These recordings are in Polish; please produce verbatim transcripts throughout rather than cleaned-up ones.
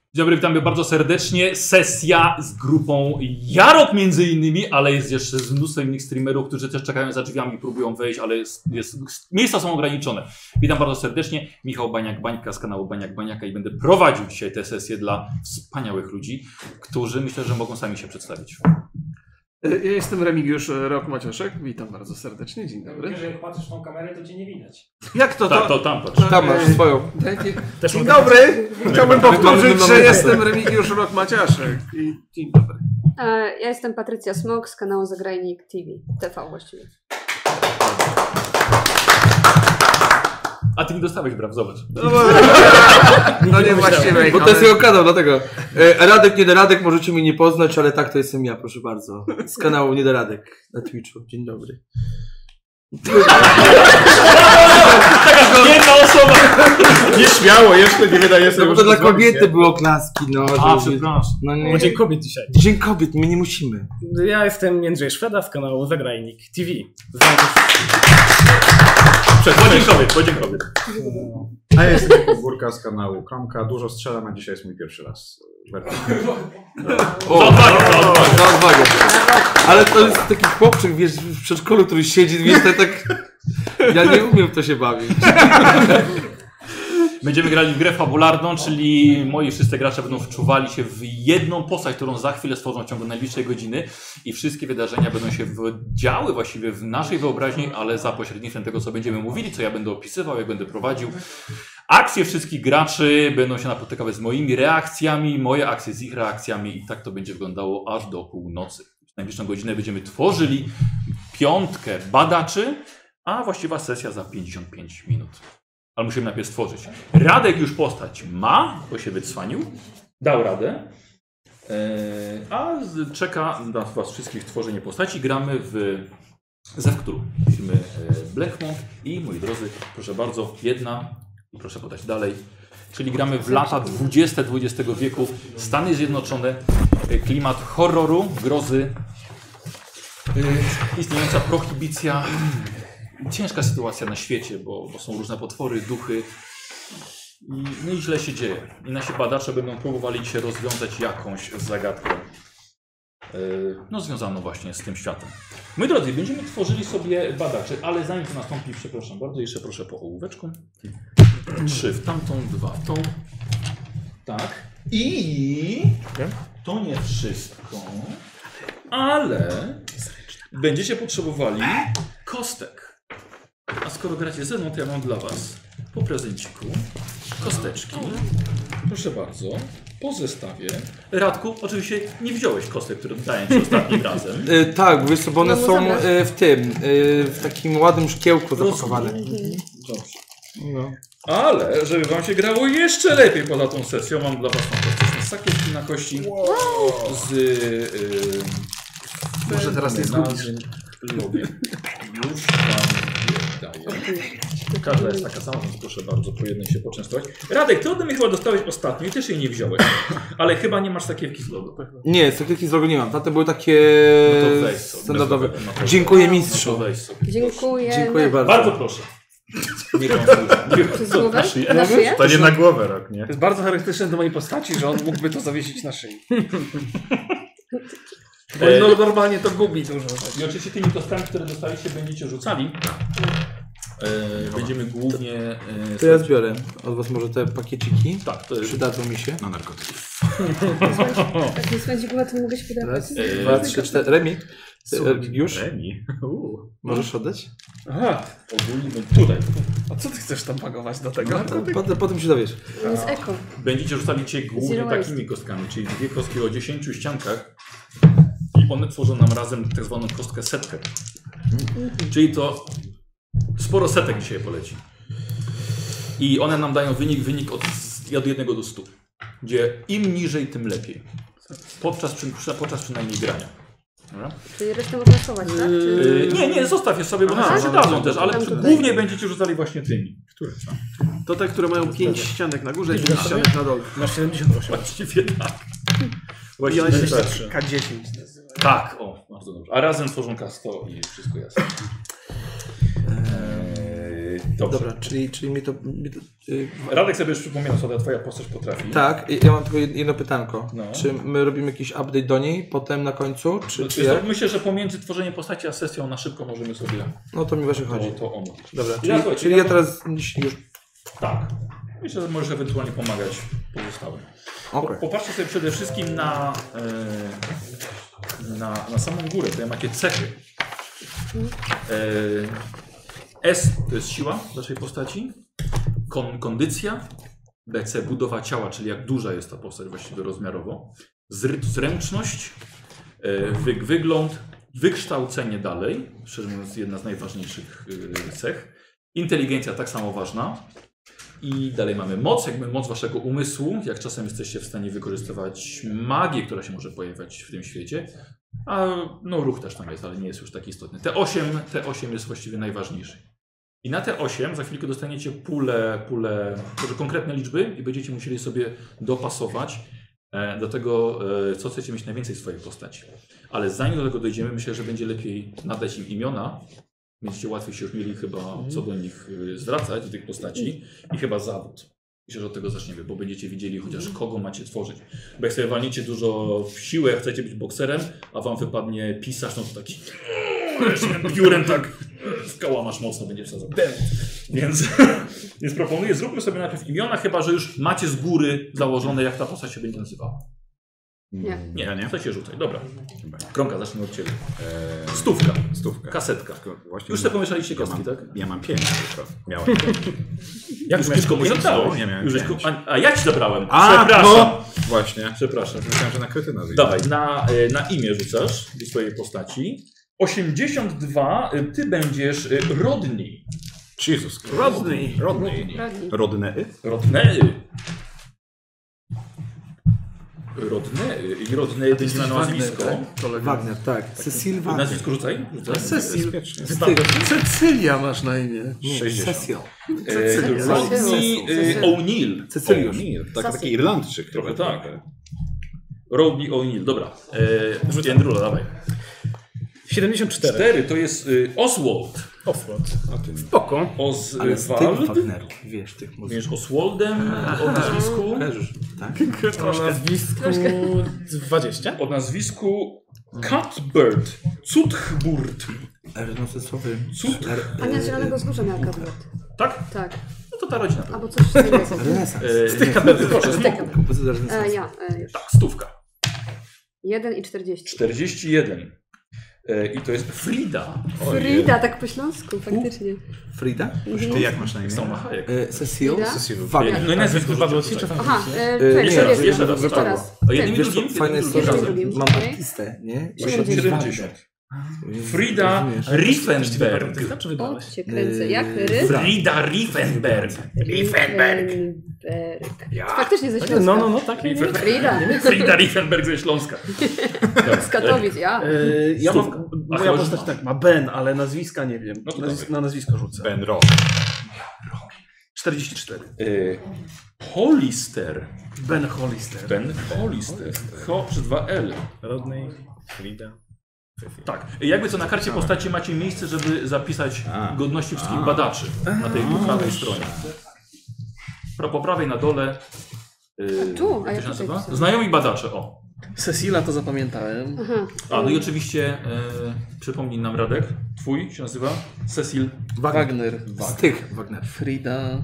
Dzień dobry, witamy bardzo serdecznie. Sesja z grupą Jarok między innymi, ale jest jeszcze z mnóstwem innych streamerów, którzy też czekają za drzwiami i próbują wejść, ale jest, jest, miejsca są ograniczone. Witam bardzo serdecznie. Michał Baniak-Bańka z kanału Baniak-Baniaka i będę prowadził dzisiaj tę sesję dla wspaniałych ludzi, którzy myślę, że mogą sami się przedstawić. Ja jestem Remigiusz Rok-Maciaszek, witam bardzo serdecznie, dzień dobry. Że jak patrzysz w tą kamerę, to cię nie widać. Jak to? Tak, to, to tam patrz. Tam masz swoją. Też Dzień dobry, chciałbym powtórzyć, że jestem Remigiusz Rok-Maciaszek i dzień dobry. Ja jestem Patrycja Smok z kanału Zagrajnik T V, T V właściwie. A ty nie dostałeś braw, zobacz. No nie właściwie. Bo to jest jego kanał, dlatego. Radek, Niedoradek, możecie mnie nie poznać, ale tak to jestem ja, proszę bardzo. Z kanału Niedoradek na Twitchu. Dzień dobry. Taka jedna osoba! Nieśmiało, jeszcze nie wydaje sobie. No bo to dla kobiety było klaski, no. A, żeby- przepraszam. No nie. Bo dzień kobiet dzisiaj. Dzień kobiet, my nie musimy. Ja jestem Jędrzej Szweda z kanału Zagrajnik T V. Znam Podziękowy, podziękowy. A ja jestem Jakub Górka z kanału Kromka. Dużo strzelam, a dzisiaj jest mój pierwszy raz. O, Za odwagę, za odwagę. za odwagę. Ale to jest taki chłopczyk, wiesz, w przedszkolu, który siedzi, wiesz, to tak... Ja nie umiem w to się bawić. Będziemy grali w grę fabularną, czyli moi wszyscy gracze będą wczuwali się w jedną postać, którą za chwilę stworzą w ciągu najbliższej godziny i wszystkie wydarzenia będą się działy właściwie w naszej wyobraźni, ale za pośrednictwem tego, co będziemy mówili, co ja będę opisywał, jak będę prowadził. Akcje wszystkich graczy będą się napotykały z moimi reakcjami, moje akcje z ich reakcjami i tak to będzie wyglądało aż do północy. W najbliższą godzinę będziemy tworzyli piątkę badaczy, a właściwa sesja za pięćdziesiąt pięć minut. Ale musimy najpierw stworzyć. Radek już postać ma, bo się wycwanił, dał radę, eee, a z, czeka na was wszystkich tworzenie postaci. Gramy w Zewkturu, filmy e, Blackmont i moi drodzy, proszę bardzo, jedna i proszę podać dalej. Czyli gramy w lata dwudzieste dwudziestego wieku, Stany Zjednoczone, e, klimat horroru, grozy, e, istniejąca prohibicja. Ciężka sytuacja na świecie, bo, bo są różne potwory, duchy i, no i źle się dzieje. I nasi badacze będą próbowali się rozwiązać jakąś zagadkę yy, no związaną właśnie z tym światem. Moi drodzy, będziemy tworzyli sobie badaczy, ale zanim to nastąpi, przepraszam bardzo, jeszcze proszę po ołóweczku. Trzy w tamtą, dwa w tą. Tak. I to nie wszystko, ale będziecie potrzebowali kostek. A skoro gracie ze mną, to ja mam dla was po prezenciku kosteczki. Proszę bardzo. Po zestawie. Radku, oczywiście nie wziąłeś kostek, które dałem ci ostatnim razem. E, tak, wiesz co, bo one No, są zabrać. e, w tym, e, w takim ładnym szkiełku zapakowane. Dobrze. No. Ale, żeby wam się grało jeszcze lepiej poza tą sesją, mam dla was fantastyczne sakiewki na kości z... Yy, Może teraz nie zgubisz. Lubię. Już wam daję. Każda jest taka sama, więc proszę bardzo po jednej się poczęstować. Radek, ty ode mnie chyba dostałeś ostatnio i też jej nie wziąłeś. Ale chyba nie masz sakiewki z logo. Nie, sakiewki z logo nie mam. Te były takie No to weź sobie. standardowe. Bez logo, no to- Dziękuję No mistrzu. to weź sobie. Dziękuję. Dziękuję bardzo. Bardzo proszę. Nie konsultuj. Przez głowę? Na szyję. Na szyję? To nie na głowę rok, nie? To jest bardzo charakterystyczne do mojej postaci, że on mógłby to zawiesić na szyi. Bo E, no, normalnie to gubi dużo. I oczywiście tymi kostkami, które dostaliście, będziecie rzucali. E, będziemy głównie... E, To ja zbiorę od was może te pakieciki. Tak, to jest... Przydadzą mi się. Na narkotyki. Jak nie spędzi głowa, to mogę się podać. Raz, Eee, dwa, trzy, cztery. Remi, Słuchaj, już? Remi. Uuu. Możesz oddać? Aha, Ogólnie tutaj. a co ty chcesz tam pakować do tego? No, to, potem, potem się dowiesz. To jest eko. Będziecie rzucali cię głównie Zero waste. takimi kostkami, czyli dwie kostki o dziesięciu ściankach i one tworzą nam razem tak zwaną kostkę setkę. Czyli to sporo setek dzisiaj poleci. I one nam dają wynik, wynik od, od jednego do stu. Gdzie im niżej, tym lepiej. Podczas, przy, podczas przynajmniej grania. Dobra? Czyli resztę można schować, tak? Czy... Yy, nie, nie, zostaw je sobie, bo one Aha, się przydadzą też, ale tam przy, tutaj. głównie będziecie rzucali właśnie tymi. Które? To te, które mają pięć ścianek na górze i pięć ścianek na dole. Masz siedemdziesiąt osiem. Właściwie tak. I Właściwie one się tak. K dziesięć nazywają. Tak, o, bardzo dobrze. A razem tworzą K sto i wszystko jasne. Eee, Dobrze. Dobra, czyli, czyli mi to... Mi to yy, Radek sobie już przypomina, co ta twoja postać potrafi. tak, ja mam tylko jedno pytanko. No. Czy my robimy jakiś update do niej potem na końcu, czy, czy Wiesz jak? co, myślę, że pomiędzy tworzeniem postaci a sesją na szybko możemy sobie No to mi właśnie chodzi. to, to omówić. Dobra, Ja, czyli, słuchajcie, czyli ja ja to- teraz już... Tak. Myślę, że możesz ewentualnie pomagać pozostałym. Okej. Popatrzcie sobie przede wszystkim na, e, na, na samą górę. Tutaj macie cechy. E, S to jest siła naszej postaci. Kon, kondycja. B C budowa ciała, czyli jak duża jest ta postać właściwie rozmiarowo. Zry, zręczność. E, wy, wygląd. Wykształcenie dalej. Szczerze mówiąc jedna z najważniejszych e, cech. Inteligencja tak samo ważna. I dalej mamy moc, jakby moc waszego umysłu, jak czasem jesteście w stanie wykorzystywać magię, która się może pojawiać w tym świecie. A no ruch też tam jest, ale nie jest już taki istotny. T osiem, T osiem jest właściwie najważniejszy. I na T osiem za chwilkę dostaniecie pulę, pulę, może konkretne liczby i będziecie musieli sobie dopasować e, do tego, e, co chcecie mieć najwięcej w swojej postaci. Ale zanim do tego dojdziemy, myślę, że będzie lepiej nadać im imiona. Będziecie łatwiej się już mieli chyba co do nich y, zwracać, do tych postaci i chyba zawód. Myślę, że od tego zaczniemy, bo będziecie widzieli chociaż kogo macie tworzyć. Bo jak sobie walniecie dużo w siłę, jak chcecie być bokserem, a wam wypadnie pisarz, no to taki piórem tak w koła masz mocno będzie wsadzał. Więc, więc proponuję, zróbmy sobie najpierw imiona, chyba że już macie z góry założone, jak ta postać się będzie nazywała. Nie. Nie, Ja nie. chcecie rzucać, dobra. Dobra. Kromka, zacznę od ciebie. Eee, Stówka, stówkę. kasetka. Właśnie Już sobie pomieszaliście ja kostki, mam, tak? Ja mam pięć tylko. Miałem. Jak Już miałeś komuś pięć? oddałeś. Nie miałem Już żeś pięć. ko- a, a ja ci zabrałem. A, Przepraszam. no! Właśnie. Przepraszam. Myślałem, że na krytyna wyjdzie. Dawaj, na, e, na imię rzucasz do swojej postaci. osiemdziesiąt dwa, e, ty będziesz e, Rodney. Jezus. Rodney. Rodney. Rodney. Rodney? Rodney. Rodney. I Rodney będzie na nazwisko. Wagner, tak. Cecil Wagner. Nazwisko rzucaj. rzucaj. Cecil. Bezpiecznie. Ty, Cecylia masz na imię. nie, sześćdziesiąt. Cecil. E, Rodney e, O'Neill. Cecyliusz. O'Neill. Tak, Sassy. taki Irlandczyk. Trochę chyba, tak. Rodney O'Neill. Dobra. E, Rzuć Andrula, dawaj. siedemdziesiąt cztery. Cztery to jest e, Oswald. Offroad. A ty nie. Spoko. Ale z tych Oswald. Wagnerów, wiesz, tych muzyków. Wiesz, Oswaldem o nazwisku. Kojarzysz, tak? O nazwisku dwadzieścia? O nazwisku Cuthbert. Cuthburt. Renesansowy. Cud. Ania z Zielonego Wzgórza miała Cuthbert. Tak? Tak. No to ta rodzina. Albo coś z tego. Renesans. E, Z tych kabelów. proszę, Z smoku. tego. Kompozytor E, renesansu. ja, e, już. Tak, stówka. jeden i czterdzieści. czterdzieści jeden. E, I to jest Frida. Frida, tak po śląsku, faktycznie. Frida? Ty jak masz na imię? Salma Hayek. E, Cecil Frida? Cecil. Wagner. No i nazwisko Wypadło rzućcie ci, czy tutaj. tam? Aha, e, E, czekaj, nie, jeszcze raz, raz, jeszcze raz, jeszcze tak. raz. O jednym i Wiesz co, drugim? fajne jest to, jednym że i drugim drugim. mam Okej. baptistę, nie? I siedemdziesiąt. Wagner. Frida Rozumiesz? Riefenberg. Czy O, wybrałeś? cię kręcę. Yy, Jak? Ry? Frida Riefenberg. Riefenberg. Riefenberg. Faktycznie ze Śląska. No, no, no, tak. nie, nie. Frida. Frida Riefenberg ze Śląska. Z Katowic, ja. E, ja mam, Stówka. moja Ach, postać ma. tak ma Ben, ale nazwiska nie wiem. No to Nazw- dawaj. na nazwisko rzucę. Ben Rock. czterdzieści cztery. E, Hollister. Ben Hollister. Ben Hollister. Ho przez dwa L. Rodney, Frida. Tak. Jakby co na karcie postaci macie miejsce, żeby zapisać A. godności wszystkich badaczy na tej prawej stronie. Pra- Po prawej na dole. Yy, A tu? A jak ja to się tutaj nazywa? pisałam. Znajomi badacze, o. Cecila to zapamiętałem. Aha. A, no i oczywiście yy, przypomnij nam Radek, twój się nazywa Cecil. Wagner. Z tych Wagner. Frida.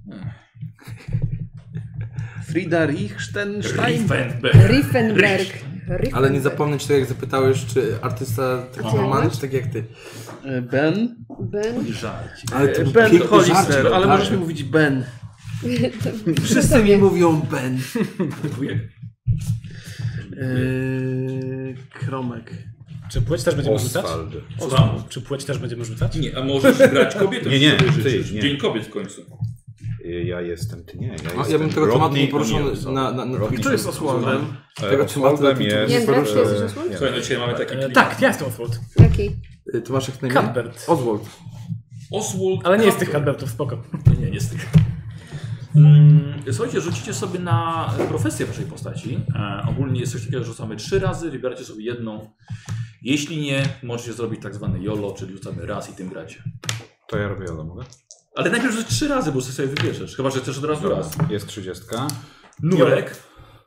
Frida Riechtenstein. Riefenberg. Riefenberg. Ale nie zapomnieć tego, jak zapytałeś, czy artysta taki Aha. normalny, czy tak jak ty. E, Ben. Ben. Żarć. Ale to E, był Ben piękny Hollister, żarcik, ale tak. możesz mi mówić Ben. Wszyscy mi mówią Ben. Dziękuję. E, Kromek. Czy płeć też będziemy rzucać? Oswald. Co tam? Czy płeć też będziemy rzucać? Nie, a możesz grać kobietę. Nie, nie, sobie ty, życzysz. nie. Dzień kobiet w końcu. Y, Ja jestem, ty nie. Ja, A, jestem ja bym tego tematu Rodney nie poruszony O'Neill. na- na- na Rodney Kto jest Oswaldem? E, Tego tematu Oswaldem dotyczy- jest... Nie, Drake, ty jesteś e, Oswald? nie. Słuchaj, no dzisiaj mamy taki E, klimat. tak, ja jestem Offroad. Jaki? Y, Ty masz jak na imię? Cuthbert. Oswald. Oswald. Ale nie jest tych Cuthbert. Cadbertów, spoko. Nie, nie z tych. Mm, Słuchajcie, rzucicie sobie na profesję waszej postaci. E, ogólnie jest coś takiego, że rzucamy trzy razy, wybieracie sobie jedną. Jeśli nie, możecie zrobić tak zwany YOLO, czyli rzucamy raz i tym gracie. To ja robię, ale mogę? Ale najpierw rzuć trzy razy, bo sobie wybierzesz. Chyba, że chcesz od razu raz. Jest trzydziestka. Nurek.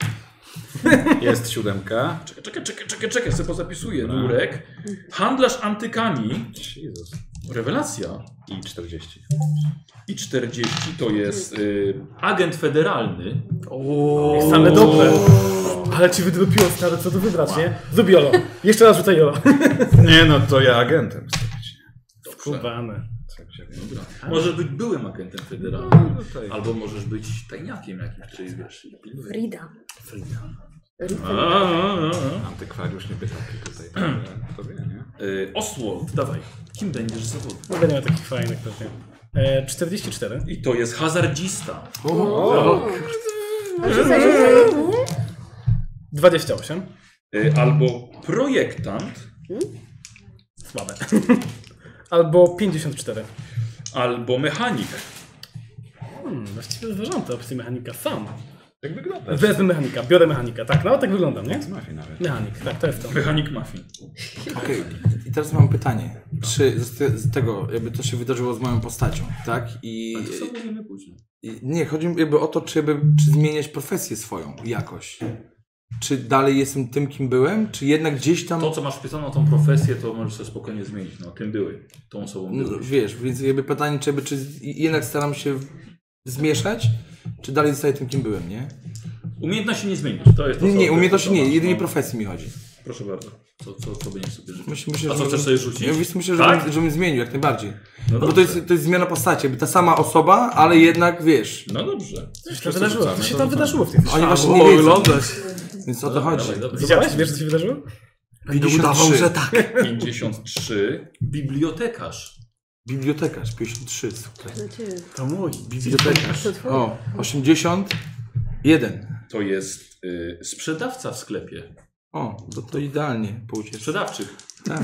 Jest siódemka. Czekaj, czekaj, czekaj, czekaj, czekaj, sobie pozapisuję. Nurek. Handlarz antykami. Jezus. Rewelacja. I czterdzieści. I czterdzieści to jest y, agent federalny. O, same dobre. Ale ci wydropiło stary, co tu wybrać, nie? Zrób Jolo. Jeszcze raz rzucaj Jolo. Nie no, to ja agentem stawić. Skubane. Dobra. Możesz być byłym agentem federalnym. No, tutaj. Albo możesz być tajniakiem jakimś, który wiesz. Frida. Frida. Frida. A, a, a. Antykwariusz nie pytał tutaj. To wie, nie? Y, Oswald, dawaj. Kim będziesz zawodem? Nie będę miał takich fajnych pewnie. E, czterdzieści cztery. I to jest hazardzista. O. A rzucaj, rzucaj. dwadzieścia osiem. Y, albo projektant, Słabe. Albo pięćdziesiąt cztery. albo mechanik. Hmm, właściwie zważam te opcje mechanika sam. Jak wygląda? Wezmę mechanika, biorę mechanika. Tak, no tak wyglądam, nie? Z mafii nawet. Mechanik, tak, to jest to. Mechanik muffin. Okej, i teraz mam pytanie. Czy z, te, z tego, jakby to się wydarzyło z moją postacią, tak? I, Ale to co mówimy później. i nie, chodzi mi jakby o to, czy, jakby, czy zmieniać profesję swoją jakoś. Czy dalej jestem tym, kim byłem, czy jednak gdzieś tam... To, co masz wpisaną tą profesję, to możesz sobie spokojnie zmienić. No, tym były. Tą osobą No, byłeś. wiesz, więc jakby pytanie, czy, jakby, czy jednak staram się zmieszać, czy dalej zostaję tym, kim byłem, nie? Umiejętności nie zmienisz. To jest to, Nie, co- nie to umiejętności jest to, nie, co jedynie masz. No, profesji mi chodzi. proszę bardzo. Co, co, co będziesz sobie życzył? Myślę, myślę, A co że- chcesz sobie rzucić? Ja myślę, myślę że Tak? żebym, żebym zmienił jak najbardziej. No No bo to dobrze. jest, to jest zmiana postaci, jakby ta sama osoba, ale jednak wiesz, No dobrze. Co się tam wydarzyło? Co się tam wydarzyło w tej oni właśnie nie O, wiedzą, oglądać. więc o to Dobra, chodzi. dawaj, dawaj. Widziałeś? Wiesz, co się wydarzyło? pięćdziesiąt trzy. tak. pięćdziesiąt trzy. Bibliotekarz. Bibliotekarz, pięćdziesiąt trzy, super. Dla ciebie. To mój. Bibliotekarz. To twoje. O, osiemdziesiąt jeden. To jest y, sprzedawca w sklepie. O, to, to idealnie po ucieczce. Sprzedawczych. Tak.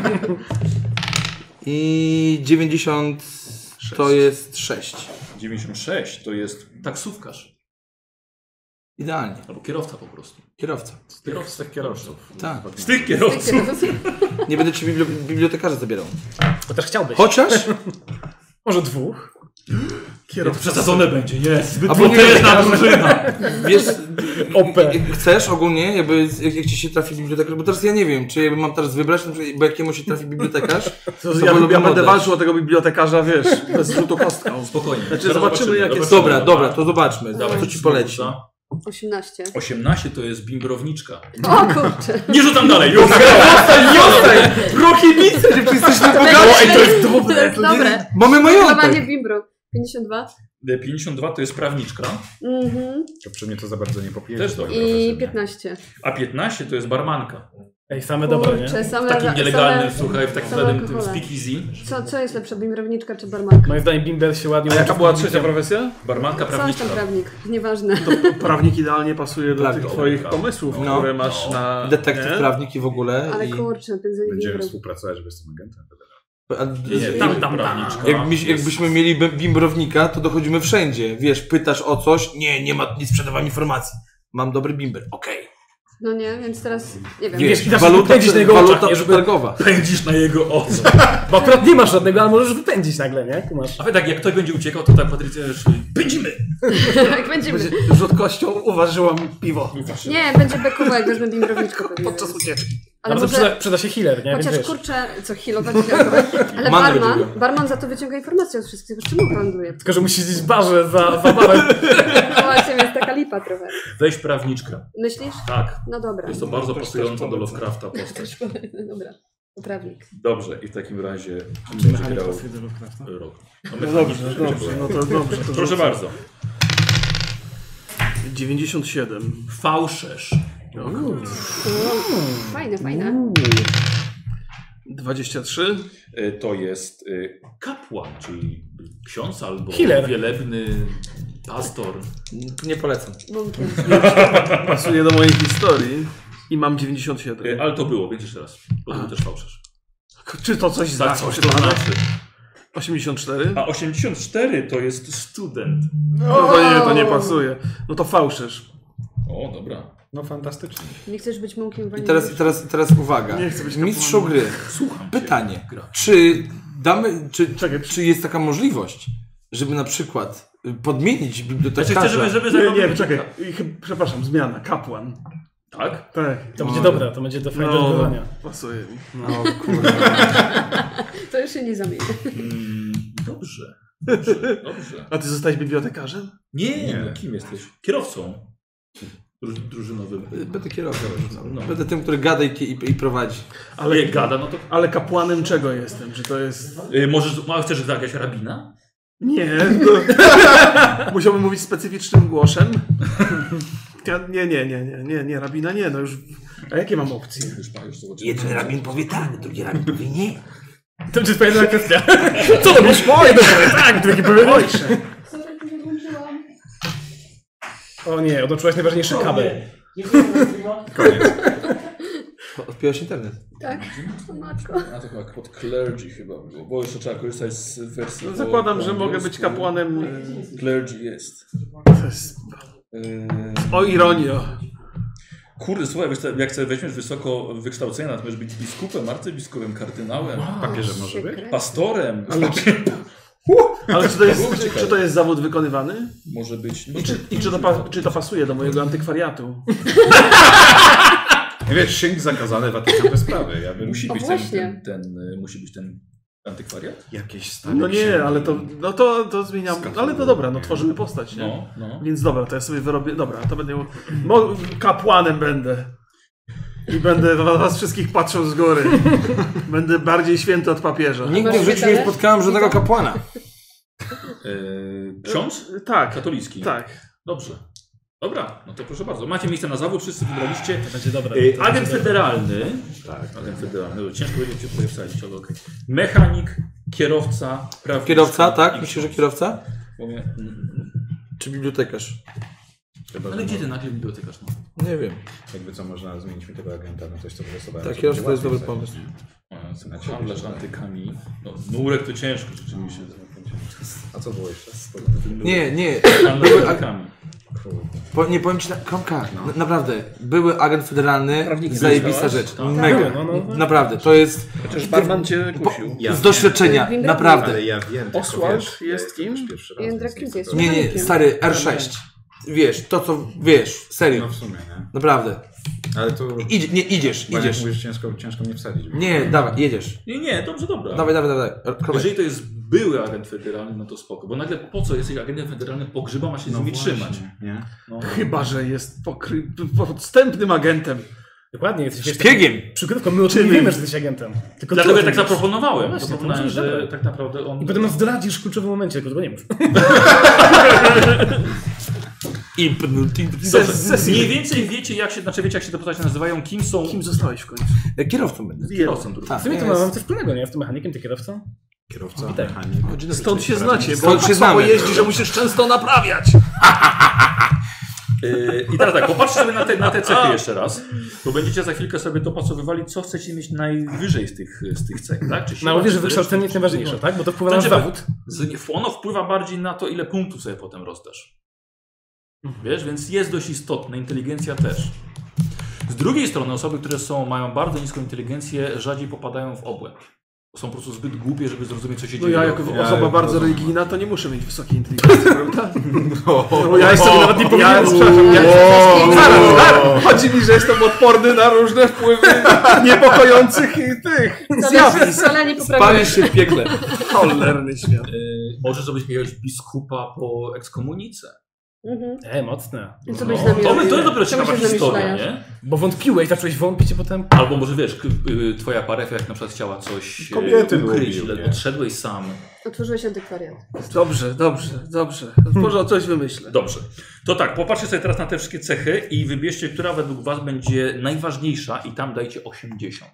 I dziewięćdziesiąt to jest sześć. dziewięćdziesiąt sześć to jest taksówkarz. Idealnie. Albo kierowca po prostu. Kierowca. Kierowca. Z tych kierowców. Tak. Z tych kierowców. Nie będę ci bibli- bibliotekarza zabierał. Chociaż chciałbyś. Chociaż... Może dwóch. To przesadzone będzie, nie. Zbyt A bo nie- potężna drużyna. Wiesz, O P. chcesz ogólnie, jakby, jak, jak ci się trafi bibliotekarz, bo teraz ja nie wiem, czy jakby mam teraz wybrać, na przykład, bo jakiemu się trafi bibliotekarz, To to ja, ja wolałbym będę oddać. walczył o tego bibliotekarza, wiesz, bez rzutu kostką. Spokojnie. Znaczy, Zaraz zobaczymy, jak jest- Dobra, zobaczymy, dobra, to zobaczmy, Dawaj, co ci poleci. osiemnaście. osiemnaście to jest bimbrowniczka. O kurczę. Nie rzucam dalej, już! Prohibicja, że wszyscy jesteśmy bogaci! To jest dobre. To jest dobre. Mamy Zdecydowanie majątek! bimbro. pięćdziesiąt dwa. pięćdziesiąt dwa to jest prawniczka. Mhm. To przy mnie to za bardzo nie popijesz. Też dobra. I piętnaście. A piętnaście to jest barmanka. Ej, same dobre, nie? Kurczę, same, Takim nielegalnym, same, słuchaj, w takim same pewnym tym alkohole. speakeasy. Co, co jest lepsze, bimbrowniczka czy barmanka? Moim zdaniem Bimber się ładnie A jaka łączy była z trzecia Bimberem. profesja? Barmanka, Coś prawniczka. tam prawnik, nieważne. Prawnik idealnie pasuje do Tak, tych dobra, twoich prawda. pomysłów, No. które masz na... Detektyw, nie? prawnik i w ogóle. Ale i... kurczę, pędzenie Będziemy bimbro. współpracować, żeby jestem agentem. A, Nie, nie, tam, tam prawniczka. jakby, jakbyśmy mieli b- bimbrownika, to dochodzimy wszędzie. Wiesz, pytasz o coś, nie, nie ma, nie sprzedawam informacji. Mam dobry bimber, okej. No nie, więc teraz nie wiem. Wiesz, Wiesz, i da się waluta, wypędzić na jego waluta oczach, nie, żeby- przetargowa. Pędzisz na jego oczach. Bo akurat nie masz żadnego, ale możesz wypędzić nagle, nie? Kumasz. A wy tak, jak ktoś będzie uciekał, to tak Patrycja już pędzimy. Jak będziemy. Będzie rzut kością, uważyłam piwo. Nie, będzie bekowo, jak wezmę bimbrowniczkę pewnie. Podczas ucieczki. Ale Ale może... przyda, przyda się healer, nie? Chociaż Więc wiesz. kurczę, co healować, healować. Ale Manny barman, będzie barman za to wyciąga informacje od wszystkich, z czemu handluje? Tylko, że musi siedzieć w barze za, za barem. No właśnie, jest taka lipa trochę. Weź prawniczka. Myślisz? Tak. No dobra. Jest to bardzo też pasująca też do polecam. Lovecrafta postać. Dobra, poprawnik. Dobrze, i w takim razie będzie grał rok. No, No dobrze, dobrze, no to dobrze. To Proszę rzucę. bardzo. dziewięćdziesiąt siedem. Fałszerz. Fajne, fajne. dwadzieścia trzy. Y, To jest y, kapłan, czyli ksiądz albo Healer. wielebny pastor. Nie polecam. Bunkier. Pasuje do mojej historii. I mam dziewięćdziesiąt Y, siedem. Ale to było, więc jeszcze raz. Bo to był też fałszerz. Czy to coś Tak, znaczy? coś to znaczy. osiemdziesiąt cztery. A osiemdziesiąt cztery to jest student. No to nie, to nie pasuje. No to fałszerz. O, dobra. No fantastycznie. Nie chcesz być munkiem I teraz, i teraz, i teraz uwaga. Nie chcę być Mistrzu kapłanem. gry. Słucham cię. Pytanie. Gra. Czy damy, czy, Czekaj, czy jest taka możliwość, żeby na przykład podmienić Znaczy bibliotekarza. chcę, żeby, żeby Nie, zarobić- nie, poczekaj. I chyba- Przepraszam, zmiana. Kapłan. Tak? Tak. To będzie No. dobre, to będzie to fajne do odgrywania. pasuje mi. No kurde. To już się nie zamieni. Mm, dobrze. Dobrze. Dobrze. A ty zostałeś bibliotekarzem? Nie, Nie. no kim jesteś? Kierowcą. Druż, drużynowym. Będę kierowcą. No. Będę tym, który gada i, i, i prowadzi. Ale jak gada, no to... Ale kapłanem czego jestem? Czy to jest... Yy, możesz, a chcesz zagrać rabina? Nie. To... Musiałbym mówić specyficznym głosem. Ja, nie, nie, nie, nie, nie, nie, rabina nie, no już... A jakie mam opcje? Już, ma, już zobaczymy. Jeden rabin powie tak, drugi rabin powie nie. To jest fajna kwestia. Co to byś moje? Tak, drugi powiedział. Ojcze. O nie, odłączyłaś najważniejszy kabel. Koniec. Odpiąłeś internet. Tak? O matko. A to chyba pod clergy chyba było, bo jeszcze trzeba korzystać z wersji. No, po- zakładam, po że mogę być angielsku. kapłanem... e, Clergy jest. To jest... Yy... O ironio. Kurde, słuchaj, wiesz, co, jak sobie weźmiesz wysoko wykształcenie, to możesz być biskupem, arcybiskupem, kardynałem, Papieżem może być? pastorem. Ale czy, ale czy, to jest, byłoby czy, ciekawe. czy to jest zawód wykonywany? Może być. I czy, i czy, to, pa, czy to pasuje do mojego antykwariatu? Nie wiesz, księgi zakazane, Watykan bez sprawy. Ja bym... Musi O, być ten, właśnie. ten, ten, y, musi być ten antykwariat? Jakieś stare No nie, księgi. ale to, no to, to zmieniam. Ale to dobra, no tworzymy postać, nie? No, no. Więc dobra, to ja sobie wyrobię. Dobra, to będę. Mo, kapłanem będę. I będę na was wszystkich patrzył z góry. Będę bardziej święty od papieża. Nigdy w życiu nie spotkałem żadnego kapłana. Yy, ksiądz? Tak, Katolicki. tak. Dobrze. Dobra, no to proszę bardzo. Macie miejsce na zawód, wszyscy wybraliście. To będzie dobre. Yy, To agent będzie dobre. federalny. Tak. Agent federalny. No, ciężko będzie cię tutaj wsadzić, ale okej. Mechanik, kierowca, prawnik. Kierowca, tak? i Myślisz, że ksiądz. kierowca? Powiem, mm, Czy bibliotekarz? Chyba, ale że gdzie mo- ty nagle bibliotekarz? No? Nie wiem. Jakby co, można zmienić mi tego agenta na coś, co wylosowałem. Tak, żeby kierowca to jest łatwiej dobry wsadzić. pomysł. A, handlarz antykami. No, nurek to ciężko rzeczywiście. A co było jeszcze? Nie, nie. Handlarz antykami. Po, nie powiem ci, na, Kromka, na, naprawdę, były agent federalny, Prawniki zajebista zostałaś? rzecz. Tak. Mega. No, no, no. Naprawdę, to jest Chociaż barman cię kusił. Ja z wiem. doświadczenia, Windrad- naprawdę. Ale ja wiem, tylko Oswald wiesz, jest ja kim? jestem już pierwszy raz, Jędrek więc Kim jest? Nie, nie, stary, R sześć. Wiesz, to co, wiesz, serio, No w sumie, nie? naprawdę. Ale tu... Idzie, nie, idziesz, Bo jak idziesz. mówisz, ciężko, ciężko mnie wsadzić. Nie, dawaj, jedziesz. Nie, nie, dobrze, dobra. Dawaj, dawaj, dawaj. Kromka. Jeżeli to jest były agent federalny, no to spoko. Bo nagle po co jesteś agentem federalnym, pogrzyba, masz się z nimi trzymać. właśnie, nie? No. Chyba, że jest pokry... podstępnym agentem. Dokładnie, jesteś wiesz, Szpiegiem. taką Przykrywką, my o tym nie wiemy, że jesteś agentem. Tylko Dlatego ty ja o tak tym wiesz. zaproponowałem. No właśnie, Zaproponowałem, to może że być tak naprawdę on... I potem nas zdradzisz w kluczowym momencie, tylko tego nie mów. I Dobrze. Mniej więcej wiecie, jak się, znaczy wiecie, jak się te postacie nazywają, kim są... Kim zostałeś w końcu? Kierowcą będę. Kierowcą drugi. Tak. W sumie to Jest. mamy coś wspólnego, nie? Jestem mechanikiem, ty kierowcą. Kierowca, Witaj. mechanik. Stąd się znacie, bo Stąd się tak samo znamy. jeździ, że musisz często naprawiać. Yy, I teraz tak, popatrzcie sobie na te, na te cechy jeszcze raz, bo będziecie za chwilkę sobie dopasowywali, co chcecie mieć najwyżej z tych, z tych cech, tak? Czy siła, Na mówię, czy że wykształcenie jest zręczność, najważniejsze, czy- tak? Bo to wpływa na nasz Znaczy, zawód. Z- Ono wpływa bardziej na to, ile punktów sobie potem rozdasz. Wiesz, więc jest dość istotne, inteligencja też. Z drugiej strony osoby, które są, mają bardzo niską inteligencję, rzadziej popadają w obłęd. Są po prostu zbyt głupie, żeby zrozumieć, co się No dzieje. ja jako dookoła. osoba Ja bardzo rozumiem. religijna, to nie muszę mieć wysokiej inteligencji, prawda? O, Bo ja jestem nawet nie ja, przepraszam, ja, zaraz, zaraz, chodzi mi, że jestem odporny na różne wpływy niepokojących tych zjawisk. Wcale nie poprawiłem. Spalisz się w piekle. Cholerny świat. Yy, może zrobić jakiegoś biskupa po ekskomunice. Mhm. E, mocne. I co No, byś z nami to, robił? to jest dopiero Czemu ciekawa się z nami historia, szlajasz? nie? Bo wątpiłeś, zacząłeś wątpić i potem... Albo może wiesz, k- y, twoja parafia jak na przykład chciała coś Kobiety e, ukryć, lubił, ale nie? odszedłeś sam. Otworzyłeś antykwariat. Dobrze, dobrze, dobrze. Może coś wymyślę. Dobrze. To tak, popatrzcie sobie teraz na te wszystkie cechy i wybierzcie, która według was będzie najważniejsza i tam dajcie osiemdziesiąt.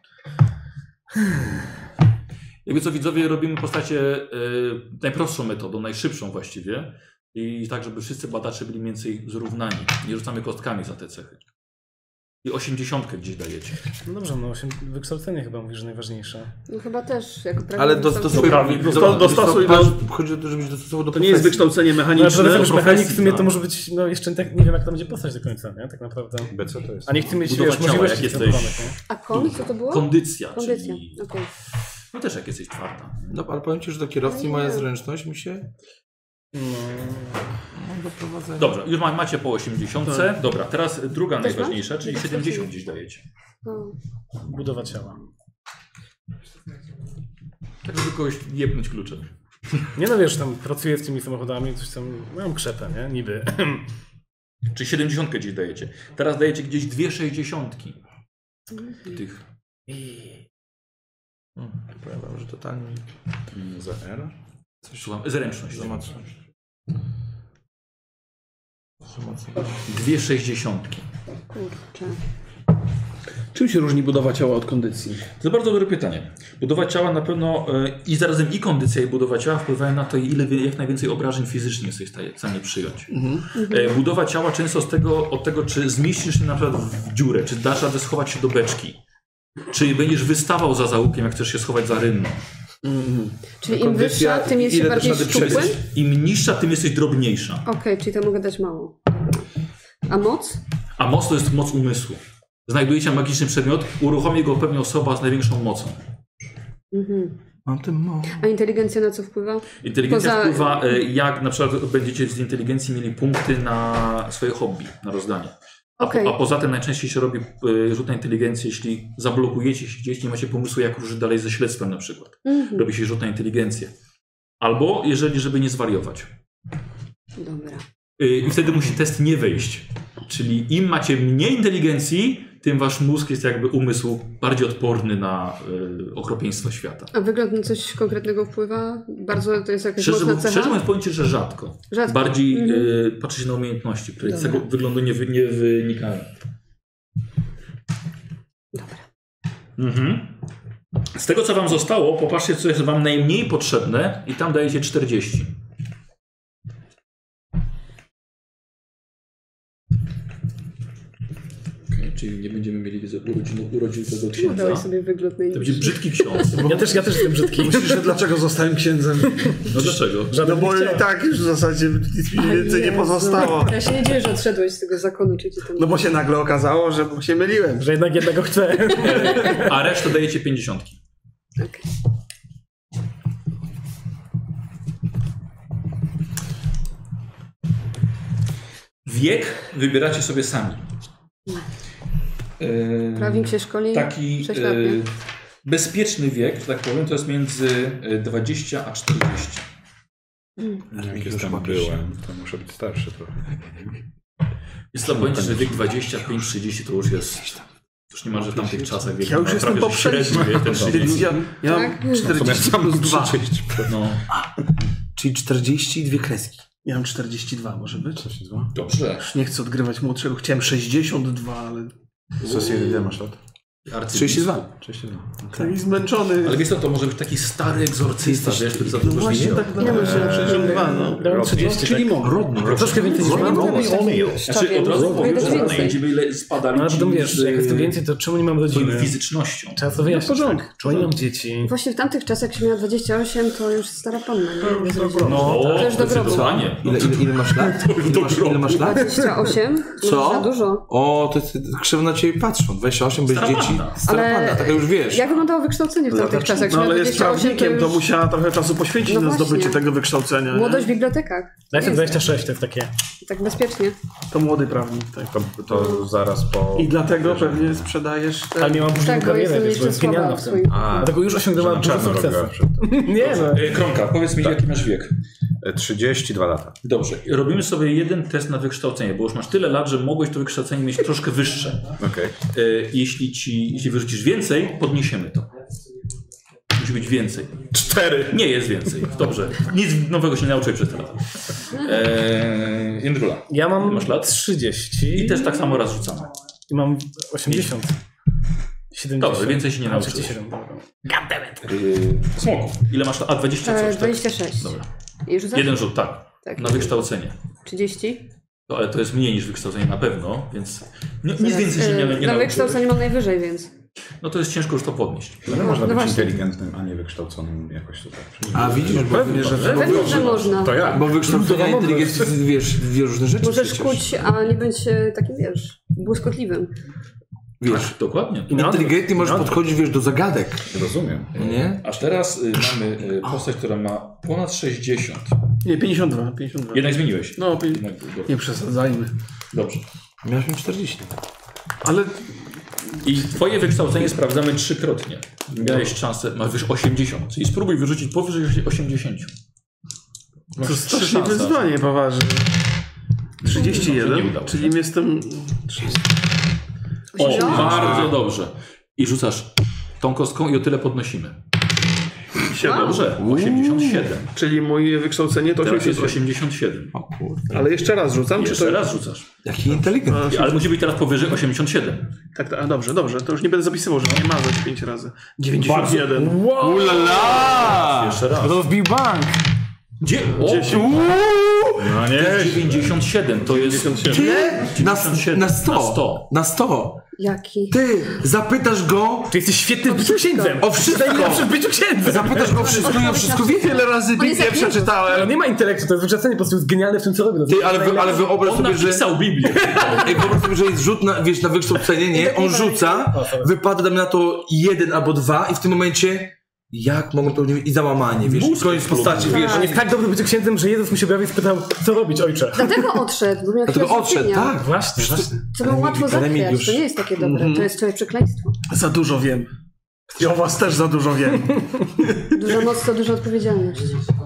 Jakby co widzowie, robimy postacie y, najprostszą metodą, najszybszą właściwie. I tak, żeby wszyscy badacze byli mniej więcej zrównani. Nie rzucamy kostkami za te cechy. I osiemdziesiątkę gdzieś dajecie. No dobrze, no osiem- wykształcenie chyba mówisz, że najważniejsze. No chyba też, jako prawie Ale do, dostosuj, prawie- do, do- dostosuj patrz, do- chodzi o to, żebyś dostosował do To nie jest profesji. wykształcenie No, mechaniczne. że mechanik profesji, w sumie no. to może być, no jeszcze tak nie wiem jak to będzie postać do końca, nie? Tak naprawdę. B co to jest? A nie chcę mieć, Budowa wiesz, ciała, możliwości jak skomplikowanych, jesteś- nie? A kon, co to było? Kondycja, Kondycja, czyli... okej. No też jak jesteś twarda. No, ale powiem ci, że do kierowcy No nie. moja zręczność mi się No, Dobrze, już ma, macie po osiemdziesiątce. Dobra, teraz druga Też najważniejsza, mam? czyli siedemdziesiąt gdzieś dajecie. O. Budowa ciała. Tak, żeby kogoś jebnąć kluczem. Nie no wiesz, tam pracuję z tymi samochodami, coś tam, mam krzepę, nie? Niby. Czyli siedemdziesiątkę gdzieś dajecie. Teraz dajecie gdzieś dwie sześćdziesiątki. Tych. Hmm, powiem wam, że totalnie Za R? Słucham, zręczność. mocno. Dwie sześćdziesiątki. Kurczę. Czym się różni budowa ciała od kondycji? To bardzo dobre pytanie. Budowa ciała na pewno e, i zarazem i kondycja i budowa ciała wpływają na to, ile wie- jak najwięcej obrażeń fizycznych jesteś w stanie przyjąć. E, budowa ciała często z tego, od tego, czy zmieścisz się na przykład w dziurę, czy dasz radę schować się do beczki, czy będziesz wystawał za załukiem, jak chcesz się schować za rynną. Czyli im wyższa, tym jest się ile bardziej też rady szczupłym? przejść? Im niższa, tym jesteś drobniejsza. Okej, czyli to mogę dać mało. A moc? A moc to jest moc umysłu. Znajdujecie magiczny przedmiot, uruchomi go pewnie osoba z największą mocą. Mhm. Mam ten mało. A inteligencja na co wpływa? Inteligencja Poza- wpływa, e, jak na przykład będziecie z inteligencji mieli punkty na swoje hobby, na rozdanie. A, Okej. po, a poza tym najczęściej się robi e, rzut na inteligencję, jeśli zablokujecie się gdzieś, nie macie pomysłu, jak ruszyć dalej ze śledztwem na przykład. Mhm. Robi się rzut na inteligencję. Albo jeżeli, żeby nie zwariować. Dobra. E, I wtedy musi test nie wejść. Czyli im macie mniej inteligencji, tym wasz mózg jest jakby umysł bardziej odporny na e, okropieństwo świata. A wygląd na coś konkretnego wpływa? Bardzo to jest jakaś Szczerze, mocna mówiąc- cecha? szczerze mówiąc, powiem ci, że rzadko. Rzadko. Bardziej Mhm. e, patrzy się na umiejętności, które z Dobra. tego wyglądu nie, wy, nie wynikają. Dobra. Mhm. Z tego, co wam zostało, popatrzcie, co jest wam najmniej potrzebne i tam dajecie czterdzieści. Okay, czyli nie będziemy mieli widzę, urodzin, urodzin tego księdza. Dałeś sobie wygląd To będzie najniższy. brzydki ksiądz. Ja też, ja też jestem brzydki. Myślisz, że dlaczego zostałem księdzem? No dlaczego? No Żaden bo nie i chciał. tak już w zasadzie nic mi więcej nie Jezu. pozostało. Ja się nie dzieje, że odszedłeś z tego zakonu, czy ci tam... No bo się nagle okazało, że się myliłem. Że jednak jednego chcę. A resztę dajecie pięćdziesiątki. Okej. Wiek wybieracie sobie sami. Yy, Prawnik się szkoli Taki sześć lat, yy, nie? bezpieczny wiek, że tak powiem, to jest między yy, dwadzieścia a czterdzieści. Jak jestem byłem, to muszę być starszy trochę. Jest to pojęcie, że wiek dwadzieścia pięć trzydzieści to już jest... Już niemalże w tamtych czasach wiek. Ja już no, jestem prawie, po że średni przejściu. wiek ten Czyli ja, ja Tak? mam czterdzieści plus dwa. No, Czyli czterdzieści i dwie kreski. Ja mam czterdzieści dwa, może być? Co się dwa? dobrze. Już nie chcę odgrywać młodszego. Chciałem sześćdziesiąt dwa, ale Co się, ile masz lat? trzydzieści dwa. trzydzieści dwa. taki zmęczony. Ale wiesz co, to może być taki stary egzorcysta, wiesz, który za No dużo właśnie nie tak Ile masz naprawdę lat? sześćdziesiąt dwa, no. Dałem trzydzieści, Czyli mogę. tak. Troszkę więcej niż mam. Znaczy, od razu powiem, że więcej. będziemy ile spadali No ale potem ci wiesz, z, jak jest to więcej, to czemu nie mam twoją rodziny? fizycznością. Trzeba to wyjaśnić. No, w porządku. Tak. Czemu nie mam dzieci? Właśnie w tamtych czasach, jak się miała dwadzieścia osiem, to już stara panna, nie? Bez rodziny. No, To już do grobu. zdecydowanie. Ile, ile, ile masz lat? Ile masz, ile masz lat? dwadzieścia osiem? Co? Za dużo. O, to jest krzywo na ciebie patrzą. dwadzieścia osiem bez Stara dzieci. panna. Stara Ale- panna, taka już wiesz. Jak wyglądało wykształcenie w tamtych czasach? Jak się No miała ale jest dwadzieścia osiem, prawnikiem, to, już musiała trochę czasu poświęcić No na właśnie. zdobycie tego wykształcenia. nie? Młodość w bibliotekach. Dajcie Jest. dwadzieścia sześć, to jest takie. Tak bezpiecznie. To młody prawnik, tak. To, to zaraz po... I dlatego pewnie sprzedajesz te... Ale nie mam burzliwą Tak, bo karierę, jestem wiesz, bo jeszcze jest słaba genialna w w tym. swoim... A, Dlatego już że osiągnęła na dużo czarno sukcesu. robiła przedtem. Nie no. E, Kromka, powiedz mi, jaki masz wiek? E, trzydzieści dwa lata. Dobrze, robimy sobie jeden test na wykształcenie, bo już masz tyle lat, że mogłeś to wykształcenie mieć troszkę wyższe. Okej. E, jeśli ci, jeśli wyrzucisz więcej, podniesiemy to. Musi być więcej. Cztery. Nie jest więcej. Dobrze. Nic nowego się nie nauczyłem przez te lata. Eee, Jędrula. Ja mam Masz lat? trzydzieści. I też tak samo raz rzucamy. I mam osiemdziesiąt. siedemdziesiąt. Dobrze, więcej się nie A, nauczyłeś. trzydzieści siedem, dobra. Yy, Smoku. Ile masz lat? A, dwadzieścia E, coś, tak? dwadzieścia sześć. Dobra. I rzucasz? Jeden rzut, tak. Tak. Na wykształcenie. trzydzieści? No, ale to jest mniej niż wykształcenie na pewno, więc ni- nic Zaraz, więcej się e, nie, nie Na nauczyłeś. wykształcenie mam najwyżej, więc... No to jest ciężko już to podnieść. Ale można no być właśnie. inteligentnym, a nie wykształconym jakoś tutaj. A widzisz, bo, Pewnie, że tak. Pewnie, że można. To ja. bo wykształcenia inteligencji, wiesz, wie różne rzeczy Możesz przecież. kuć, a nie być e, takim, wiesz, błyskotliwym. Wiesz, Tak, dokładnie. inteligentnie możesz podchodzić, wiesz, do zagadek. Rozumiem. Nie? Aż teraz y, mamy y, postać, która ma ponad sześćdziesiąt. Nie, pięćdziesiąt dwa. pięćdziesiąt dwa. Jednak zmieniłeś. No, pię... Jednak, nie przesadzajmy. Dobrze. Miałeś czterdzieści. Ale I twoje wykształcenie sprawdzamy trzykrotnie. Miałeś szansę, masz już osiemdziesiąt. Czyli spróbuj wyrzucić powyżej osiemdziesiąt. to jest strasznie wyzwanie, poważnie. trzydzieści jeden, nie udało. czyli jestem... O, bardzo dobrze. I rzucasz tą kostką i o tyle podnosimy. siedem. Dobrze, osiemdziesiąt siedem. Czyli moje wykształcenie to Teraz jest osiemdziesiąt siedem. osiemdziesiąt siedem. O kurde. Ale jeszcze raz rzucam, czy Jeszcze to... raz rzucasz. Jaki inteligentny. Ale musi być teraz powyżej osiemdziesiąt siedem. Tak, tak, a dobrze, dobrze, to już nie będę zapisywał, żeby nie mazać pięć razy. dziewięćdziesiąt jeden. Wow! Ulala! Jeszcze raz. Rozbił bank! Gdzie? O, No nie. dziewięćdziesiąt siedem to jest... Na, dziewięćdziesiąt na siedem. sto. Na sto. Na sto. Jaki? Ty, zapytasz go Ty jesteś świetny w byciu księdzem! o wszystko. Najlepszy w byciu księdzem! Zapytasz go o wszystko i o wszystko wie. Wiele razy On jest Biblię jak Jezus. Ale przeczytałem. nie ma intelektu, to jest wykształcenie, po prostu jest genialny w tym, co robi. Ty, ale, wy, ale wyobraź On sobie, że... napisał Biblię. Ej, wyobraź sobie, że jest rzut na, wiesz, na wykształcenie, nie? On rzuca, wypada nam na to jeden albo dwa i w tym momencie jak mogą to i załamanie, wiesz, Mózg koniec postaci, wiesz. On jest tak dobry w byciu księdzem, że Jezus mu się objawił i spytał, co robić, ojcze? Dlatego odszedł, bo miał Dlatego chwilę odszedł, cierpienia. tak. Właśnie, właśnie. Co było łatwo zachwiać, Remigiusz. to nie jest takie dobre, to jest twoje przekleństwo. Za dużo wiem. I o was też za dużo wiem. Duża moc to duża odpowiedzialność.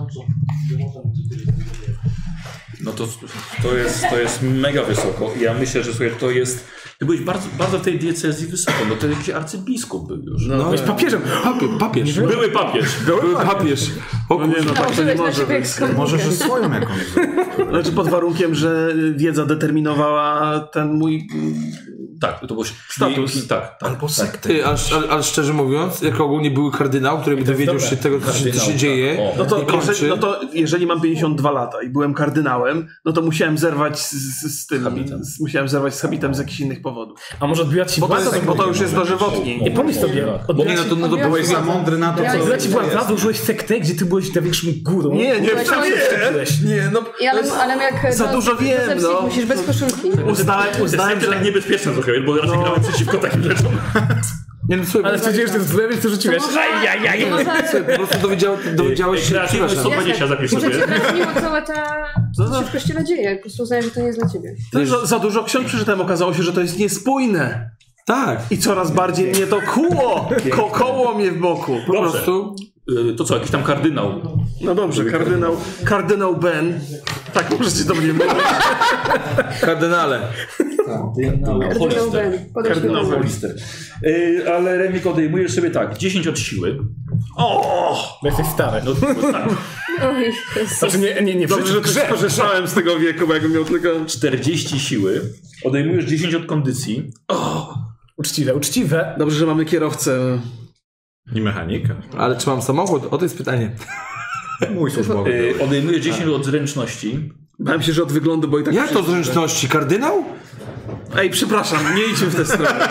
No to, to, jest, to jest mega wysoko. Ja myślę, że słuchaj, to jest... Ty byłeś bardzo, bardzo w tej diecezji wysoko, no to jakiś arcybiskup był już. No, Byłeś papieżem. papie, papież. Były papież. Były papież. O No nie, no tak to nie Nałożyłeś na może siebie być. ekskomunikę. Możesz że swoją jakąś. Znaczy pod warunkiem, że wiedza determinowała ten mój... Tak, to był Status. Tak, tak. Albo sekty. Ty, ale, ale, ale szczerze mówiąc, jako ogólnie były kardynał, który by dowiedział się tego, co się, co się dzieje. O. No to, I kończy. jeżeli, no to jeżeli mam pięćdziesiąt dwa lata i byłem kardynałem, no to musiałem zerwać z, z, z tym. Habitem. Z, musiałem zerwać z habitem z jakichś innych powodów. A może odbijać ci Bo to, błędy? jest, bo to już jest dożywotni. Nie pomyśl sobie. Nie, Odbijać no to, no to Odbijać byłeś Byłeś za mądry na to, Ja co... jestem- Dla ci była władza, użyłeś sektę, gdzie ty byłeś największą górą. Nie, nie, Byłeś wcale ojcem. nie. Nie, no. I ale, ale jak Za do- dużo wiem, do no. musisz bez koszulki. Uznałem, uznałem, Sekty tak że... niebezpieczne trochę, bo raczej grałem przeciwko takim rzeczom. Nie, no słuchaj, Ale stwierdziłeś, że to jest złe, więc to rzuciłeś. To może- to może- po prostu dowiedział, dowiedziałeś się, Kreatywność przepraszam. sto dwadzieścia zapisz Może cię sobie. drażniło cała ta... co się w kościele dzieje. Po prostu uznałem, że to nie jest dla ciebie. Za, za dużo ksiąg przeczytałem, okazało się, że to jest niespójne. Tak. I coraz bardziej mnie to kuło. Ko koło mnie w boku. Po Dobrze. prostu. Y, To co, jakiś tam kardynał? No dobrze, kardynał, kardynał Ben. Tak możecie do mnie mówić. Kardynale. Kardynał Ben. Podaj się Kardynał do Ben. Polister. Y, ale Remik odejmujesz sobie tak, dziesięć od siły. O! Bo jesteś stary. No, bo tak, Oj, Jezus. Znaczy nie, nie, nie, Dobrze, że przecież też korzystałem z tego wieku, bo jakbym miał tylko... czterdzieści siły. Odejmujesz dziesięć od kondycji. Uczciwe, uczciwe. Dobrze, że mamy kierowcę. I mechanika. Ale czy mam samochód? O, to jest pytanie. Mój służbowy. Y, odejmujesz dziesięć od zręczności. Bałem się, że od wyglądu, bo i tak... Jak to zręczności? Kardynał? Ej, przepraszam, nie idźmy w tę stronę.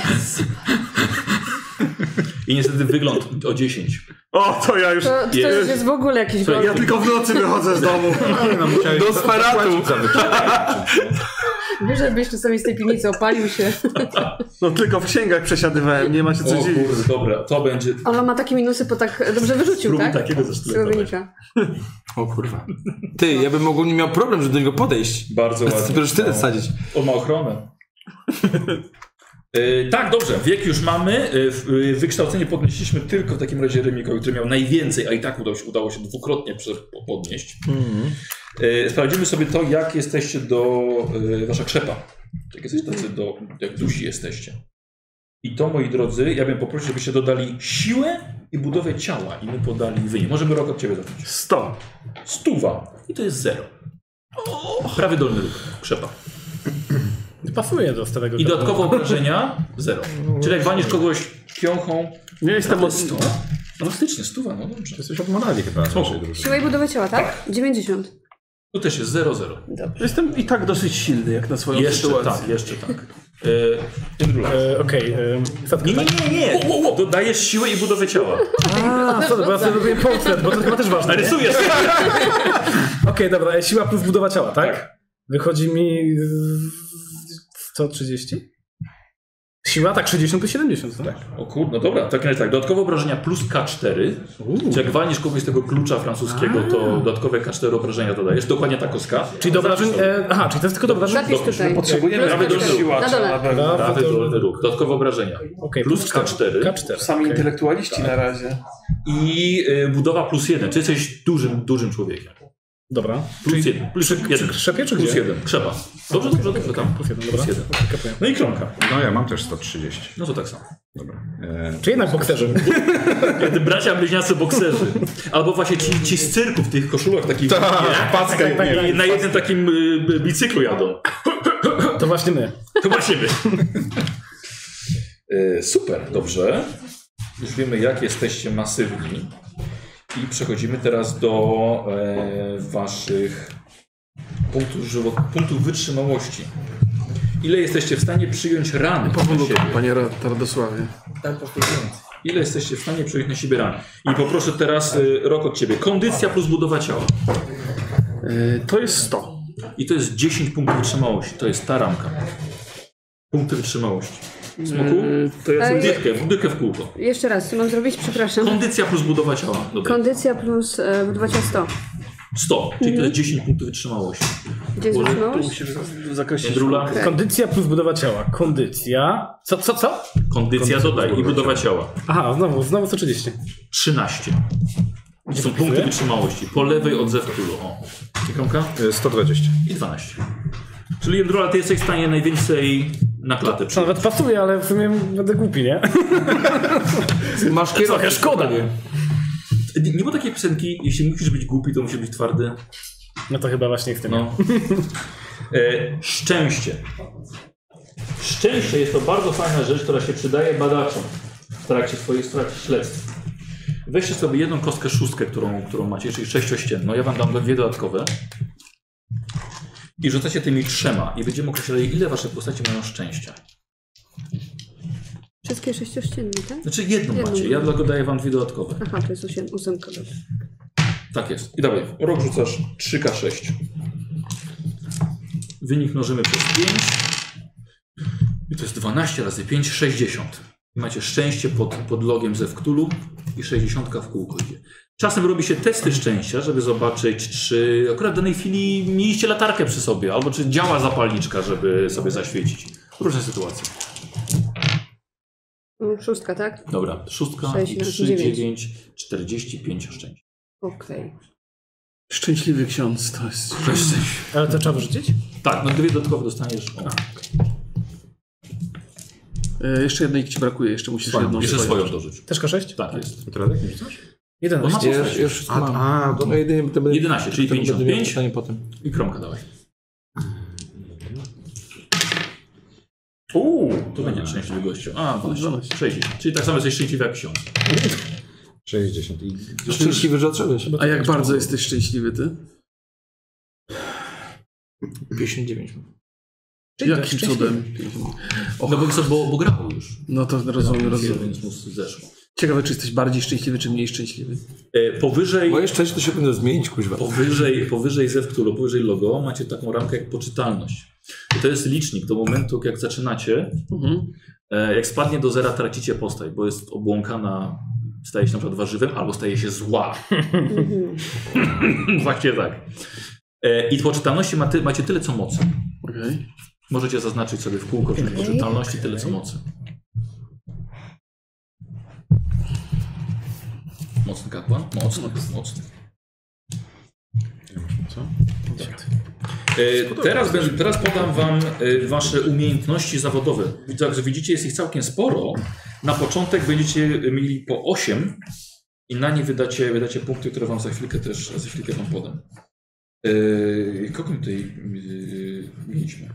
I niestety wygląd o dziesięć. O, to ja już... To, to Jest. już jest w ogóle jakiś Słuchaj, gol. Ja tylko w nocy wychodzę z domu. No, musiałeś Do sferatu. Wiesz, żebyś czasami z tej piwnicy opalił się. No tylko w księgach przesiadywałem, nie ma się co O dziwić. kurde, dobra, to będzie... Ona ma takie minusy, bo tak dobrze wyrzucił, Spróbuj tak? takiego ze Z sztyletem tego weź. wynika. O kurwa. Ty, ja bym ogólnie miał problem, żeby do niego podejść. Bardzo Bez ładnie. dopiero sztylet wsadzić. On ma ochronę. Yy, tak, dobrze, wiek już mamy. Yy, w- yy, wykształcenie podnieśliśmy tylko w takim razie Remikowi, który miał najwięcej, a i tak udało się, udało się dwukrotnie prze- po- podnieść. Yy, sprawdzimy sobie to, jak jesteście do... Yy, wasza krzepa. Jak jesteście tacy do... jak dusi jesteście. I to, moi drodzy, ja bym poprosił, żebyście dodali siłę i budowę ciała i my podali wynik. Możemy rok od ciebie zacząć. Sto. Stuwa. I to jest zero. Prawy dolny róg krzepa. Pasuje do starego. I dodatkowo obrażenia zero. Czyli jak wanisz kogoś piąchą, Nie jestem to od... jest sto. No faktycznie, stuwa, no dobrze. Jesteś od morali chyba. w naszej drużynie. Siła i budowa ciała, tak? dziewięćdziesiąt. Tu też jest zero zero. Jestem i tak dosyć silny, jak na swoją Jeszcze sytuację. tak, jeszcze tak. E, Indrula. E, Okej, e, Sadka, Nie, nie, tak? nie, nie. Wo, wo, wo. Dodajesz siłę i budowę ciała. A, co, bo ja sobie robię portret, bo to chyba też ważne. nie? Rysujesz. Okej, dobra, e, siła plus budowa ciała, tak? Wychodzi mi z- sto trzydzieści? Siła, tak, sześćdziesiąt plus siedemdziesiąt. Tak. O kurde, no dobra, tak, tak. Dodatkowe obrażenia plus K cztery. Uuu. Czy jak walniesz kogoś z tego klucza francuskiego, to dodatkowe K cztery obrażenia dodajesz. Dokładnie ta kostka. Czyli do obrażeń... E, aha, czyli to jest tylko do obrażeń? Zapisz tutaj. Potrzebujemy Prawy dolny ruch. Na dole. Prawy dolny ruch. Dodatkowe obrażenia. Okay, plus K cztery. K cztery. Sami okay. intelektualiści na razie. I y, budowa plus jeden. Czy jesteś dużym, dużym człowiekiem. Dobra. Plus czyli jeden. Plus jeden. Krzepie czy Plus gdzie? jeden. Krzeba. Dobrze, dobrze, dobrze. Tam. Plus jeden, Plus dobra. jeden. No i kromka. No ja mam też sto trzydzieści. No to tak samo. Dobra. E, Czy jednak bokserzy? Kiedy bracia bliźniacy bokserzy. Albo właśnie ci, ci z cyrku w tych koszulach takich. Tak, tak, tak, tak. I na jednym takim y, bicyklu jadą. To właśnie my. To właśnie my. y, super, dobrze. Już wiemy, jak jesteście masywni. I przechodzimy teraz do e, waszych punktów, żywo, punktów wytrzymałości. Ile jesteście w stanie przyjąć rany na Powolutku, siebie? panie Tardosławie. Ile jesteście w stanie przyjąć na siebie rany? I poproszę teraz y, Rok od ciebie. Kondycja plus budowa ciała. Yy, to jest sto. I to jest dziesięć punktów wytrzymałości. To jest ta ramka. Punkty wytrzymałości. Smoku? Yy, to ja Ej. sobie... Dychkę, dychkę w kółko. Jeszcze raz, co mam zrobić? Przepraszam. Kondycja plus budowa ciała. Dobra. Kondycja plus e, budowa ciała sto. sto, czyli to jest dziesięć punktów wytrzymałości. Gdzie jest Może Tu wytrzymałość? musisz zakreślić. Jędrula? Okej. Kondycja plus budowa ciała. Kondycja... Co, co, co? Kondycja dodaj i budowa ciała. Aha, znowu, znowu sto trzydzieści. trzynaście. To są punkty wytrzymałości. Po lewej od Zewktulu. O. I kromka? e, sto dwadzieścia. I dwanaście. Czyli Jędrula, ty jesteś w stanie najwięcej na klatę To przyjąć. nawet pasuje, ale w sumie będę głupi, nie? Masz kierowcę. Trochę szkoda. Nie, nie było takiej piosenki, jeśli musisz być głupi, to musisz być twardy. No to chyba właśnie w tym. No. e, szczęście. Szczęście jest to bardzo fajna rzecz, która się przydaje badaczom w trakcie swoich w trakcie śledztw. Weźcie sobie jedną kostkę szóstkę, którą, którą macie, czyli sześciościenną. Ja wam dam dwie dodatkowe. I rzucacie tymi trzema i będziemy określali, ile wasze postacie mają szczęścia. Wszystkie sześciościenne, tak? Znaczy jedną Jedną. macie, ja dlatego daję wam dwie dodatkowe. Aha, to jest osiem, ósemka, dobrze. Tak jest. I dawaj, Rok rzucasz trzy K sześć. Wynik mnożymy przez pięć. I to jest dwanaście razy pięć, sześćdziesiąt. I macie szczęście pod, pod logiem Zewktulu i sześćdziesiąt w kółko idzie. Czasem robi się testy szczęścia, żeby zobaczyć, czy akurat w danej chwili mieliście latarkę przy sobie, albo czy działa zapalniczka, żeby sobie zaświecić. Różne sytuacje. Mm, Szóstka, tak? Dobra, szóstka Sześć, i trzy, dziewięć. dziewięć, czterdzieści pięć szczęścia. Okej. Szczęśliwy ksiądz to jest... Ale to trzeba wyrzucić? Tak, no dwie dodatkowe dostaniesz. O. Yy, jeszcze jednej ci brakuje, jeszcze musisz Swoją, jedną jeszcze swoją. swoją dorzuć. Też K sześć? Tak jest. Radek, nie rzucasz? jedenaście. Bo ma Ja, ja już A, mam. a, No jedynie to będę... jedenaście, czyli to będę pięćdziesiąt pięć. miał pytanie potem. I kromka dawaj. Uuu, to będzie szczęśliwy gościu. A, dwanaście, sześćdziesiąt. Czyli tak samo jesteś szczęśliwy jak ksiądz. sześćdziesiąt. I Szczęśliwy, że odszedłeś. A jak bardzo jesteś szczęśliwy ty? pięćdziesiąt dziewięć. Czyli Jakim szczęśliwy. cudem? No bo, bo, bo grało już. No to rozumiem, rozumiem. Więc mu zeszło. Ciekawe, czy jesteś bardziej szczęśliwy, czy mniej szczęśliwy. E, powyżej, Moje szczęście to się powinno zmienić, kuźwa. powyżej, powyżej Zewktulu, powyżej logo macie taką ramkę jak poczytalność. I to jest licznik do momentu, jak zaczynacie. Mhm. E, jak spadnie do zera, tracicie postać, bo jest obłąkana, staje się na przykład warzywem, albo staje się zła. Właśnie tak. E, I poczytalności ma ty, macie tyle co mocy. Okej. Możecie zaznaczyć sobie w kółko, że poczytalności tyle co mocy. Mocny kapłan? Mocny, mocny. co? E, teraz, będę, teraz podam wam e, wasze umiejętności zawodowe. Jak widzicie, jest ich całkiem sporo. Na początek będziecie mieli po osiem i na nie wydacie, wydacie punkty, które wam za chwilkę też za chwilkę wam podam. E, kogo my tutaj e, mieliśmy?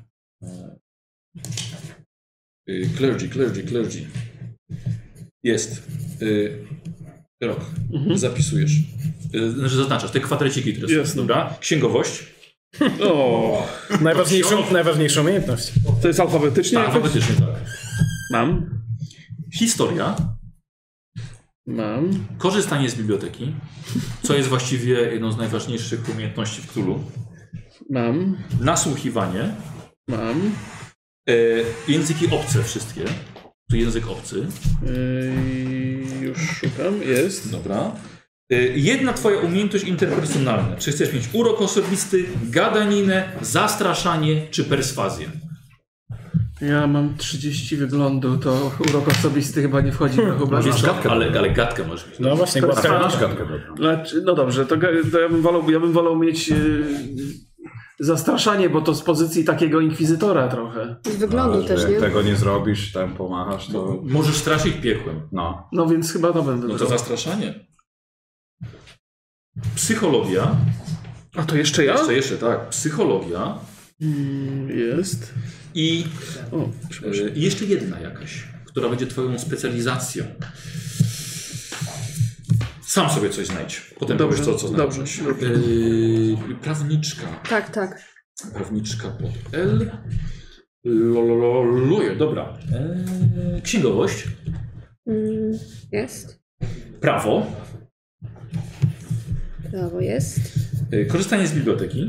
E, clergy, clergy, clergy. Jest. E, rok. Mhm. Zapisujesz. E, znaczy zaznaczasz te kwadreciki, które są. Jasne. Dobra. Księgowość. O, Najważniejszą, najważniejszą umiejętność. to jest alfabetycznie? Tak, jakoś? alfabetycznie tak. Mam. Historia. Mam. Korzystanie z biblioteki, co jest właściwie jedną z najważniejszych umiejętności w Cthulhu. Mam. Nasłuchiwanie. Mam. E, języki obce wszystkie. To język obcy. Yy, już szukam, jest. Dobra. Y, Jedna twoja umiejętność interpersonalna. Czy chcesz mieć urok osobisty, gadaninę, zastraszanie czy perswazję? Ja mam trzydzieści wyglądu, to urok osobisty chyba nie wchodzi w rachubę. Wiesz, gadkę, ale, ale gadkę możesz mieć. No właśnie, gładka. Masz gadkę dobrą. Znaczy, no dobrze, to, to ja, bym wolał, ja bym wolał mieć yy, zastraszanie, bo to z pozycji takiego inkwizytora trochę. Z wyglądu A, też, że nie? jak tego nie zrobisz, tam pomachasz, to... Możesz straszyć piekłem. No. No więc chyba to będę No to wybrał. zastraszanie. Psychologia. A to jeszcze ja? Jeszcze, jeszcze, tak. Psychologia. Mm, jest. I O, y, jeszcze jedna jakaś, która będzie twoją specjalizacją. Sam sobie coś znajdź. Potem Dobrze, powiesz, co, co dobrze, znalazłeś. dobrze. Yy, prawniczka. Tak, tak. Prawniczka pod L. Lolololuje, dobra. Eee, księgowość. Mm, jest. Prawo. Prawo jest. Yy, korzystanie z biblioteki.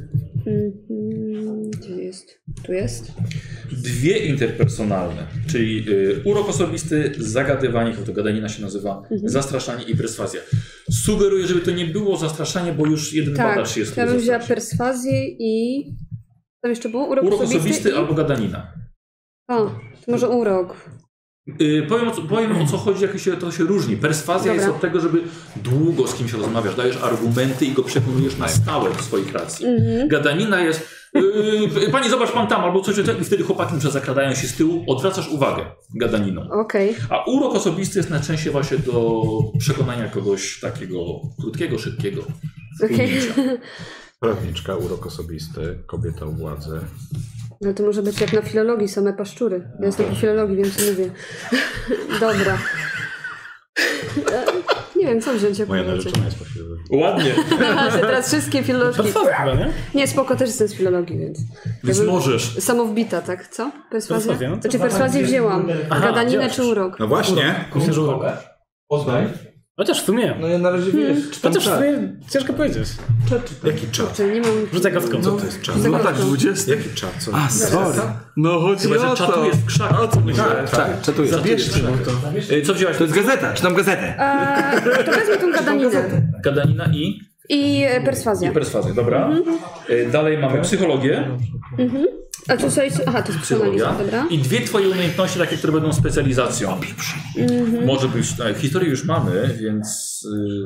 Mhm. Gdzie jest? Tu jest. Dwie interpersonalne, czyli yy, urok osobisty, zagadywanie, to gadanina się nazywa, Mhm. zastraszanie i perswazja. Sugeruję, żeby to nie było zastraszanie, bo już jeden Tak, badacz jest. ja bym który wzięła zastrasza. perswazję i... Co jeszcze było? Urok, Urok osobisty, osobisty i... albo gadanina. O, to może urok. Yy, powiem, o co, powiem o co chodzi, jak się, to się różni. Perswazja Dobra. jest od tego, żeby długo z kimś rozmawiasz, dajesz argumenty i go przekonujesz na stałe do swoich racji. Mhm. Gadanina jest, yy, pani zobacz pan tam, albo coś, i wtedy chłopaki muszę zakradają się z tyłu, odwracasz uwagę gadaniną. Okej. A urok osobisty jest najczęściej właśnie do przekonania kogoś takiego krótkiego, szybkiego. Okej. Prawniczka, urok osobisty, kobieta u władzy. No to może być jak na filologii, same paszczury. Ja jestem po filologii, wiem co mówię. Dobra. E, Nie wiem, co wziąć, jak Moja powiecie. narzeczona jest po chwili. Ładnie, Aha, że teraz wszystkie filologii. Perswazja chyba, nie? Nie, spoko, też jestem z filologii, więc... więc Jakby- możesz. Samowbita, tak? Co? Perswazja? Perswazja, no to Znaczy perswazję wzięłam. Gadaninę wziąłeś. czy urok? No właśnie. Myślę, że urok. Poznaj. Chociaż w sumie. No ja na razie wiesz, Chociaż w sumie ciężko powiedzieć. Jaki czat? Kurczę, nie mam... Rzucaj kostką. Co to jest czat? Za No tak, kostką. dwudziesty. Jaki czat? Co? A, sorry. No chodzi Chyba, o że to. czatujesz w krzakach. O co Tak, tak, czatuję. Zabierzcie mu to. Yy, Co wziąłeś? To jest gazeta, czytam gazetę. Eee, to wezmę tą gadaninę. Gadanina i? I e, perswazja. I perswazja, dobra. Yy, Dalej mamy psychologię. Mhm. A tu sobie... Aha, to jest Psychologia. psychologia, dobra. I dwie twoje umiejętności, takie, które będą specjalizacją. Mhm. Może być, tak, historię już mamy, więc...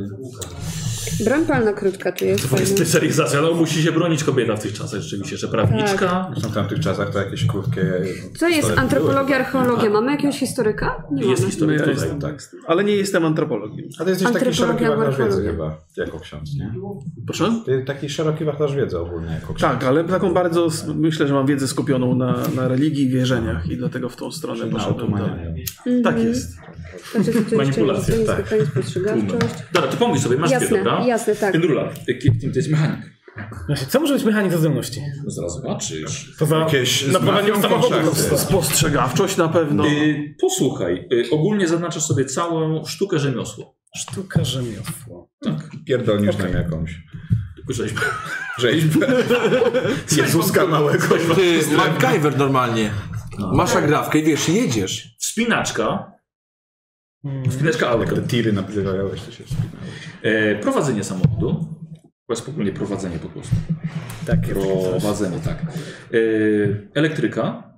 Yy, Broń palna krótka tu jest. twoja fajna. specjalizacja, no musi się bronić kobieta w tych czasach rzeczywiście, że prawniczka. W tamtych czasach to jakieś krótkie... Co jest pistolety antropologia, były. archeologia? Mamy jakiegoś historyka? Nie Jest mamy. historia No ja tutaj. jestem. Tak. Ale nie jestem antropologiem. A ty jesteś taki Antropologia, szeroki wachlarz wiedzy morfologia. chyba, jako ksiądz, nie? Proszę? Ty taki szeroki wachlarz wiedzy ogólnie, jako ksiądz. Tak, ale taką bardzo, myślę, że mam wiedzę skupioną na, na religii i wierzeniach i dlatego w tą stronę Na poszedłem. otumanianie. Tak jest. Znaczy, tu jeszcze Manipulacja, jest tak. tak. Spostrzegawczość. Dobra, to pomyśl sobie, masz dwie, Jasne, dobra? jasne, tak. Endrula, kim to jest mechanik? Właśnie, co może być mechanik do zdolności? No zaraz zobaczysz. Poza Jakieś z naprawianiem mafią samochodu. kontrakty. Spostrzegawczość na pewno. Yy, posłuchaj, yy, ogólnie zaznaczasz sobie całą sztukę rzemiosło. Sztuka rzemiosło. Tak, Pierdolnisz Okej. nam jakąś rzeźbę. rzeźbę. Jezuska małego. Ty, MacGyver normalnie. Masz agrawkę i wiesz, jedziesz. Wspinaczka. Wspinaczka auto. Te tiry napierałeś, to się wspinało. E, prowadzenie samochodu. Spokojnie prowadzenie po prostu. Tak, Prowadzenie, tak. E, elektryka.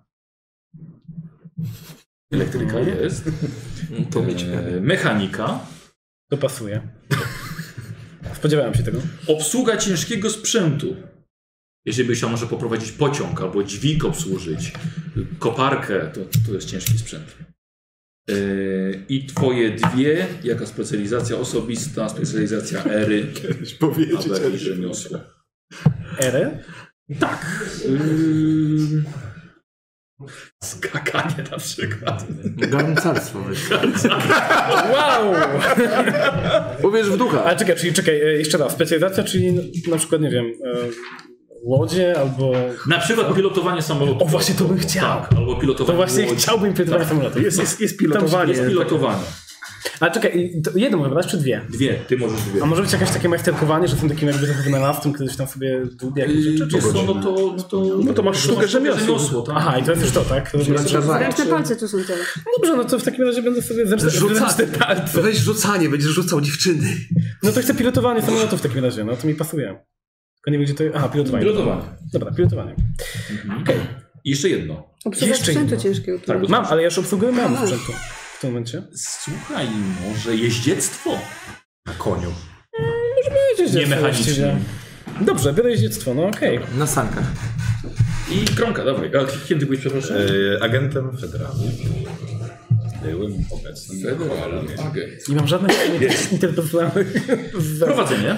Elektryka jest. To mieć E, mechanika. to pasuje. Spodziewałem się tego. Obsługa ciężkiego sprzętu. Jeżeli byś chciał może poprowadzić pociąg albo dźwig obsłużyć, koparkę, to, to jest ciężki sprzęt. Yy, I twoje dwie, jaka specjalizacja osobista, specjalizacja ery, Kiedyś powiedzieć, a ale i rzemiosło. Erę? Tak. Yy... Skakanie na przykład. Garncarstwo. Wow! Uwierz w ducha. Ale czekaj, czyli czekaj, e, jeszcze raz. Specjalizacja, czyli na przykład, nie wiem, e, łodzie albo... Na przykład pilotowanie samolotu. O, właśnie to bym chciał. Tak, albo pilotowanie To właśnie łodzi. chciałbym pilotować samolotu. Jest, jest, jest pilotowanie. Jest pilotowanie. Ale czekaj, to jedną mogę brać, czy dwie? Dwie, ty możesz dwie. A może być jakieś takie majsterkowanie, że są takim jakby trochę wynalazcą, ktoś tam sobie dłubie jakieś rzeczy? Wiesz co, no to, no to, No to masz sztukę rzemiosło. tak? Aha, i to jest już to, tak? Zręczne palce tu są teraz. Dobrze, no to w takim razie będę sobie zręczne Rzuca... te palce. Weź rzucanie, będziesz rzucał dziewczyny. No to chcę pilotowanie samolotu w takim razie, no to mi pasuje. Tylko nie wiem, gdzie to jest. Aha, pilotowanie. Pilotowanie. Dobra, pilotowanie. Mhm. Okej. Okay. I jeszcze jedno. Obsługa Jeszcze sprzętu jedno. ciężkiego. Tak, bo- Mam, ale ja już obsługuję mam A, sprzętu w tym momencie. Słuchaj, może jeździectwo? Na koniu. Nie mechaniczne. Dobrze, biorę jeździectwo, no okej. Na sankach. I kromka, dawaj. A kim ty byłeś, przepraszam? E, agentem federalnym. Byłym obecnym. Federalny agent. Nie mam żadnych interpretowanych. Prowadzenie.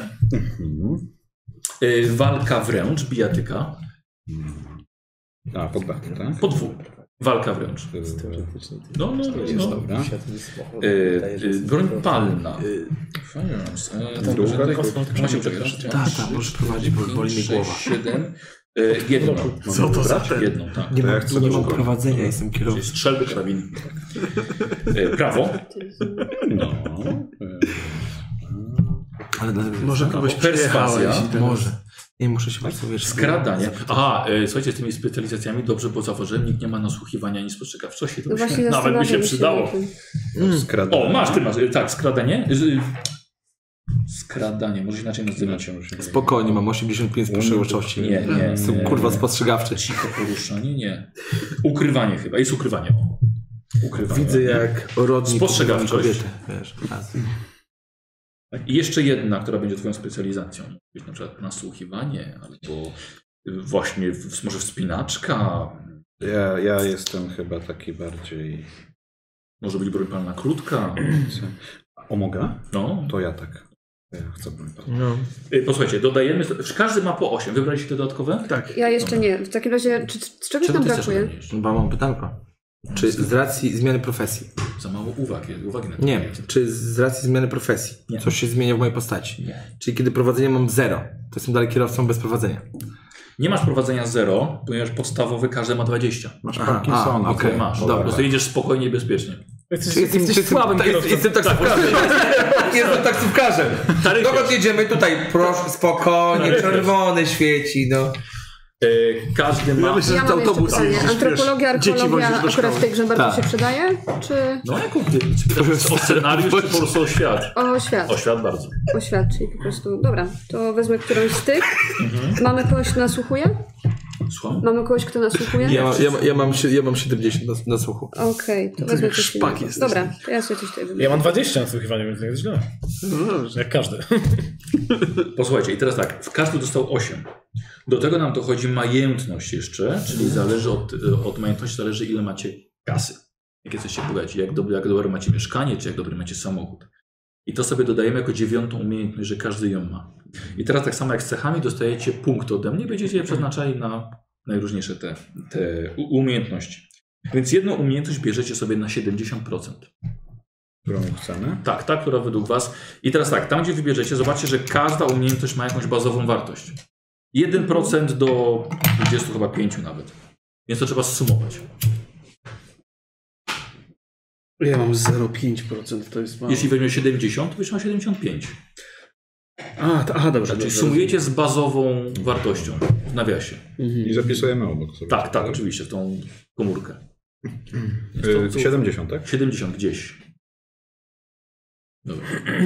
Y, walka wręcz, bijatyka. A, pod dachem, tak? Po dwóch. Walka wręcz. No, no, Jest no. dobra. Y, y, broń palna. Firearms. E, Druga, tutaj- to- Ma się przegrać. Tak, tak, możesz prowadzić, bo boli mnie głowa. siedem. Y, jedną. Co to za ten? Jedną, tak. Nie To mam, ja chcę nie mam dużo prowadzenia, jestem Czyli kierowcą. strzelby karabiny. Y, prawo. No. Ale dlatego... Może kogoś perswazja. przejechałeś i teraz... Może. Nie, muszę się bardzo wiesz. Skradanie. Aha, y, słuchajcie, z tymi specjalizacjami dobrze, bo zauważyłem, nikt nie ma nasłuchiwania ani spostrzegawczości. To No by się, właśnie nawet by się zastanawiam przydało. nad tym. Skradanie. O, masz, ty masz. y, Tak, skradanie. Y, Skradanie, może inaczej nazywać. Spokojnie, mam osiemdziesiąt pięć spostrzegawczości. Nie, nie, Jestem nie, kurwa nie. spostrzegawczy. Cicho poruszanie, nie. Ukrywanie chyba, jest ukrywanie. O. Ukrywanie. Widzę jak rodnik Spostrzegawczość. kobietę, wiesz, raz. I jeszcze jedna, która będzie twoją specjalizacją. Być na przykład nasłuchiwanie, albo właśnie w, może wspinaczka. Ja, ja jestem chyba taki bardziej... Może być broń palna krótka. O, mogę? No. To ja tak. Ja chcę broń palną. No. Y, Posłuchajcie, dodajemy, każdy ma po osiem. Wybraliście te dodatkowe? Tak. Ja jeszcze nie. W takim razie, czy, czy czegoś Czego nam ty chcesz brakuje? odnieść? Bo mam pytanko. Czy z racji zmiany profesji? Za mało uwag, uwagi na to. Nie. Czy z racji zmiany profesji Nie. coś się zmienia w mojej postaci? Nie. Czyli kiedy prowadzenie mam zero, to jestem dalej kierowcą bez prowadzenia. Nie masz prowadzenia zero, ponieważ podstawowy każdy ma dwadzieścia. Masz Aha, Parkinsona. a, okej. Masz. Dobra. Po prostu jedziesz spokojnie i bezpiecznie. Jesteś, Czy jestem, jesteś czy jestem, słabym ta- kierowcą. jestem taksówkarzem. Jestem taksówkarzem. Taryfie. Dokąd jedziemy? Tutaj, proszę, spokojnie, czerwony świeci, no. Y, każdy ma... Ja myślę, Ja że to mam jeszcze autobus. pytanie. wiesz, Antropologia, dzieci archeologia wozisz do akurat szkoły. w tej grze bardzo Tak. się przydaje? Czy No jaką ty? Czy pytasz o scenariusz, czy po prostu o świat? o świat? O świat bardzo. O świat, czyli po prostu... Dobra, to wezmę którąś z tych. Mamy kogoś, kto nasłuchuje? Słucham? Mamy kogoś, kto nasłuchuje? Ja, mam- ja, ja, mam, sie- ja mam siedemdziesiąt na, na słuchu. Okej, to wezmę coś szpak innego. jesteś. Dobra, to ja sobie coś tutaj wybiorę. Ja mam dwadzieścia na słuchiwanie, więc nie jest źle. No dobrze. Jak każdy. Posłuchajcie, i teraz tak, każdy dostał osiem. Do tego nam dochodzi majętność jeszcze, czyli zależy od, od majętności zależy ile macie kasy. Jak jesteście bogaci, jak, dobre, jak dobre macie mieszkanie, czy jak dobry macie samochód. I to sobie dodajemy jako dziewiątą umiejętność, że każdy ją ma. I teraz tak samo jak z cechami dostajecie punkt ode mnie, będziecie je przeznaczali na najróżniejsze te, te u- umiejętności. Więc jedną umiejętność bierzecie sobie na siedemdziesiąt procent. Którą chcemy? Tak, ta, która według was... I teraz tak, tam gdzie wybierzecie, zobaczcie, że każda umiejętność ma jakąś bazową wartość. jeden procent do dwudziestu chyba pięciu nawet. Więc to trzeba zsumować. Ja mam zero przecinek pięć procent, to jest mało. Jeśli weźmiesz siedemdziesiąt, to byś miał siedemdziesiąt pięć. A, to, aha, dobrze. Czyli dobrze, sumujecie z bazową wartością w nawiasie. I zapisujemy obok sobie. Tak, tak, oczywiście, w tą komórkę. Więc Y, to- to- siedemdziesiąt, tak? siedemdziesiąt gdzieś. Dobra.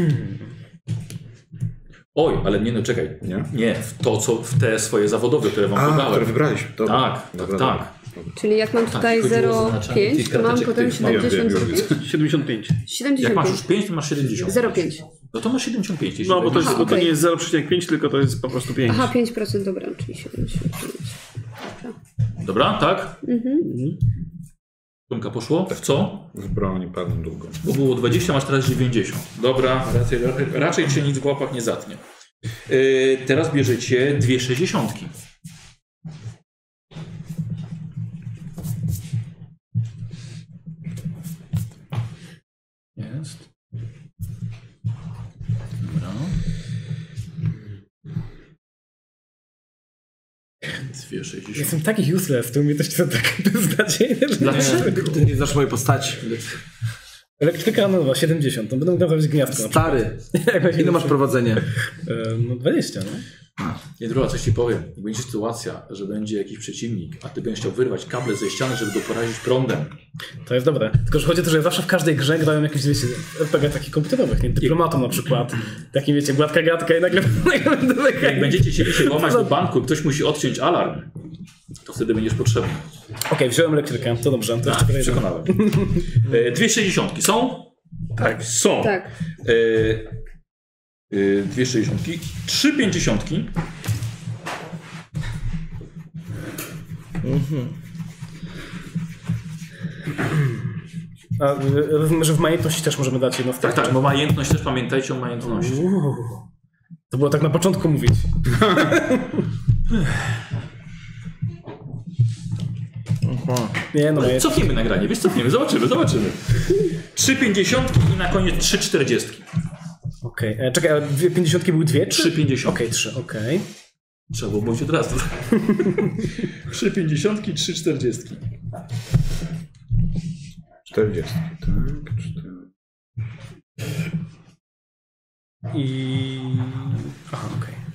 Oj, ale nie, no czekaj. Nie? Nie, w to, co w te swoje zawodowe, które wam A, podałem. które wybraliśmy. Dobra. Tak, Dobra, tak, dobra. tak. Czyli jak mam tutaj chodziło o zero zaznaczanie przecinek pięć, tych to mam karteczek, potem tych małych. siedemdziesiąt Wiem, wiem, siedemdziesiąt pięć. Jak siedemdziesiąt masz pięć. już pięć, to masz siedemdziesiąt. zero przecinek pięć. No to masz siedemdziesiąt pięć. jeśli No, bo to, jest, weźmiesz- bo to okej. nie jest zero przecinek pięć, tylko to jest po prostu pięć. Aha, pięć procent, dobra, czyli siedemdziesiąt pięć. Dobra, tak? Mhm. Tomka poszło? W co? W broń palną długą. Bo było dwadzieścia, masz teraz dziewięćdziesiąt. Dobra, raczej, raczej cię nic w łapach nie zatnie. Yy, teraz bierzecie dwie sześćdziesiątki. Jest. Dobra. Dwie sześćdziesiątki. Jestem taki useless, te umiejętności są tak beznadziejne, że... Dlaczego? Ty nie znasz mojej postaci. Elektryka no siedemdziesiąt, to będę mógł naprawić gniazdko. Stary, ile masz prowadzenie? No dwadzieścia, no. Nie, druga, coś ci powiem. Jak będzie sytuacja, że będzie jakiś przeciwnik, a ty będziesz chciał wyrwać kable ze ściany, żeby go porazić prądem. To jest dobre. Tylko, że chodzi o to, że zawsze w każdej grze grają jakieś, wiecie, er pe gie takich komputerowych, nie? Dyplomatą na przykład. Taki, wiecie, gładka gadka i nagle... Jak będziecie chcieli się włamać do banku i ktoś musi odciąć alarm, to wtedy będziesz potrzebny. Okej, okay, wziąłem elektrykę, to dobrze. To tak, przekonałem. e, dwie sześćdziesiątki są? Tak, są. Tak. E, e, dwie sześćdziesiątki, trzy pięćdziesiątki. Mhm. A rozumiem, że w majętności też możemy dać jedno w Tak, tak, bo majętność też, pamiętajcie o majętności. Uuu. To było tak na początku mówić. Nie, no jest... Cofniemy nagranie, wiesz, cofniemy, zobaczymy, zobaczymy. trzy pięćdziesiątki i na koniec trzy czterdziestki. Okej, okay. Czekaj, a dwie pięćdziesiątki były dwie? trzy pięćdziesiątki. Okej, trzy, okej. Okay. Trzeba było mówić od razu. trzy pięćdziesiątki, trzy czterdziestki. czterdziestki, tak, cztery. I... Aha, okej. Okay.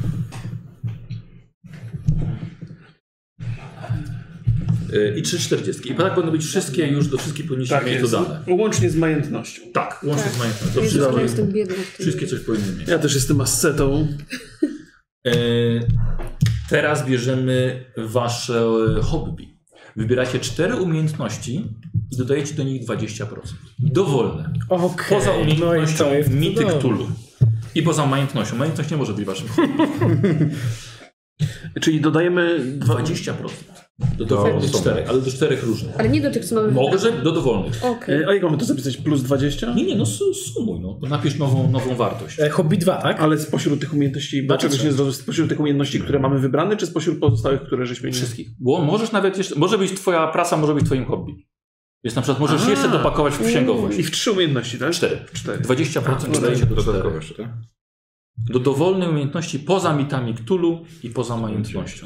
I trzy czterdziestki. I tak będą być wszystkie już, do wszystkich powinniście tak mieć dodane. Łącznie z majętnością. Tak, łącznie tak. z majętnością. To wszystkie, ja jestem biedny. Wszystkie coś powinny mieć. Ja też jestem ascetą. E, teraz bierzemy wasze hobby. Wybieracie cztery umiejętności i dodajecie do nich dwadzieścia procent. Dowolne. Okay. Poza umiejętnością no i Mity Cthulhu. I poza majętnością. Majętność nie może być waszym hobby. Czyli dodajemy dwadzieścia procent. Do dowolnych czterech, ale do czterech różnych. Ale nie do tych, co mamy. Może do dowolnych. Okay. A jak mamy to zapisać? Plus dwadzieścia? Nie, nie, no sumuj, no. Napisz nową, nową wartość. E, hobby dwa, tak? Ale spośród tych umiejętności, bo czegoś nie zrozumieć, spośród tych umiejętności, które mamy wybrane, czy spośród pozostałych, które żeśmy nie... Wszystkich. Bo możesz nawet jeszcze, może być twoja praca, może być twoim hobby. Więc na przykład możesz A, jeszcze dopakować w księgowość. I w trzy umiejętności, tak? Cztery. Cztery. dwadzieścia procent dodajecie do dodatkowe jeszcze, tak? Do dowolnej umiejętności poza mitami Cthulhu i poza majętnością.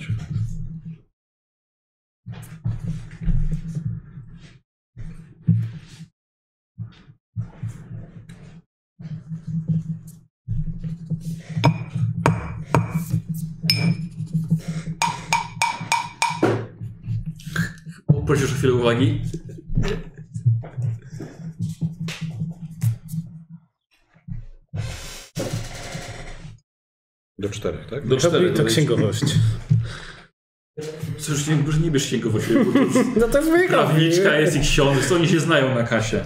Prosisz o chwilę uwagi. Do czterech, tak? Do czterech. To księgowość. Cóż, nie, nie bierz księgowości. No to jest moje prawniczka jest i ksiądz, oni się znają na kasie.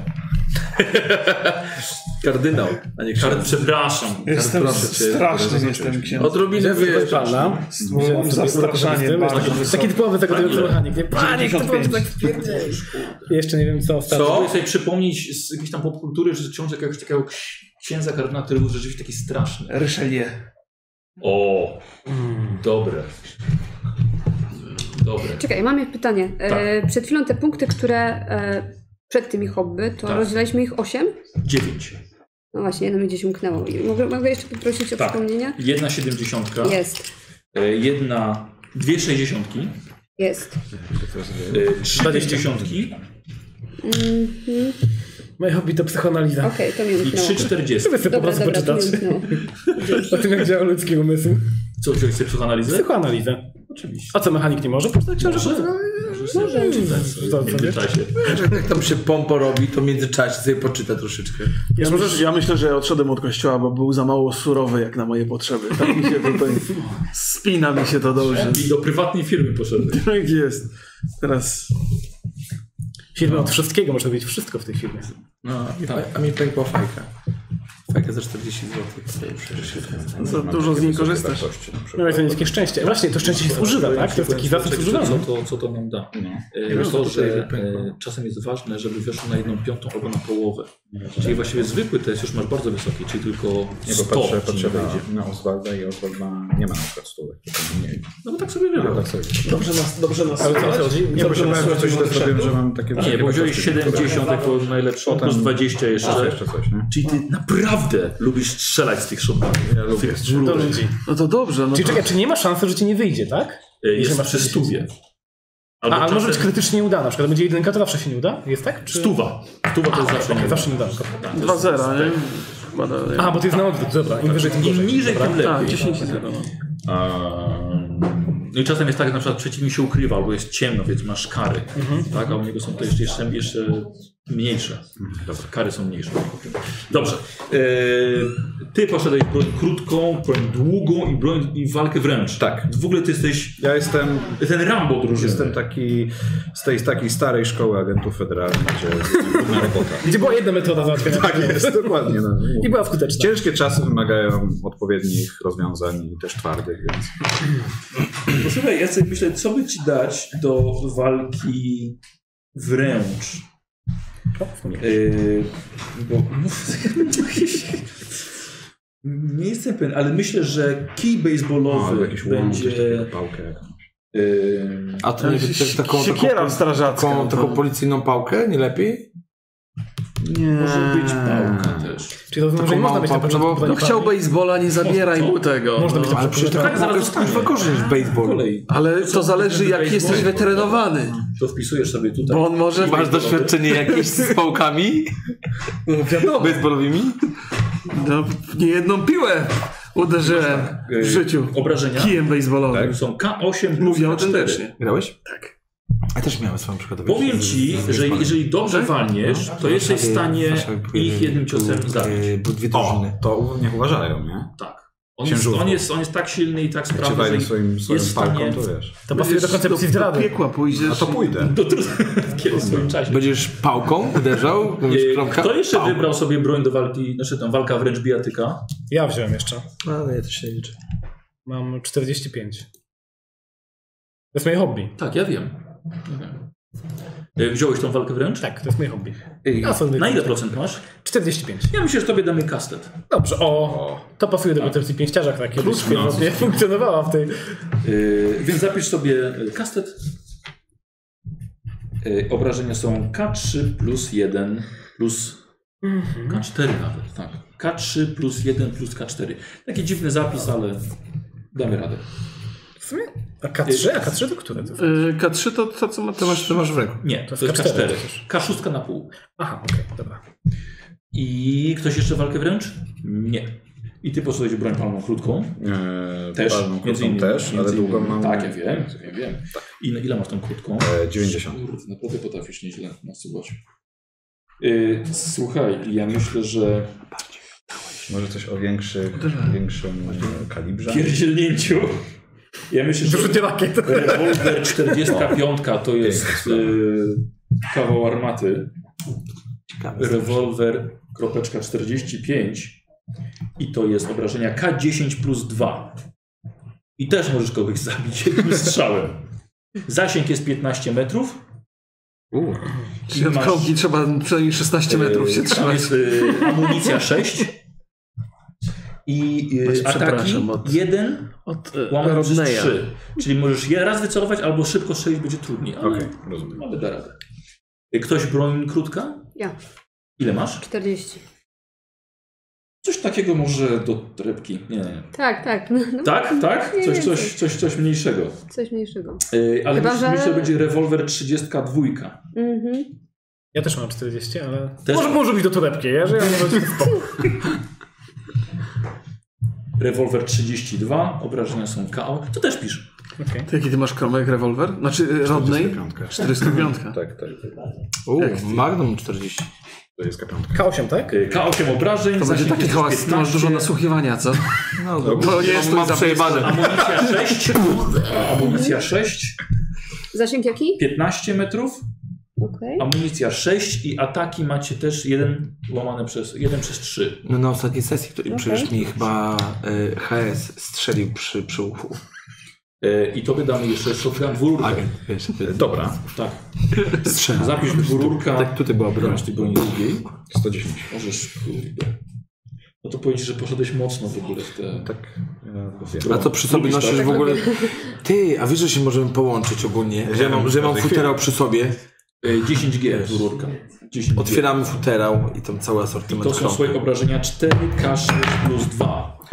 Kardynał, a nie ksiądz. Przepraszam. Jestem Proszę cię, straszny jestem księdz. Odrobinę wiesz. Pana. Zastraszanie. Taki typowy tego mechanik. Nie, panie, kto wam tak Jeszcze nie wiem co. Co? sobie przypomnieć z jakiejś tam popkultury, że ksiądz jakiegoś takiego księdza kardynała, który był rzeczywiście taki straszny. Richelieu. O, mm. dobre. Dobre. Czekaj, mam pytanie. Tak. E, przed chwilą te punkty, które e, przed tymi hobby, to tak. rozdzielaliśmy ich osiem? Dziewięć. No właśnie, jedno mi gdzieś umknęło. Mogę, mogę jeszcze poprosić o tak. przypomnienie? Jedna siedemdziesiątka. Jest. E, jedna, dwie sześćdziesiątki. Jest. E, trzy pięćdziesiątki. Mhm. Moje hobby to psychoanaliza. Okej, okay, to mi umknęło. I trzy czterdziestki. Chcę po prostu poczytać. O tym, jak działa ludzki umysł. Co, wziąłeś sobie psychoanalizę? Psychoanalizę. Oczywiście. A co, mechanik nie może poczytać książek? Może. W międzyczasie. Jak tam się pompo robi, to w międzyczasie sobie poczyta troszeczkę. Ja, możesz, ja myślę, że odszedłem od kościoła, bo był za mało surowy jak na moje potrzeby. Tak mi się tutaj spina mi się to dobrze. I do prywatnej firmy poszedłeś. Tak jest. Teraz... Firmy od wszystkiego, można powiedzieć wszystko w tej firmie. No, tak. A mi pękła fajka. Fajka za czterdzieści złotych. Za dużo z niej korzystasz. No i to niskie szczęście. Właśnie, to szczęście się zużywa, tak? To jest taki zasób zużywany. Co to, co to nam da? No. Jest to, że czasem jest ważne, żeby weszło na jedną piątą albo na połowę. Czyli właściwie zwykły test już masz bardzo wysoki, czyli tylko sto. Patrzę, patrzę na, na Oswalda i Oswald ma, nie ma na przykład stówek. No bo tak sobie wiem. Tak sobie. Dobrze nas, dobrze nas Ale co chodzi? Nie, bo się bałem, że coś źle zrobiłem, że mam takie... Nie, bo wziąłeś siedemdziesiąt jako najlepszą, plus dwadzieścia jeszcze. jeszcze coś, nie? Czyli ty naprawdę lubisz strzelać z tych shotgunów. Ja lubię Do ludzi. No to dobrze. No Czyli to... czekaj, czy nie ma szansy, że ci nie wyjdzie, tak? Jest przy stówie. A, ale może być krytycznie nieudana. Na przykład będzie jedynka, to zawsze się nie uda? Jest tak? Czy... Stuwa. Stuwa to jest zawsze okay, nie zawsze nie uda. Tak, dwa zera, nie? A, bo to jest na odwrót, dobra. Im wyżej, tym Im gorzej. niżej, tym lepiej. Tak, dziesięć zero. No i czasem jest tak, że na przykład przeciwnik się ukrywa, albo jest ciemno, więc masz kary. Mhm. Tak, a u niego są to jeszcze, jeszcze, jeszcze mniejsze. Dobra, kary są mniejsze. Dobrze. E, ty poszedłeś broń krótką, broń długą i broń i walkę wręcz. Tak. W ogóle ty jesteś... Ja jestem... Ten Rambo drużyny. Jestem taki z tej z takiej starej szkoły agentów federalnych, gdzie trudna robota. Gdzie była jedna metoda załatwienia. Tak jest, dokładnie. No. I była skuteczna. Ciężkie czasy wymagają odpowiednich rozwiązań i też twardych, więc... Posłuchaj, ja sobie myślę, co by ci dać do walki wręcz? Yy, bo, nie jestem pewien, ale myślę, że kij baseballowy no, będzie... Pałkę jakąś. Yy, A to nie być też taką, Siekiera strażacka. taką, taką policyjną pałkę? Nie lepiej? Nie. może być pałka też. Czyli to może nie można mieć na początku no, pytania No chciał karnej. baseballa, nie zabieraj Co? mu tego. Można być na Ale początku przecież pytania tak karnej. zaraz kuźwa gorzej niż baseball. kolei. Ale to zależy, jak jesteś wytrenowany. To wpisujesz sobie tutaj. Bo on może... Masz doświadczenie jakieś z pałkami? No wiadomo. Baseballowymi? No, nie jedną piłę uderzyłem w życiu. Obrażenia Kijem baseballowym. są K osiem Mówię plus K cztery. autentycznie. Grałeś? Tak. Ja też miałem swoją przygodę. Powiem ci, że jeżeli dobrze walniesz, to jesteś w stanie ich jednym ciosem zabić. Były dwie drużyny. O, to niech uważają, nie? Tak. On jest, Księżówką. on, jest, on jest tak silny i tak Jak cię sprawny, wejdą że swoim, swoim jest w pałką, stanie... to wiesz. To pasuje do koncepcji do zdrady. piekła pójdziesz. A to pójdę. Do, do, kiedy w swoim czasie. Będziesz pałką uderzał? Mówisz, E, kromka? Kto jeszcze Pałką. wybrał sobie broń do walki, znaczy tam walka wręcz bijatyka? Ja wziąłem jeszcze. No, ja też się liczę. Mam czterdzieści pięć. To jest moje hobby. Tak, ja wiem. Ja wiem. E, Wziąłeś tą walkę wręcz? Tak, to jest moje hobby. E, Ja sobie Na ile procent masz? czterdzieści pięć. Ja myślę, że tobie damy kastet. Dobrze, o, to pasuje do koncepcji pięściarza, która kiedyś pierwotnie funkcjonowała w tej... E, Więc zapisz sobie e, kastet. E, Obrażenia są K trzy plus jeden plus K cztery nawet, tak. K trzy plus jeden plus K cztery. Taki dziwny zapis, ale damy radę. W sumie? A K trzy? A K trzy to które? To... Y, K trzy to to, co ma... To masz, to masz w ręku. Nie, to, jest jest K K cztery cztery. przecież. K sześć na pół. Aha, okej, okay, dobra. I ktoś jeszcze walkę wręcz? Nie. I ty poszedłeś broń palmą krótką. Eee, Też, palmą między krótką innymi. też, ale między długą innymi. mam... Tak, ja wiem, ja wiem. Ile, ile masz tą krótką? E, dziewięćdziesiąt. Kurde, naprawdę potrafisz nieźle nasuwać. Yy, słuchaj, ja myślę, że Może coś o większych, większym e, kalibrze? pierdzielnięciu. Ja myślę, że Wyrzuty rakiet. rewolwer czterdziestka piątka to jest yy, kawał armaty. Ciekawe. Rewolwer kropeczka czterdzieści pięć i to jest obrażenia K dziesięć plus dwa. I też możesz kogoś zabić jednym strzałem. Zasięg jest piętnaście metrów. U. Czyli od kromki trzeba przynajmniej szesnaście metrów się Tam trzymać. jest y, amunicja sześć. I y, ataki Przepraszam, od- jeden Od e, łamane przez Rodneya. trzy. Czyli możesz je raz wycelować albo szybko strzelić, będzie trudniej. Ale, Okej, rozumiem. ale da radę. Y, Ktoś broń krótka? Ja, Ile masz? czterdzieści. Coś takiego może do torebki. Nie, nie. Tak, tak. No, no, Tak, tak? mniej Coś, więcej. coś, coś, coś mniejszego. Coś mniejszego. Yy, ale Chyba, myślę, że- że to będzie rewolwer trzydzieści dwa. Mhm. Ja też mam czterdzieści, ale... Też Może, mam. może być do torebki, ja że ja nie będzie spoko. Rewolwer trzydzieści dwa, obrażenia są K O. To też pisz. Okay. Ty, jaki ty masz kromek rewolwer? Znaczy e, Rodney? Piątka. czterdzieści pięć. Tak, tak. U, Magnum czterdzieści. To jest kapiątka. K osiem, tak? Yy, K osiem obrażeń, To będzie zasięg taki jest hałas, ty masz piętnaście, dużo nasłuchiwania, co? No, Bo nie jest mam to przejebane. Amunicja sześć. Amunicja sześć. Zasięg jaki? piętnaście metrów. Okej. Amunicja sześć i ataki macie też jeden łamane przez jeden przez trzy. No na ostatniej sesji, której Okej. przecież mi chyba y, H S strzelił przy, przy uchu. Yy, I tobie damy jeszcze shotgun dwururkę. Agent, wiesz. Dobra, Tak. Strzela. Zapisz dwururka. Tak, tutaj była broń. Masz tej broni drugiej. sto dziesięć. Możesz, kurde. No to powiedz, że poszedłeś mocno w ogóle w te... Tak. Ja wiem. A to przy sobie Lubisz, nosisz tak? w ogóle... Ty, a wiesz, że się możemy połączyć ogólnie? Że ja mam, że ja mam futerał przy sobie. Yy, dziesięć G dwururka. dziesięć G. Otwieramy futerał i tam cały I asortyment to są kromki. swoje obrażenia cztery K sześć plus dwa.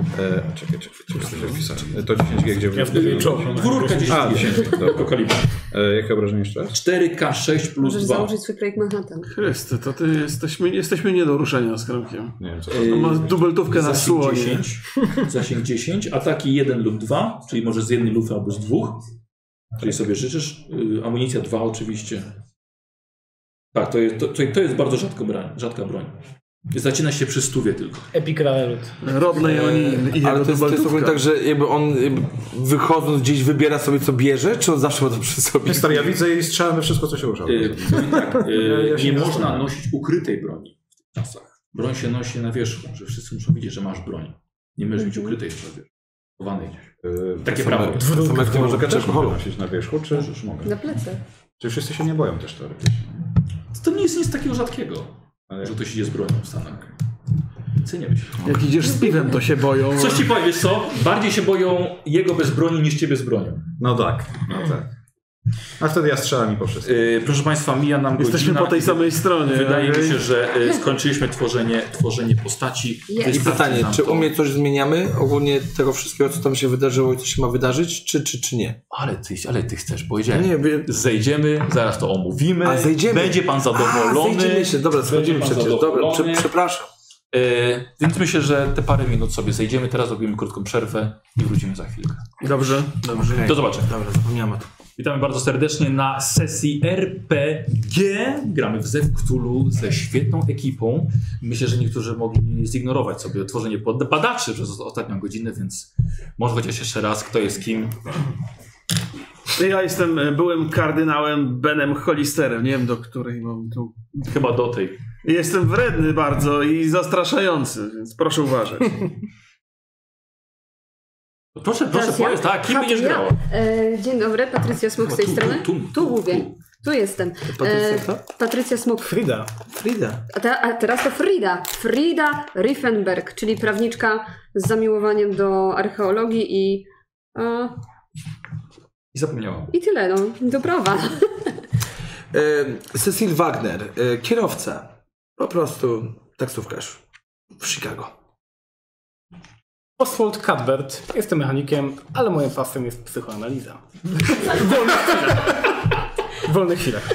E, czekaj, czekaj, czekaj, coś jest wpisane. To dziesięć G, gdzie... Ja wtedy Dwórka A, dziesięć dziesięć, dobra. do kalibru. E, jakie obrażenie jeszcze raz? cztery K sześć plus Możesz dwa. założyć swój projekt Manhattan. Chryste, to ty jesteśmy, jesteśmy nie do ruszenia z Kromkiem. Nie wiem, co to Yy, On ma dubeltówkę na Zasięg słonie. dziesięć, zasięg dziesięć, ataki jeden lub dwa, czyli może z jednej lufy albo z dwóch. Jeżeli sobie życzysz. Yy, amunicja dwa oczywiście. Tak, to jest, to, to jest bardzo rzadko broń, rzadka broń. Zaczyna się przy stówie tylko. Epic Raelut. Rodnej oni i jego Ale to jest, to jest dubeltówka. tak, że jakby on jakby wychodząc gdzieś wybiera sobie co bierze, czy on zawsze ma to przy sobie? Stary, ja widzę i strzelam we wszystko, co się rusza. Yy, tak, yy, Ja- ja się nie nie można zastanawiam. nosić ukrytej broni w tych czasach. Broń się nosi na wierzchu, że wszyscy muszą widzieć, że masz broń. Nie możesz mieć ukrytej w sobie. Chowanej gdzieś. Yy, Takie to prawo. samo- To samo jak nie może Mogę też alkoholu. mogę nosić na wierzchu, czy już mogę? Na plecach. Czy wszyscy się nie boją też teoretycznie? To nie jest nic takiego rzadkiego, Ale... że ktoś idzie z bronią w Stanach. Cenię się. Jak idziesz z piwem, to się boją. Coś ci powiem, wiesz co? Bardziej się boją jego bez broni niż ciebie z bronią. No tak, no tak. A wtedy ja strzelam i po wszystkim. Yy, proszę Państwa, mija nam Jesteśmy godzina. po tej samej stronie. Wydaje mi okej? się, że y, skończyliśmy tworzenie, tworzenie postaci. Jest. I Wystarczy pytanie, nam czy to. u mnie coś zmieniamy? Ogólnie tego wszystkiego, co tam się wydarzyło i co się ma wydarzyć, czy, czy, czy nie? Ale ty, ale ty chcesz, powiedziałem. Nie, wie... Zejdziemy, zaraz to omówimy. A, zejdziemy. Będzie Pan zadowolony. A, zejdziemy się, dobra, schodzimy pan przecież. Dobra, zadowolony. prze, przepraszam. Y, więc myślę, że te parę minut sobie zejdziemy. Teraz robimy krótką przerwę i wrócimy za chwilkę. Dobrze, dobrze. Do zobaczenia. Dobra, zapomniałem o tym. Witamy bardzo serdecznie na sesji R P G. Gramy w Zew Cthulhu ze świetną ekipą. Myślę, że niektórzy mogli zignorować sobie tworzenie pod- badaczy przez ostatnią godzinę, więc może chociaż jeszcze raz, kto jest kim. Ja jestem byłym kardynałem Benem Hollisterem. Nie wiem, do której mam tu. Chyba do tej. Jestem wredny bardzo i zastraszający, więc proszę uważać. Proszę, proszę Teraz ja? powiedz, tak, kim A, to będziesz ja. grała? E, dzień dobry, Patrycja Smok z tej Tu, tu, strony. tu, Tu tu, mówię. tu. Tu jestem. Patrycja E, kto? Patrycja Smok. Frida. Frida. A, te, a teraz to Frida. Frida Riefenberg, czyli prawniczka z zamiłowaniem do archeologii i... A, I zapomniałam. i tyle, no. Do prawa. E, Cecil Wagner, e, kierowca. Po prostu taksówkarz w Chicago. Oswald Cuthbert. Jestem mechanikiem, ale moją pasją jest psychoanaliza. W wolnych chwilach. W wolnych chwilach.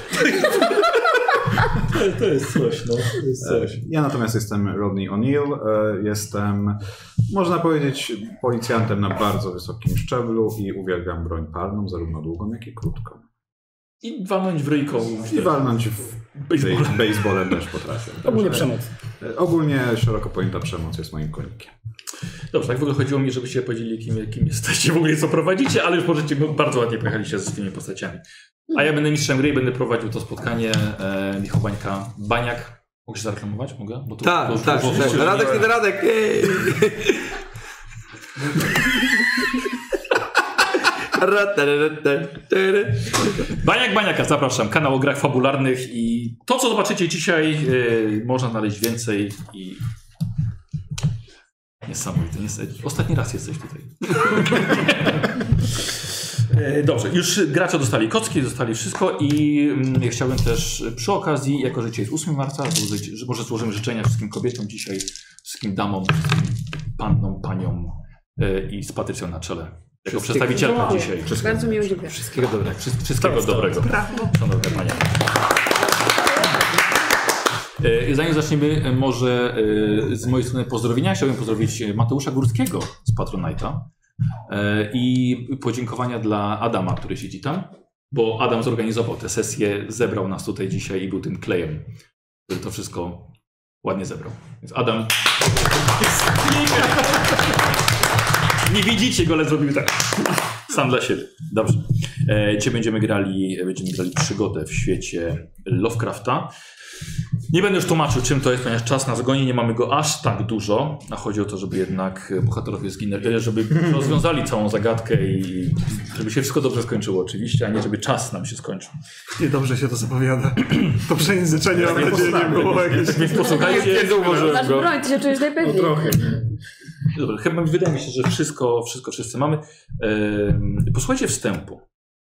To jest coś, no. To jest E, Ja natomiast jestem Rodney O'Neill. E, Jestem, można powiedzieć, policjantem na bardzo wysokim szczeblu i uwielbiam broń palną, zarówno długą, jak i krótką. I walnąć w ryjką. I walnąć w baseballem, baseballem też potrafię. Ogólnie Także, przemoc. e, Ogólnie szeroko pojęta przemoc jest moim konikiem. Dobrze, tak w ogóle chodziło mi, żebyście powiedzieli, kim, kim jesteście, w ogóle co prowadzicie, ale już możecie, bo bardzo ładnie pojechaliście ze swoimi postaciami. A ja będę mistrzem gry i będę prowadził to spotkanie e, Michał Bańka. Baniak. Mogę się zareklamować? Mogę? Bo to, to Tak, już- tak, to już- tak. już- Radek, nie Radek. Jej. Baniak Baniaka, zapraszam. Kanał o grach fabularnych i to, co zobaczycie dzisiaj, e, można znaleźć więcej i... Niesamowite, niesamowite. Ostatni raz jesteś tutaj. E, Dobrze, już gracze dostali kocki, dostali wszystko i mm, ja chciałbym też przy okazji, jako że dzisiaj jest ósmego marca, złożyć, że może złożymy życzenia wszystkim kobietom dzisiaj, wszystkim damom, wszystkim pannom, paniom e, i z Patrycją na czele. Jako przedstawicielka Wow. dzisiaj. Bardzo miło, dziękuję. Wszystkiego dobrego. Wszystkiego, wszystkiego dobrego. Szanowne panie. E, Zanim zaczniemy, e, może e, z mojej strony pozdrowienia. Chciałbym pozdrowić Mateusza Górskiego z Patronite'a e, i podziękowania dla Adama, który siedzi tam, bo Adam zorganizował tę sesję, zebrał nas tutaj dzisiaj i był tym klejem, który to wszystko ładnie zebrał. Więc Adam... Nie widzicie go, ale zrobił tak. Sam dla siebie. Dobrze. E, dzisiaj będziemy grali, będziemy grali przygodę w świecie Lovecrafta. Nie będę już tłumaczył, czym to jest, ponieważ czas nas goni, nie mamy go aż tak dużo. A chodzi o to, żeby jednak bohaterowie zginęli, żeby rozwiązali całą zagadkę i żeby się wszystko dobrze skończyło oczywiście, a nie żeby czas nam się skończył. Niedobrze się to zapowiada. To przejęzyczenie mam nadzieję nie było jakieś... Więc posłuchajcie. Masz broń, ty się czujesz najpewniej. Dobra, chyba wydaje mi się, że wszystko, wszystko wszyscy mamy. Ehm, posłuchajcie wstępu.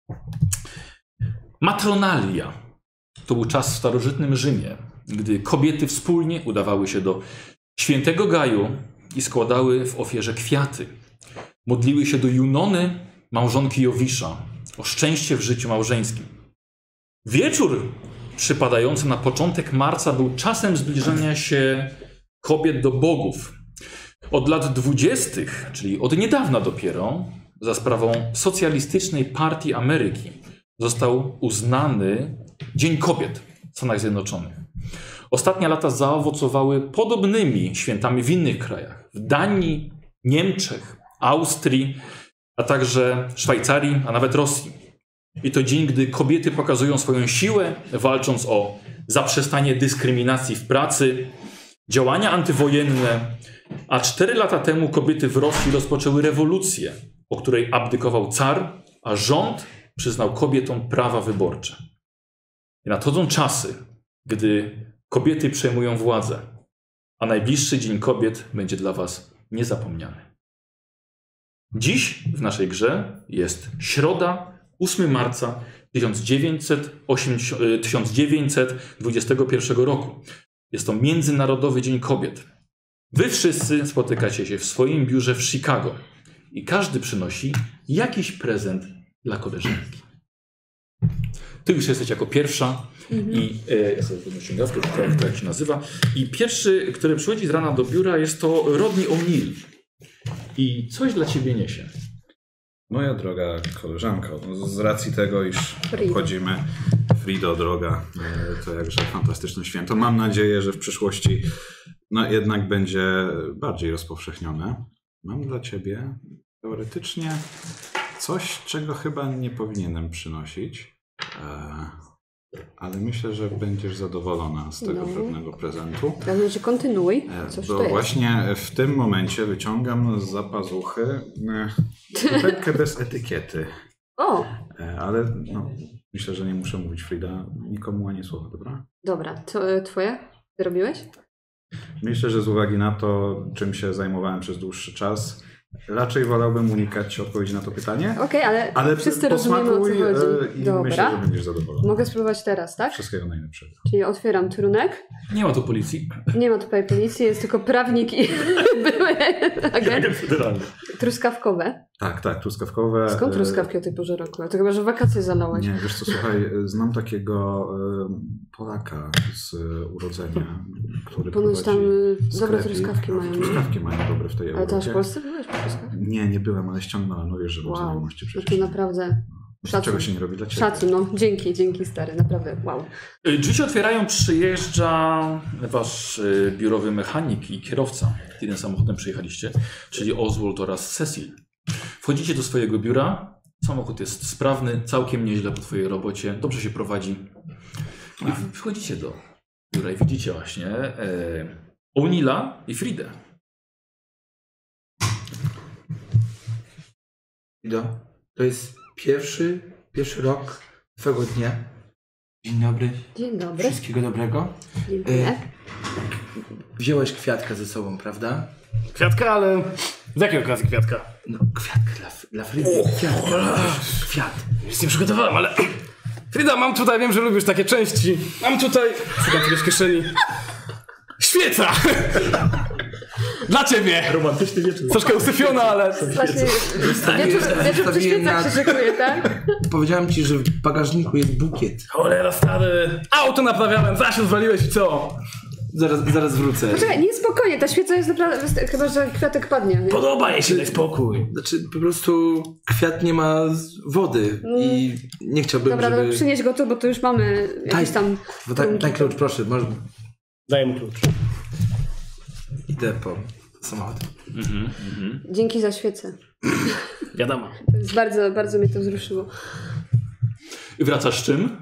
Matronalia. To był czas w starożytnym Rzymie, gdy kobiety wspólnie udawały się do świętego Gaju, i składały w ofierze kwiaty. Modliły się do Junony, małżonki Jowisza, o szczęście w życiu małżeńskim. Wieczór przypadający na początek marca był czasem zbliżania się kobiet do bogów. Od lat dwudziestych, czyli od niedawna dopiero, za sprawą Socjalistycznej Partii Ameryki został uznany Dzień Kobiet w Stanach Zjednoczonych. Ostatnie lata zaowocowały podobnymi świętami w innych krajach. W Danii, Niemczech, Austrii, a także Szwajcarii, a nawet Rosji. I to dzień, gdy kobiety pokazują swoją siłę, walcząc o zaprzestanie dyskryminacji w pracy, działania antywojenne, a cztery lata temu kobiety w Rosji rozpoczęły rewolucję, po której abdykował car, a rząd przyznał kobietom prawa wyborcze. I nadchodzą czasy, gdy kobiety przejmują władzę, a najbliższy Dzień Kobiet będzie dla was niezapomniany. Dziś w naszej grze jest środa, ósmego marca tysiąc dziewięćset dwudziestego pierwszego roku. Jest to Międzynarodowy Dzień Kobiet. Wy wszyscy spotykacie się w swoim biurze w Chicago i każdy przynosi jakiś prezent dla koleżanki. Ty już jesteś jako pierwsza mhm. i e, ja sobie podnoszę gawkę, jak to jak się nazywa. I pierwszy, który przychodzi z rana do biura, jest to Rodney O'Neill. I coś dla ciebie niesie. Moja droga koleżanko, no z racji tego, iż obchodzimy Frido, droga, to jakże fantastyczne święto. Mam nadzieję, że w przyszłości no jednak będzie bardziej rozpowszechnione. Mam dla ciebie teoretycznie coś, czego chyba nie powinienem przynosić, ale myślę, że będziesz zadowolona z tego no. pewnego prezentu. To znaczy kontynuuj. Coś Bo to jest. właśnie w tym momencie wyciągam z zapazuchy butelkę bez etykiety. O! Ale no, myślę, że nie muszę mówić, Frida, nikomu ani słowa, dobra? Dobra, to twoje? Ty robiłeś? Myślę, że z uwagi na to, czym się zajmowałem przez dłuższy czas, raczej wolałbym unikać odpowiedzi na to pytanie. Okej, okay, ale, ale wszyscy rozumiemy, o co chodzi. I Dobra. myślę, że będziesz zadowolony. Mogę spróbować teraz, tak? Wszystkiego najlepszego. Czyli otwieram trunek. Nie ma tu policji. Nie ma tutaj policji, jest tylko prawnik i były agent. Truskawkowe. Tak, tak, truskawkowe. Skąd truskawki o tej porze roku? A to chyba, że wakacje zalałeś. Nie, wiesz co, słuchaj, znam takiego Polaka z urodzenia, który Ponoć tam sklepik. dobre truskawki mają. Truskawki mają dobre w tej Europie. Ale to aż w Polsce byłeś po truskawkach? Nie, nie byłem, ale ściągnąłem, no wiesz, że wow. znajomości przecież. No to naprawdę... Szacun. Czego się nie robi dla ciebie. Szacun, no. Dzięki, dzięki stary, naprawdę, wow. Drzwi się otwierają, przyjeżdża wasz biurowy mechanik i kierowca. Jednym samochodem przyjechaliście, czyli Oswald oraz Cecil. Wchodzicie do swojego biura, samochód jest sprawny, całkiem nieźle po twojej robocie, dobrze się prowadzi. I wchodzicie do biura i widzicie właśnie e, O'Neilla i Fridę. Frido, to jest pierwszy, pierwszy rok twojego dnia. Dzień dobry. Dzień dobry. Wszystkiego dobrego. Dziękuję. E, wziąłeś kwiatka ze sobą, prawda? Kwiatka, ale z jakiego klasy kwiatka? No, kwiatka dla, dla Fridy. Kwiat. Kwiat. Już nie przygotowałem, ale... Frida, mam tutaj, wiem, że lubisz takie części. Mam tutaj... Szukam czegoś w kieszeni. Świeca! Dla ciebie! Romantyczny wieczór. Troszkę usyfiona, ale... Właśnie wieczór, wieczór przy świecach się szykuje, tak? Powiedziałem ci, że w bagażniku jest bukiet. Cholera, stary. Auto naprawiałem, zaś odwaliłeś i co? Zaraz, zaraz wrócę. Poczekaj, nie, spokojnie, ta świeca jest naprawdę... Chyba, że kwiatek padnie. Nie? Podoba jej się, daj spokój. Znaczy, po prostu kwiat nie ma wody i nie chciałbym, Dobra, żeby... Dobra, przynieś go tu, bo tu już mamy jakieś tam... Daj, daj klucz, proszę. Może... Daj mu klucz. Idę po samochód. Mhm, mhm. Dzięki za świecę. Wiadomo. To jest bardzo, bardzo mnie to wzruszyło. I wracasz z czym?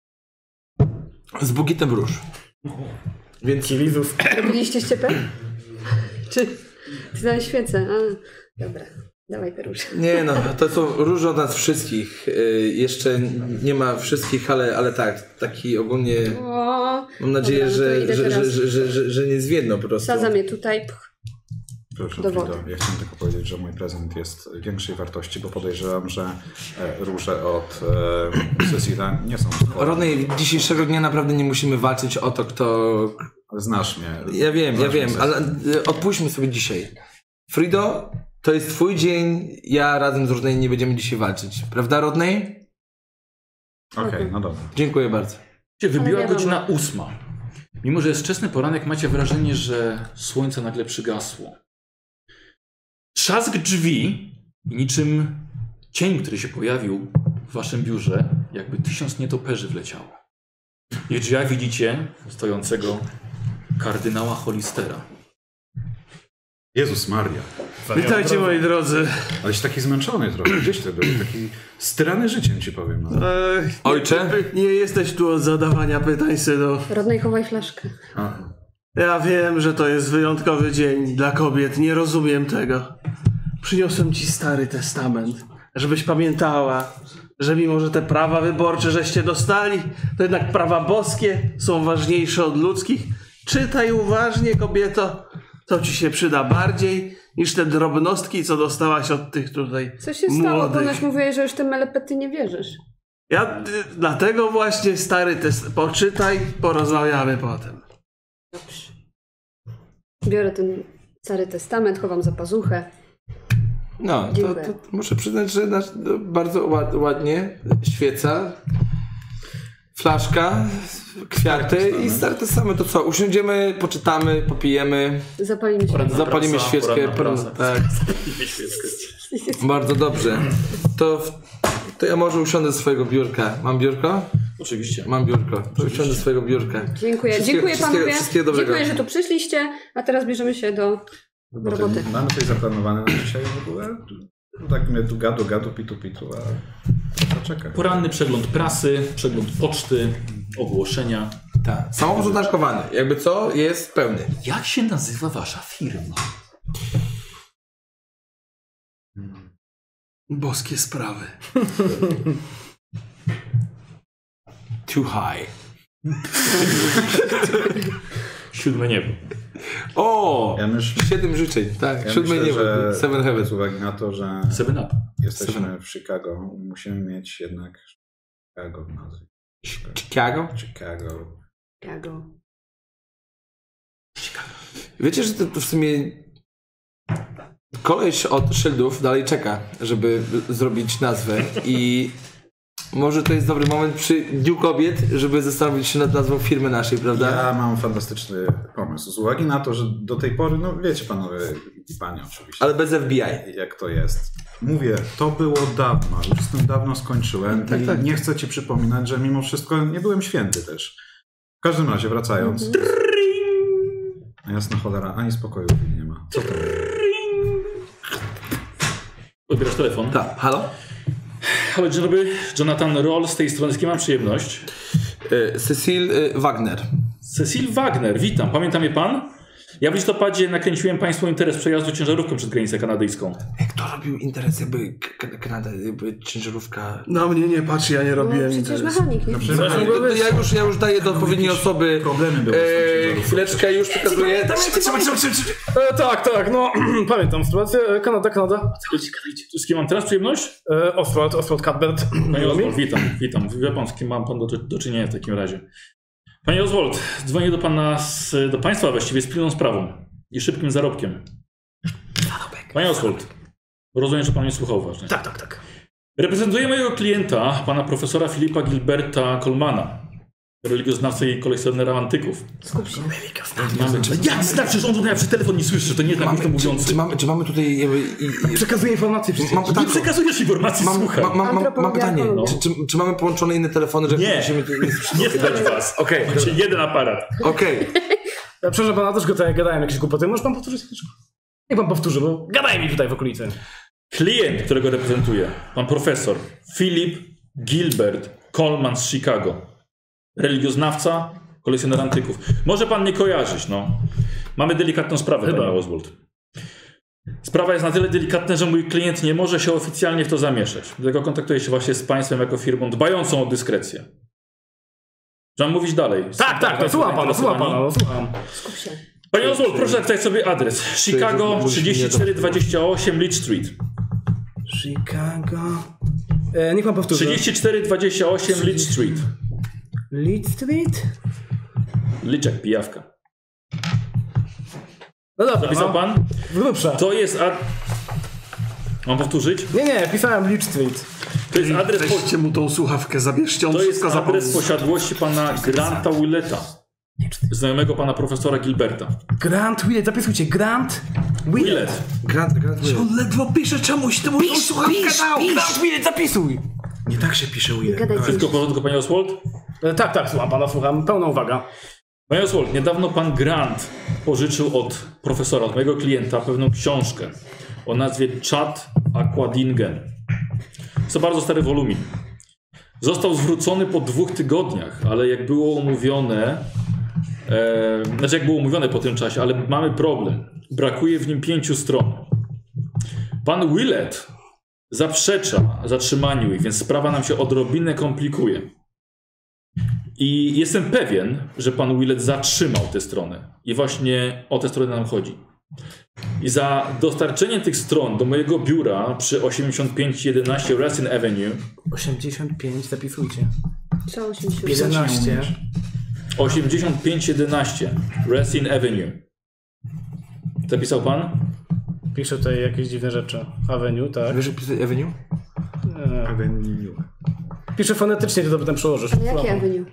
Z bukietem róż. Więc Jezus. Robiliście ściepę? Czy ty dałeś świecę? A, dobra, dawaj te róże. Nie no, to są róże od nas wszystkich. Yy, jeszcze nie ma wszystkich, ale, ale tak, taki ogólnie... O, mam nadzieję, dobra, no że, że, teraz. że, że, że, że nie zwiedną po prostu. Sadzam je tutaj. Proszę, Do Frido, wody. ja chciałem tylko powiedzieć, że mój prezent jest większej wartości, bo podejrzewam, że e, róże od e, Cecila nie są... Rodney, dzisiejszego dnia naprawdę nie musimy walczyć o to, kto, Znasz mnie. Ja wiem, ja Znasz wiem, mnie. ale y, odpuśćmy sobie dzisiaj. Frido, to jest twój dzień, ja razem z Rodney nie będziemy dzisiaj walczyć. Prawda, Rodney? Okej, okay, no dobra. Dziękuję bardzo. Wybiła wiadomo. godzina ósma. Mimo że jest wczesny poranek, macie wrażenie, że słońce nagle przygasło. Trzask drzwi i niczym cień, który się pojawił w waszym biurze, jakby tysiąc nietoperzy wleciało. I w drzwiach widzicie stojącego kardynała Hollistera. Jezus Maria. Witajcie moi drodzy. Aleś taki zmęczony trochę. Gdzieś ty był? Taki styrany życiem ci powiem. No. E, Ojcze? Nie, nie jesteś tu od zadawania pytań, synu. Rodney, chowaj flaszkę. A, Ja wiem, że to jest wyjątkowy dzień dla kobiet. Nie rozumiem tego. Przyniosłem ci Stary Testament, żebyś pamiętała, że mimo, że te prawa wyborcze żeście dostali, to jednak prawa boskie są ważniejsze od ludzkich. Czytaj uważnie, kobieto. To ci się przyda bardziej niż te drobnostki, co dostałaś od tych tutaj Co się stało? młodych. Ponoć mówiłeś, że już te melepety nie wierzysz. Ja y, dlatego właśnie Stary Testament. Poczytaj, porozmawiamy potem. Dobrze. Biorę ten Stary Testament, chowam za pazuchę. No, to, Dziękuję. to muszę przyznać, że nasz, no, bardzo ład, ładnie. Świeca, flaszka, kwiaty i Stary Testament. To co? Usiądziemy, poczytamy, popijemy, Zapalimy się. Poranna zapalimy praca, świeczkę. poranna Por, praca. tak, Zapalimy świeczkę. bardzo dobrze. To, w- to ja może usiądę z swojego biurka. Mam biurko? Oczywiście. Mam biurko. To usiądę z swojego biurka. Dziękuję. Wszystkie- Dziękuję wszystkiego- panowie. wszystkiego dobrego. Dziękuję, że tu przyszliście, a teraz bierzemy się do bo ty, roboty. mamy coś zaplanowane na dzisiaj w ogóle? Tak mnie tu gadu, gadu, pitu, pitu, a to czeka. Poranny przegląd prasy, przegląd poczty, ogłoszenia. Tak. Samochód uznaczkowany. Jakby co, jest pełny. Jak się nazywa wasza firma? Boskie sprawy. Too high. Siódme niebo. O! Ja myślę, Siedem życzeń, tak. ja Siódme myślę, niebo. że Seven Heaven. z uwagi na to, że Seven Up. jesteśmy w Chicago, musimy mieć jednak Chicago w nazwie. Chicago? Chicago. Chicago. Wiecie, że to, to w sumie koleś od szyldów dalej czeka, żeby zrobić nazwę i może to jest dobry moment przy Dniu Kobiet, żeby zastanowić się nad nazwą firmy naszej, prawda? Ja mam fantastyczny pomysł. Z uwagi na to, że do tej pory, no wiecie panowie i panie oczywiście, Ale bez F B I. jak to jest. Mówię, to było dawno, już z tym dawno skończyłem Tak, i tak. nie chcę ci przypominać, że mimo wszystko nie byłem święty też. W każdym razie, wracając. No jasna cholera, ani spokoju nie ma. Co to? Odbierasz telefon? Tak, halo? Halo, dzień dobry. Jonathan Roll z tej strony. Z kim mam przyjemność? Y, Cecil y, Wagner. Cecil Wagner, witam. Pamięta mnie pan? Ja w listopadzie nakręciłem państwu interes przejazdu ciężarówką przez granicę kanadyjską. Jak to robił interes, jakby K- Kanada, jakby ciężarówka... Na mnie nie patrz, ja nie No, robiłem przecież interesu. mechanik, nie? przecież- To, to ja, już, ja już daję do odpowiedniej osoby. Problemy były z tą E, ciężarówką. chwileczkę, już przekazuję. E, tak, tak, no pamiętam sytuację. E, Kanada, Kanada. Z kim mam teraz przyjemność? E, Oswald, Oswald Cuthbert. Panie Oswald, witam, witam. Wie pan, z kim mam pan do, do czynienia w takim razie. Panie Oswald, dzwonię do pana, z, do państwa właściwie z pilną sprawą i szybkim zarobkiem. Panie Oswald, rozumiem, że pan mnie słuchał uważnie. Tak, tak, tak. Reprezentuję mojego klienta, pana profesora Filipa Gilberta Colemana, religioznawcę i kolekcjonera antyków. Skup się. Mamy, jak znaczy, że on tutaj przez telefon nie słyszy, to nie tak to Mamy, czy, mówiący. czy, mamy, czy mamy tutaj jakby... I, i, Przekazuję informacje przecież. mam Nie pytanie. przekazujesz informacji, Mam, słuchaj. mam, mam, mam, mam Antropologia, pytanie. archeologia. Czy, czy, czy mamy połączone inne telefony, że Nie. musimy... tu- Nie stać was. Okej, Macie jeden aparat. okej. Ja przepraszam pana, też gadałem, gadałem jakieś głupoty. Może pan powtórzyć? Niech pan powtórzy, bo gadaj mi tutaj w okolicy. Klient, którego reprezentuję, pan profesor Philip Gilbert Coleman z Chicago. Religioznawca, kolekcjoner antyków. Może pan nie kojarzyć, no. Mamy delikatną sprawę, Chyba. panie Oswald. Sprawa jest na tyle delikatna, że mój klient nie może się oficjalnie w to zamieszać. Dlatego kontaktuję się właśnie z państwem jako firmą dbającą o dyskrecję. Czy mam mówić dalej? Tak, tak, to słucham pana, słucham pana, no, słucham. Skup się. Panie Oswald, proszę zapisać sobie adres. Chicago trzydzieści cztery dwadzieścia osiem Leach Street. Chicago... E, niech pan powtórzy. trzydzieści cztery dwadzieścia osiem Leach Street. Lead Street? Leach jak pijawka. No dobra, Zapisał no. pan? Grubsza. To jest... Ad... Mam powtórzyć? Nie, nie, pisałem Leech Street. To jest adres... Po... Weźcie mu tą słuchawkę, zabierzcie, on To jest wszystko adres zapomni. posiadłości pana Granta Willeta. Znajomego pana profesora Gilberta. Grant Willet, zapisujcie. Grant Willet. Willet. Grant, Grant Willet. On ledwo pisze, czemuś ty mu tą słuchawkę dał. Grant Willet, zapisuj. Nie tak się pisze Willet. Gadaj Wszystko w porządku, panie Oswald? E, tak, tak, słucham pana, słucham. Pełna uwaga. Panie Oswald, niedawno pan Grant pożyczył od profesora, od mojego klienta, pewną książkę o nazwie Chad Aquadingen. To bardzo stary wolumin. Został zwrócony po dwóch tygodniach, ale jak było umówione, e, znaczy jak było umówione po tym czasie, ale mamy problem. Brakuje w nim pięciu stron. Pan Willet zaprzecza zatrzymaniu ich, więc sprawa nam się odrobinę komplikuje. I jestem pewien, że pan Willet zatrzymał tę stronę. I właśnie o tę stronę nam chodzi. I za dostarczenie tych stron do mojego biura przy osiemdziesiąt pięć jedenaście Racine Avenue osiemdziesiąt pięć, zapisujcie. Trzeba osiemdziesiąt. jedenaście. osiemdziesiąt pięć jedenaście Racine Avenue. Zapisał pan? Piszę tutaj jakieś dziwne rzeczy. Avenue, tak. Wiesz, jak pisać Avenue? E, Avenue. piszę fonetycznie, to potem przełożysz. Ale jakie avenue?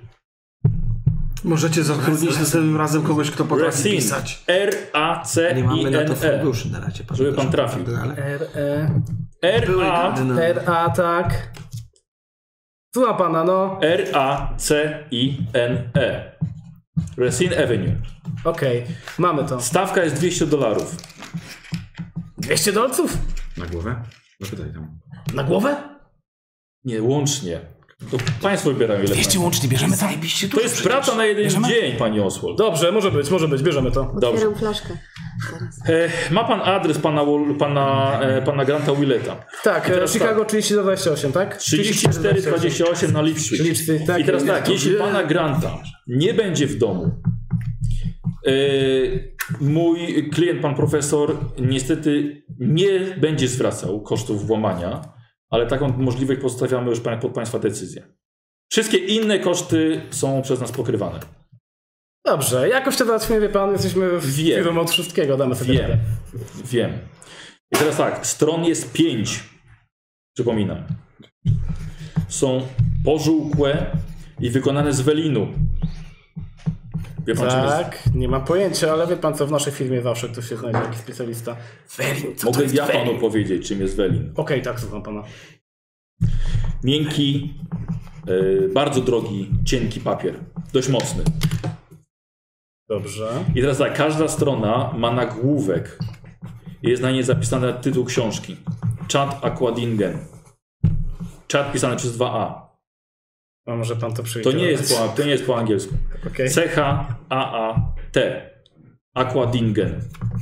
Możecie zatrudnić następnym razem kogoś, kto potrafi Racine. pisać. R A C Nie mamy I na N to E. funduszy na razie. Żeby pan trafił. R, E, R Były A kardynały. R, A, tak. Słucham pana, no. R A C I N E. Racine Avenue. Okej, mamy to. Stawka jest dwieście dolarów. dwieście dolców? Na głowę? Zapytaj tam. Na głowę? Nie, łącznie. To państwo wybierają ile państwo. łącznie bierzemy tam. To jest praca na jeden Bierzemy? dzień, panie Oswald. Dobrze, może być, może być, bierzemy to. Dobrze. Otwieram flaszkę. Zaraz. E, ma pan adres pana, Wol- pana, e, pana Granta Willeta. Tak, I teraz Chicago tak. trzydzieści do dwudziestu ośmiu, tak? trzydzieści cztery dwadzieścia osiem na Leaf Street. Leaf Street, tak. I teraz tak, To jeśli wie- pana Granta nie będzie w domu, e, mój klient, pan profesor, niestety nie będzie zwracał kosztów włamania, ale taką możliwość pozostawiamy już pa- pod państwa decyzję. Wszystkie inne koszty są przez nas pokrywane. Dobrze, jakoś to załatwimy, wie pan, jesteśmy w Wiem. firmą od wszystkiego, damy sobie Wiem, radę. wiem. I teraz tak, stron jest pięć. Przypominam. Są pożółkłe i wykonane z welinu. Wie pan, czym jest? Tak, nie mam pojęcia, ale wie pan co, w naszej firmie zawsze ktoś się znajdzie, jakiś specjalista. Welin, co Mogę to jest ja welin? panu powiedzieć, czym jest welin. Okej, tak, słucham pana. Miękki, yy, bardzo drogi, cienki papier. Dość mocny. Dobrze. I teraz tak, każda strona ma nagłówek. Jest na niej zapisany tytuł książki. Chad Aquadingen. Chad pisane przez dwa A. A może pan to przyjdzie? To nie jest po, to nie jest po angielsku. Okej. C H A A T. Aquadingen.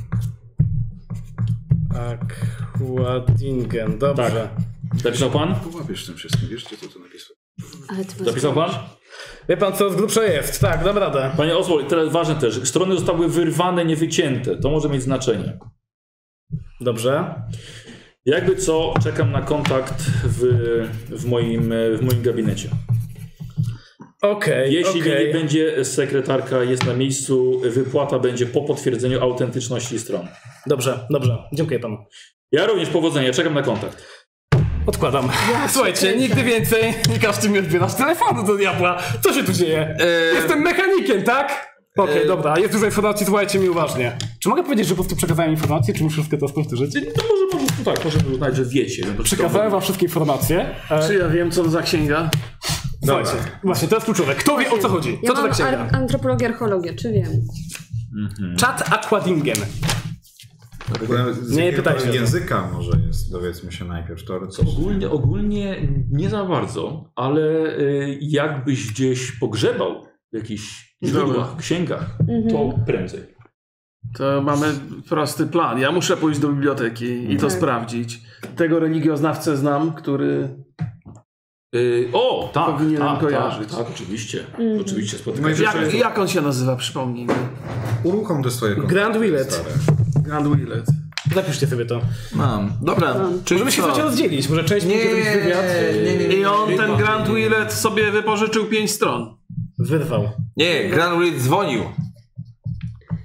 Aquadingen, dobrze. Zapisał pan? Połapiesz tym wszystkim, wiesz, co to napisał? Ale ty masz Zapisał pan? Wie pan co, z grubsza jest, tak, dam radę. Panie Oswald, teraz ważne też. Strony zostały wyrwane, nie wycięte. To może mieć znaczenie. Dobrze. Jakby co, czekam na kontakt w, w, moim, w moim gabinecie. Okej, Jeśli okej. nie będzie sekretarka, jest na miejscu, wypłata będzie po potwierdzeniu autentyczności stron. Dobrze, dobrze, dziękuję panu. Ja również powodzenia, czekam na kontakt. Odkładam. Słuchajcie, kręcę. nigdy więcej nie każdy mi odbiera z telefonu do diabła. Co się tu dzieje? Jestem mechanikiem, tak? Okej, dobra, jest dużo informacji, słuchajcie mi uważnie. Czy mogę powiedzieć, że po prostu przekazałem informacje, czy muszę wszystko to powtórzyć? To może po prostu tak, może uznać, że wiecie. No to Przekazałem wam wszystkie informacje. E, Czy ja wiem, co to za księga? Słuchajcie, właśnie, to jest kluczowe. Kto wie, o co chodzi? Ja Co to za mam księga? ar- antropologię, archeologię, czy wiem? Chad Aquadingen. W ogóle z Nie jakiego pytajcie o to. języka może jest, dowiedzmy się najpierw. To Ogólnie, ogólnie nie za bardzo, ale y, jakbyś gdzieś pogrzebał w jakichś źródłach, księgach, to prędzej. To mamy prosty plan. Ja muszę pójść do biblioteki i to Tak. sprawdzić. Tego religioznawcę znam, który... Y, o, tak, Powinienem tak, kojarzyć. tak, tak, oczywiście. Oczywiście spotykam No i się jak- często. Jak on się nazywa, przypomnij mi? Uruchom te swoje kontakty Grand Willet. stare. Grand Willet. Zapiszcie sobie to. Mam. Dobra. Czyli Możemy się co? chcecie rozdzielić, może część Nie, będzie robić wywiad. nie, nie, nie. I on, ten Grand Willet, sobie wypożyczył pięć stron. Wyrwał. Nie, Grand Willet dzwonił.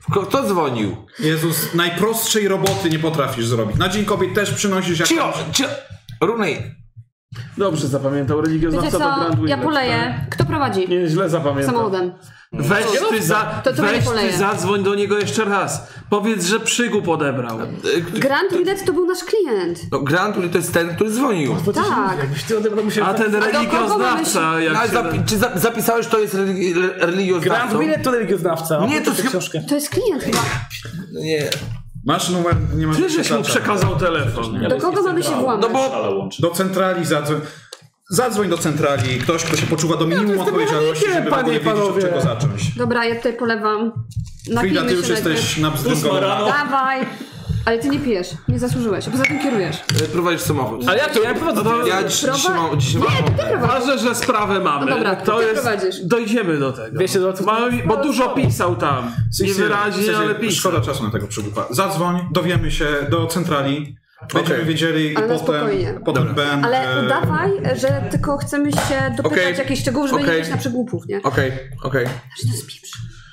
Kto dzwonił? Jezus, najprostszej roboty nie potrafisz zrobić. Na Dzień Kobiet też przynosisz jak... Cio, cio. Runej. Dobrze zapamiętał Wiecie religioznawca to Grand co? Willet. Ja poleję. Kto prowadzi? Nie, źle zapamiętał. Samochodem. Weź ty, za, To co weź nie poleje? ty zadzwoń do niego jeszcze raz. Powiedz, że przygód odebrał. Grand Willet to był nasz klient. No, Grant to jest ten, który dzwonił. Tak. Jakbyś ty odebrał mi się... A ten kogo religioznawca, mamy jak Ale się... zapi- czy za- zapisałeś, to jest religi- Grant religioznawcą? Willet to religioznawca. Nie, to tę chyba- książkę. To jest klient chyba. Nie. Masz numer, nie masz Ty żeś mu wyświetlacza. przekazał telefon. Do kogo mamy się włamać? No bo... Ale łączy. Do centrali zadzwoń. Zadzwoń do centrali. Ktoś, kto się poczuwa do minimum odpowiedzialności, mechanikiem, żeby w ogóle panie i wiedzieć, od panowie. czego zacząć. Dobra, ja tutaj polewam. Frida, Napijmy ty już się jesteś na Ósma bzdęgowa. rano. Dawaj. Ale ty nie pijesz. Nie zasłużyłeś. A poza tym kierujesz. e, Prowadzisz samochód. Ale jak to? Ja nie prowadzę. No, Ja dziś, Prowa- dzisiaj mam... Dzisiaj Nie, mam to ty prowadzisz. Ważne, że sprawę mamy. No dobra, to ty jest... prowadzisz. Dojdziemy do tego. dwieście złotych. Mamy, bo dużo pisał tam. Niewyraźnie, W sensie, ale pisał. Szkoda czasu na tego przygłupa. Zadzwoń, dowiemy się do centrali. Będziemy Okej. wiedzieli Ale i na potem, spokojnie. potem Ben... Ale e, udawaj, że tylko chcemy się dopytać Okej. jakichś szczegółów, żeby Okej. nie być na przegłupów, nie? Okej, okej. Że to spieprz.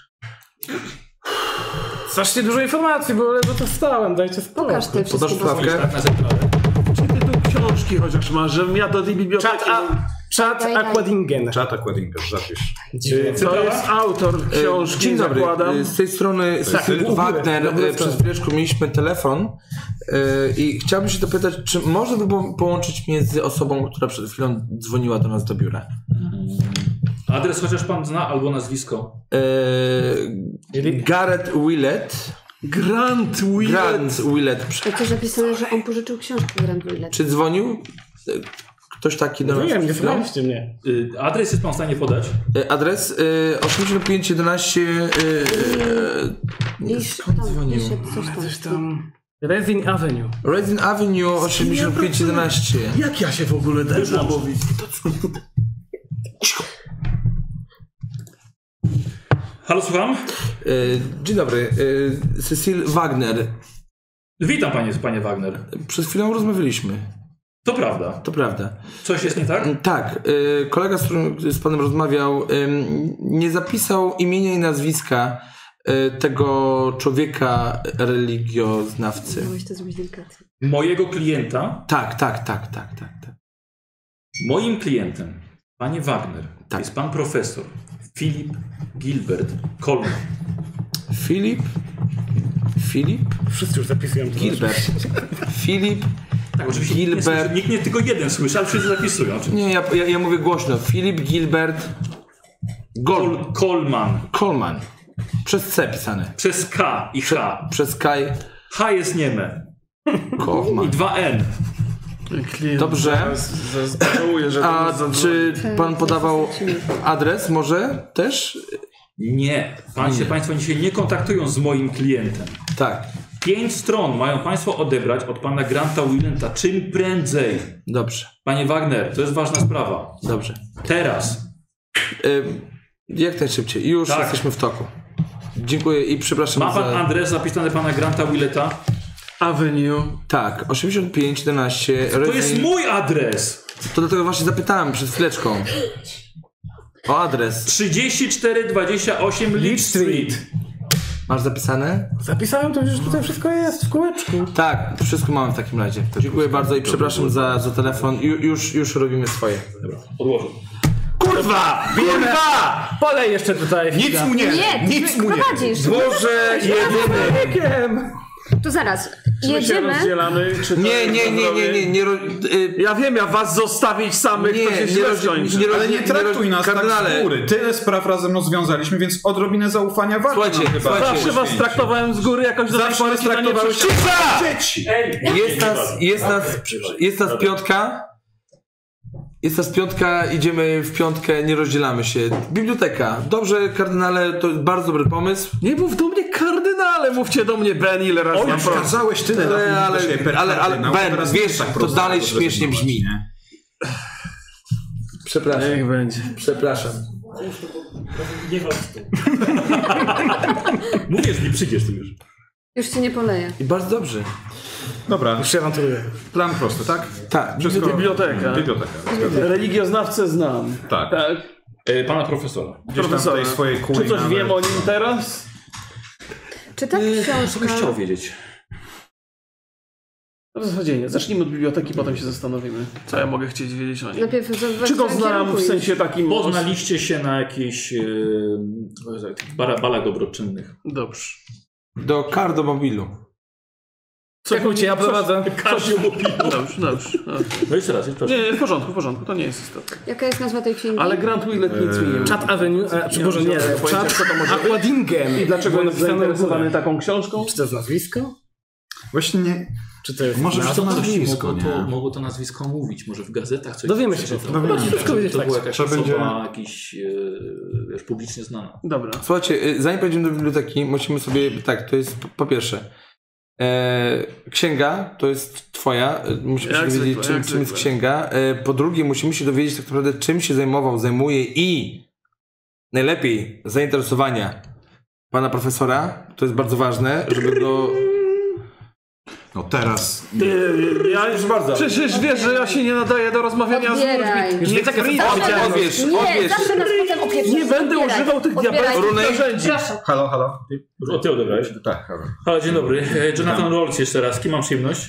Strasznie dużo informacji, bo ledwo to stałem. Dajcie spokój. Pokaż te Podasz wszystkie sprawkę? Tak, na centralę. Czy ty tu książki chociaż masz, żebym ja do tej biblioteki... Czat, a, czat Daj, daj. Aquadingen. Czata Quedinga, zapisz. To jest autor książki, Dzień dobry. zakładam. E, Z tej strony Cecil Wagner. Dobry E, Przez wieczór. chwileczkę mieliśmy telefon e, i chciałbym się dopytać, czy można by było połączyć mnie z osobą, która przed chwilą dzwoniła do nas do biura? Adres chociaż pan zna albo nazwisko. E, Gareth Willett. Grant Willet. Grant Willett. To też napisane, że on pożyczył książkę Grand Willet. Czy dzwonił e, ktoś taki do nas? Nie wiem, nie przed chwilą? słuchaliście mnie. Y, adres jest pan w stanie podać? E, Adres e, osiemdziesiąt pięć jedenaście. E, e, Lisz, skąd tam, dzwonił? lisz, coś tam. Coś tam... Resin Avenue. Resin Avenue osiemdziesiąt pięć jedenaście. Jak ja się w ogóle dam namówić? Halo, słucham? E, Dzień dobry. E, Cecil Wagner. Witam panie, panie Wagner. Przed chwilą rozmawialiśmy. To prawda. To prawda. Coś jest nie tak? Tak. E, kolega, z którym z panem rozmawiał, e, nie zapisał imienia i nazwiska e, tego człowieka religioznawcy. Miałeś to zrobić delikatnie. Mojego klienta, Tak, tak, tak, tak, tak. tak. moim klientem, panie Wagner, Tak. jest pan profesor Filip Gilbert Coleman. Filip. Filip. Wszyscy już zapisują to. Gilbert. Filip. Tak, oczywiście nikt nie, Gilbert. słyszy, nikt nie tylko jeden słyszy, ale wszyscy zapisują. Nie, ja, ja, ja mówię głośno. Filip Gilbert. Gol. Col- Coleman. Coleman. Przez C pisane. Przez K i H. Przez Kaj. H jest nieme. I Coleman. dwa N. Klient Dobrze. zaraz- zaraz Żałuję, że A to zadzwonił. czy pan podawał adres może też? Nie. Pan się, państwo dzisiaj nie kontaktują z moim klientem. Tak. Pięć stron mają państwo odebrać od pana Granta Willenta czym prędzej. Dobrze. Panie Wagner, to jest ważna sprawa. Dobrze. Teraz. Ym, jak najszybciej. Już Tak. jesteśmy w toku. Dziękuję i przepraszam Ma pan za... adres zapisany pana Granta Willeta? Avenue. Tak. osiemdziesiąt pięć jedenaście. To jest mój adres! To dlatego właśnie zapytałem przed chwileczką. O adres. trzydzieści cztery dwadzieścia osiem Leach Street. Masz zapisane? Zapisałem to, już tutaj wszystko jest w kółeczku. Tak, wszystko mamy w takim razie. Dziękuję bardzo i przepraszam za, za telefon. Ju, już, już robimy swoje. Odłożę. Kurwa! Kurwa! Polej jeszcze tutaj. Nic mu nie, Nie, ty nic mu nie. prowadzisz. Boże, jedyny. To zaraz. Czy my się Jedziemy. rozdzielamy? Czy to Nie, nie, nie, nie, nie, nie, ro- y, Ja wiem, ja was zostawić samych, Nie, to się nie źle rozdzie- skończy. nie roz- Ale nie traktuj nas tak kardynale. z góry. Tyle spraw razem rozwiązaliśmy, więc odrobinę zaufania warto Słuchajcie, nam chyba. słuchajcie. Zawsze was traktowałem z góry, jakoś do tej Zawsze pory nas ci to nie traktowałeś przyszło. jak dzieci. Jest nas, jest nas, jest nas piątka. Jest nas piątka, idziemy w piątkę, nie rozdzielamy się. Biblioteka. Dobrze, kardynale, to jest bardzo dobry pomysł. Nie mów do mnie kardynale, mówcie do mnie Ben, ile razy Oj, mam proszę. kazałeś tyle Ale- lat ale- mówić do siebie per ale- ale kardynał, Ben, teraz wiesz, nie jest tak to prosto dalej to śmiesznie zrezygnować, brzmi. nie? Przepraszam, Niech będzie. przepraszam. Nie was tu. Mówię, że nie przyjdziesz tu już. Już cię nie poleję. I bardzo dobrze. Dobra, Już się awanturuję. plan prosty, tak? Tak. Wszystko... Biblioteka. Biblioteka. Religioznawcę znam. Tak. Tak. E, pana profesora. Gdzieś tam w Profesora. tej swojej kuli Czy coś nawet. wiem o nim teraz? Czy ta książka... Co byś chciał wiedzieć? W zasadzie nie. Zacznijmy od biblioteki, potem się zastanowimy, co ja mogę chcieć wiedzieć o nim. Najpierw za- Czy go za- znam w kierunkuj. sensie takim... Poznaliście się na jakichś e, bar- balach dobroczynnych. Dobrze. Do kardomobilu. Co Kierujcie, ja prowadzę. Każdy mówił. Dobrze, dobrze. dobrze. No jeszcze raz, jeszcze raz. Nie, nie, w porządku, w porządku, to nie jest istotne. Jaka jest nazwa tej księgi? Ale Grant Willett nic mi nie mówi. Chat Avenue, e, czy może nie, Pojęcia, Chat co to może być? Aquadingen. I dlaczego Było jest napisane w zainteresowany górze. taką książką? Czy to jest nazwisko? Właśnie nie... Czy to jest Może być to nazwa? nazwisko, mogło, to, nie? mogło to nazwisko mówić, może w gazetach coś Dowiemy się, przeczytał. co to. Dowiemy się, Wszystko będzie to tak. była jakaś Trzeba osoba, będzie- jakiś, e, wiesz, publicznie znana. Dobra. Słuchajcie, y, zanim pojedziemy do biblioteki, musimy sobie, tak, to jest po, po pierwsze, e, księga to jest twoja, y, musimy Jak się dowiedzieć, zwykle, czym, jak czym jest zwykle. księga. E, po drugie, musimy się dowiedzieć tak naprawdę, czym się zajmował, zajmuje i najlepiej zainteresowania pana profesora. To jest bardzo ważne, żeby go... No teraz... Ja już bardzo. Przecież wiesz, że ja się nie nadaję do rozmawiania Odbieraj. z ludźmi. Już taka Frida, zasada. Odbierz, Nie, odbierz. zawsze nas potem opieprzysz. Nie będę Odbieraj. używał tych Odbieraj. diabelskich Runej? narzędzi. Proszę. Halo, halo. O, ty odebrałeś? Tak, halo. Halo, dzień dobry. E, Jonathan Rolls jeszcze raz. Kim mam przyjemność?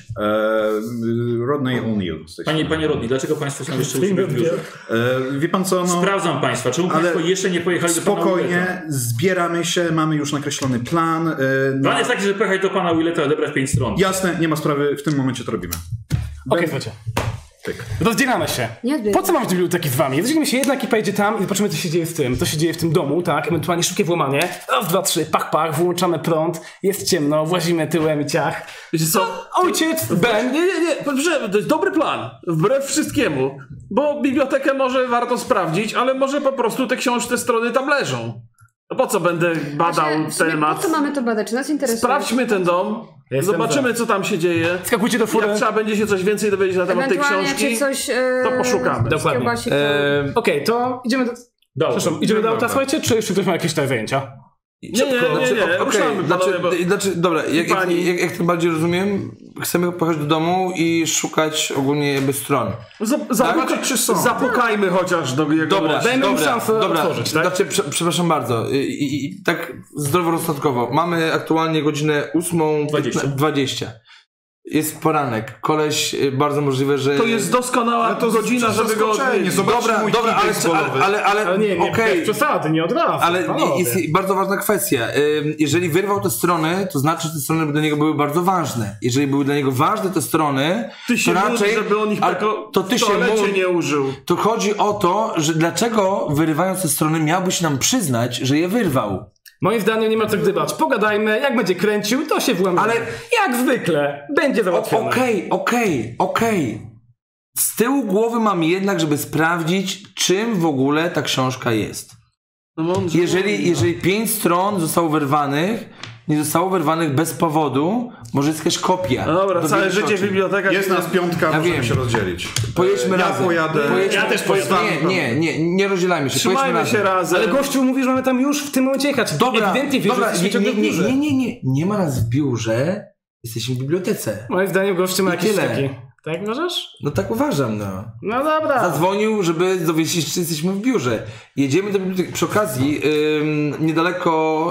E, Rodney O'Neill. z tej Panie, strony. panie Rodney, dlaczego państwo są jeszcze u siebie w biurze? E, wie pan co, no... Sprawdzam państwa, czemu Ale państwo jeszcze nie pojechali do pana Willeta? Spokojnie, zbieramy się, mamy już nakreślony plan. E, no, Plan jest taki, żeby pojechać do pana Willeta, odebrać pięć stron. jasne, nie ma sprawy, w tym momencie to robimy. Okej, słuchajcie. Tyk. Rozdzielamy się. Nie odbieraj. Po co mamy w biblioteki z wami? Rozdzielimy się, jedna ekipa idzie tam i zobaczymy, co się dzieje z tym. Co się dzieje w tym domu, tak? Ewentualnie szybkie włamanie. Raz, dwa, trzy, pach, pach, wyłączamy prąd. Jest ciemno, włazimy tyłem i ciach. Wiecie co? Ojciec, Ben. Nie, nie, nie, proszę, to jest dobry plan. Wbrew wszystkiemu. Bo bibliotekę może warto sprawdzić, ale może po prostu te książki, te strony tam leżą. No po co będę badał Właśnie, w sumie temat? Po co mamy to badać? Czy nas interesuje? Sprawdźmy ten dom, Jestem zobaczymy co tam się dzieje. Skakujcie do fury. Jak trzeba będzie się coś więcej dowiedzieć na temat tej Ewentualnie, książki, czy coś... E, to poszukamy. Dokładnie. skiełbasi po- E, Okej, to idziemy do... Dobra. Przepraszam, idziemy do auta, Dobra. słuchajcie, czy jeszcze ktoś ma jakieś tutaj zajęcia? Nie, nie, nie, Znaczy, nie, okej, ruszamy, znaczy, panowie, bo- znaczy, dobra, jak, jak, Pani- jak, jak tym bardziej rozumiem, chcemy pojechać do domu i szukać ogólnie jakby stron. Z- Zobaczyć, czy są. Zapukajmy chociaż do jego Dobra, mocy. Dajmy im dobra, szansę dobra. otworzyć, tak? Znaczy, prze, przepraszam bardzo, I, i, i, tak zdroworozsądkowo. Mamy aktualnie godzinę ósmą Dwadzieścia. dwadzieścia. Jest poranek. Koleś, y, bardzo możliwe, że... To jest doskonała to godzina, z- żeby go zaskoczenie, odwiedzić. zobacz- Dobra, mój dobra, kij ale, baseballowy. ale, ale, Ale nie, nie, okej. bez przesady, nie od razu. Ale panowie. jest bardzo ważna kwestia. Ym, Jeżeli wyrwał te strony, to znaczy, że te strony dla niego były bardzo ważne. Jeżeli były dla niego ważne te strony, Ty się to módl, raczej... żeby on ich ale tako to ty w się toalecie módl, nie użył. to chodzi o to, że dlaczego wyrywając te strony miałbyś nam przyznać, że je wyrwał. Moim zdaniem nie ma co gdybać. Pogadajmy, jak będzie kręcił, to się włamuje. Ale- jak zwykle, będzie O- załatwione. Okej, okej, okej. Z tyłu głowy mam jednak, żeby sprawdzić, czym w ogóle ta książka jest. No mądrze Jeżeli, mówi, no. jeżeli pięć stron zostało wyrwanych, nie zostało wyrwanych bez powodu, może jest jakaś kopia. No dobra, Do całe biblioteki. życie w bibliotekach... Jest nas piątka, Ja możemy wiem. się rozdzielić. Pojedźmy E, ja razem. pojadę. Pojedźmy, Ja też pojadę. Nie, nie, nie, nie rozdzielajmy się. Pojedźmy Trzymajmy się razem. Ale gościu mówi, że mamy tam już w tym momencie jechać. Dobra, Ewidentnie wie, dobra, że nie, jesteśmy nie, ciągle w nie, biurze. nie, nie, nie, nie ma nas w biurze, jesteśmy w bibliotece. Moim zdaniem gościu ma I jakieś tyle. taki. Tak uważasz? No tak uważam, no. No dobra. Zadzwonił, żeby dowiedzieć się, czy jesteśmy w biurze. Jedziemy do biblioteki. Przy okazji, ym, niedaleko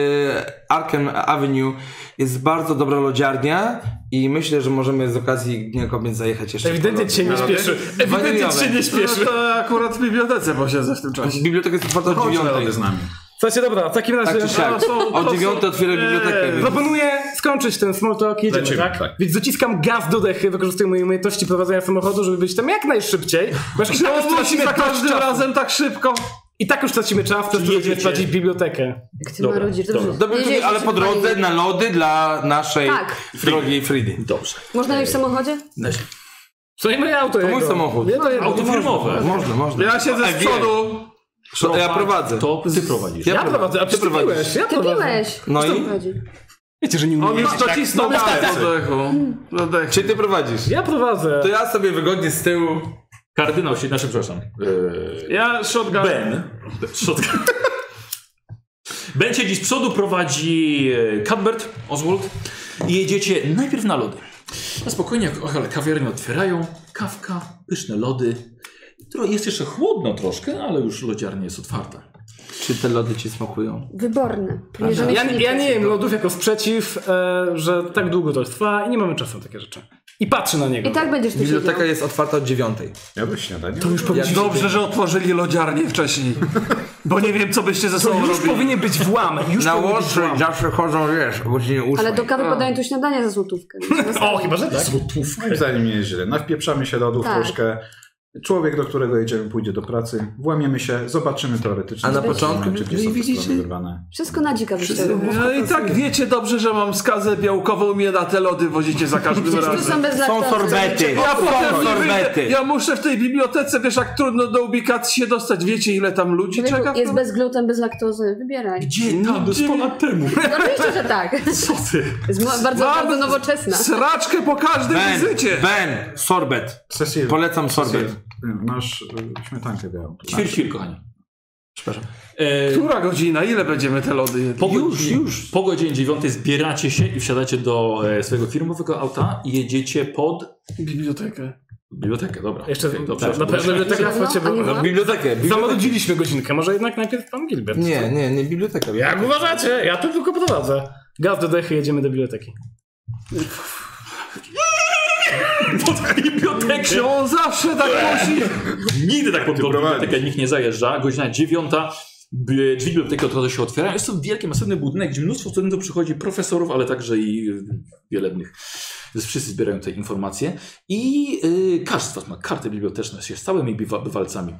y, Arkham Avenue jest bardzo dobra lodziarnia i myślę, że możemy z okazji Dnia Kobiet zajechać jeszcze. Ewidentnie po cię nie lody. śpieszy. Ewidentnie Waniliowe. cię nie śpieszy. No to akurat w bibliotece posiedzę w tym czasie. Biblioteka jest otwarta od Chodź na dziewiątej. lody z nami. Słuchajcie, dobra, w takim razie Tak czy siak. No, są- Od to dziewiątej są- otwiera nie, bibliotekę. więc- proponuję skończyć ten small talk i jedziemy, Lecimy, tak? tak. Więc dociskam gaz do dechy, wykorzystuję moje umiejętności prowadzenia samochodu, żeby być tam jak najszybciej. Bo już i tak już No musi tracimy za dość każdym czasu. razem tak szybko. I tak już tracimy czas, przez to będziemy jedziecie. sprawdzić bibliotekę. Jak ty Dobra, marudzisz, dobra. dobrze. Dobra, Jedziecie ale się po drodze wypalili. na lody dla naszej Tak. drogiej Fridy. Dobrze. Można jeść w samochodzie? Co i moje auto To mój jego. samochód. Nie, to jedno. Auto firmowe. Można, można. Ja siedzę Ej, z wie. przodu. To ja prowadzę. To ty prowadzisz. Ja prowadzę, a ty prowadzisz. piłeś, ja Ty prowadzę. piłeś. No Kto i? prowadzi? Wiecie, że nie On umiem. już docisnął tak, gaz tak. do dechu. Do dechu. Czy ty prowadzisz? Ja prowadzę. To ja sobie wygodnie z tyłu. Kardynał się, znaczy, przepraszam. Yy, Ja shotgun. Ben. Shotgun. Ben siedzi z przodu, prowadzi e, Cuthbert, Oswald i jedziecie najpierw na lody. No spokojnie, jak- ale kawiarnie otwierają, kawka, pyszne lody. Tro- Jest jeszcze chłodno troszkę, ale już lodziarnia jest otwarta. Czy te lody ci smakują? Wyborne. Ja, ja nie jem lodów jako sprzeciw, e, że tak długo to trwa i nie mamy czasu na takie rzeczy. I patrzę na niego. I tak będziesz tu Biblioteka siedział. jest otwarta od dziewiątej. Ja byś śniadanie. To już powinien Dobrze, że otworzyli lodziarnię wcześniej. Bo nie wiem, co byście ze To sobą już robili. powinien być włam. Już Na powinien Wall być Street włam. zawsze chodzą, wiesz, o godzinie ósmej. Ale do kawy podają tu śniadania za złotówkę. O, chyba, że tak. Moim zdaniem nie jest źle. Nawpieprzamy się lodów Tak. troszkę. Człowiek, do którego jedziemy, pójdzie do pracy. Włamiemy się, zobaczymy teoretycznie. A na co to początku znaczy, gdzie są te widzicie? strony wyrwane. Wszystko na dzika wyszło. No i tak wiecie dobrze, że mam skazę białkową, mnie na te lody wozicie za każdym Tu razem. są bez Są laktozy. sorbety. Ja potem Są nie sorbety. wyjdę. Ja muszę w tej bibliotece, wiesz jak trudno do ubikacji się dostać. Wiecie ile tam ludzi czeka? Człowieku, w jest tym? bez gluten, bez laktozy. Wybieraj. Gdzie tam? To jest ponad temu. No oczywiście, że tak. Co ty? Jest mo- bardzo, bardzo nowoczesna. Sraczkę po każdej Ben, wizycie. Ben, sorbet. Cecil, Polecam sorbet. Cecil, masz y, śmietankę białą. Ćwierć chwil, kochani. Przepraszam. E, Która godzina? Ile będziemy te lody jedli? po, już, już. Po godzinie dziewiątej zbieracie się i wsiadacie do e, swojego firmowego auta i jedziecie pod Bibliotekę. bibliotekę. Dobra. Jeszcze Okej, dobrze. na pewno biblioteka No, słuchajcie, a nie bo... ma? Bibliotekę. bibliotekę. Zamodziliśmy godzinkę, może jednak najpierw pan Gilbert. Nie, nie, nie biblioteka. Jak uważacie? Ja tu tylko prowadzę. Gaz do dechy, jedziemy do biblioteki. Bibliotekę. Czy on zawsze tak musi? Nigdy tak pod Ty bibliotekę prowadzisz. nikt nie zajeżdża. Godzina dziewiąta. B- Drzwi biblioteki od razu się otwierają. Jest to wielki, masywny budynek, gdzie mnóstwo studentów przychodzi, profesorów, ale także i y, wiele innych. Wszyscy zbierają te informacje. I y, każdy z was ma karty biblioteczne się z całymi biwa- bywalcami.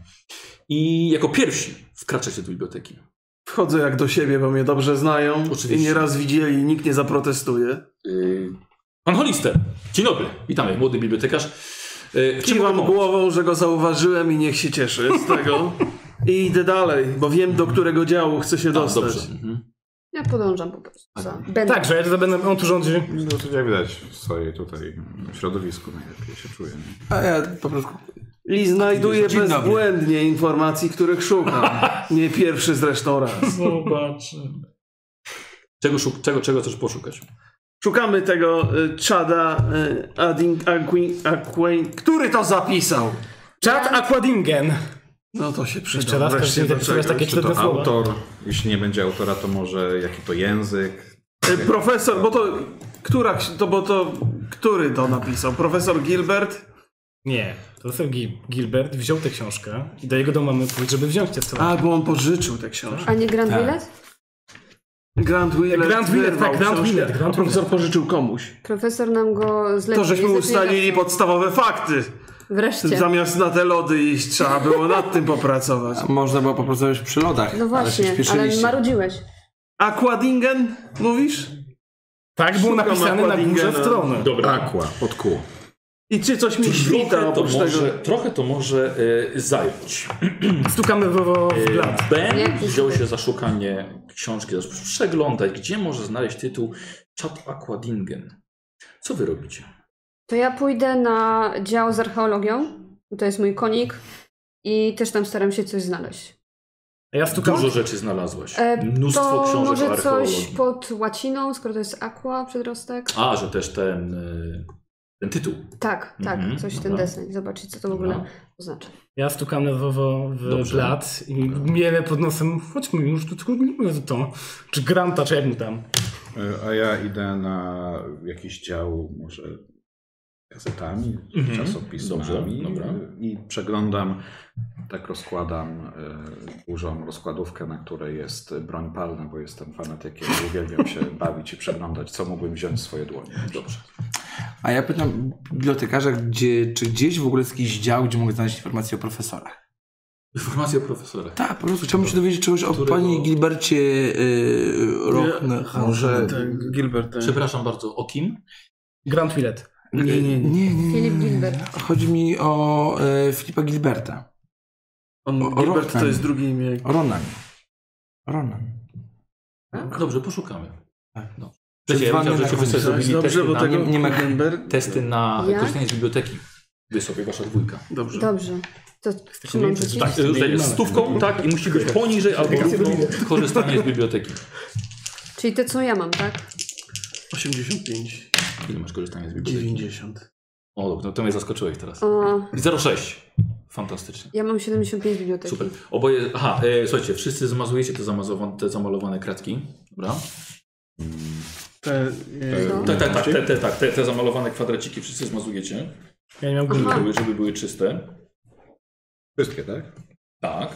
I jako pierwsi wkraczacie do biblioteki. Wchodzę jak do siebie, bo mnie dobrze znają. Oczywiście. I nieraz widzieli, nikt nie zaprotestuje. Y, Pan Hollister. Dzień dobry. Witamy, młody bibliotekarz. Y, w czym Kiwam mogę pomóc? głową, że go zauważyłem i niech się cieszy z tego. I idę dalej, bo wiem, do którego działu chcę się A, dostać. dobrze. Mhm. Ja podążam po prostu. Za. Będę. Tak, że ja to będę, on tu rządzi. No to jak widać w swojej tutaj środowisku najlepiej się czuję. Nie? A ja po prostu... I znajduję Dzień dobry. bezbłędnie informacji, których szukam. Nie pierwszy zresztą raz. Zobaczymy. Czego, szuk- czego, czego chcesz poszukać? Szukamy tego y, Chada y, Ading, Aquin, Aquin, który to zapisał. Chad Aquadingen. No to się przyda. Jeszcze raz, wreszcie każdy do wypowiadasz czegoś. takie Czy to cztery słowa. autor? Jeśli nie będzie autora, to może jaki to język? Y, Profesor, bo to, która, to, bo to, który to napisał? Profesor Gilbert? Nie, profesor Gil- Gilbert wziął tę książkę i do jego domu mamy pójść, żeby wziąć tę stronę. A, bo on pożyczył tę książkę. A nie Grand Tak. Willet? Grant Willett Grant Willett, wyrwał tak, Grant książkę, Willett, Grant a profesor pożyczył komuś. Profesor nam go zlecił. To żeśmy Jest ustalili decyzja. podstawowe fakty. Wreszcie. Zamiast na te lody iść, trzeba było nad tym popracować. A można było po prostu już przy lodach. No właśnie, ale się ale śpieszyliście. marudziłeś. Aquadingen, mówisz? Tak było Szukam napisane na górze Aquadingena. strony. Dobra. Aqua, pod Q. I czy coś mi świta Trochę to oprócz może, tego? trochę to może y, zająć. Stukamy w, w Y, blat. Ben Nie? wziął się za szukanie książki, za przeglądać, gdzie może znaleźć tytuł Chad Aquadingen. Co wy robicie? To ja pójdę na dział z archeologią. To jest mój konik. I też tam staram się coś znaleźć. A ja stukam. Dużo rzeczy znalazłaś. E, Mnóstwo to książek o może archeologii. coś pod łaciną, skoro to jest aqua, przedrostek? A, że też ten, y, ten tytuł. Tak, tak, Mhm, coś ten dobra. deseń. Zobaczyć, co to w ogóle Dobra. oznacza. Ja stukam nerwowo w Dobrze. blat i mielę pod nosem. Chodźmy już, to tylko nie mówię to. Czy Granta, czy jak mu tam. Y, A ja idę na jakiś dział może gazetami, Mhm. czasopismami Dobrze, dobra. i przeglądam, tak rozkładam y, dużą rozkładówkę, na której jest broń palna, bo jestem fanatykiem i uwielbiam się bawić i przeglądać, co mógłbym wziąć w swoje dłonie. Dobrze. A ja pytam bibliotekarza, gdzie, czy gdzieś w ogóle jest jakiś dział, gdzie mogę znaleźć informacje o profesorach. Informacje o profesorach. Tak, po prostu chciałbym się dowiedzieć czegoś o Którego- pani Gilbercie yy, Rochner. Może ten Gilbert. Ten. Przepraszam bardzo, o kim? Grant Willett. Nie, nie, nie. nie, nie. Filip Gilbert. Chodzi mi o e, Filipa Gilberta. On, o Gilbert Rochner. to jest drugie imię. Ronan. Ronan. Dobrze, poszukamy. Tak. No. Wiecie, ja Dzwonię wiedziałem, że na wy sobie końcu. zrobili Dobrze, testy bo na, tego nie- nie ma- Gutenberg- testy na Ja? korzystanie z biblioteki. Wy sobie, wasza dwójka. Dobrze. Dobrze. To czy mam rzucić? Tak, tutaj jest stówką, tak, i musi być poniżej albo równo korzystanie z biblioteki. Czyli te, co ja mam, tak? osiemdziesiąt pięć. Ile masz korzystania z biblioteki? dziewięćdziesiąt. O, no to mnie zaskoczyłeś teraz. O, zero przecinek sześć. Fantastycznie. Ja mam siedemdziesiąt pięć biblioteki. Super. Oboje, aha, e, słuchajcie, wszyscy zmazujecie te, zamazowane, te zamalowane kratki. Dobra? Te, e, Co? Tak, tak, tak, te, te, tak te, te zamalowane kwadraciki wszyscy zmazujecie, Ja nie miałem żeby gumki. były, żeby były czyste. Wszystkie, tak? Tak.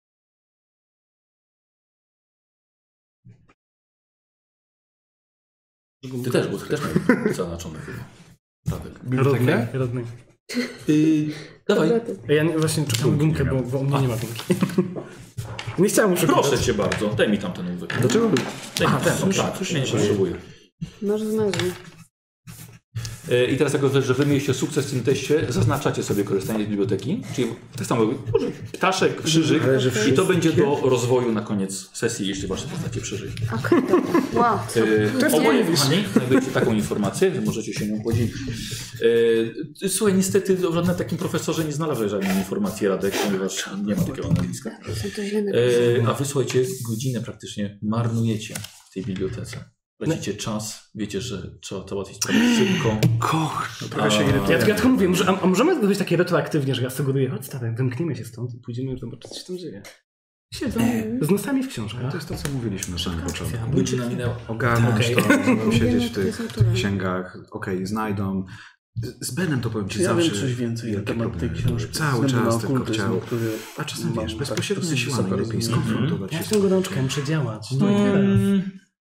Ty też, bo ty też miałeś zaznaczone chyba. Radek. Rodny. Rodny. Yy, dawaj. Ja nie, właśnie czekam gumkę, bo, bo u mnie nie ma gumki. Nie chciałem muszę Proszę cię bardzo, daj mi tam ten ołówek. Dlaczego? Daj mi ten, tak, coś nie potrzebuję. Masz zmazł. E, I teraz jako, że wy mieliście sukces w tym teście, zaznaczacie sobie korzystanie z biblioteki, czyli tak samo może ptaszek, krzyżyk i to będzie do rozwoju na koniec sesji, jeśli wasze postacie przeżyje. Okej, dobra. Wow, co? E, oboje kochani znajdujecie taką informację, że możecie się nią podzielić. E, słuchaj, niestety o żadnym takim profesorze nie znalazłeś żadnej informacji, Radek, ponieważ nie ma takiego nazwiska. Są to źle E, napisane. a wy słuchajcie, godzinę praktycznie marnujecie w tej bibliotece. Tracicie czas, wiecie, że trzeba załatwić sprawę szybko. Koch. Trochę się irytuję. Ja, ja tylko mówię, może, a, a możemy zrobić takie retroaktywnie, że ja sugeruję, chodź stary, wymkniemy się stąd i pójdziemy już zobaczyć, co się tam dzieje. Siedzą z nosami w książkach. To jest to, co mówiliśmy na samym początku. Godzina minęła. Ogarnąć to, będą siedzieć w to tych, jest tych autorem. księgach, okej, znajdą. Z Benem to powiem ci Czy ja zawsze. wiem coś więcej na wielkie temat tej problemy były. książki? Cały Względu czas na tylko okultyzm, chciał. który A czasem mam wiesz, tak bezpośrednio dosyć siłami wysokie lepiej rozumienie. skonfrontować Ja się. jestem gorączkę, muszę działać. No, Mm.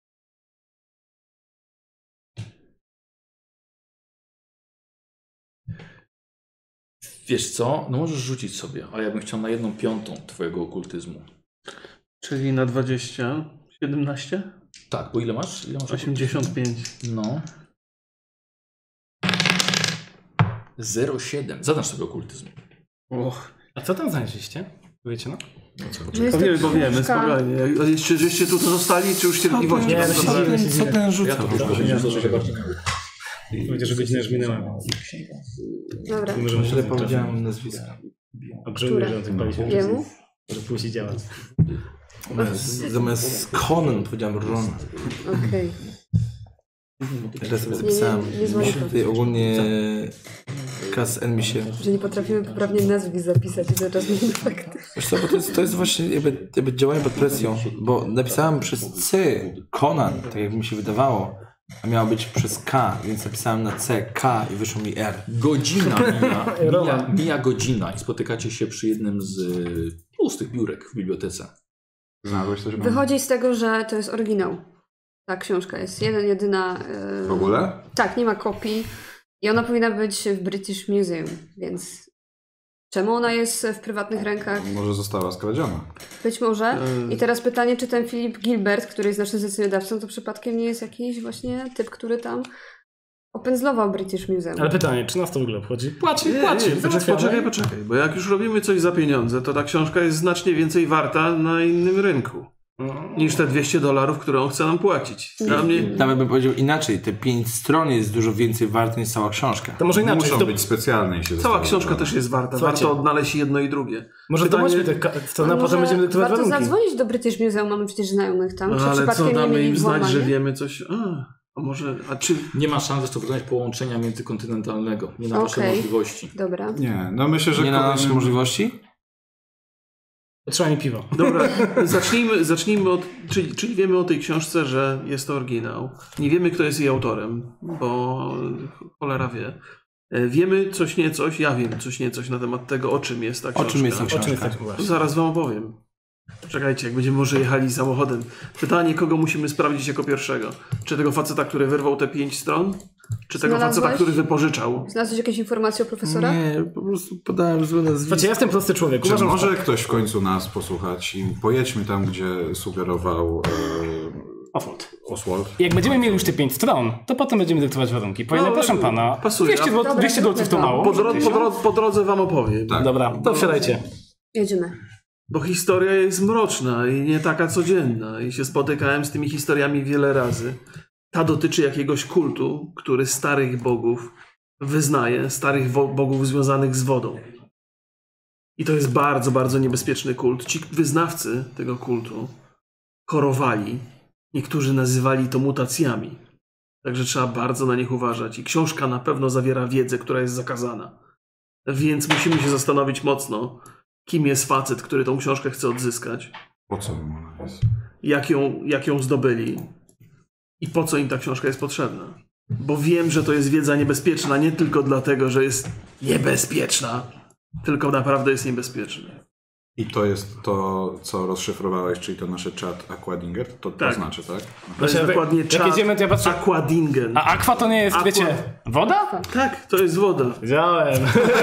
Wiesz co, no możesz rzucić sobie, ale ja bym chciał na jedną piątą twojego okultyzmu. Czyli na dwadzieścia, siedemnaście? Tak, bo ile masz? Ile masz osiemdziesiąt pięć. No. zero przecinek siedem. Zaznacz sobie okultyzm. Och, A co tam znaleźliście? Wiecie, no? Że jest to powiemy, powiemy, książka- spokojnie. A jeszcze, żeście tu zostali, czy już cierpliwości Nie, wam no się zabrali? dziwię. Co ten rzuca? Ja to już to, że bardziej Powiedział, że godzina już minęła. Dobra. Nie możemy Źle powiedziałem nazwiska. Ogrzełuję, że o tym bali się. Jemu? Że pójść działać. Zamiast, zamiast Conan powiedziałem Ron. Okej. Teraz sobie Nie, zapisałem. nie, nie złamie to. Tutaj ogólnie K S N mi się... Że nie potrafimy poprawnie nazwisk zapisać i cały czas zmieniamy fakty. Wiesz co, bo to jest, to jest właśnie jakby, jakby działanie pod presją, bo napisałem przez C Conan, tak jak mi się wydawało, a miało być przez K, więc napisałem na C K i wyszło mi R. Godzina mija, mija, mija godzina i spotykacie się przy jednym z y, pustych biurek w bibliotece. Znalazłeś coś? Wychodzi z tego, że to jest oryginał. Ta książka jest jeden, jedyna... Yy... W ogóle? Tak, nie ma kopii. I ona powinna być w British Museum, więc... Czemu ona jest w prywatnych rękach? Może została skradziona. Być może. I teraz pytanie, czy ten Philip Gilbert, który jest naszym zleceniodawcą, to przypadkiem nie jest jakiś właśnie typ, który tam opędzlował British Museum. Ale pytanie, czy nas to w ogóle obchodzi? Płaci, Nie, płaci. nie, poczekaj, załatwiamy. poczekaj, poczekaj, bo jak już robimy coś za pieniądze, to ta książka jest znacznie więcej warta na innym rynku niż te dwieście dolarów, które on chce nam płacić. Dla mnie... Nawet bym powiedział inaczej, te pięć stron jest dużo więcej warte niż cała książka. To może inaczej. Muszą To, być specjalne i się Cała zostawią. książka też jest warta. Słuchajcie. Warto odnaleźć jedno i drugie. może Pytanie- to bądźmy te strony, a może potem będziemy dyktować warto warunki. zadzwonić do British Museum, mamy przecież znajomych tam. Czy Ale przypadkiem co nie damy mieli im znać, że włamania? wiemy coś? A, a może... A czy... Nie ma szans zastosowaniu połączenia międzykontynentalnego. Nie ma waszej Okej. możliwości. Dobra. Nie, no myślę, że Nie na kogoś... nasze możliwości? Trzeba mi piwo. Dobra, zacznijmy, zacznijmy od... Czyli, czyli wiemy o tej książce, że jest to oryginał. Nie wiemy, kto jest jej autorem, bo cholera wie. E, Wiemy coś nie coś, ja wiem coś nie coś na temat tego, o czym jest ta O książka. czym jest ta O czym jest książka? tak właśnie? Zaraz wam opowiem. Czekajcie, jak będziemy może jechali samochodem. Pytanie, kogo musimy sprawdzić jako pierwszego? Czy tego faceta, który wyrwał te pięć stron? Czy tego Znalazłeś? faceta, który wypożyczał? Znalazłeś jakieś informacje o profesora? Nie, po prostu podałem złe nazwisko. Słuchajcie, ja jestem prosty człowiek. Czy Uważam, że może tak. ktoś w końcu nas posłuchać i pojedźmy tam, gdzie sugerował e, Offroad. Oswald? Jak będziemy mieli już te pięć stron, to potem będziemy dyktować warunki. Powiem, No, proszę ale pana, pasuje. dwieście Dobra, dolców to dobra. mało. Po, dro- po, dro- po drodze wam opowiem. Tak. Dobra, to wsiadajcie. Jedziemy. Bo historia jest mroczna i nie taka codzienna. I się spotykałem z tymi historiami wiele razy. Ta dotyczy jakiegoś kultu, który starych bogów wyznaje, starych wo- bogów związanych z wodą. I to jest bardzo, bardzo niebezpieczny kult. Ci wyznawcy tego kultu chorowali. Niektórzy nazywali to mutacjami. Także trzeba bardzo na nich uważać. I książka na pewno zawiera wiedzę, która jest zakazana. Więc musimy się zastanowić mocno, kim jest facet, który tą książkę chce odzyskać. Po co ona jest? Jak ją, jak ją zdobyli i po co im ta książka jest potrzebna. Bo wiem, że to jest wiedza niebezpieczna nie tylko dlatego, że jest niebezpieczna, tylko naprawdę jest niebezpieczna. I to jest to, co rozszyfrowałeś, czyli to nasze czat Aquadinger? To, to Tak. znaczy, tak? To jest jak- dokładnie jak czat jedziemy, to ja patrzę- Aquadingen. A aqua to nie jest, Aqua. wiecie, woda? Tak, to jest woda. Wiedziałem.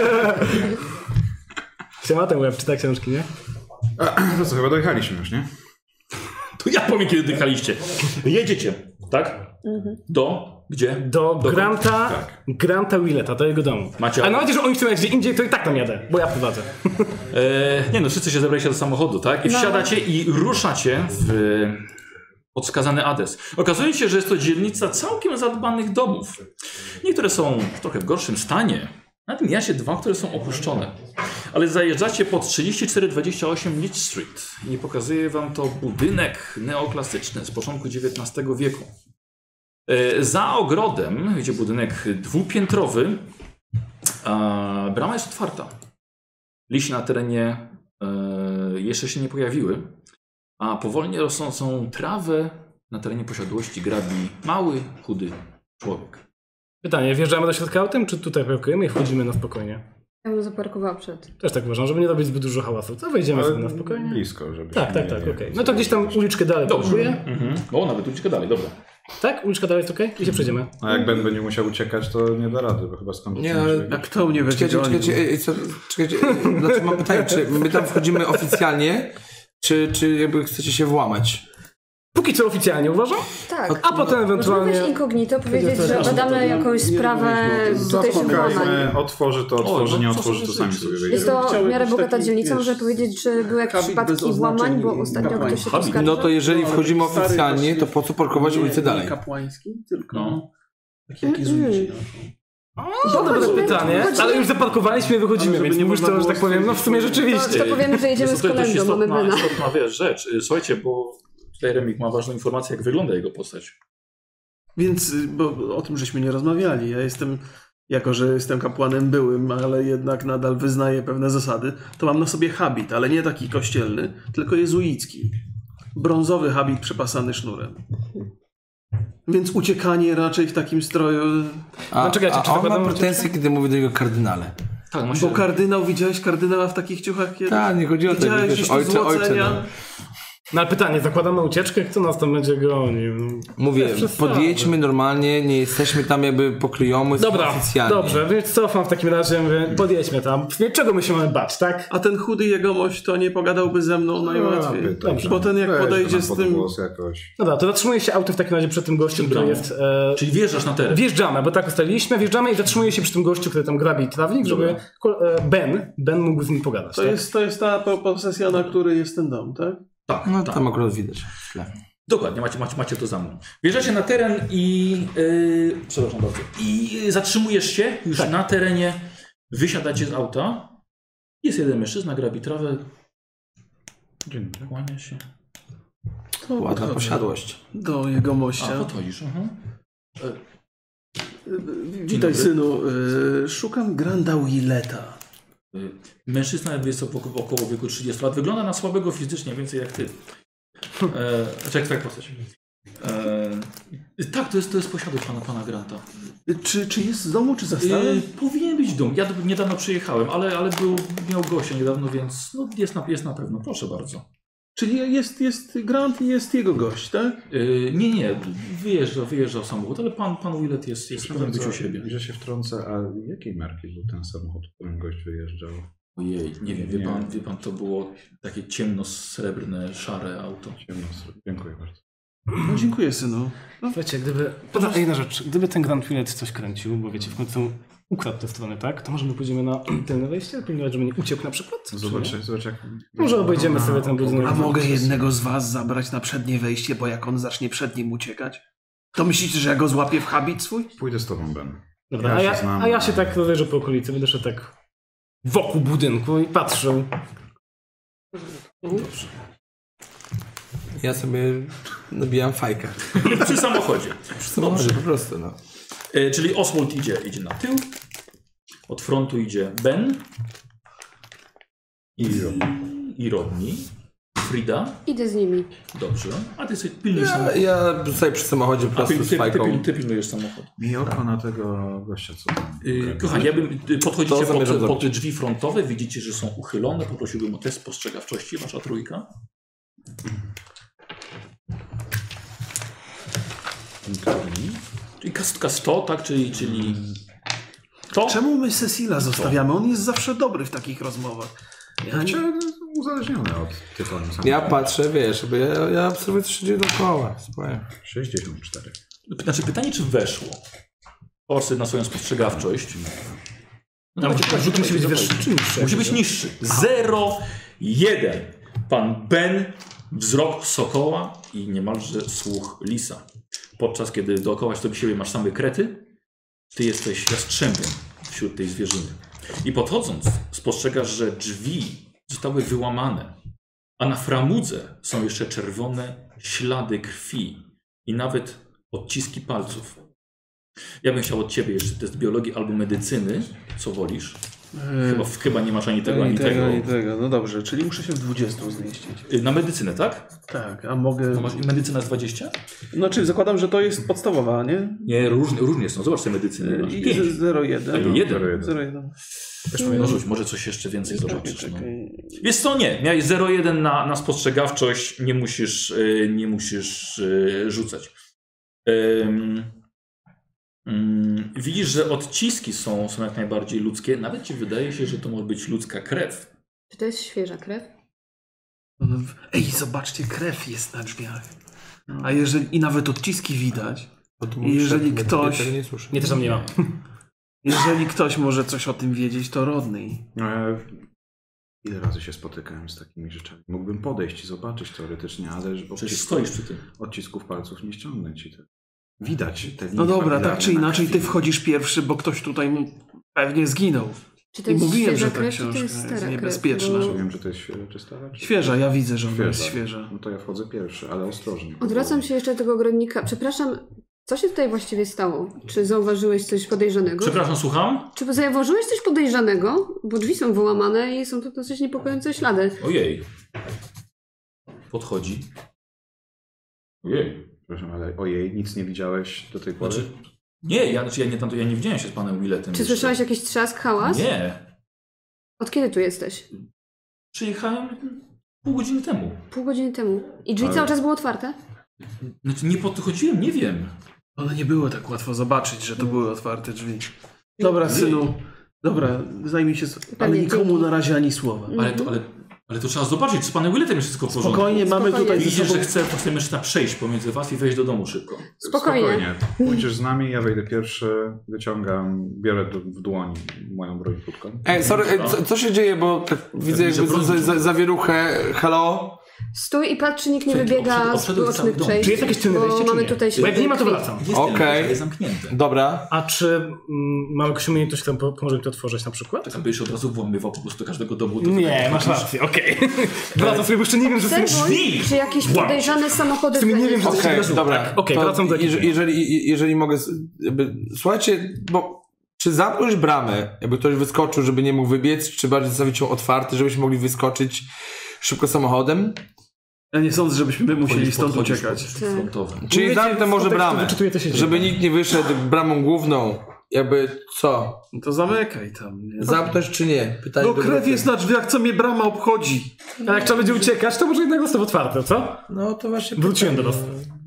Siema, ten łeb czyta książki, nie? To co, chyba dojechaliśmy już, nie? To ja powiem, kiedy dychaliście. Jedziecie, tak? Do? Gdzie? Do, Do Granta, tak. Granta Willeta, do jego domu. Macie- A nawet jeżeli oni chcą gdzie indziej, to i tak tam jadę, bo ja prowadzę. E, nie no, wszyscy się zebraliście do samochodu, tak? I wsiadacie i ruszacie w podskazany adres. Okazuje się, że jest to dzielnica całkiem zadbanych domów. Niektóre są trochę w gorszym stanie. Na tym mijacie dwa, które są opuszczone. Ale zajeżdżacie pod trzydzieści cztery dwadzieścia osiem Leach Street i pokazuje wam to budynek neoklasyczny z początku dziewiętnastego wieku. E, za ogrodem, wiecie, budynek dwupiętrowy, a brama jest otwarta. Liście na terenie e, jeszcze się nie pojawiły, a powolnie rosnącą trawę na terenie posiadłości grabi mały, chudy człowiek. Pytanie, wjeżdżamy do środka autem, czy tutaj parkujemy i wchodzimy na spokojnie? Ja bym zaparkowała przed. Też tak uważam, żeby nie robić zbyt dużo hałasu. To wejdziemy sobie na spokojnie. Blisko, żeby Tak, tak, tak, okej. No to gdzieś tam uliczkę dalej Dobrze. parkuję. Mhm. O, nawet uliczkę dalej, dobra. Tak? Uliczka dalej jest okej? I się przejdziemy. A jak Ben będzie musiał uciekać, to nie da rady, bo chyba skąd Nie, ale- A kto mnie będzie Czekajcie, gonił? czekajcie, ej, co, czekajcie, ej, znaczy mam pytanie, czy my tam wchodzimy oficjalnie, czy, czy jakby chcecie się włamać? Póki co oficjalnie uważam, Tak. a potem Możemy ewentualnie... wejść incognito, powiedzieć, że badamy jakąś sprawę tutejszych włamań. Zapukajmy, otworzy to, otworzy, O, nie no, co otworzy, to sobie sami życzysz? sobie Jest wyjdziemy. to w Chciałem miarę jakiś bogata taki, dzielnica, wiesz, może powiedzieć, czy były jakieś habit bez przypadki włamań, oznaczeń bo ostatnio ktoś się tu kapłańskich. skarżył. No to jeżeli No, ale wchodzimy taki stary oficjalnie, właściwie. to po co parkować ulicę dalej? Nie kapłański, tylko No. taki jak jezuici. No, dobre Chodźmy, pytanie, chodźmy. ale już zaparkowaliśmy i wychodzimy, Ale żeby więc nie mówisz można to, że było tak powiem, no w sumie stwierdzić, rzeczywiście. To, to powiemy, że jedziemy Jest z to dość kolędą, mamy istotna, Bena. istotna wiesz, rzecz. Y, Słuchajcie, bo tutaj Remik ma ważną informację, jak wygląda jego postać. Więc, y, bo o tym żeśmy nie rozmawiali. Ja jestem, jako że jestem kapłanem byłym, ale jednak nadal wyznaję pewne zasady, to mam na sobie habit, ale nie taki kościelny, tylko jezuicki. Brązowy habit przepasany sznurem. Więc uciekanie raczej w takim stroju... A, No czekajcie, a czy on ma zakładamy pretensje, kiedy mówi do niego kardynale. Tak, ma Bo się... kardynał, widziałeś kardynała w takich ciuchach kiedyś? Tak, nie chodzi o to, Widziałeś wiesz, gdzieś tu ojcze, ojcze, złocenia? no. No ale pytanie, zakładamy ucieczkę? Kto nas tam będzie gonił? Mówię, Bez przesady. podjedźmy normalnie, nie jesteśmy tam jakby pokryjomy Dobra, oficjalnie. dobrze, więc cofam w takim razie, mówię, podjedźmy tam. Czego my się mamy bać, tak? A ten chudy jegomość to nie pogadałby ze mną najłatwiej. Dobrze. Bo ten jak Weź go podejdzie na z tym... podgłos jakoś. Dobra, to zatrzymuje się auto w takim razie przy tym gościu, który domu. jest... E, Czyli wjeżdżasz na teren. wjeżdżamy, bo tak ustaliliśmy, wjeżdżamy i zatrzymuje się przy tym gościu, który tam grabi trawnik, żeby e, Ben, Ben mógł z nim pogadać, To tak? jest, to jest ta po- posesja, na której jest ten dom, tak? Tak, No tak. tam akurat widać. w tle. Dokładnie, macie, macie, macie to za mną. Wjeżdżacie na teren i... Yy, przepraszam bardzo. I zatrzymujesz się już na terenie. Wysiadacie z auta. Jest jeden mężczyzna, grabi trawę. Dzień dobry. Kłania się. To Ładna podchodzę posiadłość. do jego A, mościa. podchodzisz. aha. Witaj, dobry. synu. Y, Szukam Granda Willeta. Y, Mężczyzna jest około, około wieku trzydziestu lat. Wygląda na słabego fizycznie, więcej jak ty. E, znaczy jak twoja postać. E, tak, to jest, to jest posiadłość pana, pana Granta. Y, Czy, czy jest z domu, czy za stałem? E, powinien być dom. Ja niedawno przyjechałem, ale, ale był, miał gościa niedawno, więc no, jest, na, jest na pewno. Proszę bardzo. Czyli jest, jest Grant i jest jego gość, tak? E, nie, nie, wyjeżdżał, wyjeżdżał samochód, ale pan, pan Willet jest, jest powinien być u siebie. Że się wtrącę, a jakiej marki był ten samochód, którym gość wyjeżdżał? Ojej, nie wiem, wie Nie. pan, wie pan, to było takie ciemno-srebrne, szare auto. Ciemno, dziękuję bardzo. No, dziękuję, synu. Wiecie, gdyby... Poza, jedna rzecz, gdyby ten Grand Willet coś kręcił, bo wiecie, w końcu ukradł tę stronę, tak? To może my pójdziemy na tylne wejście, pilnować, żeby nie uciekł na przykład? Zobacz, zobacz jak... Może obejdziemy sobie ten budynek. A mogę jednego z was zabrać na przednie wejście, bo jak on zacznie przed nim uciekać, to myślicie, że ja go złapię w habit swój? Pójdę z tobą, Ben. Dobra, Ja a, się ja, znam. a ja się tak rozejrzę po okolicy, będę szedł tak wokół budynku i patrzył. Ja sobie nabijam fajkę. Przy samochodzie. Dobrze, po prostu, no. E, czyli Oswald idzie, idzie na tył. Od frontu idzie Ben i, i Rodney. Frida. Idę z nimi. Dobrze. A ty sobie pilnujesz Ja, samochód. ja tutaj przy samochodzie po A prostu ty, z ty, ty, fajką. ty, ty pilnujesz samochód. Mi oko na tego gościa, co tam. Yy, kochani, ja bym, y, podchodzicie To zamierzam pod, pod zrobić. drzwi frontowe, widzicie, że są uchylone. Poprosiłbym o test spostrzegawczości, wasza trójka. Czyli kastka sto, tak? Czyli, czyli to? Czemu my Cecila zostawiamy? On jest zawsze dobry w takich rozmowach. Ja nie... Znaczy, uzależniony od tytoniu samego. Ja patrzę, wiesz, bo ja, ja obserwuję, co się dzieje dookoła. Spokojnie. sześćdziesiąt cztery. Znaczy pytanie, czy weszło? Popatrz sobie na swoją spostrzegawczość. No, dawajcie, rzut musi być dawajcie. wyższy czy niższy? Musi być niższy. zero jeden. Pan Ben, wzrok sokoła i niemalże słuch lisa. Podczas kiedy dookoła sobie siebie masz same krety, ty jesteś jastrzębiem wśród tej zwierzyny. I podchodząc, spostrzegasz, że drzwi zostały wyłamane, a na framudze są jeszcze czerwone ślady krwi i nawet odciski palców. Ja bym chciał od ciebie jeszcze test biologii albo medycyny, co wolisz. Chyba, chyba nie masz ani tego, ani, Ani tego. tego, ani tego. No dobrze, czyli muszę się w dwudziestu zmieścić. Na medycynę, tak? Tak, a mogę... To masz medycyna z dwadzieścia? No czyli zakładam, że to jest podstawowa, nie? Nie, różnie, różnie są. Zobacz sobie medycyny. Masz I pięć. zero jeden. Tak, jeden. zero jeden. No rzuć, może coś jeszcze więcej zobaczysz. No. Czekaj. Wiesz co, nie. Miałeś zero jeden na, na spostrzegawczość. Nie musisz, yy, nie musisz yy, rzucać. Ym, ym, widzisz, że odciski są, są jak najbardziej ludzkie. Nawet ci wydaje się, że to może być ludzka krew. Czy to jest świeża krew? No, ej, zobaczcie, krew jest na drzwiach. A jeżeli... I nawet odciski widać. I jeżeli ktoś... Tego nie słyszę. Nie, też tam nie ma. Jeżeli ktoś może coś o tym wiedzieć, to Rodney. No, ja ile razy się spotykałem z takimi rzeczami? Mógłbym podejść i zobaczyć teoretycznie, ale Przecież odcisków, stoisz przy tym. odcisków palców nie ściągnę ci. Te. Widać te linie No dobra, papilarne tak czy na inaczej, krwi. ty wchodzisz pierwszy, bo ktoś tutaj mu pewnie zginął. Czy to I jest mówiłem, świeża że ta krew, czy to książka jest jest stara niebezpieczna. krew? Czy wiem, że to jest świeża czy stara? Czy... Świeża, ja widzę, że ona jest Świeża. świeża. No to ja wchodzę pierwszy, ale ostrożnie. Odwracam się jeszcze do tego ogrodnika. Przepraszam, co się tutaj właściwie stało? Czy zauważyłeś coś podejrzanego? Przepraszam, słucham? Czy zauważyłeś coś podejrzanego? Bo drzwi są wyłamane i są to dosyć niepokojące ślady. Ojej. Podchodzi. Ojej. Przepraszam, ale ojej, nic nie widziałeś do tej pory? Znaczy, nie, ja, znaczy ja, nie, tam, ja nie widziałem się z panem Willetem. Czy jeszcze. słyszałeś jakiś trzask, hałas? Nie. Od kiedy tu jesteś? Przyjechałem pół godziny temu. Pół godziny temu. I drzwi Ale- cały czas były otwarte? Znaczy, nie podchodziłem, nie wiem. Ale nie było tak łatwo zobaczyć, że to były otwarte drzwi. Dobra, synu. Dobra, zajmij się... z- Ale Pewnie, nikomu dzięki. na razie ani słowa. Ale to, ale, ale to trzeba zobaczyć, czy z panem Willetem jest wszystko w porządku. Spokojnie, mamy Spokojnie. tutaj ze Widzisz, sobą... że chcę, to chcę mężczyzna przejść pomiędzy was i wejść do domu szybko. Spokojnie. Pójdziesz z nami, ja wejdę pierwszy, wyciągam, biorę do, w dłoń moją broń krótką. Ej, sorry, ej, co, co się dzieje, bo tak widzę widzę jakby broń. za, za, zawieruchę. Hello? Stój i patrz, czy nikt nie Słuchaj, wybiega obszedł- z obszedł cały bocznych dom. przejść. Czy jest jakieś tylne bo wejście, czy mamy nie? tutaj Bo jak nie ma, to krwi. wracam. Jest Okej. okay. jest zamknięte. Dobra. A czy mm, mamy jakąś umiejętność, która po- pomoże mi to otworzyć na przykład? Tak, abyś od razu włamywał po prostu do każdego domu. To Nie, tak- masz rację, okej. Wracam sobie, bo jeszcze nie wiem, że są Obserwuj, drzwi. czy jakieś Wow. podejrzane samochody W sumie nie tutaj wiem, że są. to Okej, wydarzyło, dobra. tak? Okej, To wracam do ekipy. jeżeli, jeżeli, jeżeli mogę... z- Jakby, słuchajcie, bo... Czy zamknąć bramę, jakby ktoś wyskoczył, żeby nie mógł wybiec, czy bardziej zostawić ją otwartą, żebyśmy mogli wyskoczyć szybko samochodem? Ja nie sądzę, żebyśmy my musieli Podchodzisz stąd pod uciekać. drzwi frontowe. Czyli Wiecie, zamknę z może kontekstu bramę, wyczytuję, co się dzieje. żeby nikt nie wyszedł bramą główną. Jakby co? No to zamykaj tam. Nie? Zamknąć czy nie? Pytanie No do krew grupy. jest na drzwiach, co mnie brama obchodzi. A jak trzeba będzie uciekać, to może jednak został otwarte, co? No to właśnie... Wróciłem do nas.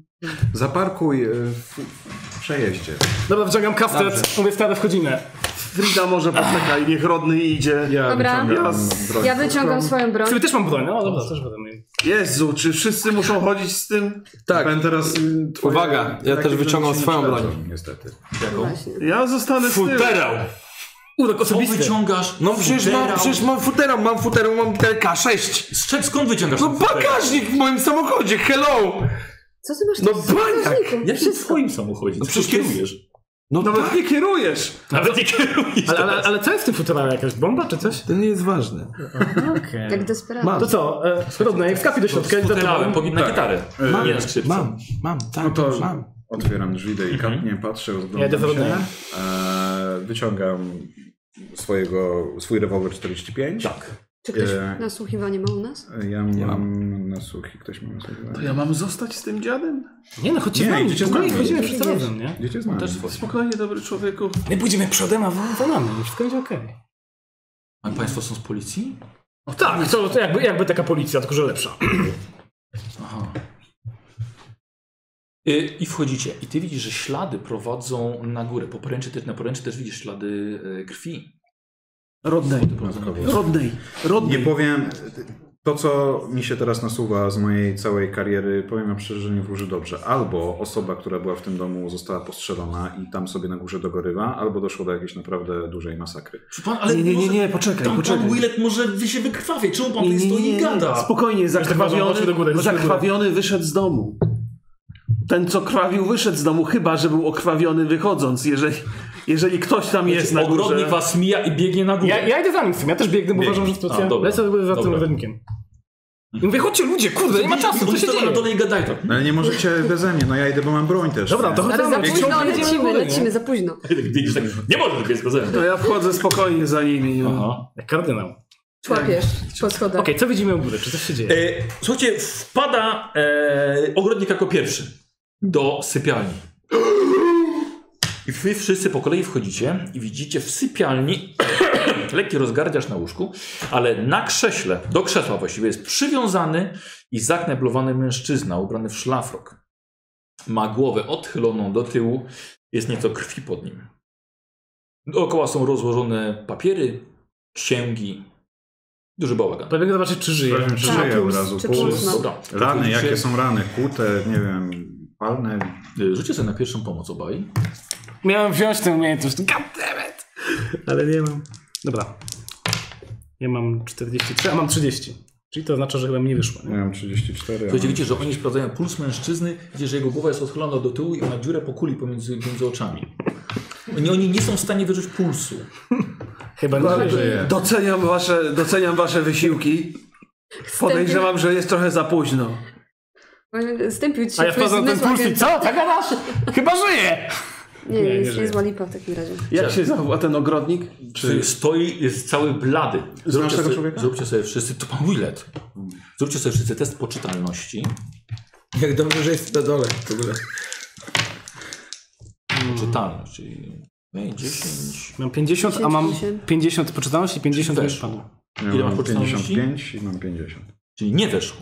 Zaparkuj y, w, w przejeździe. Dobra, wyciągam kastet, mówię, stary, wchodzimy. Frida może poczekaj, niech Rodny idzie. Ja Dobra. wyciągam Ja- broń Ja krótką. wyciągam swoją broń. Sobie też mam broń, no dobra, też będę miał. Jezu, czy wszyscy muszą chodzić z tym? Tak. Ben, teraz y, twoje Uwaga, ja leki też wyciągam się nie swoją przydadzą, broń. Niestety. Jaką? Właśnie. Ja zostanę z tym. Futerał! Urok Co osobisty. wyciągasz? No przecież mam, Futerał? przecież mam futerał, mam futerał, mam K sześć. Z czego, skąd wyciągasz? No ten futerał? bagażnik w moim samochodzie, hello! Co ty masz No tam w bagażniku? Jak ty w swoim samochodzie? No przecież przecież to jest- kierujesz. No Nawet tak, nie kierujesz. Nawet nie kierujesz. Ale, ale, ale co jest w tym futerale? Jakaś bomba czy coś? to nie jest ważne. Okej. Jak desperat. Mam. To co, e, Rodney, wskakuj do środka i Futerałem, zabrałem. pogin na gitarę. Mam. Nie na skrzypce. Mam, mam, tak, No to mam. otwieram drzwi delikatnie, patrzę, Ja rozglądam idę za się. Rodneya. E, wyciągam swojego, swój rewolwer czterdzieści pięć. Tak. Czy ktoś E, nasłuchiwanie ma u nas? Ja mam nasłuchi, ktoś ma nasłuchiwanie. To ja mam zostać z tym dziadem? Nie no, chodźcie Nie, z nami, idziecie z spokojnie, nami. chodzimy wszyscy razem, nie? Idziecie z nami. Też swoje. Spokojnie, dobry człowieku. My pójdziemy przodem, a wy za nami, wszystko będzie okej. A państwo są z policji? No tak, to, to jakby, jakby taka policja, tylko że lepsza. Aha. I, I wchodzicie. I ty widzisz, że ślady prowadzą na górę. Po poręczy też, na poręczy też widzisz ślady e, krwi. Rodnej, rodnej, rodnej. Nie powiem, to co mi się teraz nasuwa z mojej całej kariery, powiem wam szczerze, że nie wróży dobrze. Albo osoba, która była w tym domu, została postrzelona i tam sobie na górze dogorywa, albo doszło do jakiejś naprawdę dużej masakry. Pan, ale Nie, nie, nie, może- nie, poczekaj, Tam poczekaj. pan Willett może wy się wykrwawi. Czemu pan Nie, tutaj nie, stoi nie, i nie. gada? Spokojnie, zakrwawiony, chodźmy do góry, chodźmy do góry. zakrwawiony wyszedł z domu. Ten, co krwawił, wyszedł z domu, chyba że był okrwawiony wychodząc. Jeżeli, jeżeli ktoś tam jest na górze... Ogrodnik was mija i biegnie na górę. Ja, ja idę za nim z tym, ja też biegnę, bo Biegnie. uważam, że sytuacja... A, dobra. Lecę za tym Dobra. ogrodnikiem. I mówię, chodźcie ludzie, kurde, nie ma czasu, co Oni się stoją na dzieje? dole i gadaj tak. No ale nie możecie beze mnie, no ja idę, bo mam broń też. Dobra, nie? to Ale za chodźmy. późno, Ciągle lecimy, jedziemy, lecimy, za późno. Widzisz tak, nie możesz biec go ze mną. To ja wchodzę spokojnie za nimi. No. Aha. Jak kardynał. Człapiesz po schodach. Okej, co widzimy u góry? Czy coś się dzieje? E, słuchajcie, wpada e, ogrodnik jako pierwszy do sypialni. I wy wszyscy po kolei wchodzicie i widzicie w sypialni lekki rozgardiasz na łóżku, ale na krześle, do krzesła właściwie jest przywiązany i zakneblowany mężczyzna ubrany w szlafrok. Ma głowę odchyloną do tyłu, jest nieco krwi pod nim. Dookoła są rozłożone papiery, księgi, duży bałagan. Pobiegnę zobaczyć, czy żyje. Sprawdźmy, czy Tak, żyje od puls, razu. czy Puls. puls ma. Dobra. Rany, Wchodzicie- jakie są rany? Kłute, nie wiem, palne. Rzućcie sobie na pierwszą pomoc obaj. Miałem wziąć tę umiejętność. Goddammit! Ale nie mam. Dobra. Ja mam czterdzieści trzy, a mam trzydzieści. Czyli to oznacza, że chyba mi nie wyszło. Ja Nie? mam trzydzieści cztery. Słuchajcie, widzicie, że oni sprawdzają puls mężczyzny, widzicie, że jego głowa jest odchylona do tyłu i ma dziurę po kuli pomiędzy, między oczami. Oni, oni nie są w stanie wyczuć pulsu. Chyba nie żyje. Doceniam wasze, doceniam wasze wysiłki. Podejrzewam, że jest trochę za późno. Stępił ci się A ja twój wpadam ten zmysł puls i agenta. co? Tak gadasz? Chyba żyje! Nie, Nie, nie jest żyje. niezła lipa w takim razie. Jak się zachowa ten ogrodnik? Czy stoi, jest cały blady. Zróbcie tego sobie, człowieka? zróbcie sobie wszyscy, to pan Willett. Zróbcie sobie wszyscy test poczytalności. Jak dobrze, że jest na dole w ogóle. Poczytalność, czyli dziesięć. Mam pięćdziesiąt, a mam dziesięć, osiem. pięćdziesiąt poczytalności, pięćdziesiąt mi Weszło. wpadło. Ja Ile mam masz poczytalności? pięćdziesiąt pięć i mam pięćdziesiąt. Czyli nie weszło.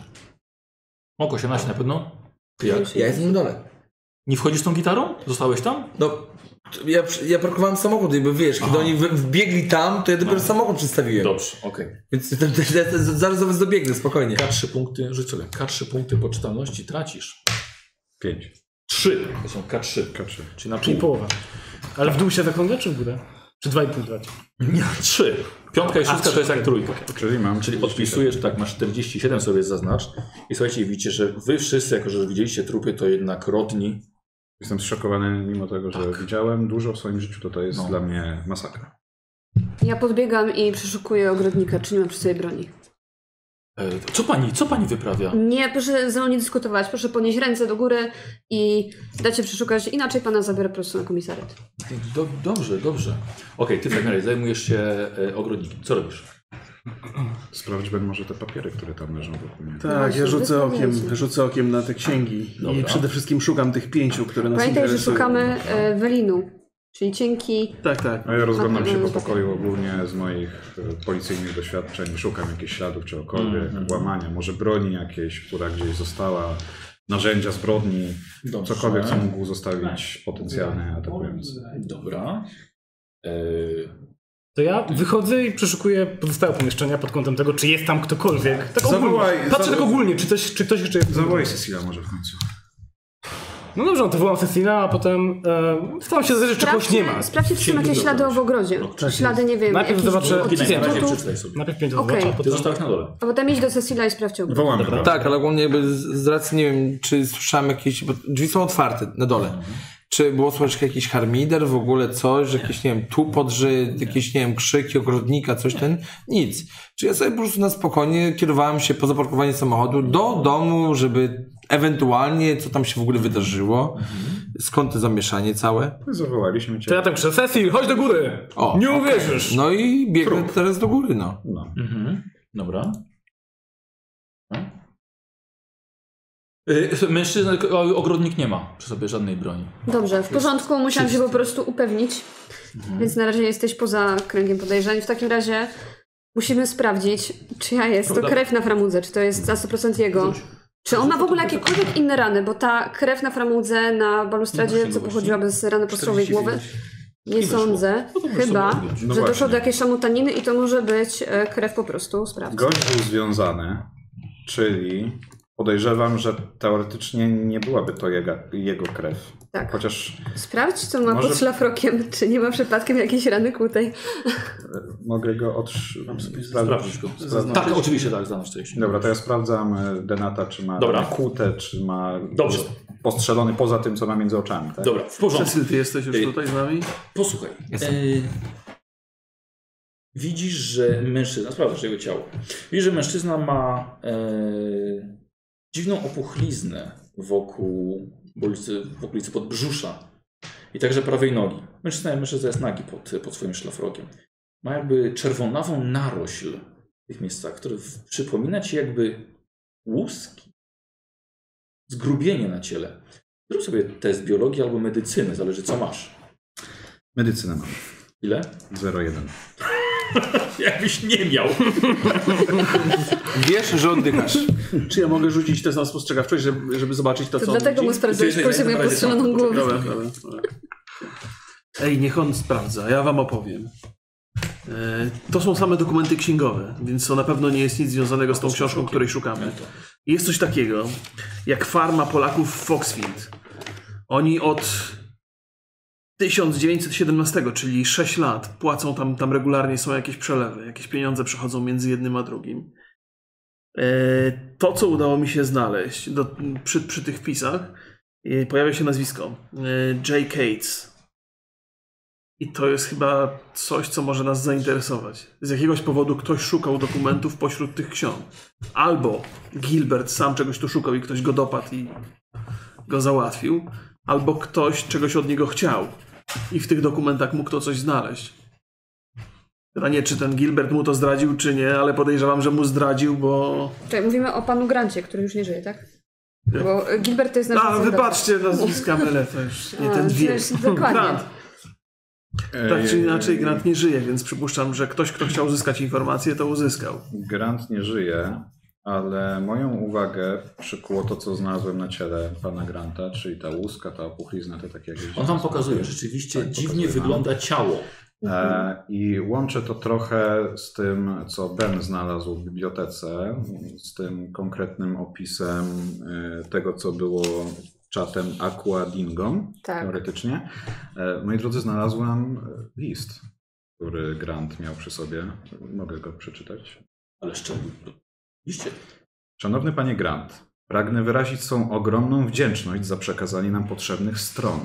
Mok osiemnaście na pewno? Ty jak? Ja jestem na dole. Nie wchodzisz z tą gitarą? Zostałeś tam? No, ja, ja parkowałem samochód, jakby wiesz, kiedy Aha. oni wy- wbiegli tam, to ja dopiero No. samochód przedstawiłem. Dobrze, okej. Więc tam, też- też- zaraz do was dobiegnę, spokojnie. K trzy punkty, rzuć sobie. K trzy punkty poczytalności tracisz. pięć. trzy. To są K trzy. K trzy. Czyli na Czyli pół. połowa. Ale w dół się zakrągla, czy w górę? Czy dwa i pół traci? Nie, trzy. Piątka i szóstka to jest jak trójka. Czyli mam. Czyli odpisujesz, tak, masz czterdzieści siedem sobie zaznacz. I słuchajcie, widzicie, że wy wszyscy, jako że widzieliście trupy, to jednak rodni. Jestem zszokowany, mimo tego, że widziałem dużo w swoim życiu, to to jest No. dla mnie masakra. Ja podbiegam i przeszukuję ogrodnika, czy nie ma przy sobie broni. E, co pani, co pani wyprawia? Nie, proszę ze mną nie dyskutować. Proszę podnieść ręce do góry i dać się przeszukać. Inaczej pana zabiorę po prostu na komisariat. Do, dobrze, dobrze. Okej, ty w takim razie zajmujesz się e, ogrodnikiem. Co robisz? Sprawdźmy może te papiery, które tam leżą wokół mnie. Tak, właśnie, ja rzucę wysłaniajcie. okiem, rzucę okiem na te księgi. Dobra. I przede wszystkim szukam tych pięciu, które nas Pamiętaj, że interesują. szukamy e, welinu, czyli cienki. Tak, tak. A ja rozglądam się po Papiery. pokoju ogólnie z moich e, policyjnych doświadczeń. Szukam jakichś śladów czegokolwiek, Mhm. łamania, może broni jakiejś, która gdzieś została, narzędzia zbrodni, Dobrze. cokolwiek, co mógł zostawić potencjalny atakujący. Dobra. E, To ja wychodzę i przeszukuję pozostałe pomieszczenia pod kątem tego, czy jest tam ktokolwiek. Tak ogólnie. Zawołaj- Patrzę tak zawołaj- ogólnie, czy ktoś, czy ktoś jeszcze jest. Zawołaj Cecilia może w końcu. No dobrze, no to wołam Cecina, a potem e, staram się zależeć, czy kogoś nie ma. Sprawdźcie, czy są Księgi jakieś ślady dobrze. w ogrodzie. tak Ślady, nie wiem, Najpierw jakichś zobaczę- Odcinaj, na razie odcisków. przeczytaj sobie. Najpierw pięć Okej. okay. a Ty potem... zostałeś na dole. A potem idź do Cecilia i sprawdźcie ogród. Wołamy go. Tak, ale ogólnie jakby z, z racji, nie wiem, czy słyszałem jakieś, bo drzwi są otwarte na dole. Czy było słyszeć jakiś harmider, w ogóle coś, że jakieś, nie wiem, tupot, że jakieś, nie wiem, krzyki ogrodnika, coś ten? Nic. Czy ja sobie po prostu na spokojnie kierowałem się po zaparkowaniu samochodu do domu, żeby ewentualnie, co tam się w ogóle wydarzyło, skąd to zamieszanie całe? Zawołaliśmy cię. To ja tam krzyczę, Cecil, chodź do góry! O, nie okay. uwierzysz! No i biegnę Trup. teraz do góry, no. no. Mhm. Dobra. Yy, mężczyzna, ogrodnik nie ma przy sobie żadnej broni. Dobrze, w porządku, musiałam się po prostu upewnić, mhm. więc na razie jesteś poza kręgiem podejrzań. W takim razie musimy sprawdzić, czyja jest to krew na framudze, czy to jest za sto procent jego. Czy on ma w ogóle jakiekolwiek inne rany, bo ta krew na framudze, na balustradzie, co pochodziłaby z rany podstawowej głowy, nie sądzę, chyba, no że doszło do jakiejś szamotaniny i to może być krew po prostu sprawcy. Gość był związany, czyli podejrzewam, że teoretycznie nie byłaby to jego, jego krew. Tak. Chociaż... Sprawdź, co ma może... pod szlafrokiem, czy nie ma przypadkiem jakiejś rany kłutej. Mogę go otrzymać. Sprawdzić go. Sprawdzić. Tak, oczywiście tak, zaznacz wcześniej. Dobra, to ja sprawdzam Denata, czy ma Dobra. kłute, czy ma Dobrze. postrzelony poza tym, co ma między oczami. Tak? Dobra, w porządku. Cecil, ty jesteś już tutaj z nami? Posłuchaj. E... Widzisz, że mężczyzna, sprawdzasz jego ciało. Widzisz, że mężczyzna ma e... dziwną opuchliznę wokół w okolicy, w okolicy podbrzusza i także prawej nogi. Mężczyzna, mężczyzna jest nagi pod, pod swoim szlafrokiem. Ma jakby czerwonawą narośl w tych miejscach, które przypomina ci jakby łuski. Zgrubienie na ciele. Zrób sobie test biologii albo medycyny, zależy co masz. Medycynę mam. Ile? zero jeden. Jakbyś nie miał. Wiesz, że oddychasz. Czy ja mogę rzucić test na spostrzegawczość, żeby, żeby zobaczyć to, to co dlatego on mu sprawdzałeś poziom ja postrzeloną głowę. Dobra, dobra, dobra. Ej, niech on sprawdza, ja wam opowiem. E, to są same dokumenty księgowe, więc to na pewno nie jest nic związanego z tą książką, której szukamy. Jest coś takiego, jak farma Polaków w Foxfield. Oni od tysiąc dziewięćset siedemnastego, czyli sześć lat, płacą tam, tam regularnie, są jakieś przelewy, jakieś pieniądze przechodzą między jednym a drugim. E, to, co udało mi się znaleźć do, przy, przy tych wpisach, e, pojawia się nazwisko e, J. Cates. I to jest chyba coś, co może nas zainteresować. Z jakiegoś powodu ktoś szukał dokumentów pośród tych ksiąg. Albo Gilbert sam czegoś tu szukał i ktoś go dopadł i go załatwił. Albo ktoś czegoś od niego chciał i w tych dokumentach mógł to coś znaleźć. Pytanie, czy ten Gilbert mu to zdradził, czy nie, ale podejrzewam, że mu zdradził, bo... Czekaj, mówimy o panu Grancie, który już nie żyje, tak? Bo Gilbert to jest nasz... A, wybaczcie, nazwiska mylę, to już nie A, ten wiek. Dokładnie. Grant. Tak czy inaczej Grant nie żyje, więc przypuszczam, że ktoś, kto chciał uzyskać informację, to uzyskał. Grant nie żyje, ale moją uwagę przykuło to, co znalazłem na ciele pana Granta, czyli ta łuska, ta opuchlizna, te takie jakieś... On wam pokazuje, rzeczywiście tak, dziwnie pokazuje wygląda nam. ciało. E, I łączę to trochę z tym, co Ben znalazł w bibliotece, z tym konkretnym opisem e, tego, co było czatem Aqua Dingą, tak. teoretycznie. E, moi drodzy, znalazłem list, który Grant miał przy sobie. Mogę go przeczytać? Ale szczerze, oczywiście. Szanowny panie Grant, pragnę wyrazić swą ogromną wdzięczność za przekazanie nam potrzebnych stron.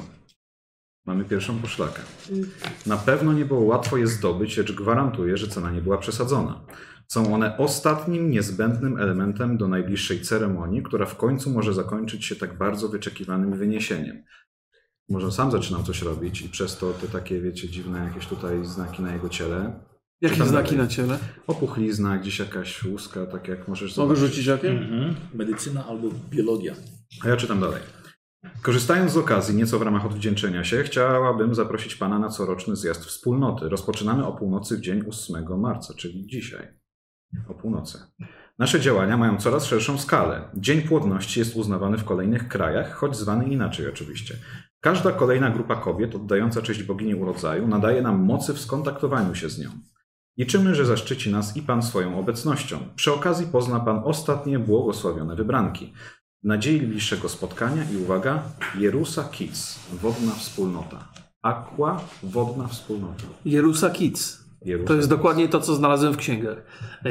Mamy pierwszą poszlakę. Na pewno nie było łatwo je zdobyć, lecz gwarantuję, że cena nie była przesadzona. Są one ostatnim, niezbędnym elementem do najbliższej ceremonii, która w końcu może zakończyć się tak bardzo wyczekiwanym wyniesieniem. Może sam zaczynał coś robić i przez to te takie, wiecie, dziwne jakieś tutaj znaki na jego ciele. Jakie Czytam znaki dalej. na ciele? Opuchlizna, gdzieś jakaś łuska, tak jak możesz Mogę zobaczyć. rzucić okiem? Mhm. Medycyna albo biologia. A ja czytam dalej. Korzystając z okazji, nieco w ramach odwdzięczenia się, chciałabym zaprosić pana na coroczny zjazd wspólnoty. Rozpoczynamy o północy w dzień ósmego marca, czyli dzisiaj. O północy. Nasze działania mają coraz szerszą skalę. Dzień Płodności jest uznawany w kolejnych krajach, choć zwany inaczej oczywiście. Każda kolejna grupa kobiet oddająca cześć bogini urodzaju nadaje nam mocy w skontaktowaniu się z nią. Liczymy, że zaszczyci nas i pan swoją obecnością. Przy okazji pozna pan ostatnie błogosławione wybranki. W nadziei bliższego spotkania i uwaga, Jerusa Kids, wodna wspólnota. Aqua, wodna wspólnota. Jerusa Kids. Jerusa To jest Kids. dokładnie to, co znalazłem w księgach.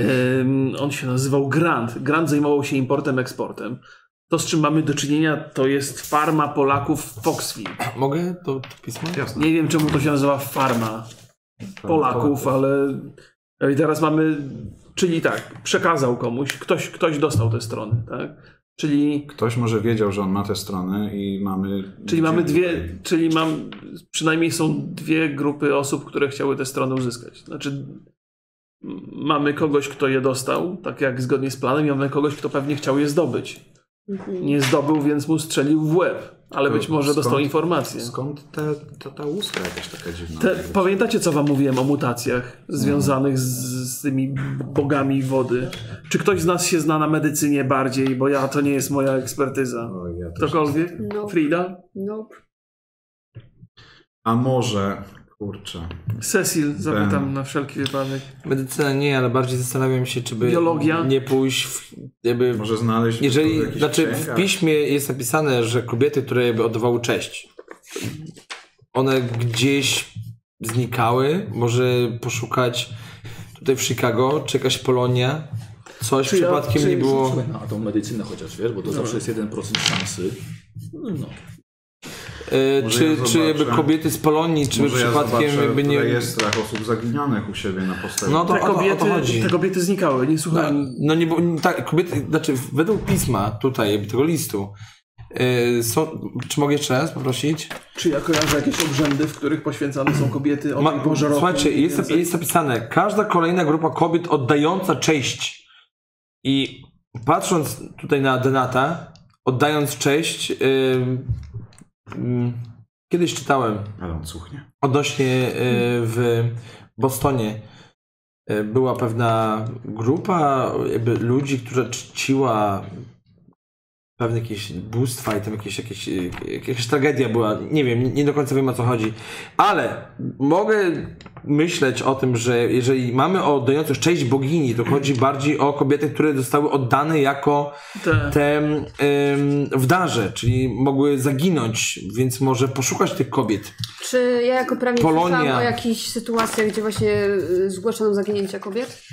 Um, on się nazywał Grant. Grant zajmował się importem, eksportem. To, z czym mamy do czynienia, to jest farma Polaków w Foxfield. Mogę to, to pismo? Jasne. Nie wiem, czemu to się nazywa farma Polaków, ale i teraz mamy, czyli tak, przekazał komuś, ktoś, ktoś dostał te strony, tak? Czyli... Ktoś może wiedział, że on ma tę stronę i mamy... Czyli mamy dwie, czyli mam, przynajmniej są dwie grupy osób, które chciały tę stronę uzyskać. Znaczy mamy kogoś, kto je dostał, tak jak zgodnie z planem, i mamy kogoś, kto pewnie chciał je zdobyć. Nie zdobył, więc mu strzelił w łeb, ale To być może skąd, dostał informację. Skąd te, ta, ta łuska jakaś taka dziwna? Te, pamiętacie, co wam mówiłem o mutacjach związanych z, z tymi bogami wody? Czy ktoś z nas się zna na medycynie bardziej, bo ja to nie jest moja ekspertyza. O, ja też- Ktokolwiek? No. Frida? Nope. A może, kurczę, Cecil, zapytam Ben. na wszelki wypadek. Medycyna nie, ale bardziej zastanawiam się, czy by Biologia? nie pójść w, jakby... może znaleźć... w Jeżeli, jakichś znaczy w księgach? piśmie jest napisane, że kobiety, które jakby oddawały cześć, one gdzieś znikały, może poszukać tutaj w Chicago, czy jakaś Polonia, coś Czy ja- przypadkiem czy- nie było... Słuchaj, na tą medycynę chociaż, wiesz, bo to zawsze jest jeden procent szansy. No. E, Może czy, ja czy jakby zobaczę. kobiety z Polonii, czy by Może ja przypadkiem zobaczę jakby w nie... rejestrach osób zaginionych u siebie na postaci. No to Te o, to, o kobiety, to chodzi. te kobiety znikały, nie No, słuchałem. no nie, bo tak, kobiety, znaczy według pisma tutaj, jakby tego listu, yy, są, czy mogę jeszcze raz poprosić? Czy ja kojarzę jakieś obrzędy, w których poświęcane są kobiety o Ma, tej porze roku? słuchajcie, jest, Więcej? jest napisane, każda kolejna grupa kobiet oddająca cześć. I patrząc tutaj na Denata, oddając cześć, yy, yy, kiedyś czytałem Ale on cuchnie. odnośnie yy, w Bostonie yy, była pewna grupa jakby ludzi, która czciła pewne jakieś bóstwa i tam jakieś, jakieś, jakaś tragedia była. Nie wiem, nie, nie do końca wiem, o co chodzi. Ale mogę myśleć o tym, że jeżeli mamy o oddającą cześć bogini, to chodzi bardziej o kobiety, które zostały oddane jako Te- te ym, wdarze, czyli mogły zaginąć, więc może poszukać tych kobiet. Czy ja jako prawnik Polonia. słyszałam o jakichś sytuacjach, gdzie właśnie y, zgłoszono zaginięcia kobiet?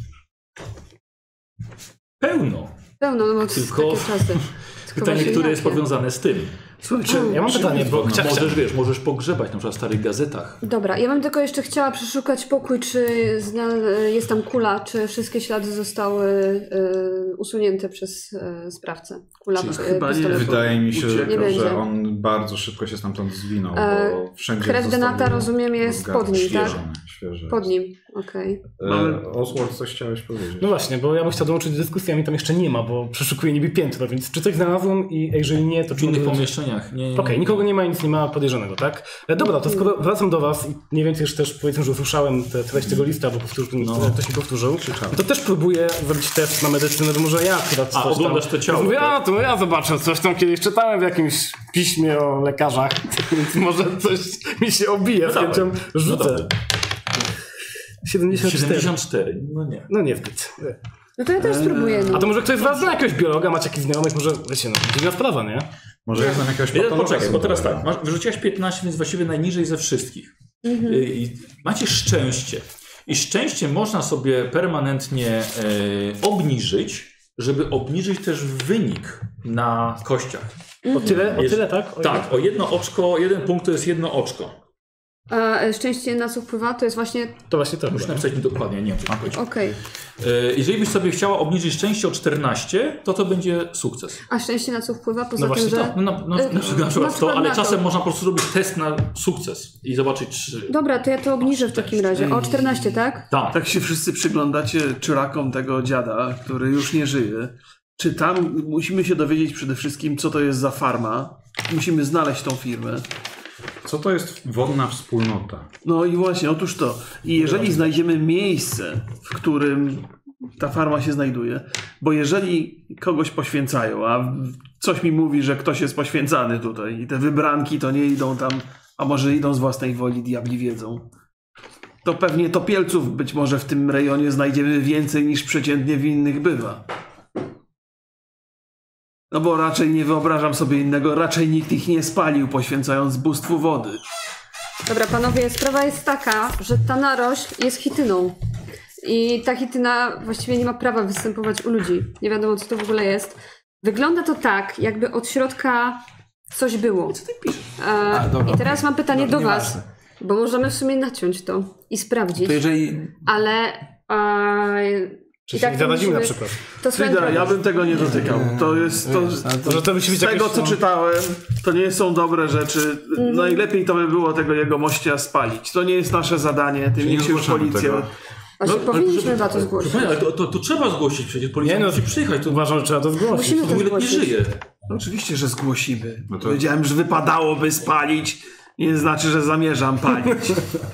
Pełno. Pełno, no bo to Tylko- takie czasy. Tylko Pytanie, właśnie które jest jakie? powiązane z tym. Słuchajcie, Ja mam pytanie, bo No, chcia, chcia, możesz, wiesz, możesz pogrzebać na przykład w starych gazetach. Dobra, ja bym tylko jeszcze chciała przeszukać pokój, czy zna, jest tam kula, czy wszystkie ślady zostały y, usunięte przez y, sprawcę. Kula Czyli y, chyba nie. pistoletu. Wydaje mi się, Uciekł. że, Nie że będzie. on bardzo szybko się stamtąd zwinął, E, bo wszędzie krew został Denata, rozumiem, jest rozgadzany. pod nim, tak? Świeże, świeże Pod jest. nim, okej. E, Oswald, coś chciałeś powiedzieć? No właśnie, bo ja bym chciał dołączyć do dyskusji, a mnie tam jeszcze nie ma, bo przeszukuję niby piętro, więc czy coś znalazłem i jeżeli nie, to W czy innych mogę- pomieszczeniach. Nie, nie, Okej, nikogo nie ma, nic nie ma podejrzanego, tak? E, dobra, to skoro wracam do was i mniej więcej już też powiedzmy, że usłyszałem tę treść tego lista, bo powtórzył, No. ktoś mi powtórzył, to też próbuję zrobić test na medycynę, bo może ja akurat A, coś oglądasz tam... to ciało, Więc mówię, tak? a to ja zobaczę, coś tam kiedyś czytałem w jakimś piśmie o lekarzach, więc może coś mi się obije, z dawaj. chęcią No rzucę. dobra. siedemdziesiąt cztery. siedemdziesiąt cztery. No nie. No nie zbyt. No to ja też spróbuję. No. A to może ktoś z was zna jakiegoś biologa, macie jakichś znajomych, może, wiecie, no, dziwna sprawa, nie? Może ja znam jakiegoś Jeden, patologa poczekaj, bo teraz sądowego. tak, masz, wyrzuciłaś piętnaście, więc właściwie najniżej ze wszystkich. Mhm. Y, I macie szczęście. I szczęście można sobie permanentnie e, obniżyć, żeby obniżyć też wynik na kościach. O tyle, o Jest- tyle, tak? O Tak, o jedno oczko, jeden punkt to jest jedno oczko. A e, szczęście na co wpływa, to jest właśnie... To właśnie to. Muszę napisać mi dokładnie, nie wiem, czy to chodzi. Okej. E, Jeżeli byś sobie chciała obniżyć szczęście o czternaście, to to będzie sukces. A szczęście na co wpływa, poza No tym, właśnie że... to. No, na, na, e, na, przykład, na przykład na to, ale na to. czasem można po prostu zrobić test na sukces i zobaczyć, czy... Dobra, to ja to obniżę w takim razie. O czternaście, tak? Tak. tak się wszyscy przyglądacie czyrakom tego dziada, który już nie żyje. Czy tam musimy się dowiedzieć przede wszystkim, co to jest za farma. Musimy znaleźć tą firmę. Co to jest wodna wspólnota? No i właśnie, otóż to. I jeżeli znajdziemy miejsce, w którym ta farma się znajduje, bo jeżeli kogoś poświęcają, a coś mi mówi, że ktoś jest poświęcany tutaj i te wybranki to nie idą tam, a może idą z własnej woli, diabli wiedzą, to pewnie topielców być może w tym rejonie znajdziemy więcej niż przeciętnie w innych bywa. No bo raczej nie wyobrażam sobie innego, raczej nikt ich nie spalił, poświęcając bóstwu wody. Dobra, panowie, sprawa jest taka, że ta narośl jest chityną. I ta chityna właściwie nie ma prawa występować u ludzi. Nie wiadomo, co to w ogóle jest. Wygląda to tak, jakby od środka coś było. E, A, dobra, I teraz okej. mam pytanie No, do nieważne. was, bo możemy w sumie naciąć to i sprawdzić. To jeżeli... Ale e, Czy I się tak nie to zarazimy na musimy- przykład. To swoją Frida, drogą. ja bym tego nie dotykał. To jest to. Może to musi być Z tego, jakieś- co czytałem, to nie są dobre rzeczy. Najlepiej to by było tego jego mościa spalić. To nie jest nasze zadanie, tym niech się już zgłaszamy policja... tego. Właśnie No, powinniśmy ale- za to zgłosić. Proszę pana, ale to, to, to trzeba zgłosić przecież. Policja Nie no, musi przyjechać. To uważam, że trzeba to zgłosić. Musimy to dwuletni zgłosić. żyje. Oczywiście, że zgłosimy. No to- Powiedziałem, że wypadałoby spalić. Nie znaczy, że zamierzam palić.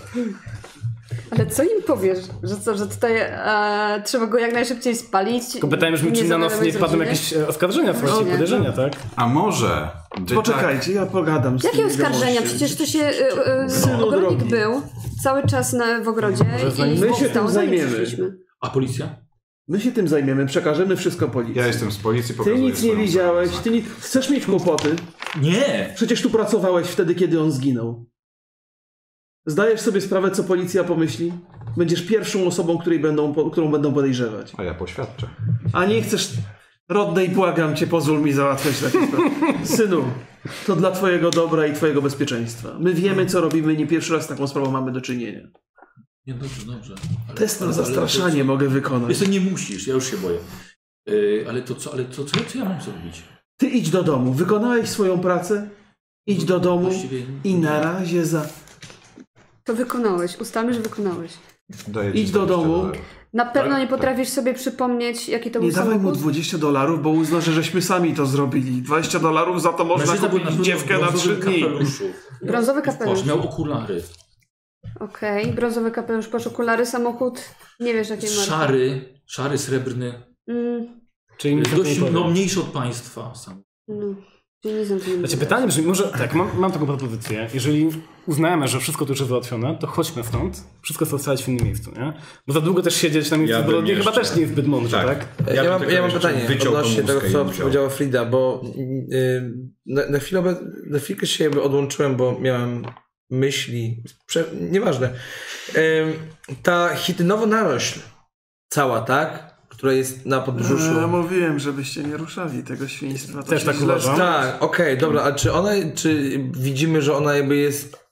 Ale co im powiesz? Że co, że tutaj e, trzeba go jak najszybciej spalić? Tylko pytałem, że czy na nas nie wpadną jakieś e, oskarżenia, w Właśnie. podejrzenia, tak? A może... Poczekajcie, ja pogadam z Jakie tym oskarżenia? jegomościem. Przecież to się... E, e, Synu ogrodnik drogi. był cały czas na, w ogrodzie i My się stał, tym za nim zajmiemy. przyszliśmy. A policja? My się tym zajmiemy, przekażemy wszystko policji. Ja jestem z policji, Ty pokazuję nic nie swoją widziałeś, sprawę. ty nic... Chcesz mieć kłopoty? Nie! Przecież tu pracowałeś wtedy, kiedy on zginął. Zdajesz sobie sprawę, co policja pomyśli? Będziesz pierwszą osobą, której będą, po- którą będą podejrzewać. A ja poświadczę. A nie chcesz... Rodney, błagam cię, pozwól mi załatwiać takie sprawy. Synu, to dla twojego dobra i twojego bezpieczeństwa. My wiemy, co robimy, nie pierwszy raz z taką sprawą mamy do czynienia. Nie, dobrze, dobrze. Ale, Test na ale- ale zastraszanie to- mogę wykonać. Wiesz co, nie musisz, ja już się boję. Yy, ale to co, ale to co, co ja mam zrobić? Ty idź do domu. Wykonałeś swoją pracę? Idź do domu Właściwie- i na razie za... To wykonałeś. Ustalmy, że wykonałeś. Daję ci Idź do dwadzieścia domu. dolarów. Na pewno nie potrafisz sobie przypomnieć, jaki to Nie był dawaj mu samochód? dwadzieścia dolarów, bo uzna, że żeśmy sami to zrobili. dwadzieścia dolarów za to można Mężczyzna był kupić na dziewkę na trzy brązowym dni. kapeluszu. Brązowy kapelusz. Boże, miał okulary. Okej, brązowy kapelusz, posz okulary, samochód. Nie wiesz, jakiej marki. Szary, szary, srebrny. Mm, Czyli nic na to nie Dość powiem. no, mniejszy od państwa sam. no. Czyli nie znam, Znaczy pytanie brzmi, może tak, mam, mam taką propozycję. Jeżeli uznajemy, że wszystko tu już jest załatwione, to chodźmy stąd, wszystko zostawić w innym miejscu, nie? Bo za długo też siedzieć na miejscu Ja bym zbrodni chyba jeszcze- też nie jest zbyt mądrze, tak? Tak. Ja, bym mam, tylko ja mam jeszcze pytanie wyciął tą odnośnie tego, muskę i co ją wziął. powiedziała Frida, bo yy, na, na, chwilę, obe- na chwilkę się jakby odłączyłem, bo miałem myśli, prze, nieważne. Yy, ta chitynowa narośl cała, tak? Która jest na podbrzuszu. Ja mówiłem, żebyście nie ruszali tego świństwa. To Też się tak źle uważam. skończy. Tak, okej, dobra, a czy ona, czy widzimy, że ona jakby jest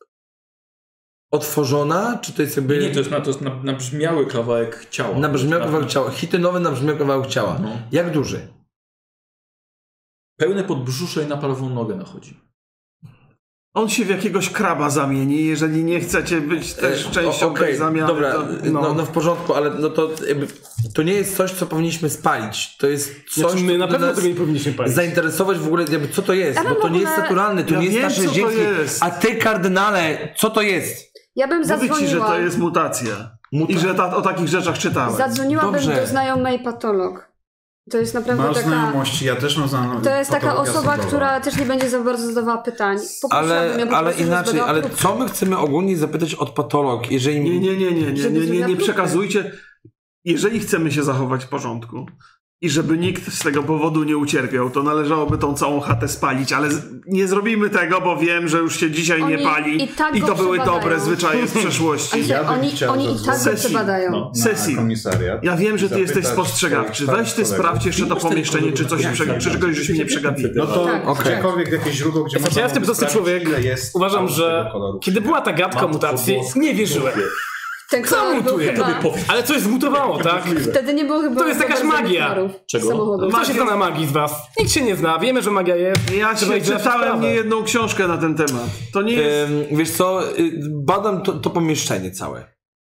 otworzona, czy to jest jakby... Nie, to jest, na, to jest na, nabrzmiały kawałek ciała. Nabrzmiał Na- kawałek ciała. Chitynowy nabrzmiał kawałek ciała. No. Jak duży? Pełne podbrzusze i na prawą nogę nachodzi. On się w jakiegoś kraba zamieni, jeżeli nie chcecie być też E, częścią o- okej, tej zamiany. Dobra, to, no. No, w porządku, ale no to, jakby, to nie jest coś, co powinniśmy spalić. To jest coś, Znaczy, my co na powinno pewno nas tego nie powinniśmy palić. zainteresować w ogóle, jakby, co to jest, Ja bo bym to w nie jest ogóle- naturalne, to Ja nie jest wiem, nasze co to dziecko. jest. A ty, kardynale, co to jest? Ja bym Mówię ci, że zadzwoniła. to jest mutacja. Muta- I że ta, o takich rzeczach czytałem. Zadzwoniłabym Dobrze. do znajomej patolog. To jest naprawdę Masz taka... znajomości, ja też mam znajomości. To jest taka patologia osoba, sądowa. która też nie będzie za bardzo zadawała pytań. Poprosiłabym Ale, ją po ale prostu, żeby inaczej, zbadała ale próbkę. co my chcemy ogólnie zapytać od patolog, jeżeli... Nie, nie, nie, nie, nie, Żeby nie, nie, zrobiła nie próbkę. przekazujcie. Jeżeli chcemy się zachować w porządku i żeby nikt z tego powodu nie ucierpiał, to należałoby tą całą chatę spalić, ale z- nie zrobimy tego, bo wiem, że już się dzisiaj nie Oni pali i tak i go to były przebadają. dobre zwyczaje z przeszłości. Ale Ja bym oni, chciał oni i tak go zadzwonić. przebadają. No. Na Sesji. komisariat. Ja wiem, że ty i jesteś zapytać spostrzegawczy. swoich Weź ty kolegów. sprawdź jeszcze to pomieszczenie, czy coś się prze... czy czegoś żeśmy nie przegapili. No to Tak. gdziekolwiek jakieś źródło, gdzie Znaczy, ja jestem prosty człowiek. ile jest Uważam, tego że koloru. kiedy była ta gadka Matko mutacji, boska. nie wierzyłem. Ten Co kolor był mutuje? chyba... Ale coś zmutowało, tak? Wtedy nie było chyba... To jest jakaś bardzo magia. kolorów Czego? samochodów. Kto się zna na magii z was? Nikt się nie zna, wiemy, że magia jest. Ja Trzeba się iść na czytałem sprawę. niejedną książkę na ten temat. To nie jest... Ym, wiesz co, y, badam to, to pomieszczenie całe.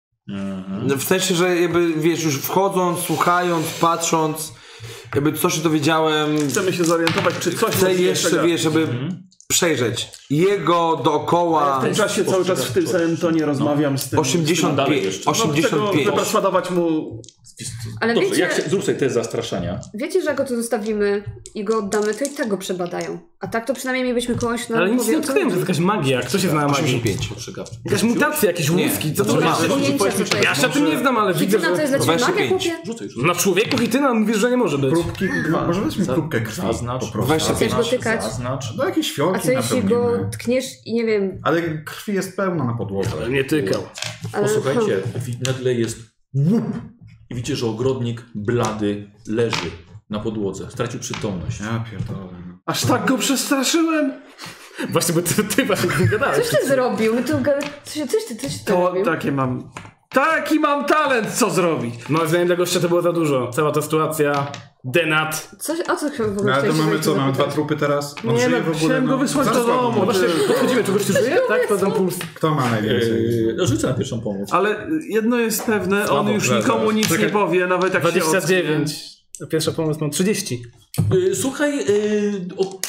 W sensie, że jakby, wiesz, już wchodząc, słuchając, patrząc, jakby coś się dowiedziałem, Chcemy się zorientować, czy coś chcę nas jeszcze, przegapia. wiesz, żeby przejrzeć jego dookoła. W tym czasie cały czas w tym samym tonie rozmawiam z tym. osiemdziesiąt dalej pięć. jeszcze. No, chcę go osiemdziesiąt pięć. wyperswadować mu... Ale Dobrze, wiecie- jak się, zrób sobie test zastraszania. Wiecie, że jak go tu zostawimy i go oddamy, to i tak go przebadają. A tak to przynajmniej mielibyśmy kogoś na Ale nic nie powie, o co odkryłem, że chodzi. jest jakaś magia. Kto się zna na magii? osiemdziesiąt pięć. Ostrzegawczy. Jakaś mutacja, jakieś Nie. łuski, co to Znaczy, znaczy? Masz pojęcia, co to Ja jest. się tym nie znam, ale widzę, Hityna to jest że... dla ciebie dwadzieścia magia, pięć. chłopie? Rzucaj, rzucaj. Na człowieku hityna mówisz, że nie może być. Próbki, może weźmy próbkę krwi Zaznacz. po prostu. Weź sobie Chcesz go tykać? Zaznacz. No jakieś A fiołki co jeśli go napełnimy. tkniesz i nie wiem... Ale krwi jest pełna na podłodze. Nie tykał. Ale... Posłuchajcie, wi- nagle jest łup i widzicie, że ogrodnik blady leży na podłodze. Stracił przytomność. Ja pierdolę. Aż tak go przestraszyłem? Właśnie, bo ty, ty właśnie nie gadałeś. Coś ty zrobił? My tu... ga- Coś, coś ty, coś ty To robił? takie mam... Taki mam talent, co zrobić? Moim zdaniem dla gościa to było za dużo. Cała ta sytuacja, denat. Coś, o co w ogóle No, ale to chciałeś mamy się co, mamy zapytać? dwa trupy teraz? On Nie żyje no, w ogóle? chciałem go wysłać do Zasłabł. domu. No właśnie, podchodzimy, czy gościu żyje? Tak, to dam puls. Kto ma najwięcej? Yy, rzucę na pierwszą pomoc. Ale jedno jest pewne, on Słabo, już zaraz, nikomu zaraz. nic Czekaj. nie powie, nawet jak się dwadzieścia ocknie. dziewięć. Pierwsza pomoc mam trzydzieści. Yy, słuchaj, yy, o... o,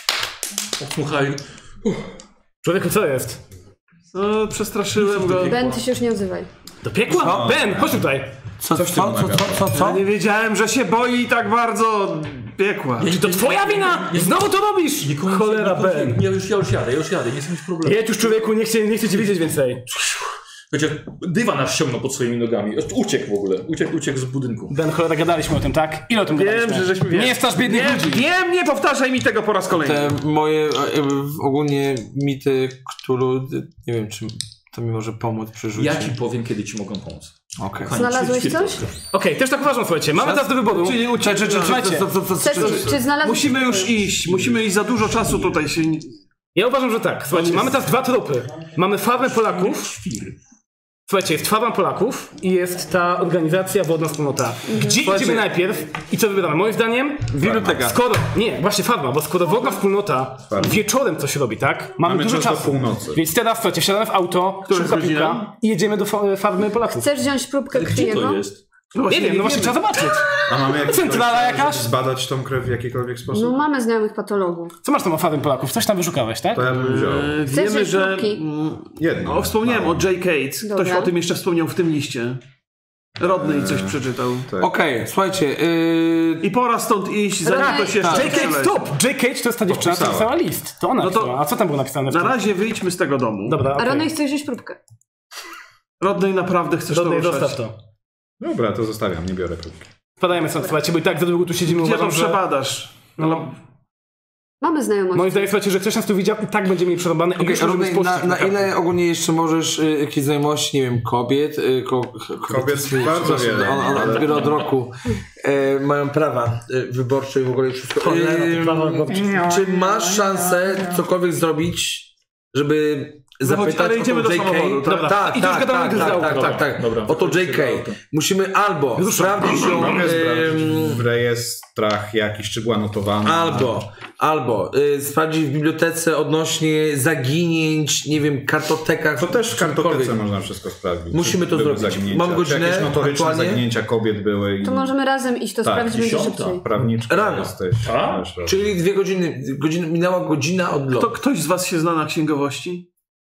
słuchaj, Człowieku, co jest? No, przestraszyłem go. Ben, ty się już nie odzywaj. Do piekła? Co? Ben, chodź tutaj. Co, co, co, co, co, co? Ja nie wiedziałem, że się boi tak bardzo piekła. Czy to twoja wina? Znowu to robisz! nikomu, Cholera, nikomu, Ben. Ja już, ja już jadę, ja już jadę, nie chcę mieć problemu. Jedź już, człowieku, nie chcę, nie chcę cię widzieć więcej. Chociaż dywan aż ściągnął pod swoimi nogami. Uciekł w ogóle, uciekł, uciekł z budynku. Ben, cholera, gadaliśmy o tym, tak? Ile o tym Wiem, gadaliśmy? że żeśmy... Wiem. Nie strasz biednych nie, ludzi. Wiem, nie powtarzaj mi tego po raz kolejny. Te moje e, ogólnie mity, które nie wiem, czy to mi może pomóc przy rzucie. Ja ci powiem, kiedy ci mogą pomóc. Okej. Kochani, Znalazłeś ćwicz coś? troszkę. Okej, też tak uważam, słuchajcie. Mamy teraz do wyboru. Czyli uciekł. Czy, czy, czy, Słuchajcie. co, co, co, co, Chcesz, czy, czy znalazłeś... Musimy już iść, musimy iść, za dużo czasu tutaj się... Ja uważam, że tak. Słuchajcie, mamy teraz dwa tropy. Mamy farmę Polaków. Świr. Słuchajcie, jest farma Polaków i jest ta organizacja Wodna Wspólnota. Gdzie Słuchajcie. idziemy najpierw i co wybieramy? Moim zdaniem... Biblioteka. Skoro... Nie, właśnie farma, bo skoro Wodna Wspólnota Farma. wieczorem coś robi, tak? Mamy, Mamy dużo czas do czasu. północy. Więc teraz, słuchajcie, wsiadamy w auto, Która szybka jest godzina? piłka i jedziemy do fa- farmy Polaków. Chcesz wziąć próbkę krwi Gdzie jego? to jest? Nie wiem, no właśnie trzeba zobaczyć. A mamy jakieś Centrala kolektywne, jakaś? żeby zbadać tą krew w jakikolwiek sposób? No mamy znajomych patologów. Co masz tam o farmie Polaków? Coś tam wyszukałeś, tak? To ja bym wziął. E, Chcesz Wiemy, wziąć że... próbki? mm, Jedno. O, wspomniałem o J. Kate. Ktoś Dobra. o tym jeszcze wspomniał w tym liście. Rodney coś przeczytał. Tak. Okej, słuchajcie, yy, I pora stąd iść, zanim Rodney. ktoś jeszcze... J. Cage, przeleci. stop! J. Cage to jest ta dziewczyna, co Podpisała. pisała list. To ona No to- pisała. A co tam było napisane w Na tym? razie wyjdźmy z tego domu. Dobra, A okej. Ronej chce wziąć próbkę. Rodney, naprawdę chcesz Rodney, to ruszać? dostaw to. Dobra, to zostawiam, nie biorę próbki. Wpadajmy stąd, słuchajcie, bo i tak za długo tu siedzimy. Gdzie to Uważam, że... przebadasz? No, Mamy znajomości. moim zdaniem, słuchajcie, że ktoś nas tu widział i tak będzie mieli przerobane i okay, już możemy na, spuścić na ile ogólnie jeszcze możesz y, jakieś znajomości, nie wiem, kobiet, y, ko, Kobiet kobiety, bardzo przepraszam, wiele, One, one ale- dopiero od roku y, mają prawa y, wyborcze i w ogóle wszystko. Cholera, te prawa wyborcze. Czy masz szansę cokolwiek zrobić, żeby zapytać ale o idziemy tą do J K? samochodu, tak? Dobra, tak, i to już tak, gadamy tak, z tak, autem. tak, tak, tak. Dobra, O to J K. wróćcie do auta. Musimy albo sprawdzić ją, Mogę sprawdzić ym, w rejestrach jakiś, czy była notowana. albo, albo y, sprawdzić w bibliotece odnośnie zaginięć, nie wiem, kartotekach. To też w kartotece czymkolwiek. można wszystko sprawdzić. Musimy Czy to były zrobić. zaginięcia, Mamy czy godzinę jakieś notoryczne aktualnie? zaginięcia kobiet były. I... To możemy razem iść, to Tak, sprawdzić będzie dziesiąta. szybciej. Prawniczka Rano. jesteś. A? Wiesz, Czyli dwie godziny, godzina, minęła godzina od To lotu. ktoś z was się zna na księgowości?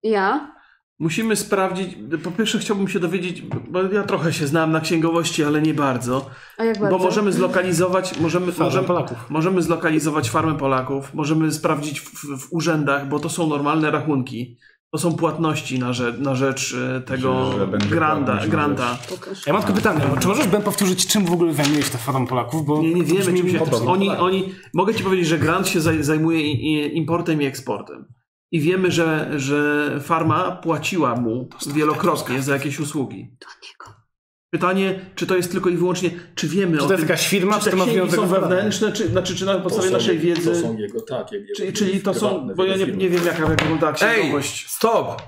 Ja? Musimy sprawdzić, po pierwsze chciałbym się dowiedzieć, bo ja trochę się znam na księgowości, ale nie bardzo. A jak bardzo? Bo możemy zlokalizować, możemy, Farmę możemy, Polaków. możemy zlokalizować farmę Polaków, możemy sprawdzić w, w urzędach, bo to są normalne rachunki. To są płatności na rzecz, na rzecz e, tego Myślę, że będzie granta. płatność na granta. Pokaż. Ja mam tylko pytanie, czy możesz Ben powtórzyć, czym w ogóle zajmuje się ta farma Polaków? Bo Nie, nie wiemy, brzmi czym mi się... podobnie. Oni, oni, mogę ci powiedzieć, że grant się zaj, zajmuje i, i importem i eksportem. I wiemy, że, że farma płaciła mu wielokrotnie za jakieś usługi. Do niego. Pytanie, czy to jest tylko i wyłącznie, czy wiemy Czy o to jest tym, jakaś firma, czy czy te to ma księgi związek są z prawem? wewnętrzne, czy, znaczy, czy na To podstawie są naszej jego- wiedzy... To są jego, tak. Jego, Czyli, jego czyli to są, prywatne, bo ja nie, firmy. nie wiem jaka wygląda Ej, księgowość. stop!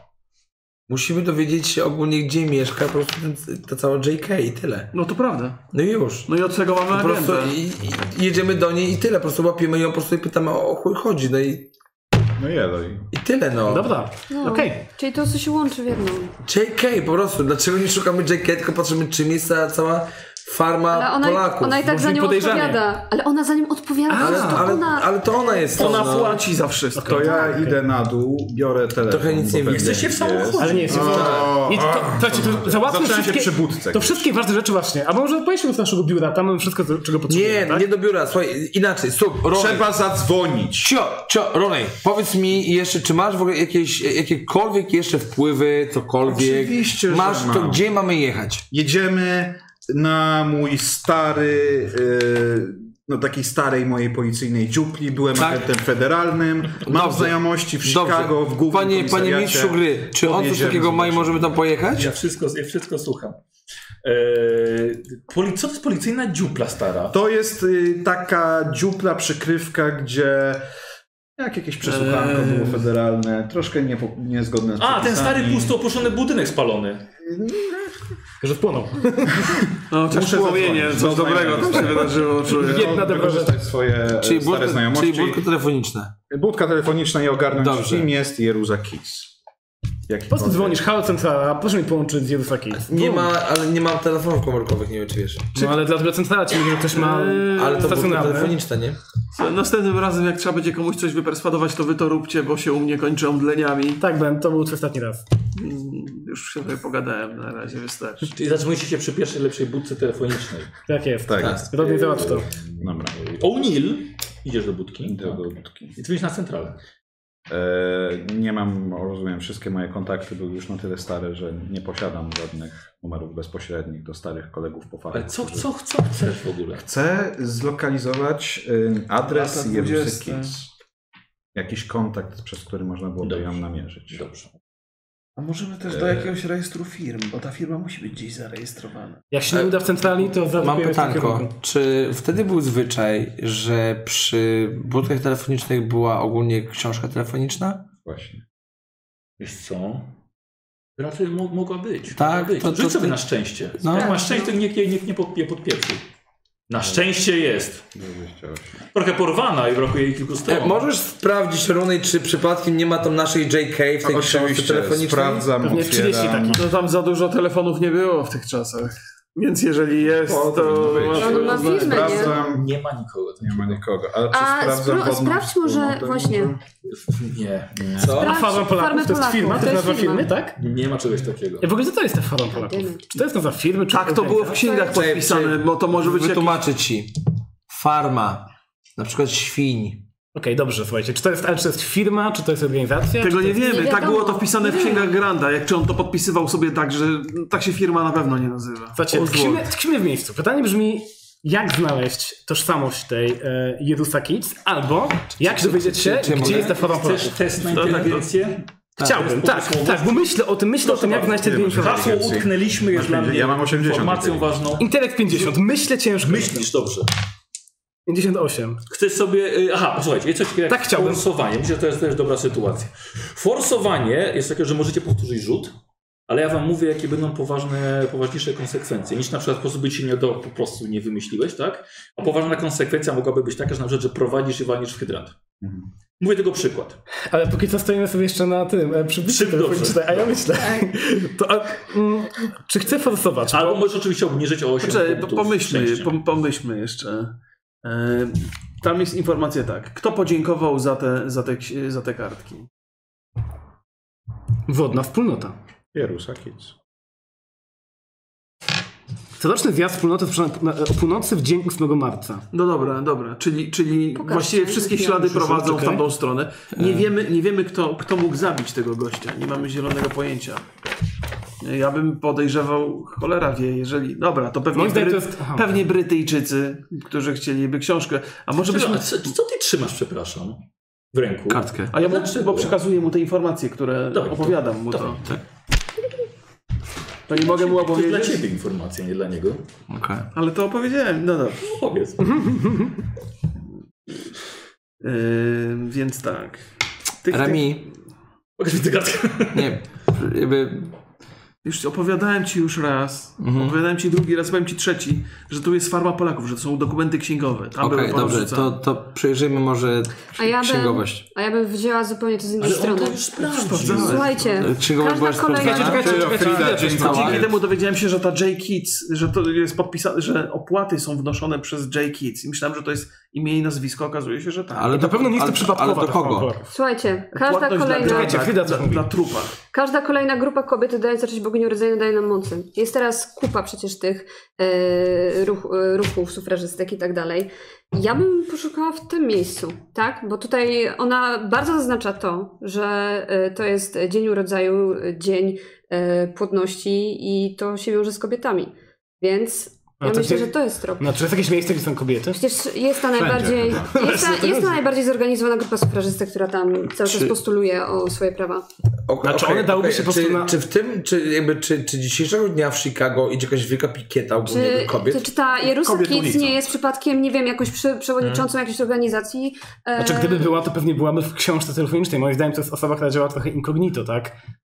Musimy dowiedzieć się ogólnie, gdzie mieszka po prostu ten, ta cała J K i tyle. No to prawda. No i już. No i od tego mamy Po prostu agentę. i, i jedziemy do niej i tyle. Po prostu łapiemy ją, po prostu i pytamy o chuj chodzi. No i, No jedno. i- i tyle no. Dobra, No. okej. Czyli to, co się łączy w jedną. J K po prostu. Dlaczego nie szukamy J K, tylko patrzymy, czym jest ta cała farma Ale ona, Polaków. ona i tak Brzmi za nią podejrzanie. odpowiada. Ale ona za nim odpowiada. ale, to ale, ona... ale to ona jest Ona to, no. płaci za wszystko. To ja idę na dół, biorę telefon. Trochę nic bo nie pewnie widzę. Jesteście w jest. samochodzie. Ale nie jest. O, Nie, to, słuchajcie, to załatwmy Zacząłem się wszystkie, przy budce. to wszystkie ważne rzeczy właśnie. Albo może pojedźmy do naszego biura, tam mamy wszystko, co- czego potrzebujemy, Nie, tak? nie do biura. Słuchaj, inaczej. Stop, Ronej. Trzeba zadzwonić. Cio, cio, Ronej, powiedz mi jeszcze, czy masz w ogóle jakieś, jakiekolwiek jeszcze wpływy, cokolwiek? Oczywiście, że Masz, to mam. gdzie mamy jechać? Jedziemy na mój stary, yy, no takiej starej mojej policyjnej dziupli. Byłem Tak? agentem federalnym. Mam Dobrze. znajomości w Dobrze. Chicago, w głównym Panie, panie komisariacie. mistrzu gry, czy on coś Podjedziemy, takiego ma i zobaczymy. możemy tam pojechać? Ja wszystko, ja wszystko słucham. Eee, poli, co to jest policyjna dziupla stara? To jest y, taka dziupla, przykrywka, gdzie jak jakieś przesłuchanko Eee. było federalne, troszkę niepo, niezgodne z A, ten przepisami. stary pusto opuszczony budynek spalony. Że wpłonął. No, chociaż wspomnienie, coś dobrego tam się wydarzyło, czuję. Jedna dobra rzecz. Wykorzystać swoje Czyli, stare budka, znajomości. czyli budka telefoniczna. Budka telefoniczna i ogarnąć, Dobrze. kim jest Jeruza Kids. Po prostu dzwonisz, halo centrala, proszę mi połączyć z Jerusa Kids. Nie ma, ale nie mam telefonów komórkowych, nie wiem czy wiesz. No ale dlatego centrala ci mówi, że ktoś ma Ale to budka stacjonarne. telefoniczna, nie? Następnym razem, jak trzeba będzie komuś coś wyperswadować, to wy to róbcie, bo się u mnie kończy omdleniami. Tak, Ben, to był twój ostatni raz. Już się tutaj pogadałem, na razie wystarczy. Czyli zatrzymujecie się przy pierwszej lepszej budce telefonicznej. Tak jest. Tak. Tak. Rodney załatw to. Dobra. O'Neill, idziesz do budki. Idę do budki. I ty idziesz na centralę. E, nie mam, rozumiem, wszystkie moje kontakty były już na tyle stare, że nie posiadam żadnych numerów bezpośrednich do starych kolegów po fachu. Ale co, co, co chcesz w ogóle? Chcę zlokalizować y, adres Lata Jerusy dwudzieste. Kids. Jakiś kontakt, przez który można byłoby ją namierzyć. Dobrze. A możemy też do jakiegoś rejestru firm, bo ta firma musi być gdzieś zarejestrowana. Jak się nie uda w centrali, to Mam zaatakuję w tym pytanko. kierunku. Czy wtedy był zwyczaj, że przy budkach telefonicznych była ogólnie książka telefoniczna? Właśnie. Wiesz co? Raczej mo mogła być. Tak, mogła być. to- to Rzuć sobie ty- na szczęście. No. Jak masz szczęście, to nikt nie, nikt nie, pod, nie podpieprzył. Na szczęście jest. dwadzieścia osiem. Trochę porwana i brakuje jej kilku stron. E, możesz sprawdzić, Runej, czy przypadkiem nie ma tam naszej J K w tej książce Oczywiście, telefonicznej? sprawdzam, Pewnie trzydzieści otwieram. takich. No tam za dużo telefonów nie było w tych czasach. Więc jeżeli jest, O, to... powinno być. On ma firmę, nie? Sprawdzam. Nie ma nikogo. Nie ma nikogo. Ale czy A sprawdzam spró- wodną sprawdź może, wspólnotę? właśnie, Nie, nie. Co? A Farma Polaków Farmę to jest Polaków, firma? To to jest jest nazwa firma. firmy, tak? Nie ma czegoś takiego. Ja w ogóle co to jest ta Farma Polaków? Czy to jest nazwa firmy? Czy Tak, to było w księgach Czekaj, podpisane, czekaj. bo to może być jakiś... Wytłumaczę ci. Farma. Na przykład świń. Okej, dobrze, słuchajcie. Czy to jest, ale czy to jest firma, czy to jest organizacja? Tego czy nie to jest... wiemy, Nie tak wiadomo. było to wpisane w księgach Granda, jak czy on to podpisywał sobie tak, że tak się firma na pewno nie nazywa. Słuchajcie, tkwimy, tkwimy w miejscu. Pytanie brzmi, jak znaleźć tożsamość tej e, Jerusa Kids, albo jak dowiedzieć się, czy- czy gdzie mogę? jest ta Farma Chcesz Polaków. test na To tak- inteligencję? Chciałbym, tak, tak, bo myślę o tym, myślę o tym, jak znaleźć te dwie Hasło informacje. utknęliśmy jest dla mnie Ja mam osiemdziesiąt informacją inteligencji. ważną. Intelekt pięćdziesiąt, myślę ciężko. Myślisz, dobrze. pięćdziesiąt osiem. Chcesz sobie... y, Aha, posłuchajcie, jest coś takiego jak Tak chciałbym. forsowanie. Myślę, że to jest też dobra sytuacja. Forsowanie jest takie, że możecie powtórzyć rzut, ale ja wam mówię, jakie będą poważne, poważniejsze konsekwencje. Niż na przykład po prostu by się nie do, po prostu nie wymyśliłeś, tak? A poważna konsekwencja mogłaby być taka, że na przykład, że prowadzisz i walniesz w hydrant. Mhm. Mówię tego przykład. Ale póki co stoimy sobie jeszcze na tym, e, przy bicie Szybko, telefonicznej, a ja myślę, to, a, mm, czy chcę forsować? Albo Bo, możesz oczywiście obniżyć o osiem Poczekaj, punktów pomyślmy, szczęścia. pom- pomyślmy jeszcze. E, tam jest informacja tak. Kto podziękował za te, za te, ksi- za te kartki? wodna wspólnota. Jerusa Kids. Coroczny zjazd wspólnoty rozpoczyna na- o północy w dzień ósmego marca. No dobra, dobra. Czyli, czyli Pokażcie. właściwie wszystkie Ja ślady muszę prowadzą w szukać. tamtą stronę. Nie wiemy, nie wiemy kto, kto mógł zabić tego gościa. Nie mamy zielonego pojęcia. Ja bym podejrzewał, cholera wie, jeżeli... Dobra, to pewnie, Moim zdaniem Bry... to jest- aha. pewnie Brytyjczycy, którzy chcieliby książkę. A może byśmy... A co, co ty trzymasz, przepraszam, w ręku? Kartkę. A ja mu, Dlaczego? bo przekazuję mu te informacje, które Dobra, to- opowiadam mu to. to- To, to nie mogę mu To jest dla opowiedzieć? ciebie informacja, nie dla niego. Okej. Ale to opowiedziałem, no dobrze. Powiedz. Yy, więc tak. Tych, Remi, Pokaż mi tę kartkę. nie, jakby... Już opowiadałem ci już raz, Mhm. opowiadałem ci drugi raz, powiem ci trzeci, że tu jest farma Polaków, że to są dokumenty księgowe. Tam Okej, były dobrze, porzucane. to, to przejrzyjmy może A ja, bym, księgowość. a ja bym wzięła zupełnie to z innej Ale on strony. to już sprawdził. Sprawdzałem. Słuchajcie, Księgowość była każda kolejna... sprawdzana? Czekajcie, czekajcie, Frida, czekajcie, dzięki. czekajcie. Dzięki temu dowiedziałem się, że ta J-Kids, że to jest podpisane, że opłaty są wnoszone przez J-Kids. I myślałem, że to jest imię i nazwisko, okazuje się, że tak. Ale Na pewno nie jest to ale- przypadkowa Ale do ta Farma kogo? Polaków. Słuchajcie, każda Płatność kolejna, Dla, Czekajcie, dla, chwila, co dla, mówi. dla trupa. każda kolejna grupa kobiet daje zacząć bogini urodzenia, daje nam mocy. Jest teraz kupa przecież tych e, ruch, e, ruchów, sufrażystek i tak dalej. Ja bym poszukała w tym miejscu, tak? Bo tutaj ona bardzo zaznacza to, że e, to jest dzień urodzaju, dzień e, płodności i to się wiąże z kobietami. Więc A ja to myślę, gdzie- że to jest trop. No, czy jest jakieś miejsce, gdzie są kobiety? Przecież jest ta najbardziej, jest ta, jest ta najbardziej zorganizowana grupa sufrażystek, która tam cały czas Czy- postuluje o swoje prawa. O, Znaczy, okej, one dałyby okej. się po prostu czy, na- czy w tym, czy jakby, czy, czy dzisiejszego dnia w Chicago idzie jakaś wielka pikieta ogólnie Czy, do kobiet? czy, czy ta Jerusa Kobiet Kids ulicą. nie jest przypadkiem, nie wiem, jakoś przy, przewodniczącą jakiejś organizacji? E, Znaczy, gdyby była, to pewnie byłaby w książce telefonicznej. Moim zdaniem to jest osoba, która działa trochę incognito, tak?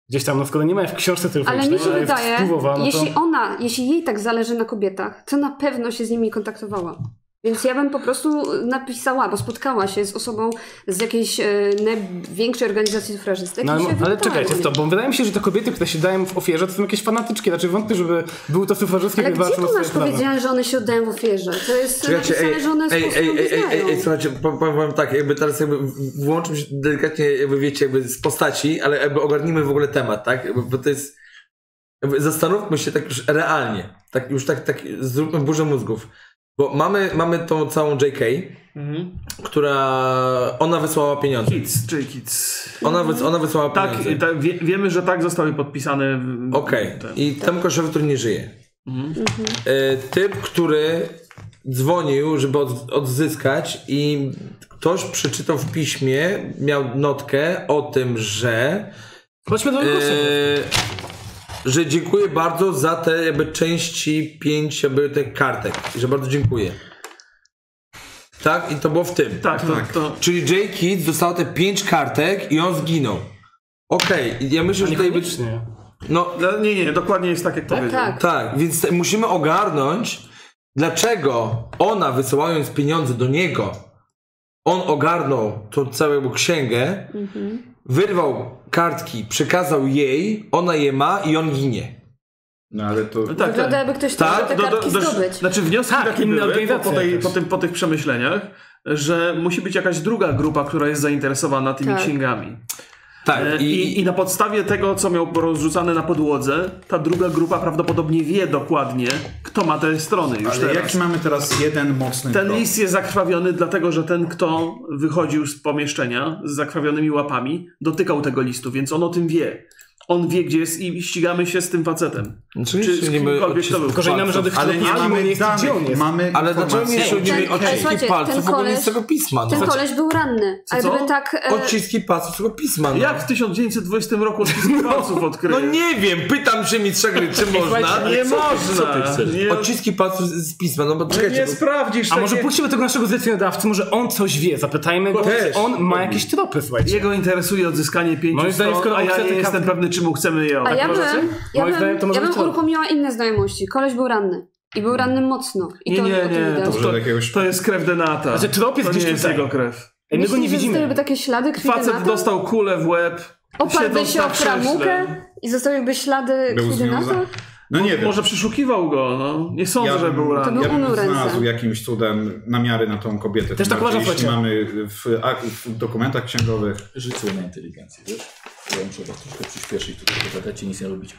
Gdzieś tam, no skoro nie ma w książce telefonicznej, Ale mi się ale wydaje, wpływowa, no jeśli to... ona, jeśli jej tak zależy na kobietach, to na pewno się z nimi kontaktowała. Więc ja bym po prostu napisała, bo spotkała się z osobą z jakiejś e, największej organizacji sufrażystek. No, i ale, się ale wypytała czekajcie, o stop, nie. bo wydaje mi się, że te kobiety, które się dają w ofierze, to są jakieś fanatyczki. Znaczy wątpię, żeby były to sufrażystki, Ale które gdzie walczą o tu masz swoje prawa. powiedziane, że one się oddają w ofierze? To jest Czekajcie, napisane, ej, że one ej, sposób ej, ej, ej, znają. ej, słuchajcie, powiem wam tak, jakby teraz jakby włączmy się delikatnie, jakby wiecie, jakby z postaci, ale jakby ogarnijmy w ogóle temat, tak? Jakby, bo to jest, jakby zastanówmy się tak już realnie, tak już tak, tak zróbmy burzę mózgów, bo mamy, mamy tą całą J K, Mhm. która, ona wysłała pieniądze. Kids, J Kids. Ona, wys, ona wysłała Tak, pieniądze. tak wie, wiemy, że tak zostały podpisane. w- Okej, te- i ten koszowy, który nie żyje. Mhm. E, typ, który dzwonił, żeby od, odzyskać i ktoś przeczytał w piśmie, miał notkę o tym, że Chodźmy do tego. e, że dziękuję bardzo za te jakby części pięć jakby tych kartek, że bardzo dziękuję. Tak? I to było w tym. Tak, to, to, Czyli J Kids dostał te pięć kartek i on zginął. Okej, okay. Ja myślę, że tutaj być. Niekoniecznie. No, no, nie, nie, dokładnie jest tak, jak powiedział. Tak. tak, więc te- musimy ogarnąć, dlaczego ona, wysyłając pieniądze do niego, on ogarnął tą całą księgę, wyrwał kartki, przekazał jej, ona je ma i on ginie. No ale to... No tak, Wygląda, tak. jakby ktoś Tak, chciał te Do- do- kartki do- zdobyć. Znaczy wnioski Tak, takie inna były po, organizacja po, tej, jakaś. po, tym, po tych przemyśleniach, że musi być jakaś druga grupa, która jest zainteresowana tymi Tak. księgami. Tak, E, i, I, I na podstawie tego, co miał rozrzucane na podłodze, ta druga grupa prawdopodobnie wie dokładnie, kto ma te strony już Ale teraz. jaki mamy teraz jeden mocny Ten krok? list jest zakrwawiony, dlatego że ten, kto wychodził z pomieszczenia z zakrwawionymi łapami, dotykał tego listu, więc on o tym wie. On wie, gdzie jest i ścigamy się z tym facetem. Znaczy, Czy z nie my kimkolwiek to był. Tylko, że nie mamy żadnych Ale nie wskazówek, mamy nie jest gdzie on danych, jest. mamy ale dlaczego nie informacje. jeszcze nie Ten- ale odciski słuchajcie, palców ten w ogóle koleś- z tego pisma? Ten No. koleś był ranny. A Co? gdyby tak... E, Odciski palców z tego pisma. No. Jak w tysiąc dziewięćset dwudziestym roku odciski palców odkryli? No nie wiem, pytam się mistrza gry, czy można? Nie Co ty- można! co ty chcesz? Nie, Odciski palców z, z pisma, no bo czekajcie. nie bo- sprawdzisz A może takie- pójdźmy do tego naszego zleceniodawcy, może on coś wie, zapytajmy go, Też. czy on ma jakieś tropy, słuchajcie. Jego interesuje odzyskanie pięciu Moim zdaniem, stron, skoro a on ja chce nie te jestem kartki- pewny, czy mu chcemy je A oddać. ja bym, uważacie? ja Moim bym, zdaniem to może ja bym być to. uruchomiła inne znajomości. Koleś był ranny. I był ranny mocno. I Nie, to nie, o tym nie, widać. to, Może to, do jakiegoś- to jest krew Denata. Znaczy, trop jest to nie gdzieś jest tutaj. jego krew. Ej, my go nie Myślisz, że widzimy. zostałyby takie ślady krwi Facet Denata? dostał kulę w łeb. Oparłby siedząc się na o framugę krześle. i zostawiłby ślady Był krwi Denata? związany. No nie wiem. Może przeszukiwał go, no. Nie sądzę, Ja że bym- był To ranny. był Ja bym umył ręce. znalazł jakimś cudem namiary na tą kobietę. Też Tym tak bardziej, uważam, jeśli słuchajcie. mamy w, ak- w dokumentach księgowych. Rzuć sobie na inteligencję, wiesz? Ja muszę was troszkę przyspieszyć, tutaj gadajcie, nic nie robicie.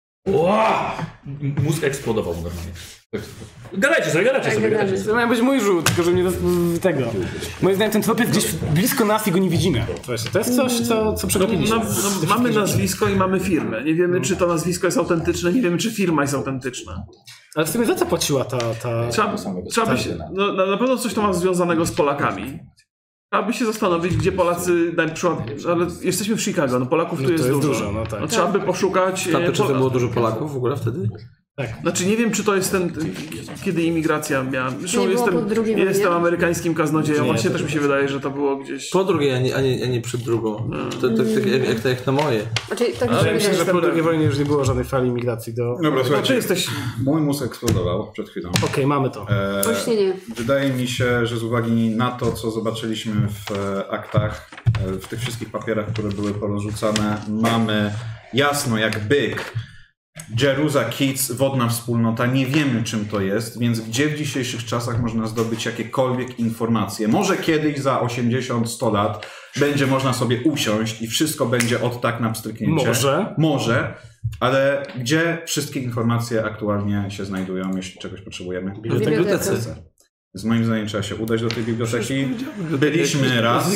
Ła! M- Mózg eksplodował normalnie. Gadajcie sobie, gadajcie Tak, sobie, gadamy. gadajcie. To miał być mój rzut, tylko że mnie z- tego. Moim zdaniem ten trop jest gdzieś blisko nas i go nie widzimy. To jest coś, co, co No, przegapiliśmy. no, no, mamy nazwisko i mamy firmę. Nie wiemy, czy to nazwisko jest autentyczne, nie wiemy, czy firma jest autentyczna. Ale w sumie za co płaciła ta... ta... Trzeba, trzeba by się, no, na, na pewno coś to ma związanego z Polakami. Trzeba by się zastanowić, gdzie Polacy, na przykład, ale jesteśmy w Chicago, no Polaków tu No to jest, jest dużo. dużo, no tak. Trzeba by poszukać... W tamtym e, czasie Pola- było dużo Polaków w ogóle wtedy? Znaczy nie wiem, czy to jest ten, kiedy imigracja miała. Zresztą Nie było jestem, po drugiej jestem wojnie? amerykańskim kaznodzieją, Nie, właśnie to też mi się nie. wydaje, że to było gdzieś... Po drugiej, a nie, a nie, a nie przed drugą. To, to, tak jak, jak, jak, jak na moje. Znaczy, tak mi się Ale Myślę, wydaje. że po drugiej wojnie już nie było żadnej fali imigracji do... Dobra, No ty słuchajcie, jesteś... mój mózg eksplodował przed chwilą. Okej, mamy to. E, Właśnie nie. Wydaje mi się, że z uwagi na to, co zobaczyliśmy w e, aktach, e, w tych wszystkich papierach, które były porozrzucane, mamy jasno jak byk Jeruza Kids, wodna wspólnota, nie wiemy czym to jest, więc gdzie w dzisiejszych czasach można zdobyć jakiekolwiek informacje? Może kiedyś za osiemdziesiąt sto lat będzie można sobie usiąść i wszystko będzie od tak na pstryknięcie. Może. Może, ale gdzie wszystkie informacje aktualnie się znajdują, jeśli czegoś potrzebujemy? W bibliotece. Z moim zdaniem trzeba się udać do tej biblioteki. Byliśmy raz.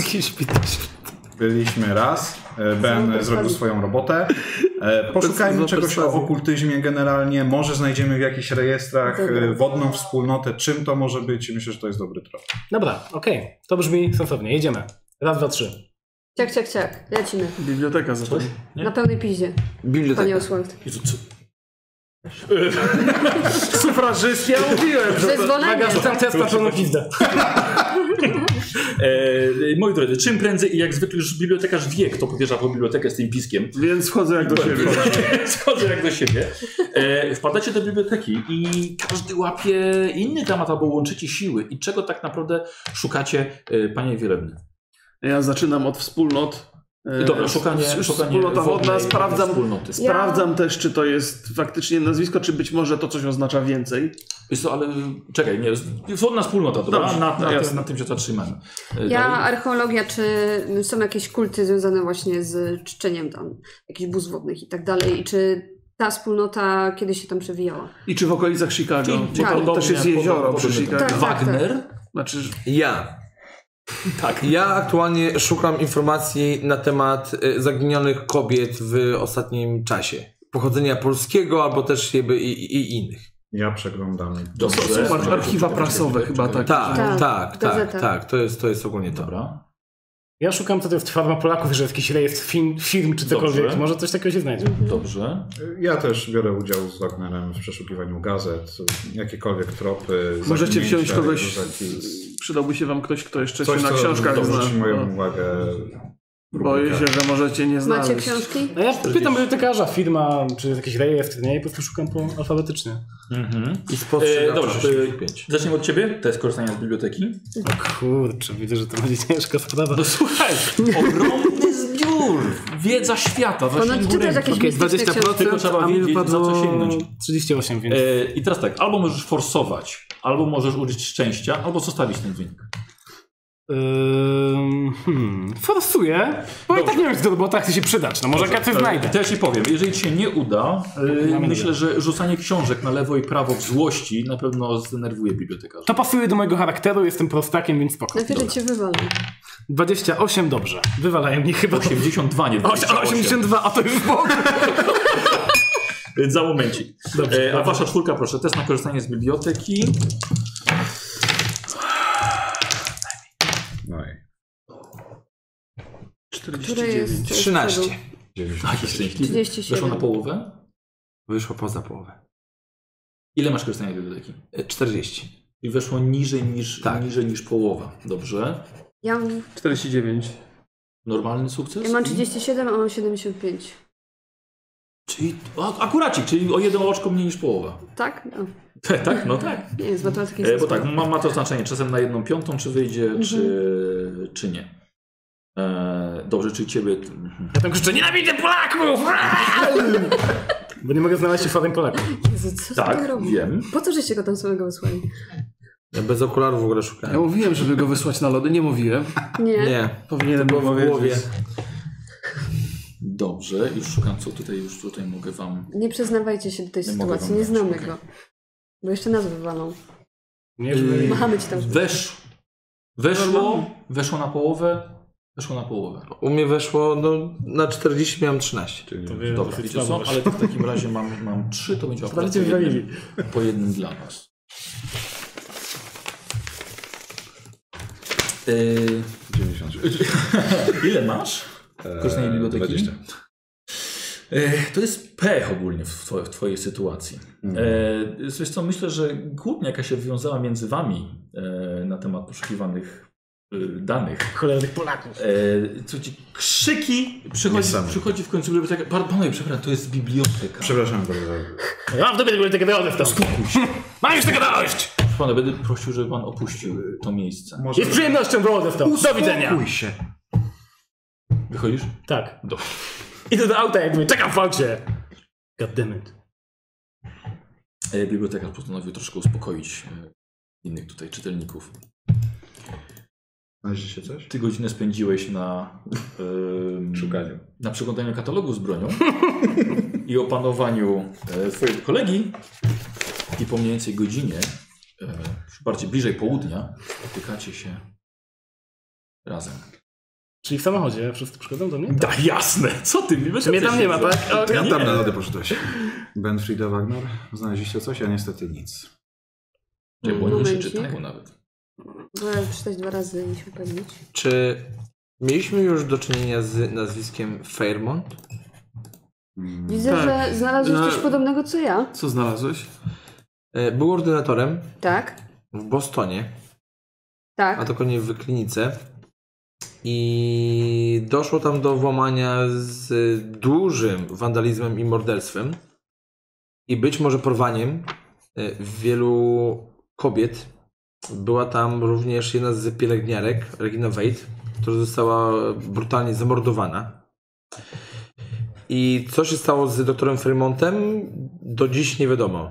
Byliśmy raz. E, Ben zrobił swoją robotę. E, Poszukajmy Bez- czegoś o perswazji. okultyzmie generalnie. Może znajdziemy w jakichś rejestrach e, wodną wspólnotę. Czym to może być? Myślę, że to jest dobry trop. Dobra, okej. To brzmi sensownie. Jedziemy. Raz, dwa, trzy. Ciak, ciak, ciak. Lecimy. Biblioteka zatem. Na pełnej piździe. Panie Biblioteka. Oswald. Jezu, co? Sufrażyst, ja mówiłem, że... Zezwolenie. Uwaga, rzucam test na pełną pizdę. E, moi drodzy, czym prędzej i jak zwykle już bibliotekarz wie, kto powierza po bibliotekę z tym piskiem. Więc wchodzę jak do siebie. Schodzę jak do siebie. E, wpadacie do biblioteki i każdy łapie inny temat albo łączycie siły. I czego tak naprawdę szukacie, e, panie Wielebny? Ja zaczynam od wspólnot. Dobra, szukanie, S- szukanie wspólnota wodna, wodnej sprawdzam, wspólnoty. sprawdzam też, czy to jest faktycznie nazwisko, czy być może to coś oznacza więcej. Wiesz co, ale czekaj, nie, wodna wspólnota, dobra? Dobrze, na, na, jasne. tym, na tym się zatrzymamy. E, Ja, dalej. archeologia, czy są jakieś kulty związane właśnie z czczeniem tam, jakichś bóstw wodnych i tak dalej, i czy ta wspólnota kiedyś się tam przewijała? I czy w okolicach Chicago? Czyli- Bo czyli tam podobnie- też jest jezioro podobnie- przy podobnie- Chicago. Tak, tak. Wagner? Znaczy, Ja. Tak. Ja aktualnie szukam informacji na temat y, zaginionych kobiet w ostatnim czasie. Pochodzenia polskiego albo też jakby i, i, i innych. Ja przeglądam. Dobrze. są ar- archiwa prasowe chyba tak. Tak, Tak, tak, tak, gazeta. tak. To jest, to jest ogólnie to. Dobra. Ja szukam, co to jest farma Polaków, że jest jakiś rejestr firm, firm czy cokolwiek. Dobrze. Może coś takiego się znajdzie. Dobrze. Ja też biorę udział z Wagnerem w przeszukiwaniu gazet, jakiekolwiek tropy. Możecie wziąć zaginięcia, kogoś, jakieś- przydałby się wam ktoś, kto jeszcze Coś, się na co książkach zna. zwróci moją No. uwagę. Boję się, że możecie nie Macie znaleźć. książki? No ja pytam bibliotekarza, firma, czy jest jakiś rejestr, nie? I po prostu szukam po alfabetycznie. Mhm. I spostrzegam E, dobra, sześćdziesiąt pięć. e, zaczniemy od ciebie. To jest korzystanie z biblioteki. O kurczę, widzę, że to będzie ciężka sprawa. No słuchaj, ogromny zbiór. Wiedza świata. Ponoć Zasięgu czytasz ręki. jakieś Okej, mistyczne dwadzieścia procent, Tylko trzeba a mi wiedzieć, za co wypadło sięgnąć. trzydzieści osiem, więc... E, I teraz tak, albo możesz forsować, albo możesz użyć szczęścia, albo zostawić ten wynik. Ym, hmm, forsuję, bo i tak nie wiem, jak do robota chce się przydać. No może jak coś znajdę. To ja ci powiem, jeżeli ci się nie uda, e, myślę, że rzucanie książek na lewo i prawo w złości na pewno zdenerwuje bibliotekarza. To pasuje do mojego charakteru, jestem prostakiem, więc spoko. Najpierw cię wywalę. dwadzieścia osiem, dobrze. Wywalają mnie chyba. osiemdziesiąt dwa, nie dwadzieścia osiem. osiemdziesiąt dwa, a to już w ogóle. Więc za momencik. Dobrze, e, a dobrze. wasza czwórka, proszę, test na korzystanie z biblioteki. No i Które jest trzynaście. Tak, jest szczęśliwy. trzydzieści siedem. Weszło na połowę. Wyszło poza połowę. Ile masz korzystania z biblioteki? E, czterdzieści. I weszło niżej niż, Tak. niżej niż połowa. Dobrze. Ja, mam- czterdzieści dziewięć. Normalny sukces? ja mam trzydzieści siedem, a mam siedemdziesiąt pięć. Czyli a, akuracik, czyli o jedno oczko mniej niż połowa. Tak? No. Tak, no tak. Nie, z matematyki E, jest bo tak, ma, ma to znaczenie czasem na jedną piątą, czy wyjdzie, czy, czy nie. E, dobrze, czy ciebie... mhm. Ja tam krzyczę, nienawidzę Polaków! Bo nie mogę znaleźć się farem Polaków. Jezu, co Tak, tak, robi? wiem. Po co żeście go tam samego wysłali? Ja bez okularów w ogóle Ja szukałem. mówiłem, żeby go wysłać na lody, nie mówiłem. Nie. Nie. Powinienem To było było w głowie. powiedzieć. Dobrze, już szukam, co tutaj, już tutaj mogę wam... Nie przyznawajcie się do tej Nie mogę sytuacji, wam nie dać, znamy okej. go. Bo jeszcze nas wywalą. Nie, żeby... Machamy ci tam. Wesz, weszło, weszło na połowę, weszło na połowę. U mnie weszło, no na czterdzieści miałem trzynaście. czyli To wie- Dobra, dosyć wiecie co, słabo ale to w takim razie mam, mam trzy, to będzie akurat Prawie po cię jednym, wywalili. po jednym dla was. Yy, dziewięćdziesiąt sześć. ile masz? Korzystanie z biblioteki? dwadzieścia. E, To jest pech ogólnie w, two, w twojej sytuacji. E, wiesz co, myślę, że kłótnia, jaka się wywiązała między wami e, na temat poszukiwanych e, danych. Cholernych Polaków. E, co ci, krzyki, przychodzi, Niesamowite. przychodzi w końcu biblioteka. Pan- Panowie, przepraszam, to jest biblioteka. Przepraszam bardzo. Ja w dupie tego tego dołody w to. Mam już tego dość! Pana, będę prosił, żeby pan opuścił to miejsce. Może I z przyjemnością dołody w to. Do widzenia. Uspokój się. Wychodzisz? Tak. Do. Idę do auta, jak mówię, czekam w aucie. Goddammit. E, bibliotekarz postanowił troszkę uspokoić e, innych tutaj czytelników. Znaleźliście coś? Ty godzinę spędziłeś na em, Szukaniu. na przeglądaniu katalogu z bronią i opanowaniu e, twojego kolegi i po mniej więcej godzinie, e, bardziej bliżej południa, spotykacie się razem. Czyli w samochodzie wszyscy przychodzą do mnie? Tak, jasne! Co ty? Czy mnie tam nie ma, tak? To ja Nie. tam na lody poszedłeś. Benfrida Wagner? Znaleźliście coś? Ja niestety nic. Nie, bo oni jeszcze Momencik. czytają nawet. Wolę przeczytać dwa razy i się upewnić. Czy mieliśmy już do czynienia z nazwiskiem Fairmont? Widzę, Tak. że znalazłeś No. coś podobnego co ja. Co znalazłeś? E, Był ordynatorem Tak, w Bostonie, a tak. dokładnie w klinice. I doszło tam do włamania z dużym wandalizmem i morderstwem. I być może porwaniem e, wielu kobiet. Była tam również jedna z pielęgniarek, Regina Wade, która została brutalnie zamordowana. I co się stało z doktorem Fremontem, do dziś nie wiadomo.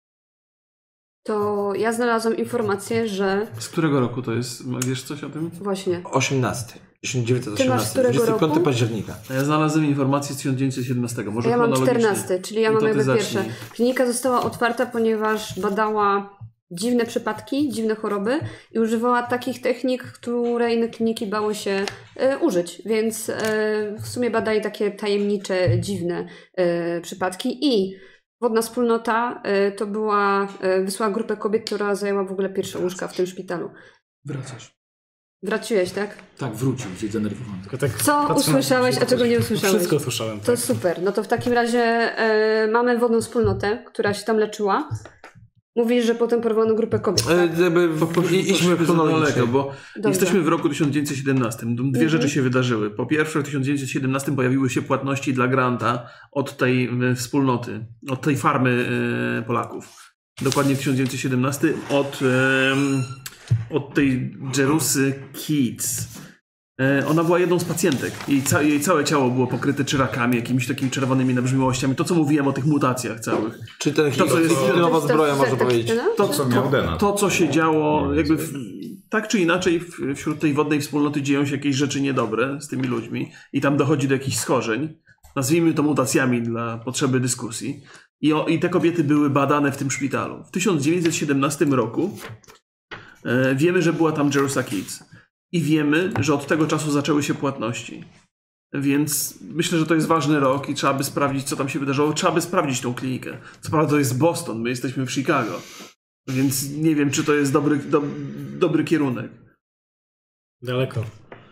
To ja znalazłam informację, że Z którego roku to jest? Wiesz coś o tym? właśnie. osiemnasty. tysiąc dziewięćset osiemnasty. Ty masz z którego dwudziestego piątego roku? października. A ja znalazłem informację z tysiąc dziewięćset siedemnastego. Może Ja mam chronologicznie. czternasty, czyli ja No mam to ty jakby zacznij. pierwsze. Klinika została otwarta, ponieważ badała dziwne przypadki, dziwne choroby i używała takich technik, które inne kliniki bały się e, użyć. Więc e, w sumie badali takie tajemnicze, dziwne e, przypadki i Wodna Wspólnota e, to była, e, wysłała grupę kobiet, która zajęła w ogóle pierwsze łóżka w tym szpitalu. Wracasz. Wróciłeś, tak? Tak, wrócił, jesteś zdenerwowany. Tylko tak Co patrzę usłyszałeś, na- a czego nie usłyszałeś? Wszystko usłyszałem. To Tak. super. No to w takim razie e, mamy Wodną Wspólnotę, która się tam leczyła. Mówisz, że potem porwano grupę kobiet. E, Tak? jakby w, Poszliśmy i- idźmy za chronologicznie. daleko, bo Dobrze. jesteśmy w roku tysiąc dziewięćset siedemnastym. Dwie Mhm. rzeczy się wydarzyły. Po pierwsze, w tysiąc dziewięćset siedemnastym pojawiły się płatności dla Granta od tej e, wspólnoty, od tej farmy e, Polaków. Dokładnie w tysiąc dziewięćset siedemnastym od, em, od tej Jerusy Keats. E, Ona była jedną z pacjentek. Jej, ca jej całe ciało było pokryte czyrakami, jakimiś takimi czerwonymi nabrzmiałościami. To, co mówiłem o tych mutacjach całych. Czy ten To, co jest- nowa zbroja, można tak, powiedzieć. no? To, Co miał Denat. to, co się działo, jakby w, tak czy inaczej w, wśród tej wodnej wspólnoty dzieją się jakieś rzeczy niedobre z tymi ludźmi i tam dochodzi do jakichś schorzeń. Nazwijmy to mutacjami dla potrzeby dyskusji. I, o, i te kobiety były badane w tym szpitalu. W tysiąc dziewięćset siedemnastym roku e, wiemy, że była tam Jerusa Keats. I wiemy, że od tego czasu zaczęły się płatności. Więc myślę, że to jest ważny rok i trzeba by sprawdzić, co tam się wydarzyło. Trzeba by sprawdzić tą klinikę. Co prawda to jest Boston, my jesteśmy w Chicago. Więc nie wiem, czy to jest dobry, do, dobry kierunek. Daleko.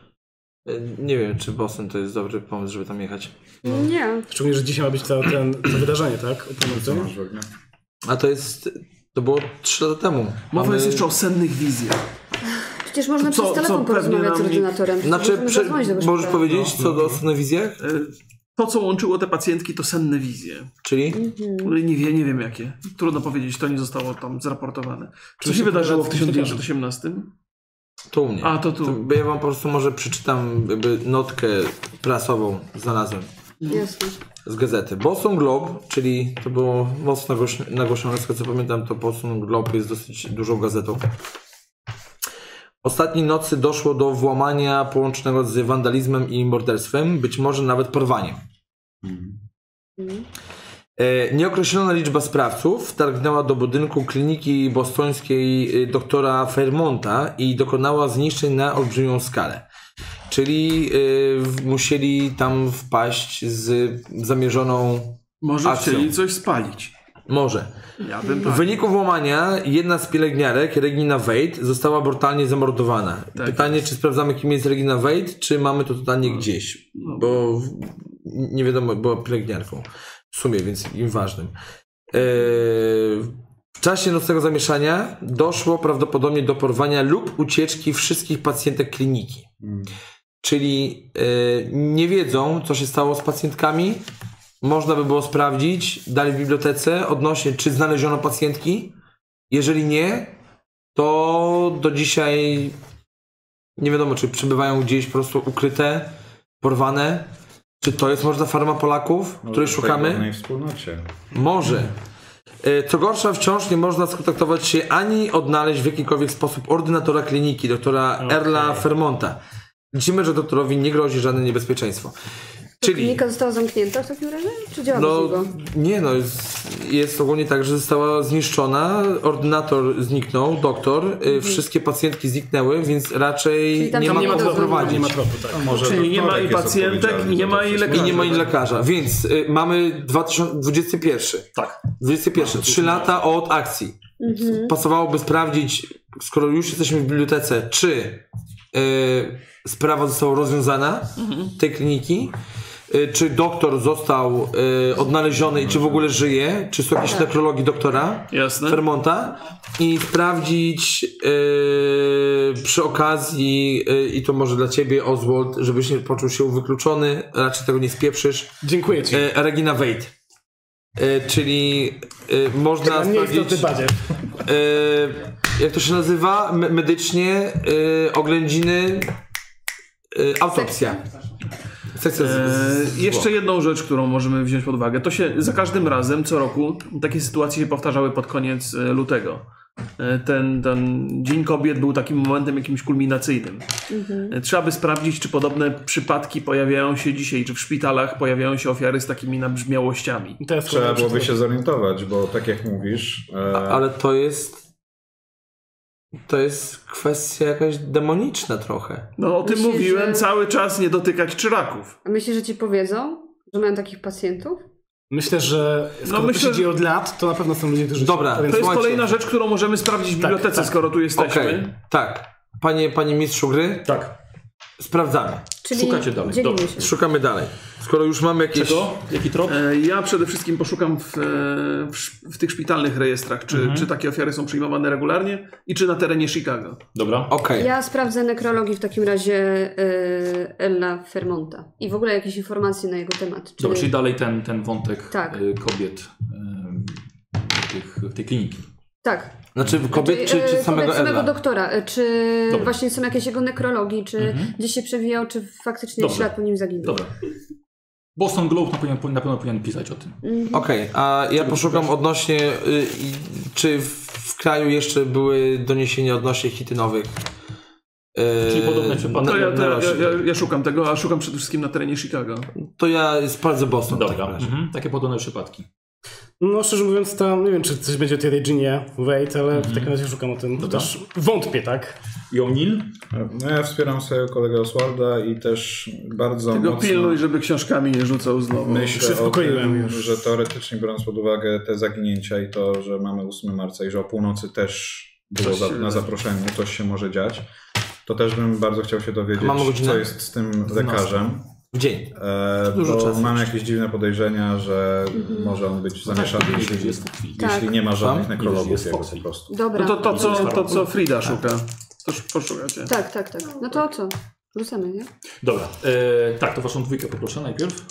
E, Nie wiem, czy Boston to jest dobry pomysł, żeby tam jechać. Nie. Szczególnie, że dzisiaj ma być to, ten, to wydarzenie, tak? O północy. Masz w ogóle? A to jest... To było trzy lata temu. Mowa Mamy- jest jeszcze o sennych wizjach. Przecież można Co- przez telefon co pewnie porozmawiać z nam nie- ordynatorem. Znaczy, Możemy prze... zadzwonić do tego możesz szpitala. powiedzieć, co do na wizjach? E, To, co łączyło te pacjentki, to senne wizje. Czyli? Nie wiem, nie wiem jakie. Trudno powiedzieć, to nie zostało tam zraportowane. Co Czyli się się wydarzyło w pogadać z tysiąc dziewięćset osiemnastym? To u mnie. A, to tu. Bo ja wam po prostu może przeczytam jakby notkę prasową, znalazłem Jasne. z gazety. Boston Globe, czyli to było mocno nagłoś- nagłośnione, z tego co pamiętam, to Boston Globe jest dosyć dużą gazetą. Ostatniej nocy doszło do włamania połączonego z wandalizmem i morderstwem, być może nawet porwaniem. E, Nieokreślona liczba sprawców wtargnęła do budynku kliniki bostońskiej e, doktora Fairmonta i dokonała zniszczeń na olbrzymią skalę. Czyli e, w- musieli tam wpaść z zamierzoną Może akcją. chcieli coś spalić. Może. Ja bym W tak. wyniku włamania jedna z pielęgniarek, Regina Wade, została brutalnie zamordowana. Tak Pytanie, czy sprawdzamy, kim jest Regina Wade, czy mamy to totalnie gdzieś? Bo w- nie wiadomo, była pielęgniarką. W sumie, więc im ważnym. Eee, w czasie nocnego zamieszania doszło prawdopodobnie do porwania lub ucieczki wszystkich pacjentek kliniki. Czyli e, nie wiedzą, co się stało z pacjentkami. Można by było sprawdzić dalej w bibliotece odnośnie, czy znaleziono pacjentki. Jeżeli nie, to do dzisiaj nie wiadomo, czy przebywają gdzieś po prostu ukryte, porwane. Czy to jest może ta farma Polaków, której w tej szukamy? wolnej wspólnocie. Może. E, Co gorsza, wciąż nie można skontaktować się ani odnaleźć w jakikolwiek sposób ordynatora kliniki, doktora Okej. Erla Fairmonta. Liczymy, że doktorowi nie grozi żadne niebezpieczeństwo. To Czyli, klinika została zamknięta w takim razie? Czy działa no bez niego? nie no, jest, jest ogólnie tak, że została zniszczona, ordynator zniknął, doktor, y, wszystkie pacjentki zniknęły, więc raczej Czyli tam nie się ma nie kogo da zrobić. prowadzić. Nie ma tropu, tak. Może Czyli nie ma doktorek i jest pacjentek, odpowiedzialny i nie za ma to i wszystko. lekarzy. I nie ma i lekarza, więc y, mamy dwa tysiące dwudziesty pierwszy. Tak. dwudziesty pierwszy, trzy lata od akcji. Mhm. Pasowałoby sprawdzić, skoro już jesteśmy w bibliotece, czy y, sprawa została rozwiązana tej kliniki. y, czy doktor został y, odnaleziony i czy w ogóle żyje, czy są jakieś nekrologii doktora Jasne. Fermonta i sprawdzić y, przy okazji, y, i to może dla ciebie, Oswald, żebyś nie poczuł się wykluczony, raczej tego nie spieprzysz, Dziękuję ci. y, Regina Wade. Y, czyli y, można Nie jest to sprawdzić, ty badzie. y, jak to się nazywa, Me- medycznie, y, oględziny, y, autopsja. Sekcja z, z, E, jeszcze jedną rzecz, którą możemy wziąć pod uwagę. To się za każdym razem, co roku, takie sytuacje się powtarzały pod koniec e, lutego. E, ten, ten Dzień Kobiet był takim momentem jakimś kulminacyjnym. E, trzeba by sprawdzić, czy podobne przypadki pojawiają się dzisiaj, czy w szpitalach pojawiają się ofiary z takimi nabrzmiałościami. I teraz Trzeba byłoby się zorientować, bo tak jak mówisz... E... A, ale to jest... To jest kwestia jakaś demoniczna trochę. No o tym Myślisz, mówiłem, że- cały czas nie dotykać czyraków. A myślisz, że ci powiedzą, że mają takich pacjentów? Myślę, że skoro No, to myślę, się dzieje od lat, to na pewno są ludzie, którzy... Dobra, się- To jest Słuchajcie. kolejna rzecz, którą możemy sprawdzić w bibliotece, tak. skoro tu jesteśmy. Okej, tak. Panie, panie mistrzu gry, Tak. sprawdzamy. Czyli Szukacie dalej. dzielimy Dobrze. się. Szukamy dalej. Skoro już mamy jakieś... Czego? Jaki trop? E, Ja przede wszystkim poszukam w, e, w, sz- w tych szpitalnych rejestrach, czy, Mhm. czy takie ofiary są przyjmowane regularnie i czy na terenie Chicago. Dobra. Okej. Ja sprawdzę nekrologii w takim razie e, Ella Fermonta i w ogóle jakieś informacje na jego temat. Czy... Dobra, czyli dalej ten, ten wątek Tak. y, kobiet y, tych, tej kliniki. Tak. Znaczy kobiet, czy, Znaczy, czy e, samego kobiet, samego Ella? doktora. e, Czy Dobra. właśnie są jakieś jego nekrologii, czy Mhm. gdzieś się przewijał, czy faktycznie Dobra. ślad po nim zaginął. Dobra. Boston Globe na pewno, na pewno powinien pisać o tym. Okej, a ja poszukam odnośnie, y, i- czy w, w kraju jeszcze były doniesienia odnośnie hitynowych. Y, Czyli podobne przypadki. na- To ja, na to ja, rośnie. ja, ja szukam tego, a szukam przede wszystkim na terenie Chicago. To ja sprawdzę Boston. w Dobra. takim razie. Mhm. Takie podobne przypadki. No szczerze mówiąc, to nie wiem, czy coś będzie o tej Reginie Wade, ale w takim razie szukam o tym. Dobra. Chociaż wątpię, tak? I O'Neill? No ja wspieram swojego kolegę Oswalda i też bardzo Tego mocno pilnuj, żeby książkami nie rzucał znowu. myślę o Przyspokoiłem tym, już. że teoretycznie biorąc pod uwagę te zaginięcia i to, że mamy ósmego marca i że o północy też było Coś za, się na wydarzy. zaproszeniu, coś się może dziać, to też bym bardzo chciał się dowiedzieć, Mamy godzinę? co jest z tym lekarzem. W dzień. E, Dużo bo czasu mam jeszcze. jakieś dziwne podejrzenia, że może on być zamieszany, jeśli, Tak. jeśli nie ma żadnych Tam? nekrologów Jest jego Foxy. po prostu. Dobra. No to to, co, to, co Frida szuka. To już poszukacie. Tak, tak, tak. No to o co? Rzucamy, nie? Dobra. E, tak, to waszą dwójkę poproszę najpierw.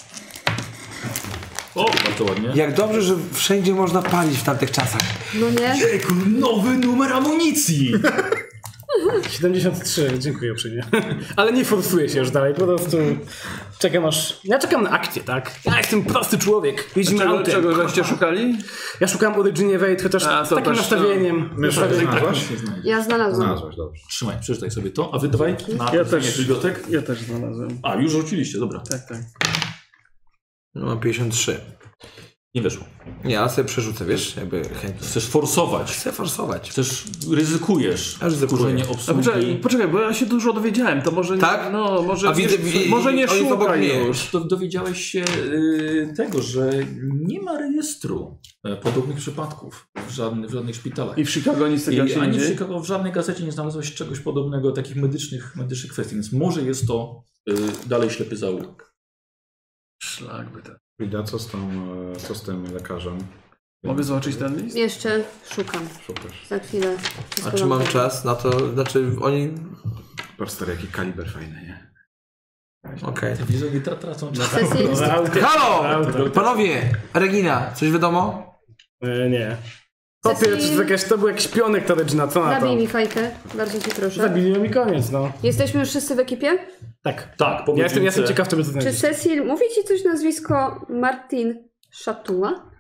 O, bardzo ładnie. Jak dobrze, że wszędzie można palić w tamtych czasach. No nie? Nowy numer amunicji! siedemdziesiąt trzy, dziękuję uprzejmie. Ale nie forsuję się już dalej, po prostu czekam aż... Ja czekam na akcję, tak? Ja jestem prosty człowiek, jeździmy Czego, autem. czego żeście szukali? Ja szukam o Reginie Wade, chociaż A, z to takim też, nastawieniem. Mysza, nastawieniem znalazłaś? Ja znalazłam. Znalazłaś, dobrze. Trzymaj, przeczytaj sobie to. A wy dawaj na Ja pisanie też, bibliotek. ja też znalazłem. A, już rzuciliście, dobra. Tak, tak. No, mam pięćdziesiąt trzy. Nie weszło. Nie, ale sobie przerzucę, wiesz, jakby chętnie. Chcesz forsować. Chcę forsować. Chcesz, ryzykujesz. Aż ryzykuję. Wkurzenie A poczekaj, obsługi. poczekaj, bo ja się dużo dowiedziałem, to może nie, Tak? no, może, A widzę- nie, wi- może nie on jest obok szukaj mnie. już. To dowiedziałeś się y, tego, że nie ma rejestru e, podobnych przypadków w, żadnych w żadnych szpitalach. I w Chicago nic takiego I się nie ani w dzieje? Chicago w żadnej gazecie nie znalazłeś czegoś podobnego, takich medycznych, medycznych kwestii, więc może jest to y, dalej ślepy zaułek. Szlak by tak. Frida, co z, tą, e, co z tym lekarzem? Mogę zobaczyć ten list? Jeszcze szukam. Szukasz. Za chwilę. A wszystko czy wam mam powiem. czas na to? Znaczy oni... Patrz stary, jaki kaliber fajny, nie? Okej. Widzę, że tra- tracą czas. Sesji? Halo! Panowie! Regina, coś wiadomo? E, nie. Kopie, Cecil- czy jakaś, to był jakiś pionek ta Regina, co na to? Zabij mi fajkę. Bardzo cię proszę. Zabili ją i koniec, no. Jesteśmy już wszyscy w ekipie? Tak. Tak, po Ja jestem, ja jestem godzince. ciekaw, co by to Czy znaleźć. Cecil, mówi ci coś nazwisko Martin Szatuła?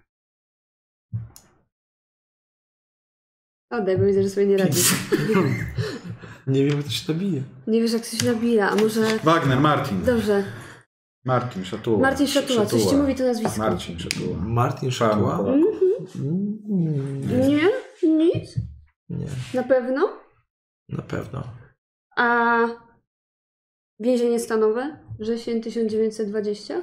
Oddaj, bo widzę, że sobie nie radzisz. Nie wiem, jak to się nabije. Nie wiesz, jak to się nabija, a może... Wagner, Martin. Dobrze. Martin Szatuła. Martin Szatuła, coś ci mówi to nazwisko? Marcin Szatuła. Martin Szatuła? Polaków. Nie? Nic? Nie, Na pewno? na pewno. A więzienie stanowe? Wrzesień tysiąc dziewięćset dwadzieścia?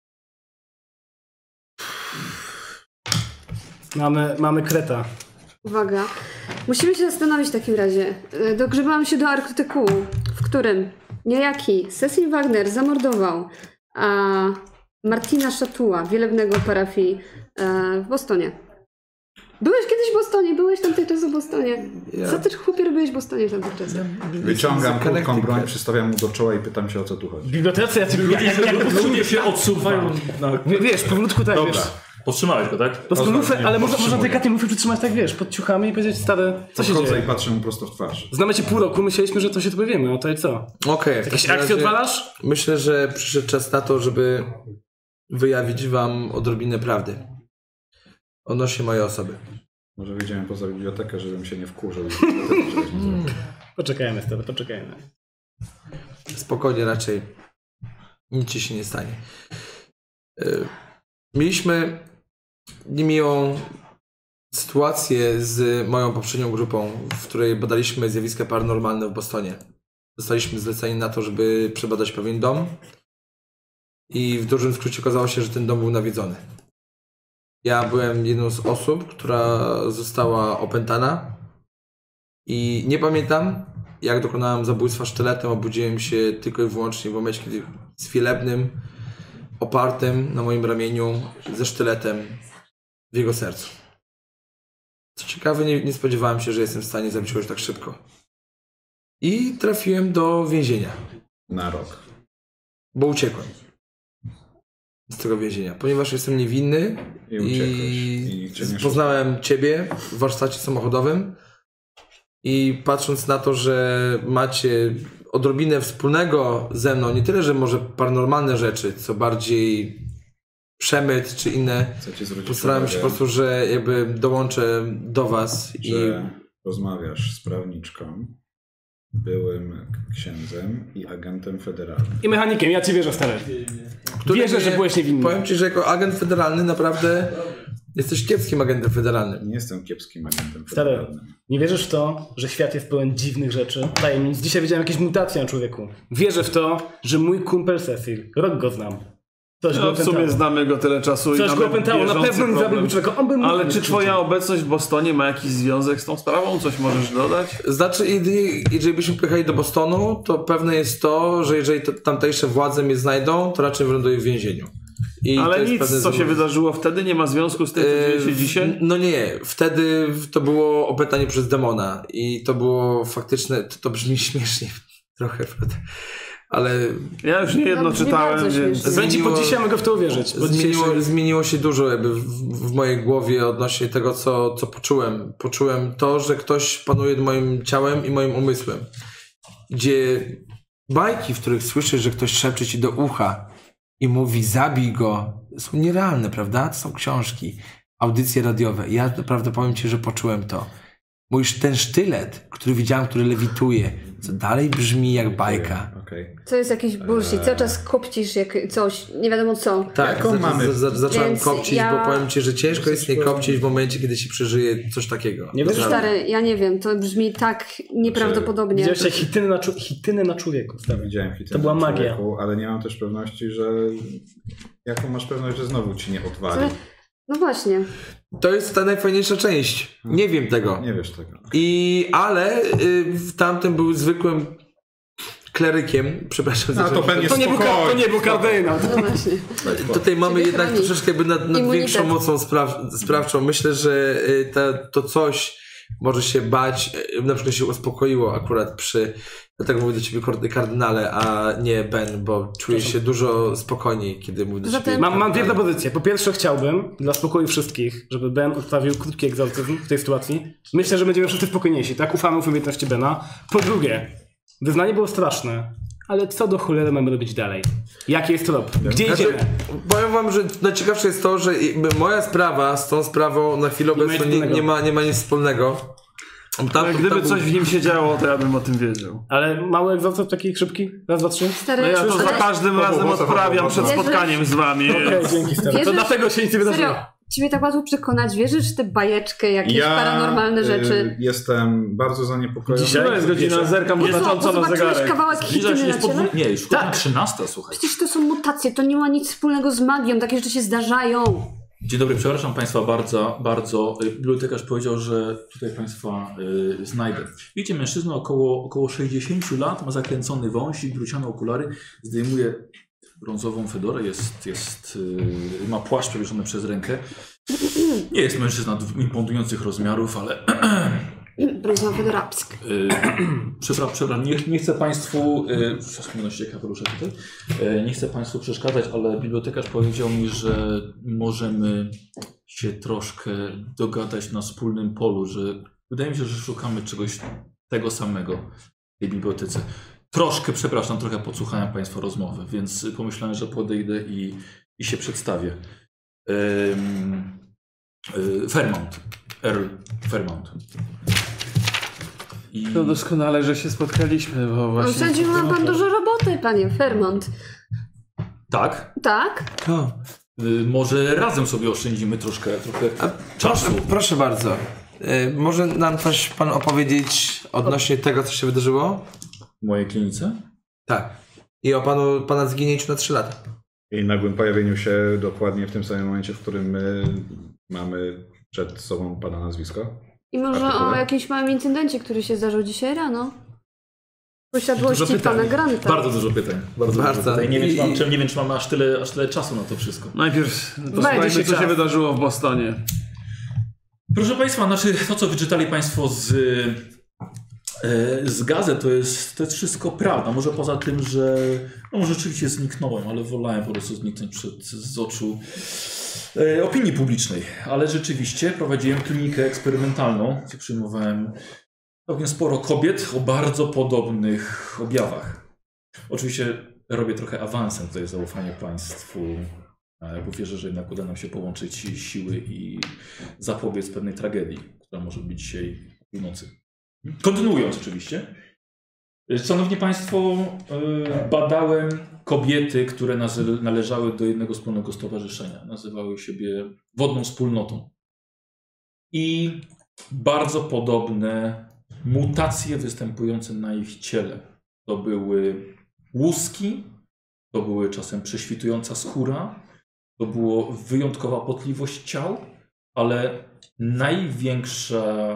Mamy, mamy kreta. Uwaga. Musimy się zastanowić w takim razie. E, Dogrzebałam się do artykułu, w którym niejaki Cecil Wagner zamordował a Martina Szatua, wielebnego parafii e, w Bostonie. Byłeś kiedyś w Bostonie, byłeś tamtych czasów w Bostonie. Co ty, chłopie, robiłeś w Bostonie w tamtych czasach? Wyciągam krótką broń, przystawiam mu do czoła i pytam się, o co tu chodzi. W bibliotece, ja ci Ludzie się odsuwają. Wiesz, powolutku tak, Dobra. wiesz. Powstrzymałeś go, tak? Po prostu lufę, ale można, można delikatnie lufę przytrzymać tak, wiesz, pod ciuchami i powiedzieć, stary, co się Podchodzę dzieje? i patrzę mu prosto w twarz. Znamy cię pół roku, myśleliśmy, że to się tu wiemy, no to i co? Okej. w Jakieś takim akcje razie odwalasz? Myślę, że przyszedł czas na to, żeby wyjawić wam odrobinę prawdy odnośnie mojej osoby. Może wyjdziemy poza bibliotekę, żebym się nie wkurzył. Poczekajmy, stary, poczekajmy. Spokojnie, raczej nic ci się nie stanie. Yy, Mieliśmy niemiłą sytuację z moją poprzednią grupą, w której badaliśmy zjawiska paranormalne w Bostonie. Dostaliśmy zlecenie na to, żeby przebadać pewien dom i w dużym skrócie okazało się, że ten dom był nawiedzony. Ja byłem jedną z osób, która została opętana i nie pamiętam, jak dokonałem zabójstwa sztyletem. Obudziłem się tylko i wyłącznie w momencie, kiedy z wielebnym opartym na moim ramieniu ze sztyletem w jego sercu. Co ciekawe, nie, nie spodziewałem się, że jestem w stanie zabić kogoś tak szybko. I trafiłem do więzienia. Na rok. Bo uciekłem z tego więzienia, ponieważ jestem niewinny I uciekłeś. I cię nie poznałem ciebie w warsztacie samochodowym i patrząc na to, że macie odrobinę wspólnego ze mną, nie tyle, że może paranormalne rzeczy, co bardziej przemyt czy inne, postarałem się po prostu, że jakby dołączę do was że i rozmawiasz z prawniczką, byłym księdzem i agentem federalnym. I mechanikiem, ja ci wierzę, stary. który Wierzę, mnie- że byłeś niewinny. Powiem ci, że jako agent federalny naprawdę jesteś kiepskim agentem federalnym. Nie jestem kiepskim agentem Stary, federalnym. nie wierzysz w to, że świat jest pełen dziwnych rzeczy, tajemnic. Dzisiaj widziałem jakieś mutacje na człowieku. Wierzę w to, że mój kumpel Cecil, rok go znam. Coś go No, w sumie opętało. znamy go tyle czasu. Coś i go mamy opętało, na bieżący pewno nie problem. zabił człowieka. On by mógł Ale być czy twoja krzyczył. obecność w Bostonie ma jakiś związek z tą sprawą? Coś możesz dodać? Znaczy, jeżeli, jeżeli byśmy pojechali do Bostonu, to pewne jest to, że jeżeli to, tamtejsze władze mnie znajdą, to raczej wyląduję w więzieniu. I to Ale jest nic, pewne co się zobowiązanie. wydarzyło wtedy, nie ma związku z tym, co dzieje się Eee, dzisiaj? No nie, wtedy to było opętanie przez demona i to było faktyczne, to, to brzmi śmiesznie trochę, prawda? Ale Ja już nie jedno No, brzmi czytałem, bardzo więc... śmiesznie. Będzie po dzisiaj, mogę w to uwierzyć. Po zmieniło, dzisiejszym- zmieniło się dużo jakby w, w mojej głowie odnośnie tego, co, co poczułem. Poczułem to, że ktoś panuje nad moim ciałem i moim umysłem. Gdzie bajki, w których słyszysz, że ktoś szepcze ci do ucha i mówi zabij go, są nierealne, prawda? To są książki, audycje radiowe. Ja naprawdę powiem ci, że poczułem to. Mój ten sztylet, który widziałem, który lewituje, co dalej brzmi jak bajka. Okej. To jest jakiś bullshit. Cały czas kopcisz jak coś, nie wiadomo co. Tak, Jaką za, mamy? za, za, zacząłem Więc kopcić, ja- bo powiem ci, że ciężko jest nie kopcić w momencie, kiedy się przeżyje coś takiego. Nie wiesz, Naprawdę. Stary, ja nie wiem, to brzmi tak nieprawdopodobnie. Widziałeś te hityny na, czu- hityny na człowieku, stary. Widziałem hity To była na magia. człowieku, ale nie mam też pewności, że... Jaką masz pewność, że znowu ci nie odwali? Ale- No właśnie. To jest ta najfajniejsza część. Nie wiem tego. Nie wiesz tego. I, ale y, w tamtym był zwykłym klerykiem. Przepraszam. No to zacząłem- będzie To nie był, ka- to nie był kardynał. No właśnie. Tutaj mamy Ciebie jednak chroni. troszeczkę jakby nad, nad Immunitet. większą mocą spraw, sprawczą. Myślę, że y, ta, to coś może się bać, y, na przykład się uspokoiło akurat przy, dlatego mówię do ciebie kord- kardynale, a nie Ben, bo czuję się dużo spokojniej, kiedy mówię do Zatem- ciebie. Mam, mam dwie kardynale. propozycje. Po pierwsze chciałbym, dla spokoju wszystkich, żeby Ben odprawił krótki egzorcyzm w tej sytuacji. Myślę, że będziemy wszyscy spokojniejsi, tak? Ufamy w umiejętności Bena. Po drugie, wyznanie było straszne, ale co do cholery mamy robić dalej? Jaki jest trop? Gdzie Znaczy, idziemy? powiem wam, że najciekawsze jest to, że jakby moja sprawa z tą sprawą na chwilę Nie ma obecną nic nie, wspólnego. nie, ma, nie ma nic wspólnego. Tam, Ale tam gdyby był- coś w nim się działo, to ja bym o tym wiedział. Ale mały egzorcyzm taki szybki? Raz, dwa, trzy? Stary, No ja to za ale- każdym razem po co, odprawiam po co? przed spotkaniem z wami. Okej, dzięki stary. To Wierzysz- dlatego się nic nie wydarzyło. Serio, ciebie tak łatwo przekonać, wierzysz w tę bajeczkę, jakieś paranormalne y, rzeczy. jestem bardzo zaniepokojony. Dzisiaj to jest godzina, zerkam Jezu, znacząco na zobaczyłeś zegarek. kawałek Zbliża się, hityny jest na po ciele? dwu... Nie, już tak. trzynasta, słuchaj. Przecież to są mutacje, to nie ma nic wspólnego z magią, takie rzeczy się zdarzają. Dzień dobry, przepraszam Państwa bardzo, bardzo. Bibliotekarz powiedział, że tutaj Państwa y, znajdę. Widzicie, mężczyzna około, około sześćdziesięciu lat, ma zakręcony wąsik, druciane okulary, zdejmuje brązową fedorę, jest, jest, yy, ma płaszcz przewieszony przez rękę. Nie jest mężczyzna imponujących rozmiarów, ale... Brązowa fedora. Yy, przepraszam, przepraszam, nie, nie chcę Państwu... Yy, Przeszkadzać kapelusza tutaj. Yy, nie chcę Państwu przeszkadzać, ale bibliotekarz powiedział mi, że możemy się troszkę dogadać na wspólnym polu, że wydaje mi się, że szukamy czegoś tego samego w tej bibliotece. Troszkę, przepraszam, trochę podsłuchałem Państwa rozmowy, więc pomyślałem, że podejdę i, i się przedstawię. Um, y, Fairmount. Earl Fairmount. I... No doskonale, że się spotkaliśmy, bo właśnie... Oszczędził ma pan dużo roboty, panie Fairmount. Tak? Tak? To. Y, może razem sobie oszczędzimy troszkę, trochę A, czasu. proszę, proszę bardzo. Y, może nam coś pan opowiedzieć odnośnie tego, co się wydarzyło? W mojej klinice? Tak. I o panu, pana zginięciu na trzy lata. I nagłym pojawieniu się dokładnie w tym samym momencie, w którym my mamy przed sobą pana nazwisko. I może Artykuły? o jakimś małym incydencie, który się zdarzył dzisiaj rano. W posiadłości Dużo pytań. pana Granta. Bardzo dużo pytań. Bardzo, Bardzo. dużo pytań. Nie, wiem, czy mam, I- czy, nie wiem, czy mam aż tyle, aż tyle czasu na to wszystko. Najpierw posłuchajmy, się co się czas. wydarzyło w Bostonie. Proszę Państwa, znaczy to, co wyczytali Państwo z, e, z gazet, to jest, to jest wszystko prawda. Może poza tym, że no może rzeczywiście zniknąłem, ale wolałem po prostu zniknąć przed, z oczu e, opinii publicznej. Ale rzeczywiście prowadziłem klinikę eksperymentalną, gdzie przyjmowałem całkiem sporo kobiet o bardzo podobnych objawach. Oczywiście robię trochę awansem tutaj zaufanie Państwu, bo wierzę, że jednak uda nam się połączyć siły i zapobiec pewnej tragedii, która może być dzisiaj o północy. Kontynuując oczywiście. Szanowni Państwo, badałem kobiety, które należały do jednego wspólnego stowarzyszenia. Nazywały siebie Wodną Wspólnotą. I bardzo podobne mutacje występujące na ich ciele. To były łuski, to były czasem prześwitująca skóra, to była wyjątkowa potliwość ciał, ale największa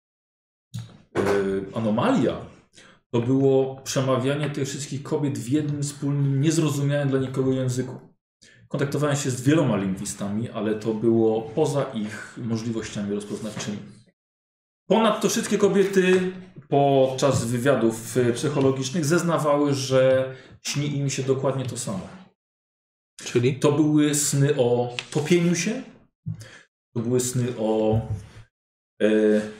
y, anomalia to było przemawianie tych wszystkich kobiet w jednym wspólnym, niezrozumiałym dla nikogo języku. Kontaktowałem się z wieloma lingwistami, ale to było poza ich możliwościami rozpoznawczymi. Ponadto wszystkie kobiety podczas wywiadów psychologicznych zeznawały, że śni im się dokładnie to samo. Czyli? To były sny o topieniu się, to były sny o e,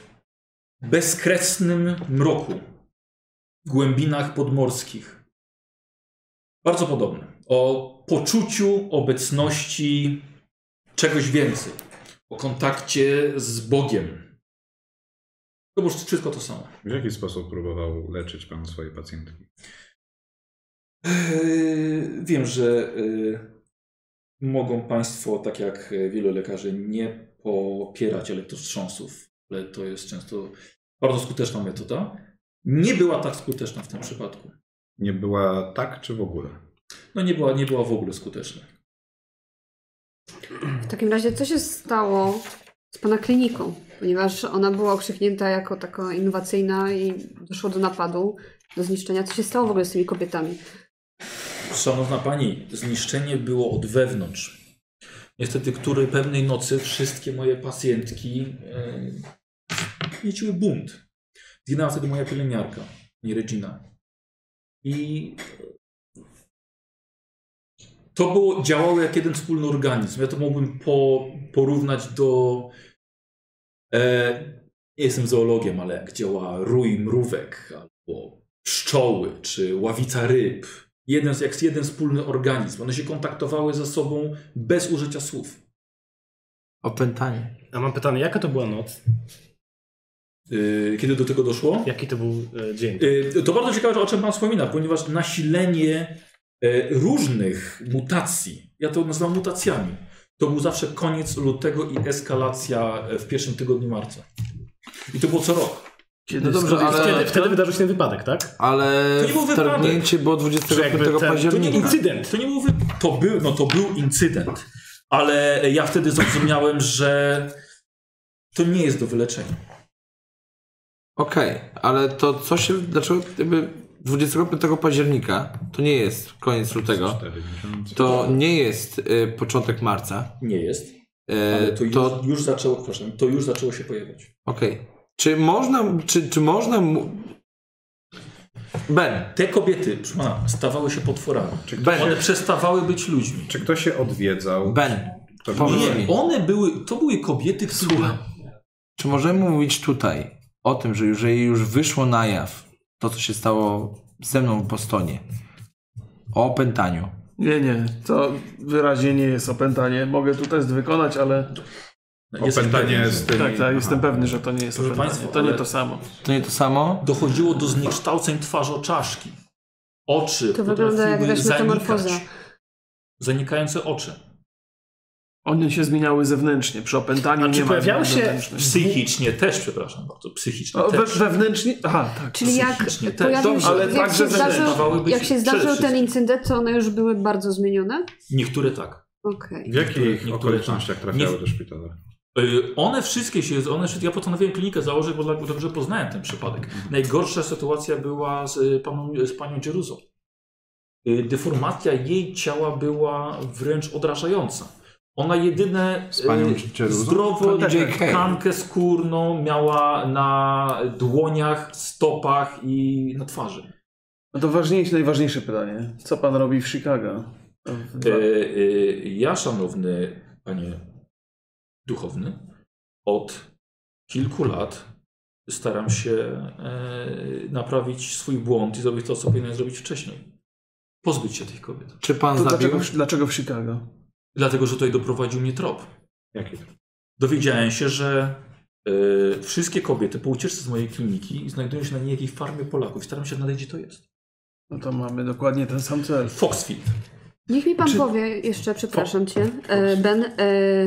bezkresnym mroku, głębinach podmorskich. Bardzo podobne. O poczuciu obecności czegoś więcej. O kontakcie z Bogiem. To było wszystko to samo. W jaki sposób próbował leczyć pan swoje pacjentki? Yy, wiem, że yy, mogą Państwo, tak jak wielu lekarzy, nie popierać elektrostrząsów, ale to jest często bardzo skuteczna metoda. Nie była tak skuteczna w tym przypadku. Nie była tak, czy w ogóle? No nie była, nie była w ogóle skuteczna. W takim razie co się stało z pana kliniką? Ponieważ ona była okrzyknięta jako taka inwacyjna i doszło do napadu, do zniszczenia. Co się stało w ogóle z tymi kobietami? Szanowna Pani, zniszczenie było od wewnątrz. Niestety, której pewnej nocy wszystkie moje pacjentki e, mieciły bunt. Zginęła wtedy moja pielęgniarka, nie Regina. I to było, działało jak jeden wspólny organizm. Ja to mógłbym po, porównać do... E, nie jestem zoologiem, ale jak działa rój mrówek, albo pszczoły, czy ławica ryb. Jeden, jak jeden wspólny organizm. One się kontaktowały ze sobą bez użycia słów. Opętanie. A mam pytanie, jaka to była noc? Yy, kiedy do tego doszło? Jaki to był e, dzień? Yy, to bardzo ciekawe, o czym Pan wspomina, ponieważ nasilenie e, różnych mutacji, ja to nazywam mutacjami, to był zawsze koniec lutego i eskalacja w pierwszym tygodniu marca. I to było co rok. Kiedy No dobrze, skoro- ale- Wtedy, wtedy wydarzył się ten wypadek, tak? Ale To nie był wtargnięcie było dwudziestego piątego Że jakby ten- To nie był października. Incydent. To nie był, wy... to był, no to był incydent, ale ja wtedy zrozumiałem, że to nie jest do wyleczenia. Okej, ale to co się, dlaczego jakby dwudziestego piątego października, to nie jest koniec lutego, to nie jest y, początek marca. Nie jest, Y, ale to już, to, już zaczęło, proszę, to już zaczęło się pojawiać. Okej. Okay. Czy można, czy, czy można... Mu... Ben. Te kobiety, proszę pana, stawały się potworami. Ben. One przestawały być ludźmi. Czy ktoś się odwiedzał? Ben. To Powiedz mi. Nie, one były, to były kobiety, które... Czy możemy mówić tutaj o tym, że już, że już wyszło na jaw to, co się stało ze mną w Bostonie? O opętaniu. Nie, nie, to wyraźnie nie jest opętanie. Mogę tu test wykonać, ale... Opętanie z tymi... Tak, tak, jestem pewny, że to nie jest Proszę opętanie. państwa, To nie ale- to samo. To nie to samo? Dochodziło do zniekształceń twarzoczaszki. Oczy To wygląda jak potrafiły jakaś metamorfoza. zanikać. Zanikające oczy. One się zmieniały zewnętrznie. Przy opętaniu A nie czy ma pojawiały zmian się zewnętrznych. Psychicznie też, przepraszam bardzo, psychicznie O, we, też. wewnętrznie? Aha, tak. Czyli jak Psychicznie też. pojawił Dobrze, się, ale jak także się zdarzył, zdawały być jak się zdarzył przede ten wszystkim. incydent, to one już były bardzo zmienione? Niektóre tak. Okej. W jakich Niektóre- okolicznościach trafiały nie- do szpitala? Y, One wszystkie się, one, ja postanowiłem klinikę założyć, bo tak dobrze poznałem ten przypadek. Najgorsza sytuacja była z, y, paną, z panią Dzieruzą. Y, Deformacja jej ciała była wręcz odrażająca. Ona jedyne Z panią y, Dzieruzą? zdrowo Pani J K. tkankę skórną miała na dłoniach, stopach i na twarzy. No to ważniejsze, najważniejsze pytanie. Co pan robi w Chicago? W Y, y, Ja, szanowny panie duchowny, od kilku lat staram się e, naprawić swój błąd i zrobić to, co powinienem zrobić wcześniej. Pozbyć się tych kobiet. Czy pan To zabił? dlaczego, w- dlaczego w Chicago? Dlatego, że tutaj doprowadził mnie trop. Jaki? Dowiedziałem się, że e, wszystkie kobiety po ucieczce z mojej kliniki znajdują się na niejakiej farmie Polaków. Staram się znaleźć, gdzie to jest. No to mamy dokładnie ten sam cel. Foxfield. Niech mi pan powie jeszcze, przepraszam cię, e, Ben, e,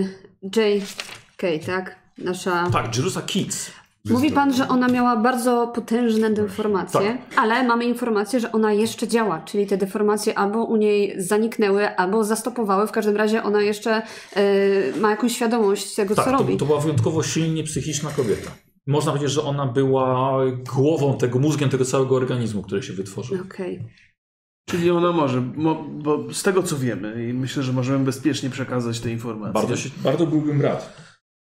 J K, tak? Nasza... Tak, Jerusa Kids. Mówi pan, że ona miała bardzo potężne deformacje, Tak. ale mamy informację, że ona jeszcze działa, czyli te deformacje albo u niej zaniknęły, albo zastopowały. W każdym razie ona jeszcze e, ma jakąś świadomość tego, Tak, co to, robi. to była wyjątkowo silnie psychiczna kobieta. Można powiedzieć, że ona była głową tego, mózgiem tego całego organizmu, który się wytworzył. Okej. Czyli ona może, mo, bo z tego co wiemy i myślę, że możemy bezpiecznie przekazać te informacje. Bardzo, się, bardzo byłbym rad.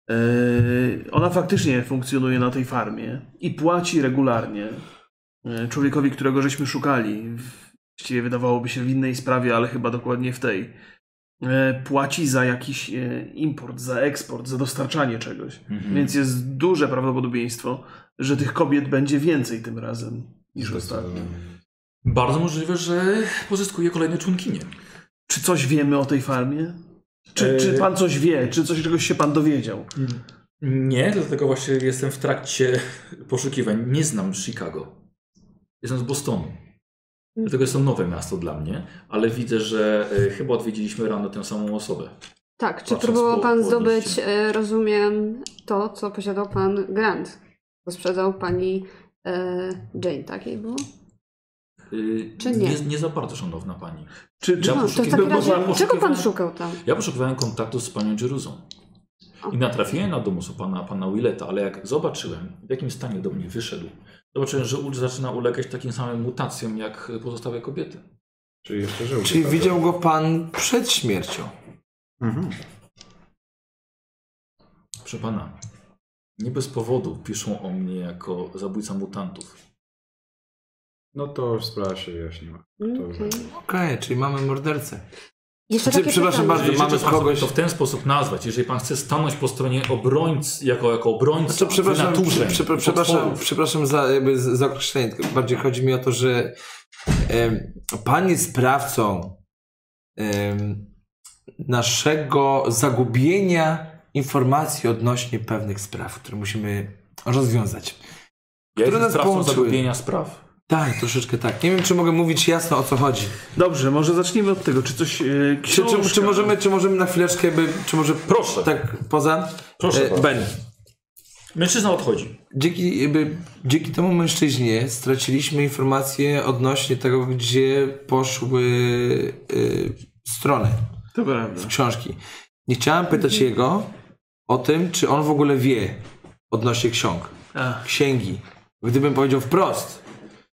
Yy, ona faktycznie funkcjonuje na tej farmie i płaci regularnie yy, człowiekowi, którego żeśmy szukali. Właściwie wydawałoby się w innej sprawie, ale chyba dokładnie w tej. Yy, płaci za jakiś yy, import, za eksport, za dostarczanie czegoś. Mhm. Więc jest duże prawdopodobieństwo, że tych kobiet będzie więcej tym razem niż ostatnio. Bardzo możliwe, że pozyskuje kolejne członkinie. Czy coś wiemy o tej farmie? Czy, Yy. czy pan coś wie? Czy coś czegoś się pan dowiedział? Nie, dlatego właśnie jestem w trakcie poszukiwań. Nie znam Chicago. Jestem z Bostonu. Dlatego jest to nowe miasto dla mnie, ale widzę, że e, chyba odwiedziliśmy rano tę samą osobę. Tak, czy Patrząc próbował po- pan po zdobyć, liście. e, rozumiem, to, co posiadał pan Grant? To sprzedał pani e, Jane, takiej było? Y, Czy nie? nie? Nie za bardzo, szanowna pani. Czy, czy, Ja No, to w poszukiwałem- takim razie, poszukiwałem- czego pan szukał tam? Ja poszukiwałem kontaktu z panią Jeruzą. I natrafiłem na domus pana, pana Willeta, ale jak zobaczyłem, w jakim stanie do mnie wyszedł, zobaczyłem, że u- zaczyna ulegać takim samym mutacjom jak pozostałe kobiety. Czyli jeszcze żył. Czyli widział go pan przed śmiercią? Mhm. Proszę pana, nie bez powodu piszą o mnie jako zabójca mutantów. No to sprawa się wyjaśniła. To Okej. Okej, czyli mamy mordercę. Jeszcze Czy- takie przepraszam pytanie. bardzo, Jeżeli mamy pan kogoś- sobie to w ten sposób nazwać, jeżeli pan chce stanąć po stronie obrońcy, jako, jako obrońca, Znaczy, przepraszam, wynaturzeń, prze, prze, przepraszam, potworów. przepraszam za, jakby z- za określenie, tylko bardziej chodzi mi o to, że em, pan jest sprawcą em, naszego zagubienia informacji odnośnie pewnych spraw, które musimy rozwiązać. Ja które jestem nas sprawcą połączyły. zagubienia spraw. Tak, troszeczkę tak. Nie wiem, czy mogę mówić jasno, o co chodzi. Dobrze, może zacznijmy od tego. Czy coś... Yy, Czy, czy, czy, możemy, czy możemy na chwileczkę, by, czy może Proszę. tak poza? Proszę E, bardzo. Ben, Mężczyzna odchodzi. dzięki, jakby, dzięki temu mężczyźnie straciliśmy informacje odnośnie tego, gdzie poszły y, strony To prawda. książki. Nie chciałem pytać jego o tym, czy on w ogóle wie odnośnie ksiąg, A, księgi. Gdybym powiedział wprost,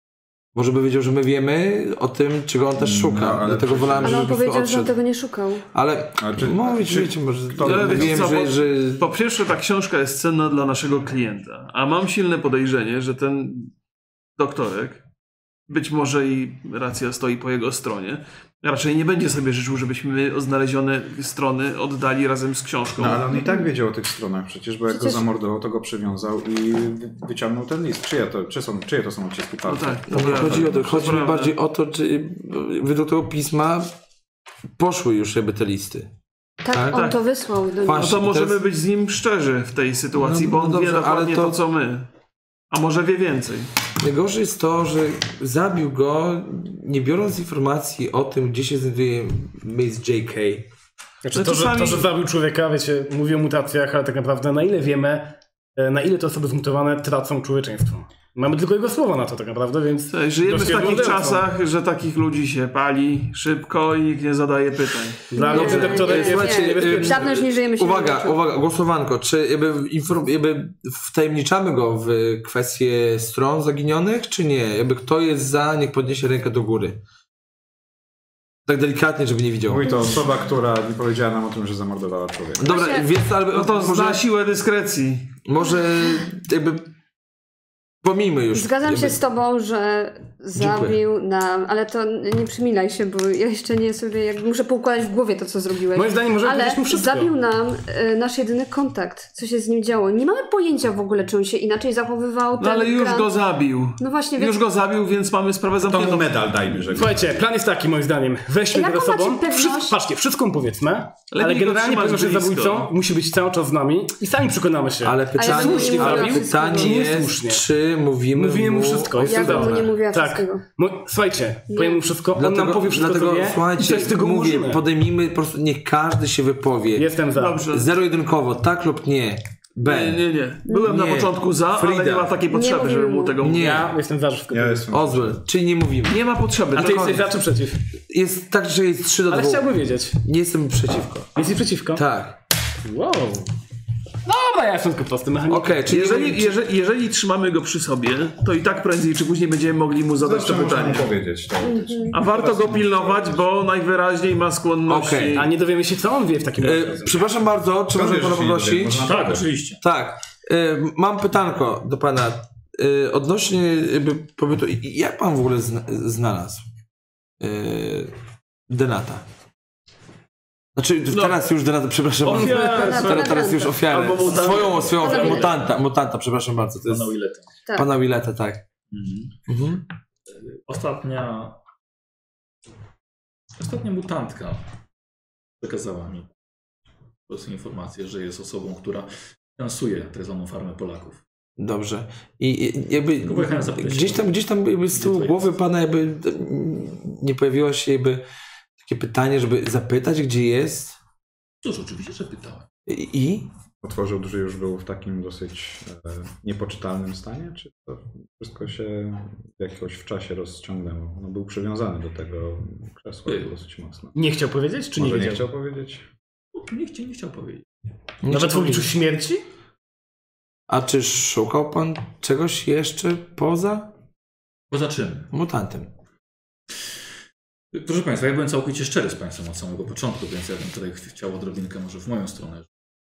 Bo żeby wiedział, że my wiemy o tym, czego on też szuka. No, ale Dlatego przecież- wolałem, Ale on żeby powiedział, że on odszedł. tego nie szukał. Ale, Ale czy- mówić, czy- wiecie, może Ale wiecie wiem, co, że, po, że... po pierwsze ta książka jest cenna dla naszego klienta, a mam silne podejrzenie, że ten doktorek, być może i racja stoi po jego stronie, raczej nie będzie sobie życzył, żebyśmy znalezione strony oddali razem z książką. No ale on i tak wiedział o tych stronach przecież, bo jak Przecież- go zamordował, to go przywiązał i wyciągnął ten list. Czyje to, czy są, czyje to są odciski No palców? tak, To nie prawda. chodzi o to, chodzi mi prawda. bardziej o to, czy według tego pisma poszły już jakby te listy. Tak, Ale on tak. to wysłał do niego. No Właśnie, to możemy teraz- być z nim szczerzy w tej sytuacji, No, bo on no wie dobrze, dokładnie ale to... to- co my. A może wie więcej. Najgorsze jest to, że zabił go, nie biorąc informacji o tym, gdzie się znajduje Miss J K. Znaczy, No to, że, czasami- to, że zabił człowieka, wiecie, mówię o mutacjach, ale tak naprawdę na ile wiemy, e, na ile te osoby zmutowane tracą człowieczeństwo. Mamy tylko jego słowa na to tak naprawdę, więc... Słuchaj, żyjemy w dość takich mordercą. czasach, że takich ludzi się pali szybko i nikt nie zadaje pytań. Dla Nie, mnie ten doktorek nie, jest Słuchajcie, nie. niebezpieczny. Dawno już nie żyjemy się Uwaga, uwaga, głosowanko. Czy jakby, inform, jakby wtajemniczamy go w kwestię stron zaginionych, czy nie? Jakby kto jest za, niech podniesie rękę do góry. Tak delikatnie, żeby nie widział. Mówi to osoba, która nie powiedziała nam o tym, że zamordowała człowieka. Dobra, Właśnie- więc ale, No to może, zna siłę dyskrecji. może jakby pomijmy już. Zgadzam jakby, się z tobą, że zabił nam, ale to nie przymilaj się, bo ja jeszcze nie sobie, jak muszę poukładać w głowie to, co zrobiłeś. Moim zdaniem możemy Ale powiedzieć mu wszystko. zabił nam e, nasz jedyny kontakt, co się z nim działo. Nie mamy pojęcia w ogóle, czy on się inaczej zachowywał. No ten ale już Grant. go zabił. No właśnie, Już więc... go zabił, więc mamy sprawę To mu zamkniętą. medal dajmy, że go... Słuchajcie, plan jest taki moim zdaniem. Weźmy Jaką go ze sobą. macie pewność? Wszystko, patrzcie, wszystko mu powiedzmy, ale Lepiej go generalnie trzymać pewność, że blisko. zabójcą musi być cały czas z nami i sami przekonamy się. Ale ja pytanie, bym mu nie ale mówiła pytanie wszystkiego. jest, Niesłusznie. czy mówimy, Mówimy mu wszystko, jest Ja bym mu cudowne. nie mówiła Tak. wszystkiego. Mo- Słuchajcie, Nie. powiem mu wszystko, on Dlatego, nam powie wszystko, dlatego co wie i słuchajcie, coś z tego mówię, ułożymy. podejmijmy, po prostu niech każdy się wypowie. Jestem za. Dobrze. Zero-jedynkowo, tak lub nie. B. Nie, nie, nie. Byłem na Nie. początku za, ale Frida. nie ma takiej potrzeby, mówimy żeby mu mu. tego mówić. Nie. Ja jestem za, że wszystko Ja powiem. jestem... Oswald, czyli nie mówimy. Nie ma potrzeby. A to ty koniec. jesteś za czy przeciw? Jest tak, że jest trzy do Ale dwóch. chciałbym wiedzieć. Nie jestem przeciwko. Jesteś przeciwko? Tak. Wow. Dobra, ja jestem tylko prosty mechanik. Okej, czyli Jeżeli, jeżeli, jeżeli trzymamy go przy sobie, to i tak prędzej czy później będziemy mogli mu zadać Zawsze to można pytanie. mu powiedzieć. teoretycznie. A warto go pilnować, bo najwyraźniej ma skłonności. Okej. A nie dowiemy się, co on wie w takim razie. E, przepraszam bardzo, czy Skąd można wiesz, pana że się nie dowiemy? poprosić? Można Tak, pytać. oczywiście. Tak. E, mam pytanko do pana. E, odnośnie jakby pobytu. Jak pan w ogóle zna, znalazł e, Denata? Znaczy No. teraz już Denata, przepraszam bardzo. Ofiarę. Teraz, teraz już ofiarę. Albo mutanta. Swoją, swoją Pana ofiarę. Willeta. Mutanta, mutanta, przepraszam bardzo. To jest Pana Willeta. Tak. pana Willeta, tak. Mhm. Mhm. Ostatnia... Ostatnia mutantka przekazała mi po prostu informację, że jest osobą, która finansuje tak zwaną farmę Polaków. Dobrze. I i jakby Tylko pojechałem zapytać gdzieś się, tam, gdzieś tam jakby z gdzie tyłu to głowy jest. pana jakby nie pojawiło się jakby takie pytanie, żeby zapytać, gdzie jest Cóż, oczywiście, że pytałem. i... i? Otworzył, że już był w takim dosyć e, niepoczytalnym stanie, czy to wszystko się jakoś w czasie rozciągnęło? No, był przywiązany do tego krzesła Był. dosyć mocno. Nie chciał powiedzieć, czy nie Może wiedział? nie chciał powiedzieć? Nie, chci- nie chciał powiedzieć. Nie Nawet w chciał obliczu powiedzieć. śmierci? A czy szukał pan czegoś jeszcze poza Poza czym? mutantem? Proszę Państwa, ja byłem całkowicie szczery z Państwem od samego początku, więc ja bym tutaj chciał odrobinkę może w moją stronę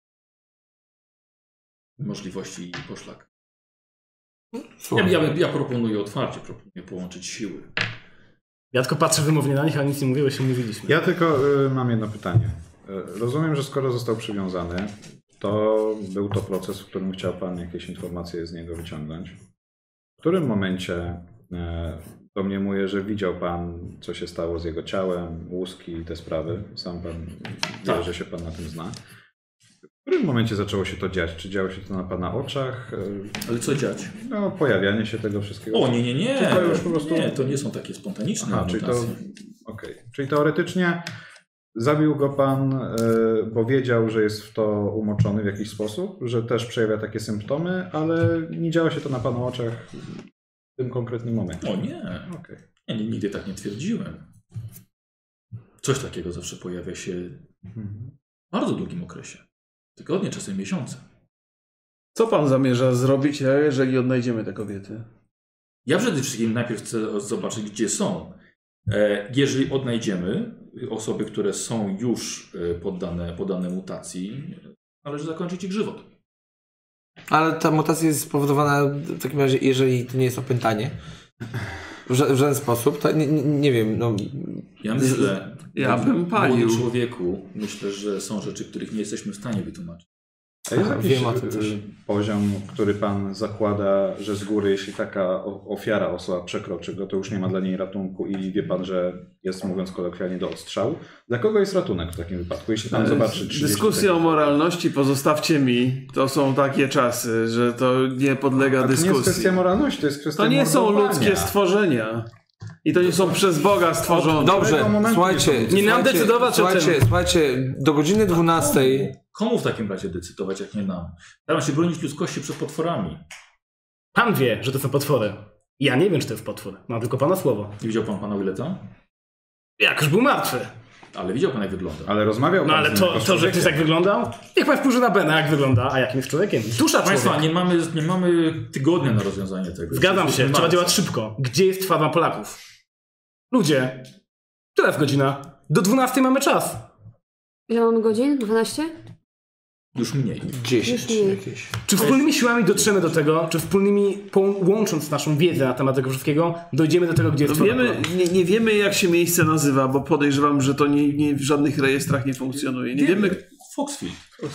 możliwości i poszlak. Ja, Słucham. ja, ja proponuję otwarcie, proponuję połączyć siły. Ja tylko patrzę wymownie na nich, ale nic nie mówię, bo się mówiliśmy. Ja tylko y, mam jedno pytanie. Y, rozumiem, że skoro został przywiązany, to był to proces, w którym chciał pan jakieś informacje z niego wyciągnąć. W którym momencie y, domniemuję, że widział pan, co się stało z jego ciałem, łuski i te sprawy. Sam pan wie, Tak. że się pan na tym zna. W którym momencie zaczęło się to dziać? Czy działo się to na pana oczach? Y, Ale co dziać? No, pojawianie się tego wszystkiego. O nie, nie, nie. Czy to już po prostu- Nie, to nie są takie spontaniczne Aha, czyli to, mutacje. okej. Czyli teoretycznie zabił go pan, y, bo wiedział, że jest w to umoczony w jakiś sposób, że też przejawia takie symptomy, ale nie działo się to na pana oczach w tym konkretnym momencie. O nie. Okej. Ja nie- nigdy tak nie twierdziłem. Coś takiego zawsze pojawia się Mhm. w bardzo długim okresie. Tygodnie, czasem miesiące. Co pan zamierza zrobić, jeżeli odnajdziemy te kobiety? Ja przede wszystkim najpierw chcę zobaczyć, gdzie są. E, jeżeli odnajdziemy osoby, które są już poddane, poddane mutacji, należy zakończyć ich żywot. Ale ta mutacja jest spowodowana w takim razie, jeżeli to nie jest opętanie. W, ża- w żaden sposób. To nie, nie, nie wiem, no... Ja myślę, Ja bym palił. młody człowieku, myślę, że są rzeczy, których nie jesteśmy w stanie wytłumaczyć. A jest jakiś Wiem o tym też. y, poziom, który pan zakłada, że z góry, jeśli taka o- ofiara, osoba przekroczy go, to już nie ma dla niej ratunku i wie pan, że jest, mówiąc kolokwialnie, do odstrzału? Dla kogo jest ratunek w takim wypadku? Jeśli pan zobaczy trzydzieści Dyskusja o moralności pozostawcie mi. To są takie czasy, że to nie podlega tak, to nie jest dyskusji. kwestia moralności, to jest kwestia To nie są mordowania. ludzkie stworzenia. I to nie są przez Boga stworzone. Dobrze, momentu słuchajcie, nie nam słuchajcie, decydować o słuchajcie, tym. słuchajcie, do godziny dwunastej. Komu w takim razie decydować, jak nie nam? Staram się bronić ludzkości przed potworami. Pan wie, że to są potwory. Ja nie wiem, czy to jest potwór. Mam tylko pana słowo. Nie widział pan pana Willeta? Jak już był martwy. Ale widział pan, jak wygląda. Ale rozmawiał No pan ale z nim to, jako to że człowiekiem. ktoś tak wyglądał? Niech pan spojrzy na Bena, jak wygląda, a jakim jest człowiekiem. Dusza Państwa, człowieka. nie mamy, nie mamy tygodnia na rozwiązanie tego. Zgadzam Jesteśmy się, w trzeba marcu. działać szybko. Gdzie jest farma Polaków? Ludzie, która jest godzina? Do dwunastej mamy czas. Ile mamy godzin? dwanaście? Już mniej. dziesięć Już nie. jakieś. Czy wspólnymi siłami dotrzemy do tego, czy wspólnymi, poł- łącząc naszą wiedzę na temat tego wszystkiego, dojdziemy do tego, gdzie jest No farma wiemy, Polaków? nie, nie wiemy, jak się miejsce nazywa, bo podejrzewam, że to nie, nie w żadnych rejestrach nie funkcjonuje. Nie wiemy. Foxfield.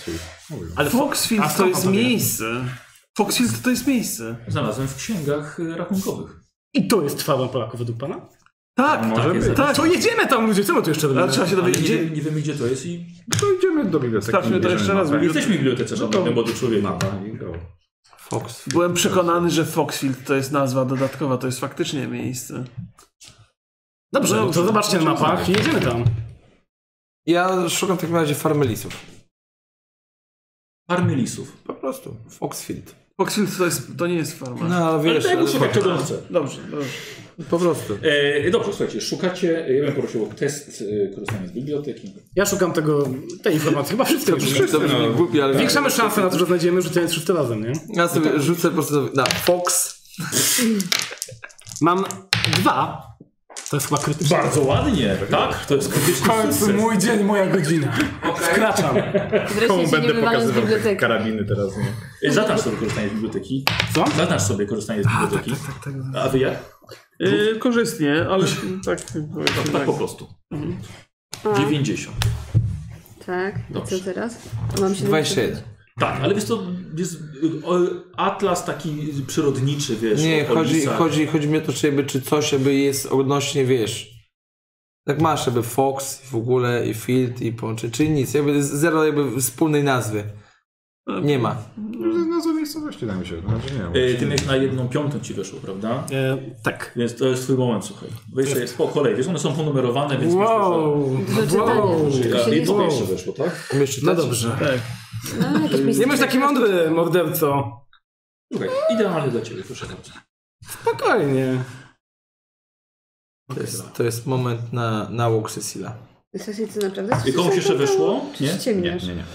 Ale Foxfield A to skąd jest pan to wie? miejsce. Foxfield to jest miejsce. Znalazłem w księgach y, rachunkowych. I to jest farma Polaków według pana? Tak, Może tak, jest być. tak. To jedziemy tam, ludzie, co my tu jeszcze Ale robimy? trzeba się Ale dowiedzieć, nie, gdzie... nie wiemy, gdzie to jest i To idziemy do biblioteki. Sprawdźmy to bierzemy jeszcze raz, mapę. bo jesteśmy w bibliotece, szanowny młody człowiek. Mapa i go. Fox. Byłem przekonany, że Foxfield to jest nazwa dodatkowa, to jest faktycznie miejsce. Dobrze, no to zobaczcie na mapach i jedziemy tam. Ja szukam w takim razie farmy lisów. Farmy lisów. Po prostu. Foxfield. Foxfield to, jest, to nie jest farma. No ale wiesz, Ale ale szukać czego on chce. Dobrze, dobrze. po prostu. E, dobrze, słuchajcie, szukacie, ja bym prosił o test e, korzystania z biblioteki. Ja szukam tego, tej informacji, chyba wszystkie To już. brzmi głupi, ale Zwiększamy szanse na to, że znajdziemy rzucając szósty razem, nie? Ja sobie rzucę po prostu na Fox. Mam dwa. To jest chyba krytyczne. Bardzo ładnie, tak? To jest krytyczny sukces. mój dzień, moja godzina. Wkraczam. Wreszcie się nie wywalam z biblioteki. karabiny teraz, nie? E, Zaznacz sobie korzystanie z biblioteki. Co? Zaznacz sobie korzystanie z biblioteki. A wy jak? Yy, korzystnie, ale tak, Tak, tak po prostu. A, dziewięćdziesiąt. tak, i Dobrze. co teraz? Mam się dwadzieścia jeden. Tak, ale jest to jest y, o, atlas taki przyrodniczy, wiesz. Nie, o- o chodzi, lisach. chodzi, chodzi mi o to, czy, jakby, czy coś jakby jest odnośnie, wiesz. Tak masz jakby Fox w ogóle i Field i połączenie, czyli nic, jakby zero jakby wspólnej nazwy. Nie ma. Nazwa miejscowości daj mi się. Znaczy nie Y, Ty miałeś na jedną piątą ci weszło, prawda? E, tak. Więc to jest twój moment, słuchaj. Weź sobie po kolei, wiesz, one są ponumerowane, więc Wow. Dużo czytania. wow. To się myślę, że nie jedno zmieni. jeszcze weszło, tak? Umiesz czytać? No dobrze. tak. No, jakieś miejsce- Nie bądź taki mądry, morderco. Słuchaj, idealnie dla ciebie, proszę bardzo. Spokojnie. To jest, to jest moment na nałóg Cecila. Sesji, co naprawdę? I komuś jeszcze weszło? Czy Nie? ściemniasz? Nie, nie.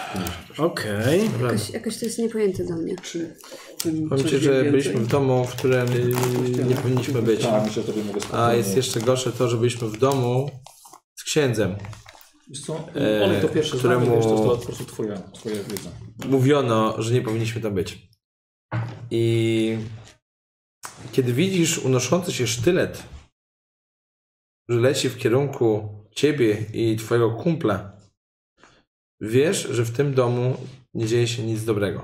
Okej. Jakoś, jakoś to jest niepojęte dla mnie. Powiem ci, że byliśmy w domu, w którym nie powinniśmy być. Tak, myślę, że to by mogę A spokojnie. jest jeszcze gorsze to, że byliśmy w domu z księdzem. Wiesz co, e, Olek to pierwsze któremu- zdanie, wiesz, to jest to po prostu twoja, twoja wiedza. Mówiono, że nie powinniśmy tam być. I kiedy widzisz unoszący się sztylet, że leci w kierunku ciebie i twojego kumpla, wiesz, że w tym domu nie dzieje się nic dobrego.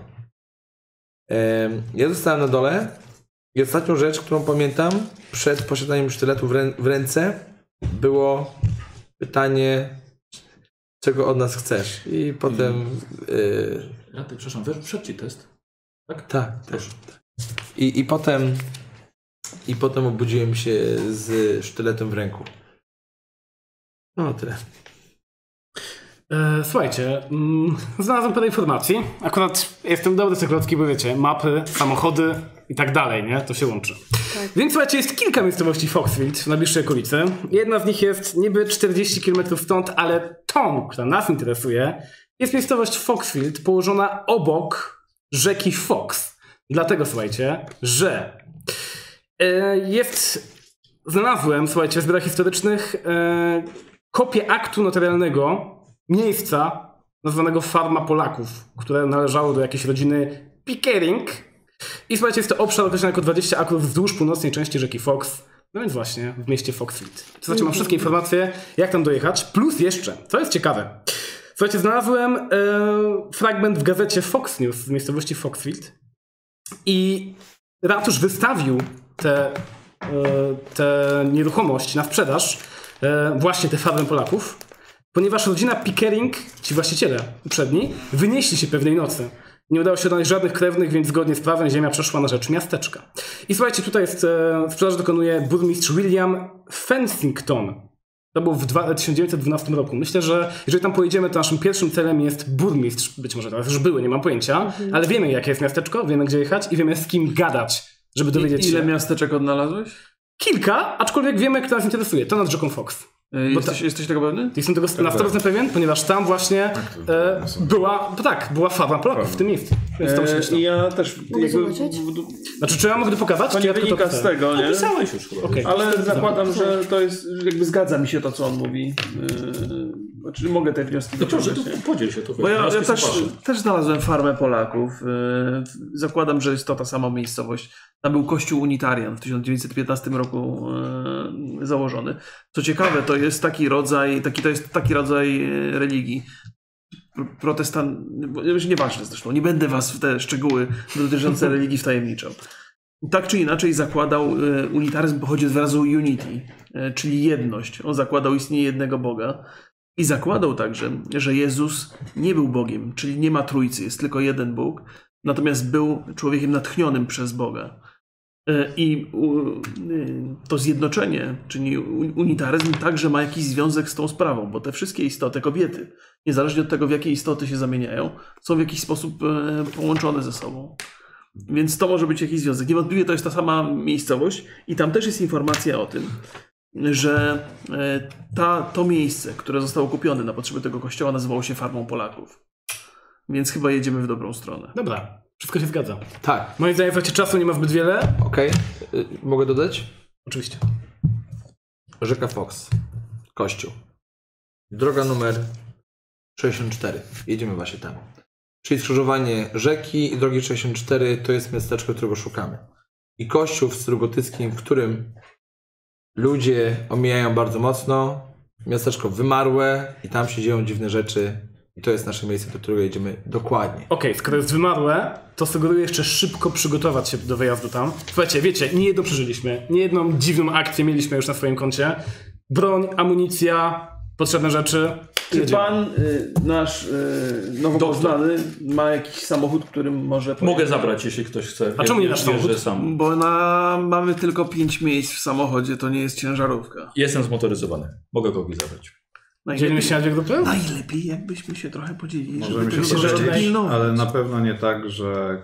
Em, Ja zostałem na dole i ostatnią rzecz, którą pamiętam przed posiadaniem sztyletu w, rę- w ręce, było pytanie, czego od nas chcesz. I potem... y, Ja ty, przepraszam, wesz- wszedł ci test. tak, tak. Proszę. I, I potem i potem obudziłem się z sztyletem w ręku. No tyle. E, słuchajcie, mm, znalazłem parę informacji. Akurat jestem dobry z tych klocki, bo wiecie, mapy, samochody i tak dalej, nie? To się łączy. Tak. Więc słuchajcie, jest kilka miejscowości Foxfield w najbliższej okolicy. Jedna z nich jest niby czterdzieści kilometrów stąd, ale tą, która nas interesuje, jest miejscowość Foxfield położona obok rzeki Fox. Dlatego słuchajcie, że E, jest... Znalazłem, słuchajcie, w zbiorach historycznych e, kopię aktu notarialnego miejsca nazwanego Farma Polaków, które należało do jakiejś rodziny Pickering. I słuchajcie, jest to obszar określony jako dwadzieścia akrów wzdłuż północnej części rzeki Fox. No więc właśnie, w mieście Foxfield. Słuchajcie, mam wszystkie informacje, jak tam dojechać. Plus jeszcze, co jest ciekawe. Słuchajcie, znalazłem e, fragment w gazecie Fox News z miejscowości Foxfield. I ratusz wystawił te, e, te nieruchomość na sprzedaż, e, właśnie te farmy Polaków, ponieważ rodzina Pickering, ci właściciele uprzedni, wynieśli się pewnej nocy. Nie udało się odnaleźć żadnych krewnych, więc zgodnie z prawem ziemia przeszła na rzecz miasteczka. I słuchajcie, tutaj jest, e, sprzedaż dokonuje burmistrz William Fensington. To był w tysiąc dziewięćset dwunastym roku. Myślę, że jeżeli tam pojedziemy, to naszym pierwszym celem jest burmistrz. Być może teraz już były, nie mam pojęcia, mhm. ale wiemy, jakie jest miasteczko, wiemy, gdzie jechać i wiemy, z kim gadać, żeby dowiedzieć I, ile się. Ile miasteczek odnalazłeś? Kilka, aczkolwiek wiemy, kto nas interesuje. To nad rzeką Fox. Yy, jesteś, ta... jesteś tego pewny? Jestem tego na sto procent pewien, ponieważ tam właśnie e, była, bo tak, była farma Polaków w tym miejscu. Więc to eee, ja też... Mogę jakby, zobaczyć? Znaczy, czy ja mogę to pokazać? To nie wynika z tego, nie? Opisałeś już chyba. Okay. Ale zakładam, że to jest, jakby zgadza mi się to, co on mówi. Yy, znaczy mogę te wnioski To proszę, dokonać, to podziel się. To Bo ja, ja też, też, też znalazłem farmę Polaków. Yy, zakładam, że jest to ta sama miejscowość. Tam był kościół unitarian w tysiąc dziewięćset piętnastym roku yy, założony. Co ciekawe, to jest taki rodzaj, taki, to jest taki rodzaj religii. Protestant, już nieważne zresztą, nie będę was w te szczegóły dotyczące religii wtajemniczał. Tak czy inaczej zakładał, unitaryzm pochodzi od wyrazu unity, czyli jedność. On zakładał istnienie jednego Boga i zakładał także, że Jezus nie był Bogiem, czyli nie ma trójcy, jest tylko jeden Bóg, natomiast był człowiekiem natchnionym przez Boga. I to zjednoczenie, czyli unitaryzm także ma jakiś związek z tą sprawą, bo te wszystkie istoty, kobiety, niezależnie od tego, w jakie istoty się zamieniają, są w jakiś sposób połączone ze sobą. Więc to może być jakiś związek. Niewątpliwie to jest ta sama miejscowość i tam też jest informacja o tym, że ta, to miejsce, które zostało kupione na potrzeby tego kościoła, nazywało się Farmą Polaków. Więc chyba jedziemy w dobrą stronę. Dobra. Wszystko się zgadza. Tak. Moim zdaniem w trakcie czasu nie ma zbyt wiele. Okej. Okay. Mogę dodać? Oczywiście. Rzeka Fox. Kościół. Droga numer sześćdziesiąt cztery. Jedziemy właśnie tam. Czyli skrzyżowanie rzeki i drogi sześćdziesiąt cztery to jest miasteczko, którego szukamy. I kościół w stylu gotyckim, w którym ludzie omijają bardzo mocno. Miasteczko wymarłe i tam się dzieją dziwne rzeczy. I to jest nasze miejsce, do którego jedziemy dokładnie. Okej, okay, skoro jest wymarłe, to sugeruję jeszcze szybko przygotować się do wyjazdu tam. Słuchajcie, wiecie, nie jedno przeżyliśmy. Nie jedną dziwną akcję mieliśmy już na swoim koncie. Broń, amunicja, potrzebne rzeczy. Czy jedziemy. Pan, y, nasz y, nowo poznany, ma jakiś samochód, którym może... Mogę pojechać? Zabrać, jeśli ktoś chce. A czemu nie nasz samochód? Sam. Bo na, mamy tylko pięć miejsc w samochodzie, to nie jest ciężarówka. Jestem zmotoryzowany. Mogę kogoś zabrać. Dzielimy się na dwie grupy? Najlepiej, jakbyśmy się trochę podzielili. Możemy żeby się tego podzielić, ale na pewno nie tak, że...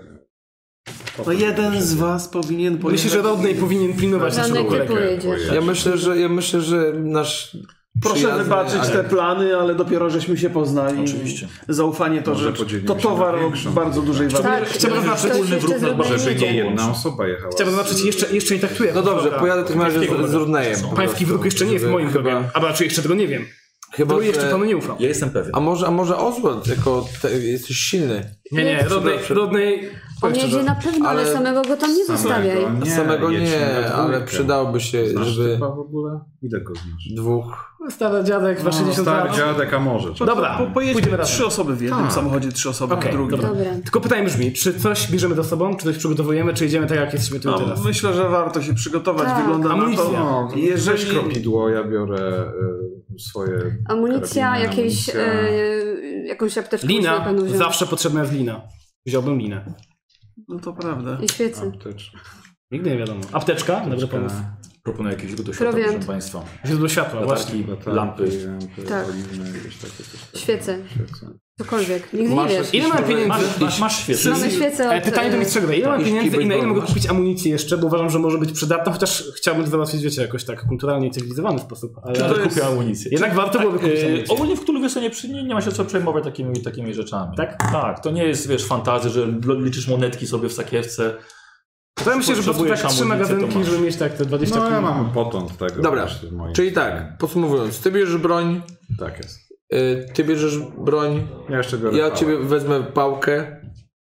No jeden z was powinien pojechać. Myślę, że Rodney powinien pilnować naszego kolegę. Ja myślę, że ja myślę, że nasz... Proszę wybaczyć te plany, ale dopiero żeśmy się poznali. Oczywiście. Zaufanie to, że to towar o bardzo dużej wartości. Tak, chciałbym zaznaczyć, wspólny wróg nad bardzo żeby nie jedna osoba jechała. Chciałbym zaznaczyć, jeszcze, jeszcze nie traktuję. No dobrze, pojadę w takim razie z, z Rodneyem. Pański wróg jeszcze nie jest moim wrogiem. A raczej jeszcze tego nie wiem. Chyba, to jeszcze panu nie ufam. Ja jestem pewien. A może, a może Oswald jako te, jesteś silny? Nie, nie, Rodney... Rodney on jedzie na pewno, ale, ale samego go tam nie zostawiaj. Nie, samego nie, ale przydałoby się, znasz żeby... chyba w ogóle? Ile go znasz? Dwóch. Stary dziadek, no, sześćdziesiąt lat. Stary dziadek, a może. No dobra, po, pojedźmy trzy osoby w jednym a. samochodzie, trzy osoby okay, w drugim. Dobra. Dobra. Tylko pytanie brzmi, czy coś bierzemy ze sobą, czy coś przygotowujemy, czy jedziemy tak jak jesteśmy tu no, teraz? Myślę, że warto się przygotować. Tak. Wygląda Amunicja. na to. No, jeżeli... Weź kropidło, ja biorę y, swoje... Amunicja, karabiny, jakieś, amunicja. Y, jakąś apteczkę. Lina, zawsze potrzebna jest lina. Wziąłbym linę. No to prawda. I świece. Apteczka. Nigdy nie wiadomo. Apteczka? Dobry pomysł. Proponuję jakieś źródło światła, Prowiant. proszę Państwa. Źródło światła, właśnie. Latarki, lampy. lampy Tak. oliwne, jakieś takie coś. Świece. Świece. Cokolwiek. Nigdy Masz nie wiesz. Ile mam pieniędzy? Masz, masz, masz świecę. Mamy świecę od... E, pytanie do mistrza gry. Ile mam I pieniędzy i na ile mogę masz? kupić amunicję jeszcze, bo uważam, że może być przydatna, chociaż chciałbym to załatwić, wiecie, jakoś tak kulturalnie i cywilizowany sposób. Ale, Ale ale kupię amunicję. jednak warto byłoby kupić Yy, amunicję. ogólnie w Cthulhu nie, przy- nie, nie ma się co przejmować takimi, takimi rzeczami. Tak? Tak, to nie jest, wiesz, fantazja, że liczysz monetki sobie w sakiewce. To ja myślę, że po prostu tak trzy magazynki, żeby mieć tak te dwadzieścia No kg. ja mam potąd tego. Dobra, czyli tak, podsumowując, ty bierzesz broń, Tak jest. y, ty bierzesz broń, Ja jeszcze biorę ja pałę. ciebie wezmę pałkę,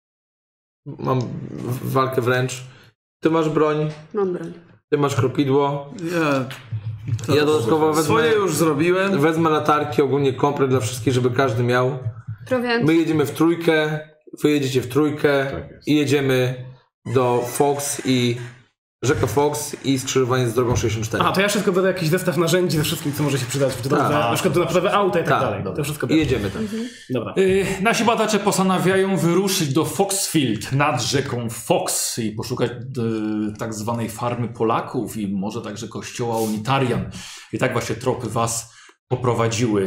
mam w- walkę wręcz, ty masz broń, Mam broń. ty masz kropidło, Ja, to ja dodatkowo wezmę, swoje już zrobiłem. wezmę latarki, ogólnie komplet dla wszystkich, żeby każdy miał. Prowiant. My jedziemy w trójkę, wy jedziecie w trójkę Tak jest. i jedziemy do Fox i rzeka Fox i skrzyżowanie z drogą sześćdziesiąt cztery. A, to ja wszystko będę jakiś zestaw narzędzi ze wszystkim, co może się przydać w drodze, na przykład do naprawy auta i tak, Tak, dalej. dobra. To wszystko I będzie. jedziemy tam. Dobra. Y, nasi badacze postanawiają wyruszyć do Foxfield nad rzeką Fox i poszukać y, tak zwanej farmy Polaków i może także kościoła Unitarian. I tak właśnie tropy was poprowadziły.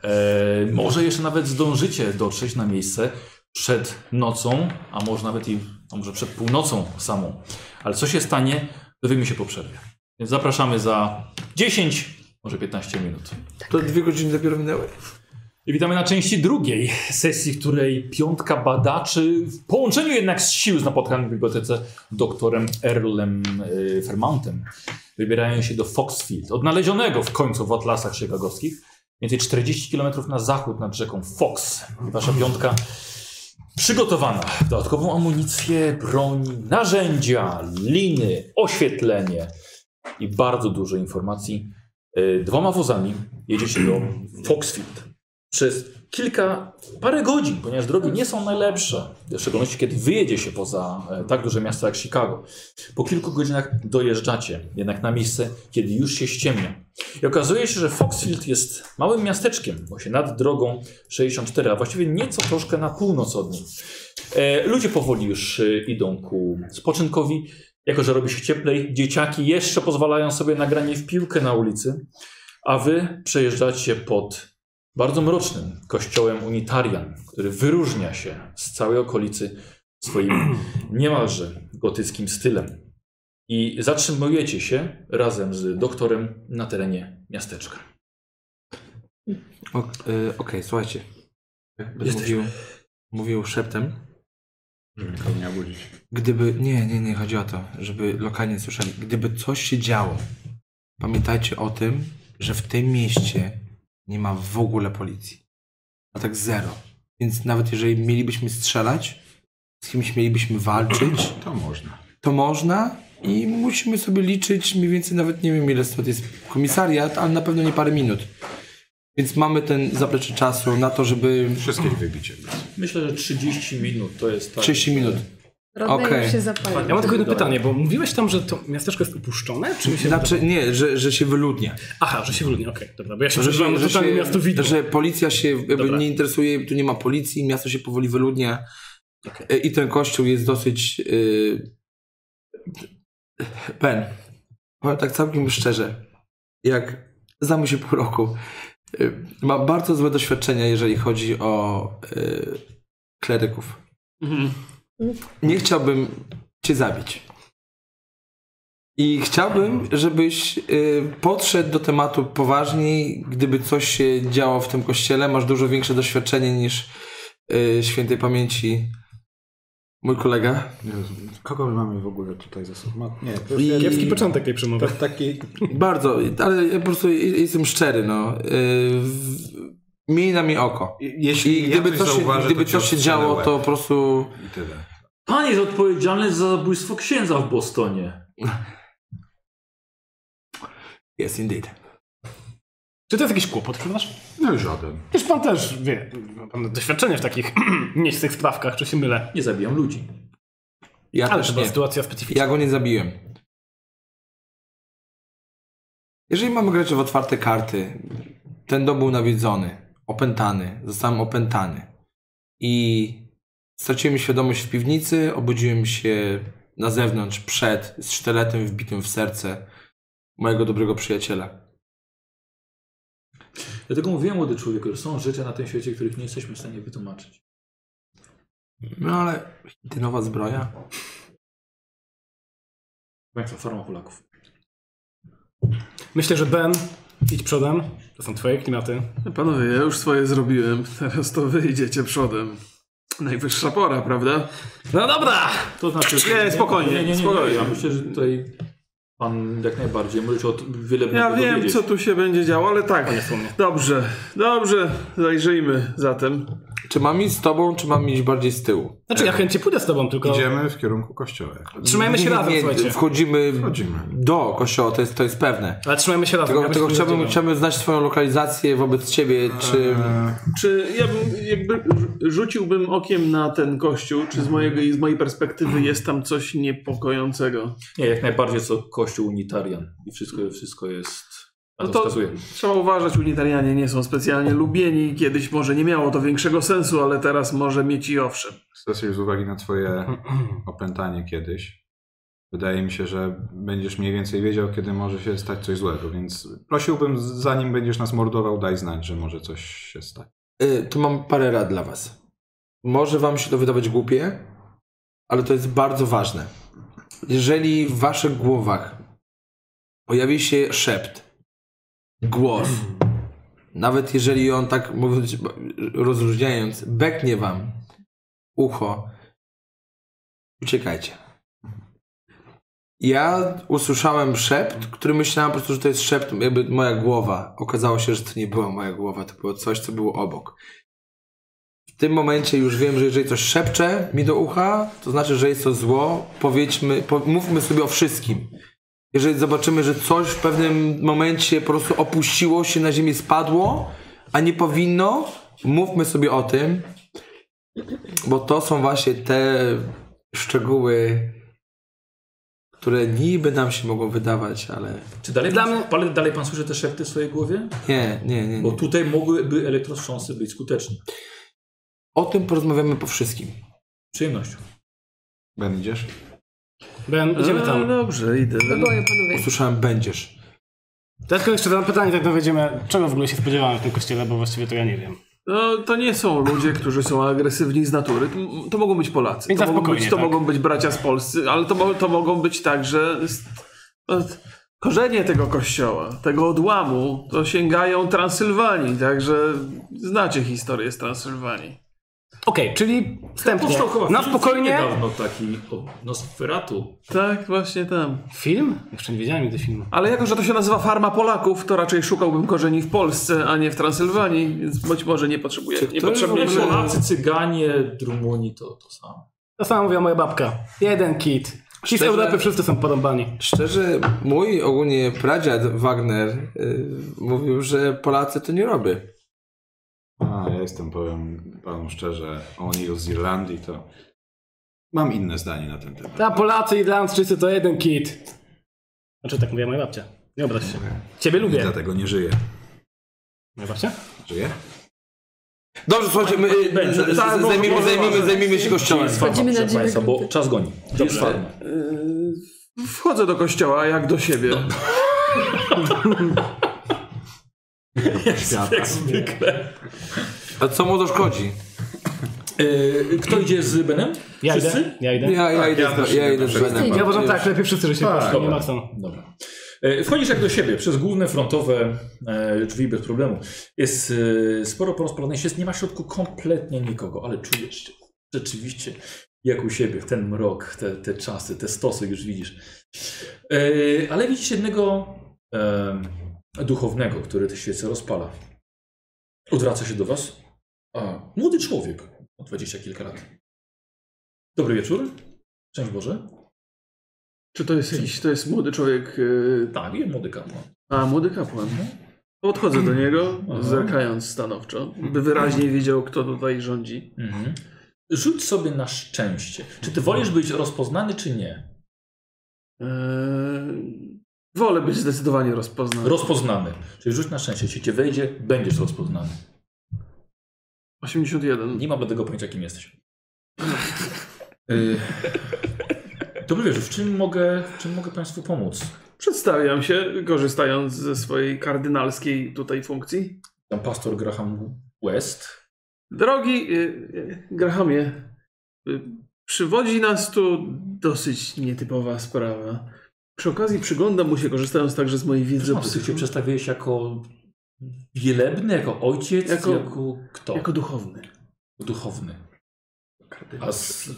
E, może jeszcze nawet zdążycie dotrzeć na miejsce przed nocą, a może nawet i a może przed północą samą. Ale co się stanie, dowiemy się po przerwie. Więc zapraszamy za dziesięć, może piętnaście minut. To dwie godziny dopiero minęły. I witamy na części drugiej sesji, w której piątka badaczy w połączeniu jednak z sił z napotkanym w bibliotece doktorem Earlem y, Fairmountem wybierają się do Foxfield, odnalezionego w końcu w atlasach chicagowskich, mniej więcej czterdzieści kilometrów na zachód nad rzeką Fox. I wasza piątka przygotowana w dodatkową amunicję, broń, narzędzia, liny, oświetlenie i bardzo dużo informacji. Y, dwoma wozami jedziecie do Foxfield. Przez kilka, parę godzin, ponieważ drogi nie są najlepsze, w szczególności kiedy wyjedzie się poza e, tak duże miasto jak Chicago. Po kilku godzinach dojeżdżacie jednak na miejsce, kiedy już się ściemnia. I okazuje się, że Foxfield jest małym miasteczkiem, właśnie nad drogą sześćdziesiąt cztery, a właściwie nieco troszkę na północ od niej. E, ludzie powoli już e, idą ku spoczynkowi. Jako że robi się cieplej, dzieciaki jeszcze pozwalają sobie na granie w piłkę na ulicy, a wy przejeżdżacie pod bardzo mrocznym kościołem Unitarian, który wyróżnia się z całej okolicy swoim niemalże gotyckim stylem. I zatrzymujecie się razem z doktorem na terenie miasteczka. O, y, Okej, słuchajcie. Będę Jesteśmy. mówił, mówił szeptem. Żeby nikogo nie obudzić. Gdyby, nie, nie, nie chodzi o to, żeby lokalnie słyszeli. Gdyby coś się działo, pamiętajcie o tym, że w tym mieście nie ma w ogóle policji. A tak zero. Więc nawet jeżeli mielibyśmy strzelać, z kimś mielibyśmy walczyć, To można. to można i musimy sobie liczyć mniej więcej, nawet nie wiem ile stąd jest komisariat, ale na pewno nie parę minut. Więc mamy ten zaplecze czasu na to, żeby... Wszystkich wybicie. Myślę, że trzydzieści minut to jest tak. trzydzieści minut. Rodney Okej. już się zapalił. Ja mam tylko jedno pytanie, bo mówiłeś tam, że to miasteczko jest upuszczone? Czy mi się Znaczy, nie, że, że się wyludnia. Aha, że się wyludnia, okej, dobra, bo ja się Że, przeżyłem, się, że że, totalnie się, miasto widmo. że policja się jakby Dobra. nie interesuje, tu nie ma policji, miasto się powoli wyludnia. Okej. E, I ten kościół jest dosyć... Yy... Ben, powiem tak całkiem szczerze, jak znamy się pół roku, yy, mam bardzo złe doświadczenia, jeżeli chodzi o yy, kleryków. Mhm. Nie chciałbym cię zabić. I chciałbym, żebyś y, podszedł do tematu poważniej, gdyby coś się działo w tym kościele. Masz dużo większe doświadczenie niż y, świętej pamięci mój kolega. Jezu, kogo my mamy w ogóle tutaj ze sobą? Ma- Nie, to I- jest Kiepski początek tej przemowy. to taki... Bardzo, ale ja po prostu jestem szczery, no. Y, w- miej na mnie oko. Jeśli I gdyby ja coś, się, zauważę, gdyby to coś cię się odstrzelę działo, łeb. to po prostu... I tyle. Pan jest odpowiedzialny za zabójstwo księdza w Bostonie. Yes, indeed. Czy to jest jakiś kłopot, prawdaż? No żaden. Przecież pan też wie, ma pan doświadczenie w takich mniejszych sprawkach, czy się mylę? Nie zabijam ludzi. Ja Ale też to była nie. sytuacja specyficzna. Ja go nie zabiłem. Jeżeli mamy grać w otwarte karty, ten dom był nawiedzony, opętany, zostałem opętany i straciłem świadomość w piwnicy, obudziłem się na zewnątrz przed z sztyletem wbitym w serce mojego dobrego przyjaciela. Dlatego mówiłem, młody człowieku, że są rzeczy na tym świecie, których nie jesteśmy w stanie wytłumaczyć. No ale ty nowa zbroja? Jak to farma Polaków. Myślę, że Ben, idź przodem. To są twoje klimaty. Panowie, ja już swoje zrobiłem. Teraz to wy idziecie przodem. Najwyższa pora, prawda? No dobra! To znaczy... Nie, spokojnie, Nie, nie, nie, spokojnie. nie. Ja myślę, że tutaj pan jak najbardziej może o wiele Ja będzie wiem, dowiedzieć. co tu się będzie działo, ale tak. Dobrze, dobrze, zajrzyjmy zatem. Czy mam iść z tobą, czy mam iść bardziej z tyłu? Znaczy ja chętnie pójdę z tobą, tylko Idziemy w kierunku kościoła. trzymajmy się Nie, razem, nie, słuchajcie. Wchodzimy, Wchodzimy. do kościoła, to jest, to jest pewne. Ale trzymajmy się razem. Tylko, ja tylko myślę, że chciałbym, będziemy. chciałbym znać twoją lokalizację wobec ciebie, czy... Czy ja bym jakby rzuciłbym okiem na ten kościół, czy z, mojego, z mojej perspektywy jest tam coś niepokojącego? Nie, jak najbardziej co kościół unitarian i wszystko, wszystko jest... Na No to to wskazuje. trzeba uważać, unitarianie nie są specjalnie lubieni. Kiedyś może nie miało to większego sensu, ale teraz może mieć i owszem. Stasuję z uwagi na twoje opętanie kiedyś. Wydaje mi się, że będziesz mniej więcej wiedział, kiedy może się stać coś złego, więc prosiłbym, zanim będziesz nas mordował, daj znać, że może coś się stać. Y, tu mam parę rad dla was. Może wam się to wydawać głupie, ale to jest bardzo ważne. Jeżeli w waszych głowach pojawi się szept, głos, nawet jeżeli on tak mówiąc, rozróżniając, beknie wam ucho, uciekajcie. Ja usłyszałem szept, który myślałem po prostu, że to jest szept, jakby moja głowa. Okazało się, że to nie była moja głowa, to było coś, co było obok. W tym momencie już wiem, że jeżeli coś szepcze mi do ucha, to znaczy, że jest to zło. Powiedzmy, po, mówmy sobie o wszystkim. Jeżeli zobaczymy, że coś w pewnym momencie po prostu opuściło się, na ziemię spadło, a nie powinno, mówmy sobie o tym, bo to są właśnie te szczegóły, które niby nam się mogą wydawać, ale... Czy dalej Dla pan, mnie- pan, dalej pan słyszy te szepty w swojej głowie? Nie, nie, nie. Bo nie. tutaj mogłyby elektrotrząsy być skuteczne. O tym porozmawiamy po wszystkim. Z przyjemnością. Ben, idziesz? Ben, idziemy A, tam. dobrze, idę. Oboje panowie. Usłyszałem, będziesz. Tylko jeszcze zadam pytanie, tak dowiedziemy, czego w ogóle się spodziewamy w tym kościele, bo właściwie to ja nie wiem. No, to nie są ludzie, którzy są agresywni z natury. To, to mogą być Polacy. Więc To, na mogą spokojnie, być, to tak? mogą być bracia z Polscy, ale to, mo- to mogą być także... s- no, korzenie tego kościoła, tego odłamu, to sięgają Transylwanii, także znacie historię z Transylwanii. Okej, czyli wstępnie, Powstał chyba na film spokojnie... niedawno taki o Nosferatu. Tak, właśnie tam. Film? Jeszcze nie wiedziałem nigdy filmu. Ale jako, że to się nazywa Farma Polaków, to raczej szukałbym korzeni w Polsce, a nie w Transylwanii, więc być może nie potrzebuję. Czy Nie ktoś potrzebuję w ogóle- Polacy, Cyganie, Drumuni to to samo. To samo mówiła moja babka. Jeden kit. Ci z Szczerze- Europy wszyscy są porąbani. Szczerze, mój ogólnie pradziad Wagner y, mówił, że Polacy to nie robią. A, ja jestem, powiem panu szczerze, oni z Irlandii, to mam inne zdanie na ten temat. A Polacy, Irlandczycy to jeden kit. Znaczy tak mówiła moja babcia. Nie obraź się. Ciebie I lubię. dlatego nie żyję. Moja babcia? Żyję? Dobrze, słuchajcie, my y, Będzie. z- z- Tak, zajmijmy, może- zajmijmy, może- zajmijmy się kościołem. Wchodzimy na Proszę dziwne państwa, bo grupy. czas goni. Gdzie jest farma? Yy, Wchodzę do kościoła jak do siebie. Jak zwykle. A co mu doszkodzi? E, kto idzie z Benem? Ja Wszyscy? idę. Ja idę. Ja, ja idę, ja z- też ja idę idę z do Benem. Ja uważam tak, lepiej wszyscy, że się poszli, nie dobra. ma co. Dobra. E, Wchodzisz jak do siebie, przez główne frontowe e, drzwi bez problemu. Jest e, sporo porozpalonych, jest, nie ma w środku kompletnie nikogo, ale czujesz rzeczywiście jak u siebie, ten mrok, te, te czasy, te stosy już widzisz. E, ale widzisz jednego e, duchownego, który te świece rozpala. Odwraca się do was. A, młody człowiek, o dwadzieścia kilka lat. Dobry wieczór. Szczęść Boże. Czy to jest jakiś, to jest młody człowiek, yy, Tak, jest młody kapłan. a młody kapłan. Podchodzę do niego, Aha. zerkając stanowczo, by wyraźnie wiedział, kto tutaj rządzi. Mhm. Rzuć sobie na szczęście. Czy ty wolisz być rozpoznany, czy nie? Yy, wolę być zdecydowanie rozpoznany. Rozpoznany. Czyli rzuć na szczęście. Jeśli cię wejdzie, będziesz rozpoznany. osiemdziesiąt jeden. Nie mam bladego pojęcia, kim jesteś. y... Dobry wieczór. W czym mogę, w czym mogę Państwu pomóc? Przedstawiam się, korzystając ze swojej kardynalskiej tutaj funkcji. Tam pastor Graham West. Drogi yy, yy, Grahamie, yy, przywodzi nas tu dosyć nietypowa sprawa. Przy okazji przyglądam mu się, korzystając także z mojej wiedzy o Ty się psychologii, przedstawiłeś jako wielebny, jako ojciec, jako, Jako- jako kto? jako duchowny. Duchowny. A z...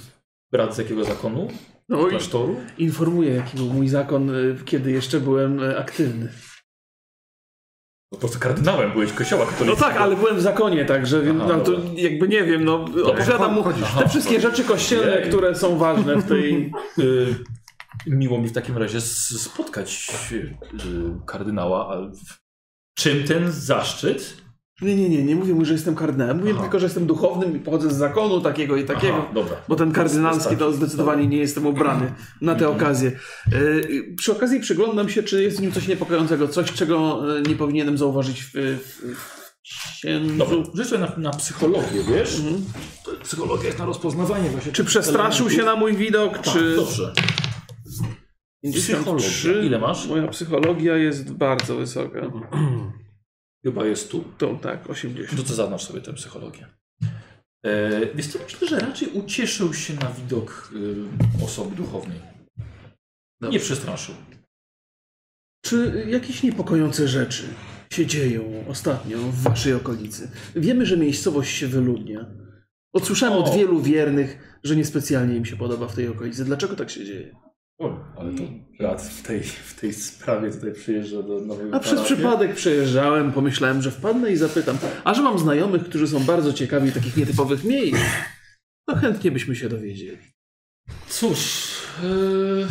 Brat z jakiego zakonu? No i Klasztoru? informuję, jaki był mój zakon, y, kiedy jeszcze byłem y, aktywny. Po prostu kardynałem byłeś kościoła katolickiego. No tak, ale byłem w zakonie, także Aha, no, to dobra. jakby nie wiem, no opowiadam mu Aha, te wszystkie rzeczy kościelne, Jej. które są ważne w tej... Y, miło mi w takim razie s- spotkać y, kardynała, ale w- czym ten zaszczyt? Nie, nie, nie, nie mówię mu, że jestem kardynałem, mówię Aha. tylko, że jestem duchownym i pochodzę z zakonu takiego i takiego. Aha, dobra. Bo ten kardynalski to Wystarczy. zdecydowanie nie jestem ubrany na tę Mhm. okazję. E, przy okazji przyglądam się, czy jest w nim coś niepokojącego, coś, czego e, nie powinienem zauważyć w, w, w księdzu. Dobra, rzuć sobie na, na psychologię, wiesz? Mhm. To Psychologia jest na rozpoznawanie właśnie. Czy tych przestraszył się elementów. na mój widok, Tak, czy... dobrze. pięćdziesiąt trzy. Psychologia. Ile masz? Moja psychologia jest bardzo wysoka. Chyba jest tu. To tak, osiemdziesiąt. No to zaznacz sobie tę psychologię. E, więc to myślę, że raczej ucieszył się na widok y, osoby duchownej. Nie przestraszył. Czy jakieś niepokojące rzeczy się dzieją ostatnio w waszej okolicy? Wiemy, że miejscowość się wyludnia. Odsłyszałem O. od wielu wiernych, że niespecjalnie im się podoba w tej okolicy. Dlaczego tak się dzieje? O, ale to brat w tej, w tej sprawie tutaj przyjeżdża do nowego A przez parafii. przypadek przejeżdżałem, pomyślałem, że wpadnę i zapytam. A że mam znajomych, którzy są bardzo ciekawi takich nietypowych miejsc, to chętnie byśmy się dowiedzieli. Cóż, yy...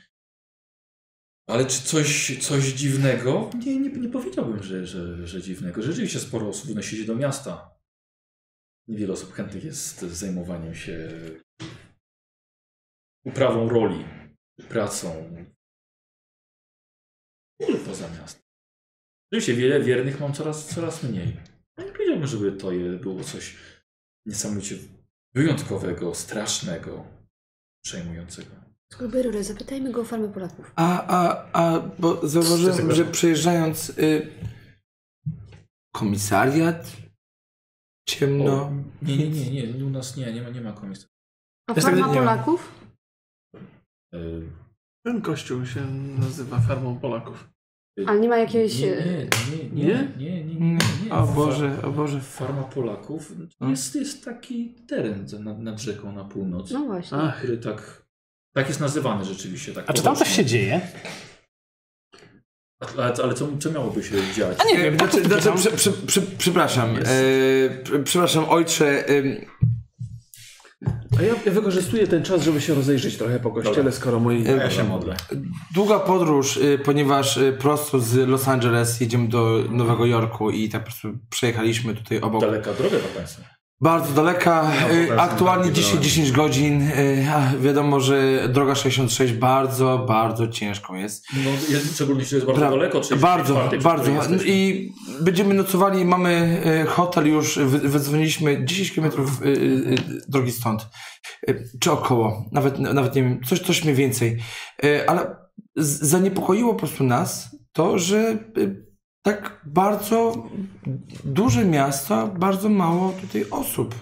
ale czy coś, coś dziwnego? Nie, nie, nie powiedziałbym, że, że, że dziwnego. Rzeczywiście sporo osób wynosi się do miasta. Niewiele osób chętnych jest zajmowaniem się uprawą roli, pracą. W ogóle poza miastem. Oczywiście wiele wiernych mam coraz, coraz mniej. Ja nie powiedziałbym, żeby to je było coś niesamowicie wyjątkowego, strasznego, przejmującego. Skoro zapytajmy go o farmę Polaków. A, a, a, bo zauważyłem, że przejeżdżając y, komisariat, ciemno. O, nie, nie, nie, nie, nie, u nas nie, nie ma, nie ma komisji. A Jest farma tak, nie ma. Polaków? Yy, Ten kościół się nazywa Farmą Polaków. Ale nie ma jakiejś... nie, nie, nie, nie, nie, nie, nie, nie. O Boże, o Boże. Farma Polaków Hmm? jest, jest taki teren za- nad, nad rzeką na północ, No właśnie. Ach, który tak, tak jest nazywany rzeczywiście. Tak A czy tam coś się dzieje? Ale, ale co, co miałoby się dziać? A nie wiem, tak Znaczy, to znaczy, pytam. przy, przy, przy, przepraszam, Jest. e, pr- przepraszam ojcze, e, a ja, ja wykorzystuję ten czas, żeby się rozejrzeć trochę po kościele, Dobra. skoro moi... E, Ja się modlę. długa podróż, e, ponieważ e, prosto z Los Angeles jedziemy do Nowego Jorku i tak po prostu przejechaliśmy tutaj obok. Daleka droga dla Państwa. Bardzo daleka, No, e, powiedzmy, aktualnie taki dzisiaj drogi. dziesięć godzin, e, a wiadomo, że droga sześćdziesiąt sześć bardzo, bardzo ciężką jest. No, jest, szczególnie, że jest bardzo Pra- daleko. czyli Bardzo, czwartej, przy bardzo. której jesteśmy. I będziemy nocowali, mamy e, hotel już, wy, wydzwoniliśmy dziesięć kilometrów e, e, drogi stąd. E, czy około, nawet, nawet nie wiem, coś, coś mniej więcej. E, ale z, zaniepokoiło po prostu nas to, że e, tak bardzo duże miasto, bardzo mało tutaj osób.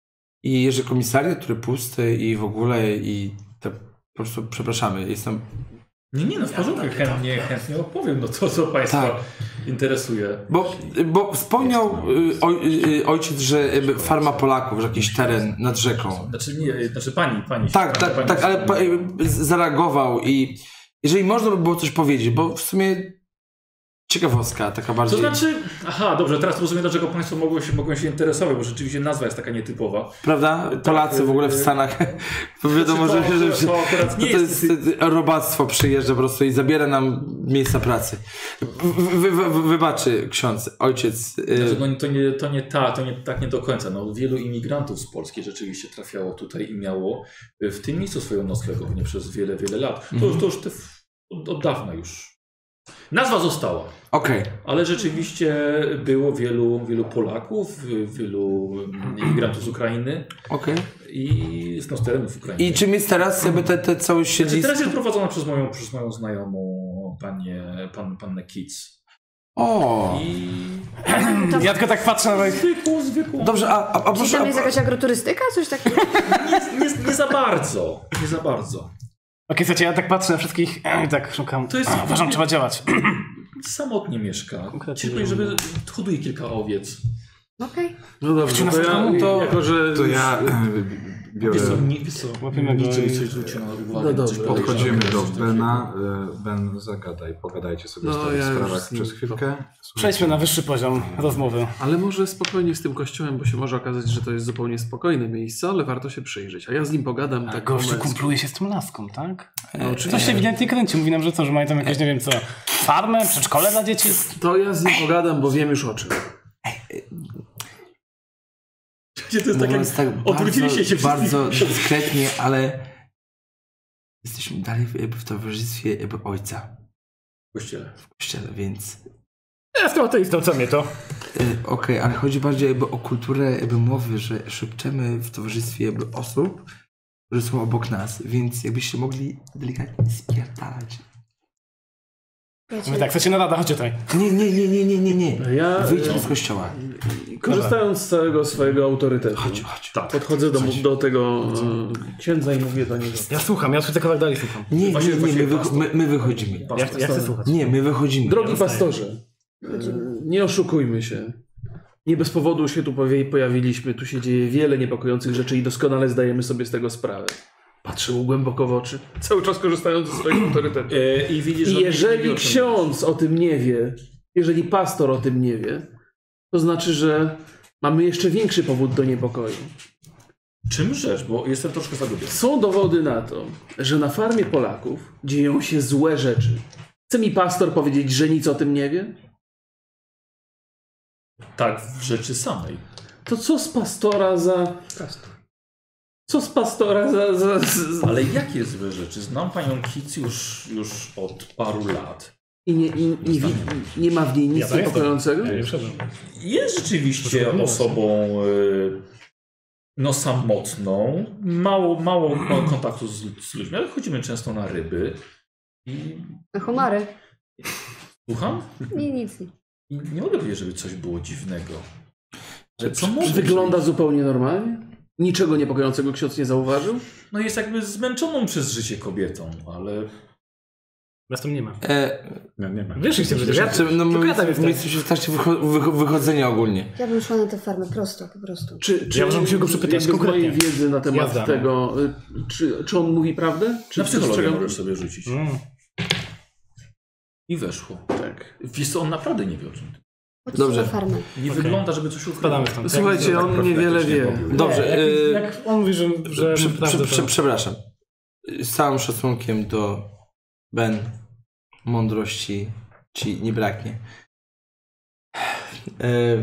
I jeżeli komisariat, który pusty i w ogóle i te, po prostu przepraszamy, jestem Nie, nie, no w porządku, chętnie, chętnie opowiem, no to co Państwa Tak. interesuje. Bo, bo wspomniał y, oj, y, ojciec, że y, farma Polaków, że jakiś teren nad rzeką. Znaczy, nie, znaczy pani, pani. Tak, pani, tak, pani, tak, ale pa, y, zareagował i jeżeli można by było coś powiedzieć, bo w sumie ciekawostka taka To bardziej. znaczy, aha, dobrze, teraz rozumiem, dlaczego Państwo mogą się, mogą się interesować, bo rzeczywiście nazwa jest taka nietypowa. Prawda? Polacy w ogóle w Stanach. Bo wiadomo, że, Znaczy, to, że, to, że to akurat to nie jest jest... robactwo przyjeżdża po prostu i zabiera nam miejsca pracy. Wy, wy, wy, wybaczy ksiądz, ojciec. y, Znaczy, no, to, nie, to nie ta, to nie, tak nie do końca. No, wielu imigrantów z Polski rzeczywiście trafiało tutaj i miało w tym miejscu swoją noclegownię przez wiele, wiele lat. To już, to już te, od, od dawna już. Nazwa została. Okej. Ale rzeczywiście było wielu, wielu Polaków, wielu imigrantów z Ukrainy Okej. i z no, z terenów Ukrainy. I czym jest teraz jakby te, te całe Znaczy, siedzisko? teraz jest prowadzona przez moją, przez moją znajomą panię, pan, pannę Kic. O! I Ja tylko tak patrzę na moich... zwykłą, zwykłą. Dobrze, a, a, a Czy proszę... tam jest A, jakaś agroturystyka? Coś takiego? Nie, nie, nie za bardzo. Nie za bardzo. Okej, słuchajcie, ja tak patrzę na wszystkich i tak szukam. To jest- A, uważam, trzeba działać. Samotnie mieszka. Konkretnie. Ciężko, żeby hoduje kilka owiec. Okej. No dobrze, to ja, to- jako że To ja biorę... Wiesz co, nie, wiesz co, Łapiemy go niczym i- coś zwrócił na uwagę. No coś dobra. podejrzanego. Podchodzimy do Coś Bena. e, Ben, zagadaj, pogadajcie sobie No, z tych ja już sprawach z nim przez chwilkę. Przejdźmy na wyższy poziom rozmowy. Ale może spokojnie z tym kościołem, bo się może okazać, że to jest zupełnie spokojne miejsce, ale warto się przyjrzeć. A ja z nim pogadam A tak gościu po męsku. kumpluje się z tą laską, tak? No, Coś oczywiście. się ewidentnie kręci. Mówi nam, że co, że mają tam jakieś, nie wiem co, farmę, przedszkole dla dzieci? To ja z nim pogadam, bo wiem już o czym. To jest tak, Mówiąc jak tak odwróciliście się bardzo, wszyscy. bardzo dyskretnie, ale jesteśmy dalej w, jakby w towarzystwie jakby ojca w kościele. w kościele, więc Ja jestem ateistą, co mnie to? y, okej, ale chodzi bardziej jakby o kulturę jakby mowy, że szepczemy w towarzystwie jakby osób, które są obok nas, więc jakbyście mogli delikatnie spierdalać. Wy tak, chcecie na rada, chodźcie tutaj. Nie, nie, nie, nie, nie, nie, nie. Ja, Wyjdźmy e, z kościoła. Korzystając z całego swojego autorytetu, Chodź, chodź. Tak. podchodzę do, do tego e, księdza i mówię do niego. Ja słucham, ja tylko kawałek dalej słucham. Nie, nie, Właśnie- nie, właśnie my, wy, pastor. my, my wychodzimy. Ja, ja chcę słuchać. Nie, my wychodzimy. Drogi zostaję. pastorze, e, nie oszukujmy się. Nie bez powodu się tu powie- pojawiliśmy. Tu się dzieje wiele niepokojących rzeczy i doskonale zdajemy sobie z tego sprawę. Patrzę mu głęboko w oczy, cały czas korzystając ze swojego autorytetu. E, I widzisz, I że jeżeli nie ksiądz o tym nie wie, jeżeli pastor o tym nie wie, to znaczy, że mamy jeszcze większy powód do niepokoju. Czym rzecz? Bo jestem troszkę zagubiony. Są dowody na to, że na farmie Polaków dzieją się złe rzeczy. Chce mi pastor powiedzieć, że nic o tym nie wie? Tak, w rzeczy samej. To co z pastora za... Co z pastora za... za, za... Ale jakie złe rzeczy? Znam panią Kic już, już od paru lat. I nie, i, i, wi- nie ma w niej nic Ja to jestem. niepokojącego? Ja nie wszedłem. Jest rzeczywiście Proszę, osobą y, no samotną. Mało, mało, mało kontaktu z, z ludźmi, ale chodzimy często na ryby. I Na homary. słucham? Nie, nic. I nie mogę powiedzieć, żeby coś było dziwnego. Ale co Czy może wygląda być? zupełnie normalnie? Niczego niepokojącego ksiądz nie zauważył? No jest jakby zmęczoną przez życie kobietą, ale Nas tam nie ma. E, Nie, nie ma. Wiesz, że ja znaczy, no my, Tylko ja tam my jestem. jesteśmy w trakcie wycho wycho wychodzenia ogólnie. Ja bym szła na tę farmę prosto, po prostu. Czy, czy Ja może musimy go przepytać jakby z mojej konkretnie. wiedzy na temat Jazda. tego, y, czy, czy on mówi prawdę? Czy na psychologię dostrzegam- możesz sobie rzucić. Mm. I weszło. Tak. Wiesz co, on naprawdę nie wie o czym. Chodźcie Dobrze. na farmę. Nie Okej. wygląda, żeby coś ukrywał. Spadamy stąd. Słuchajcie, tak on niewiele wie. profetycznie mówił. Dobrze, Nie, y, jak, jak on mówi, że, że prze, prawdę, prze, prze, to... przepraszam. Z całym szacunkiem do Ben, mądrości ci nie braknie. E,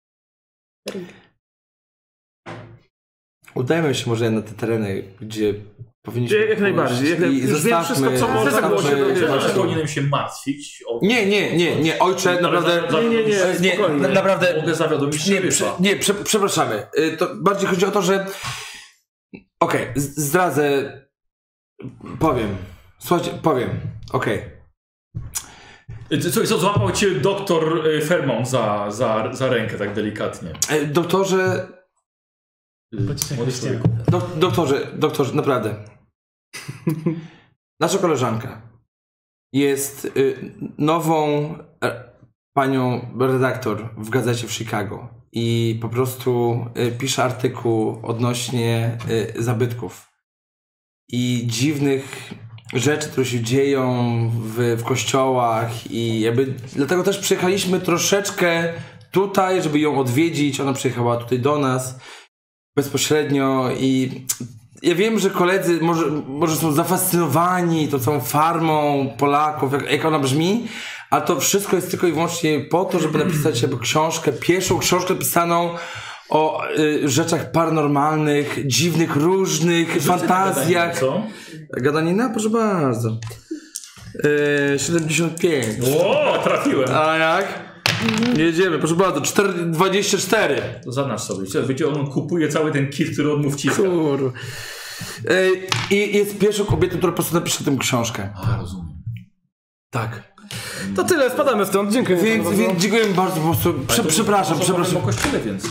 udajmy się może na te tereny, gdzie powinniśmy... Jak najbardziej, jak naj- I już wiem zostawmy... wszystko, co mogę, zostawmy- było się dowiedzieć. Dlaczego zostawmy- powinienem się martwić o... Nie, nie, nie, nie, ojcze, naprawdę... Nie, nie, nie, nie, spokojnie. na- naprawdę... Mogę zawiadomić Nie, szeryfa. prze, nie prze, przepraszamy. Y, To bardziej chodzi o to, że... Okej, z- zdradzę... Powiem. Słuchajcie, powiem. Okej. Co, co, złapał cię doktor y, Fairmont za, za, za rękę tak delikatnie. E, Doktorze... Y, Młody człowiek. Dok, doktorze, doktorze, naprawdę. Nasza koleżanka jest y, nową e, panią redaktor w gazecie w Chicago i po prostu y, pisze artykuł odnośnie y, zabytków i dziwnych rzeczy, które się dzieją w, w kościołach i jakby dlatego też przyjechaliśmy troszeczkę tutaj, żeby ją odwiedzić. Ona przyjechała tutaj do nas bezpośrednio i ja wiem, że koledzy może, może są zafascynowani tą całą farmą Polaków, jak, jak ona brzmi, a to wszystko jest tylko i wyłącznie po to, żeby napisać jakby książkę, pierwszą książkę pisaną o y, rzeczach paranormalnych, dziwnych, różnych fantazjach. Co? Gadanina? Proszę bardzo. Yy, siedemdziesiąt pięć. O, trafiłem. A jak? Jedziemy, proszę bardzo. cztery, dwadzieścia cztery. Zaznacz sobie. Co, wiecie, on kupuje cały ten kit, który on mu wciska. Kur... Yy, I jest pierwszą kobietą, która po prostu napisze tę książkę. A, rozumiem. Tak. To tyle, spadamy stąd. Dziękuję. Więc, bardzo. więc dziękuję bardzo po prostu. Prze, Ale to przepraszam, może przepraszam. powiem o kościele więcej.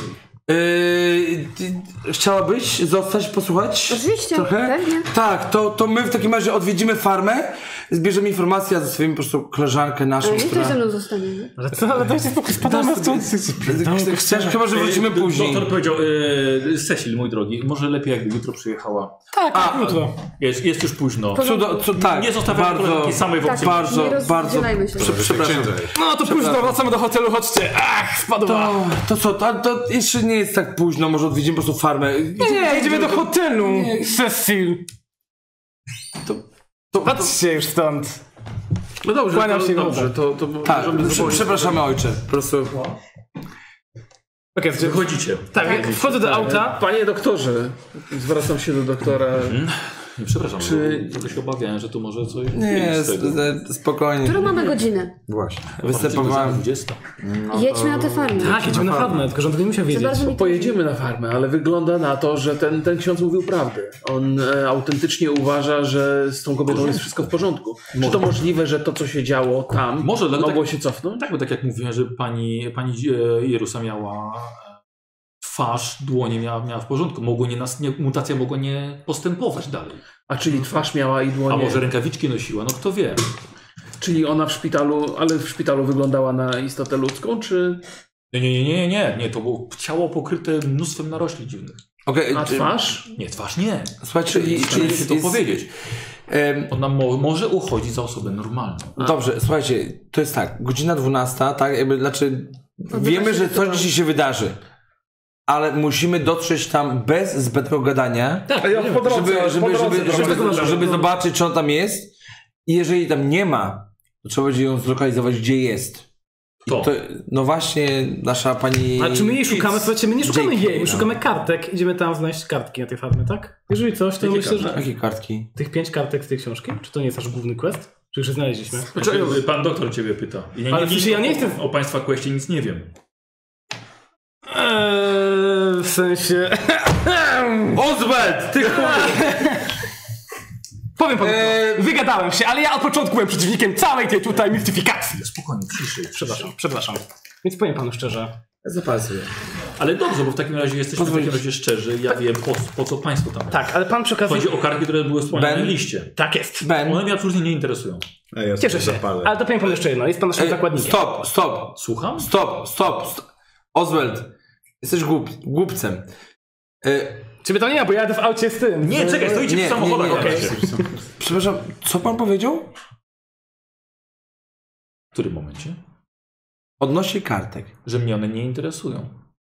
Yy, ty, chciałabyś zostać, posłuchać? Oczywiście, trochę? pewnie. Tak, to, to my w takim razie odwiedzimy farmę, zbierzemy informacje, a zostawimy po prostu koleżankę naszą, Ale niech która... ktoś ze mną zostanie. Nie? Ale co, ale dajcie spokój, spadamy stąd. Chcesz, chyba, że wrócimy później. Doktor powiedział, e, Cecil, mój drogi, może lepiej jakby jutro przyjechała. Tak, A, jutro. Jest, jest już późno. Cudo, cu, tak, Nie zostawiamy bardzo, koleżanki samej w Tak, obcym. bardzo, nie bardzo, rozdzielajmy się. prze, przepraszam. No to późno, wracamy do hotelu, chodźcie. Ach, spadła. To, to co, to, to jeszcze nie jest tak późno, może odwiedzimy po prostu farmę. Nie, nie, idziemy do hotelu. Cecil. To, to, Patrzcie już stąd. No dobrze, Kłaniam to, się dobrze, to, to tak, możemy prze, zwolnić. przepraszamy ojcze, po prostu... Okej, okay, Wychodzicie. tak, wchodzę do auta. Panie doktorze, zwracam się do doktora. Nie, przepraszam, Czy- Czy... się obawiałem, że tu może coś Nie, wyjść z tego. z- z- spokojnie. Którą mamy godzinę? Właśnie. Występowałem... dwudziesta. Jedźmy na tę farmę. Tak, jedziemy na farmę, tylko że on tego nie musiał To wiedzieć. bardzo mi Pojedziemy na farmę, ale wygląda na to, że ten, ten ksiądz mówił prawdę. On e, autentycznie uważa, że z tą kobietą jest wszystko w porządku. Czy to możliwe, że to, co się działo tam, Może, dlatego mogło tak- się cofnąć? Tak, bo tak jak mówiłem, że pani, pani e, Jerusa miała e, twarz, dłonie miała, miała w porządku. Mogło nie, nas, nie, mutacja mogła nie postępować dalej. A czyli twarz miała i A dłonie. może rękawiczki nosiła, no kto wie. Czyli ona w szpitalu, ale w szpitalu wyglądała na istotę ludzką, czy... Nie, nie, nie, nie, nie, nie, to było ciało pokryte mnóstwem narośli dziwnych. Okej, A czy- twarz? Nie, twarz nie. Słuchaj, czyli... Czyli czyli to jest- powiedzieć. em, Ona mo może uchodzić za osobę normalną. Dobrze, słuchajcie, to jest tak, godzina dwunasta, tak, jakby, znaczy, wiemy, że coś dzisiaj się wydarzy, ale musimy dotrzeć tam bez zbędnego gadania, Tak, Ja po drodze, żeby, po żeby, drodze żeby, trochę żeby, wygląda. żeby zobaczyć, czy on tam jest i jeżeli tam nie ma, to trzeba będzie ją zlokalizować, gdzie jest. I To. to, no właśnie, nasza pani... A czy my jej szukamy? Słuchajcie, my nie szukamy Jake, jej, my no. szukamy kartek. Idziemy tam znaleźć kartki na tej farmie, tak? Jeżeli coś, to Jakie myślę, że... Jakie kartki? Tych pięć kartek z tej książki? Czy to nie jest nasz główny quest? Czy już je znaleźliśmy? Znaczy, pan doktor ciebie pyta. Ja Ale nie, przecież ja nie jestem- O, o państwa questie nic nie wiem. Eee, w sensie... Oswald! Ty Powiem panu, Eee. wygadałem się, ale ja od początku byłem przeciwnikiem całej tej tutaj mistyfikacji. Spokojnie, ciszej. Przepraszam, przepraszam. Więc powiem panu szczerze. Zapasuję. Ale dobrze, bo w takim razie jesteśmy w takim razie szczerzy. Ja wiem, po, po co państwo tam. Tak, ale pan przy okazji... Chodzi o kartki, które były wspomniane Ben? na liście. Tak jest. Ben, One mnie absolutnie nie interesują. A ja Cieszę sobie się, zapalę. ale to powiem panu jeszcze jedno. Jest pan naszym Ej, zakładnikiem. stop, stop, Słucham? stop, stop, stop. Oswald, jesteś głup, głupcem. E, Ciebie to nie ma, bo ja jadę w aucie z tym. Nie, z- czekaj, stoicie nie, w samochodach. nie, nie. okej. przepraszam, co pan powiedział? W którym momencie? Odnośnie kartek. Że mnie one nie interesują.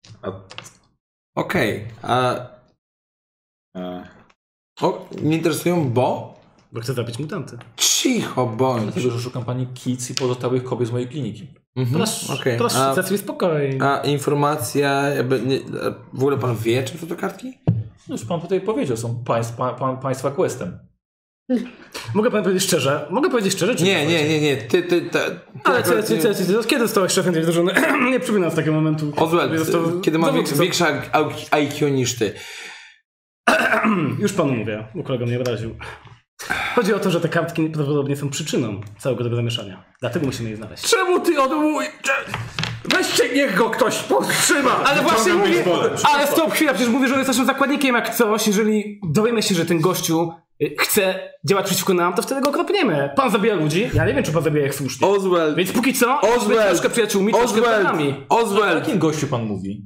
Okej, a... A, O, nie interesują, bo? Bo chcę zabić mutanty. Cicho bądź. Dlatego, że szukam pani Kic i pozostałych kobiet z mojej kliniki. Mhm, Proszę, okej. proszę, A, zacznij spokojnie. a informacja, jakby, nie, w ogóle pan wie, czym są te kartki? No już pan tutaj powiedział, są państw, pa, pa, państwa questem. Mogę pan powiedzieć szczerze? Mogę powiedzieć szczerze, czy Nie, nie, nie, nie, ty, ty, ty, ty Ale co, akurat co, nie- co, co, co, kiedy zostałeś szefem tej drużyny? Nie przypominam z takiego momentu. Oswald, Został- kiedy mam Dowódcą. większe I Q niż ty. Już panu mówię, bo kolega mnie obraził. Chodzi o to, że te kartki prawdopodobnie są przyczyną całego tego zamieszania. Dlatego musimy je znaleźć. Czemu ty odwołujesz? Weźcie, niech go ktoś powstrzyma! Ale właśnie mówię, baseballem. ale stop, chwila, przecież mówię, że on jest naszym zakładnikiem jak coś. Jeżeli dowiemy się, że ten gościu y, chce działać przeciwko nam, to wtedy go kropniemy. Pan zabija ludzi, ja nie wiem, czy pan zabija ich słusznie. Oswald, Więc póki co, jesteśmy Oswald, troszkę przyjaciółmi, troszkę Oswald, panami. O Oswald, jakim gościu pan mówi?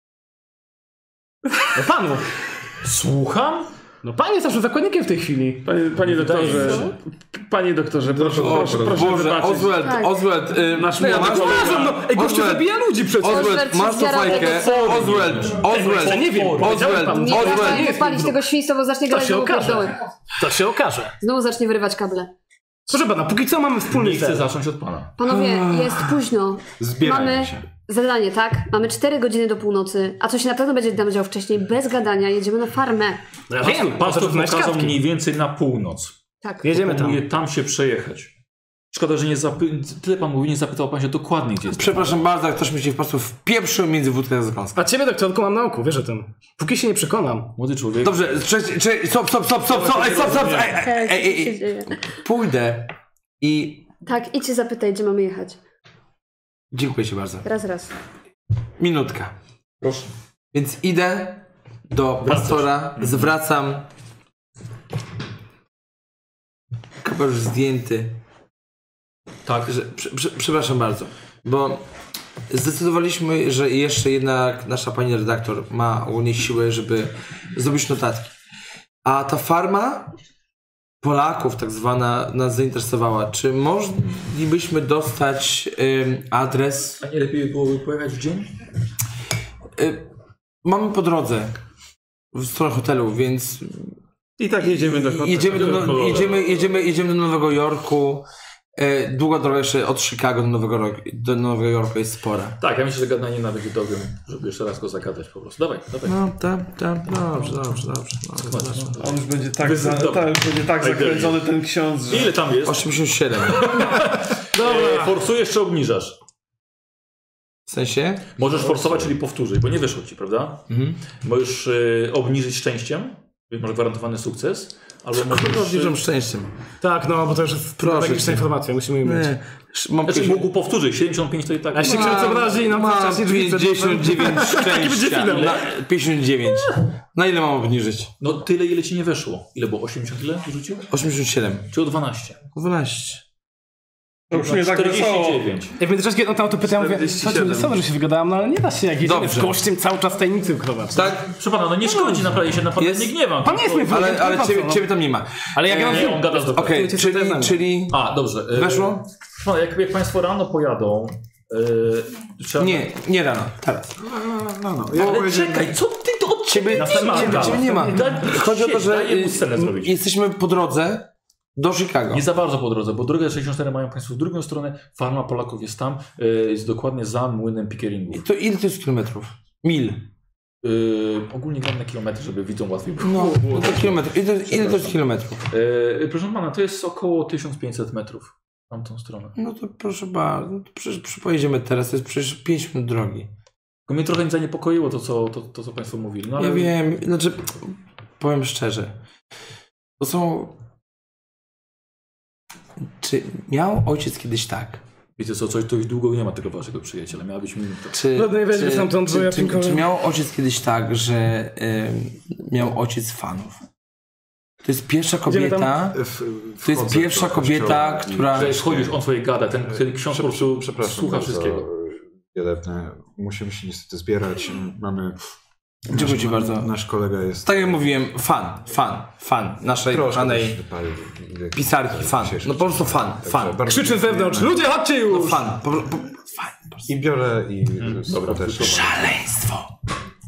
No panu. Słucham? No pan jest naszym zakładnikiem w tej chwili. Panie, panie doktorze, panie doktorze, proszę, proszę, proszę Boże, wybaczyć. Oswald, Tak. Oswald, y, Nasz masz, młody Uważam, no, ej, gościu Oswald. zabija ludzi przecież. Oswald, Oswald, masz tą zbiera fajkę, tego Oswald, Oswald, Ja nie wiem, powiedziałem panu. Oswald, Nie, Oswald, Oswald, nie wypalić tego świństwa, bo zacznie To gadać się znowu okaże. pierdoły. To się okaże. Znowu zacznie wyrywać kable. Proszę pana, póki co mamy wspólny Nie chcę cel. zacząć od pana. Panowie, jest późno. Zbierajmy Mamy się. zadanie, tak? Mamy cztery godziny do północy, a co się na pewno będzie tam działo wcześniej, bez gadania, jedziemy na farmę. No ja wiem, po to, Pastor żeby znaleźć pokazał kartki. mniej więcej na północ. Tak. Jedziemy tam. Próbuję tam się przejechać. Szkoda, że nie zapy- tyle pan mówi, nie zapytał pan się dokładnie, gdzie jest. Przepraszam bardzo, jak ktoś mi się po prostu wpieprzył między wódkę a zakąską. A ciebie, doktorku, mam na oku, wiesz o tym. Póki się nie przekonam. Młody człowiek. Dobrze, cześć, cześć, stop, stop, stop, stop, stop, ej, stop, stop, ej, ej, ej, ej, ej. dzieje? Pójdę i Tak, idź się zapytaj, gdzie mamy jechać. dziękuję ci bardzo. Raz, raz. Minutka. Proszę. Więc idę do pastora, zwracam. Kapelusz zdjęty. Tak. Że, prze, prze, przepraszam bardzo, bo zdecydowaliśmy, że jeszcze jednak nasza pani redaktor ma ogólnie siłę, żeby zrobić notatki. A ta farma Polaków tak zwana nas zainteresowała. Czy moglibyśmy dostać ym, adres? A nie lepiej byłoby pojechać w dzień? Y, mamy po drodze w stronę hotelu, więc I tak jedziemy do hotelu. jedziemy do, no, jedziemy, jedziemy, jedziemy do Nowego Jorku. Y, długa droga jeszcze od Chicago do Nowego, Ro- do Nowego Jorku jest spora. Tak, ja myślę, że gadanie na będzie dobrym, żeby jeszcze raz go zagadać po prostu. Dawaj, dawaj. No, tak, tak, dobrze, dobrze, dobrze. dobrze, dobrze. On już będzie tak, Wy- za, dobra. tak, już będzie tak Tak, zakręcony ten ksiądz, że... Ile tam jest? osiemdziesiąt siedem. Dobra. Forsujesz czy obniżasz? W sensie? Możesz forsować, czyli powtórzyć, bo nie wyszło ci, prawda? Mhm. Możesz y, obniżyć szczęściem, więc masz gwarantowany sukces, albo możesz... Kurde, odliczam szczęściem. Tak, no bo to już jest Proszę tragiczna cię. informacja, musimy ją mieć. Nie. Mam Znaczy pięć- mógł powtórzyć, siedemdziesiąt pięć to i tak... A jeśli ksiądz obrazi i nam mam wcześniej drzwi pięćdziesiąt dziewięć szczęścia. finał. Na pięćdziesiąt dziewięć. Na ile mam obniżyć? No tyle, ile ci nie weszło. Ile było? osiemdziesiąt ile rzucił? osiemdziesiąt siedem. Czy o dwanaście? dwanaście. To już nie tak wesoło. czterdzieści dziewięć. Jak w międzyczasie on tam to pytał, mówię, czterdzieści słuchajcie, siedem. sorry, że się wygadałem, no ale nie da się, jak jedziemy Dobrze. z gościem cały czas tajemnicy ukrywać. Tak? Proszę pana, no nie szkodzi, naprawdę się naprawdę Jest- nie gniewam. Pan jest mnie Ale, ale ciebie, ciebie tam nie ma. Ale jak ja Nie, on gada z doktorem. Okej, Cię czyli, tutaj czyli... A, dobrze. y, Weszło? proszę pana, jak, jak państwo rano pojadą... y, trzeba... Nie, nie rano. Teraz. No, no. Ja Ale powiedziałem- czekaj, co ty to od ciebie Na nie ma? temat. Ciebie, ciebie nie ma. Daj- Chodzi o to, że Daję mu y, scenę zrobić. jesteśmy po drodze do Chicago. Nie za bardzo po drodze, bo drogę sześćdziesiąt cztery mają państwo w drugą stronę, farma Polaków jest tam, y, jest dokładnie za młynem Pickeringu. To ile to jest kilometrów? Mil. Y, ogólnie gram na kilometry, żeby widzom łatwiej było. No, no to kilometr. Ile, to- ile to jest kilometrów? Y, proszę pana, to jest około tysiąc pięćset metrów w tamtą stronę. No to proszę bardzo, no to przecież przecież pojedziemy teraz, to jest przecież pięć minut drogi. Tylko mnie trochę zaniepokoiło to, co, to, to, co państwo mówili. No, ale... Ja wiem, znaczy, powiem szczerze, to są... Czy miał ojciec kiedyś tak? Wiecie co, coś to już długo nie ma tego waszego przyjaciela, miała być minuta. Czy, No nie będzie czy, sam tą czy, dwoja czy, piłkową. czy miał ojciec kiedyś tak, że ym, miał ojciec fanów? To jest pierwsza Idziemy tam? kobieta, W- to jest wchodzę pierwsza do kobieta, kościoła i- która... Że wchodzisz, on swoje gada, ten, ten ksiądz po prostu Przepraszam słucha bardzo, wszystkiego. Wielebne. Musimy się niestety zbierać. Mamy... Dziękuję ci bardzo. Nasz kolega jest... Tak jak mówiłem, fan, fan, fan naszej Troszkę kochanej też wypalił w- pisarki, fan. No po prostu fan, Także fan. bardzo Krzyczy z zewnątrz, dziękujemy. ludzie chodźcie już! No fan, po, po, fan. Po prostu. I biorę i dobra, skutecznie. Szaleństwo.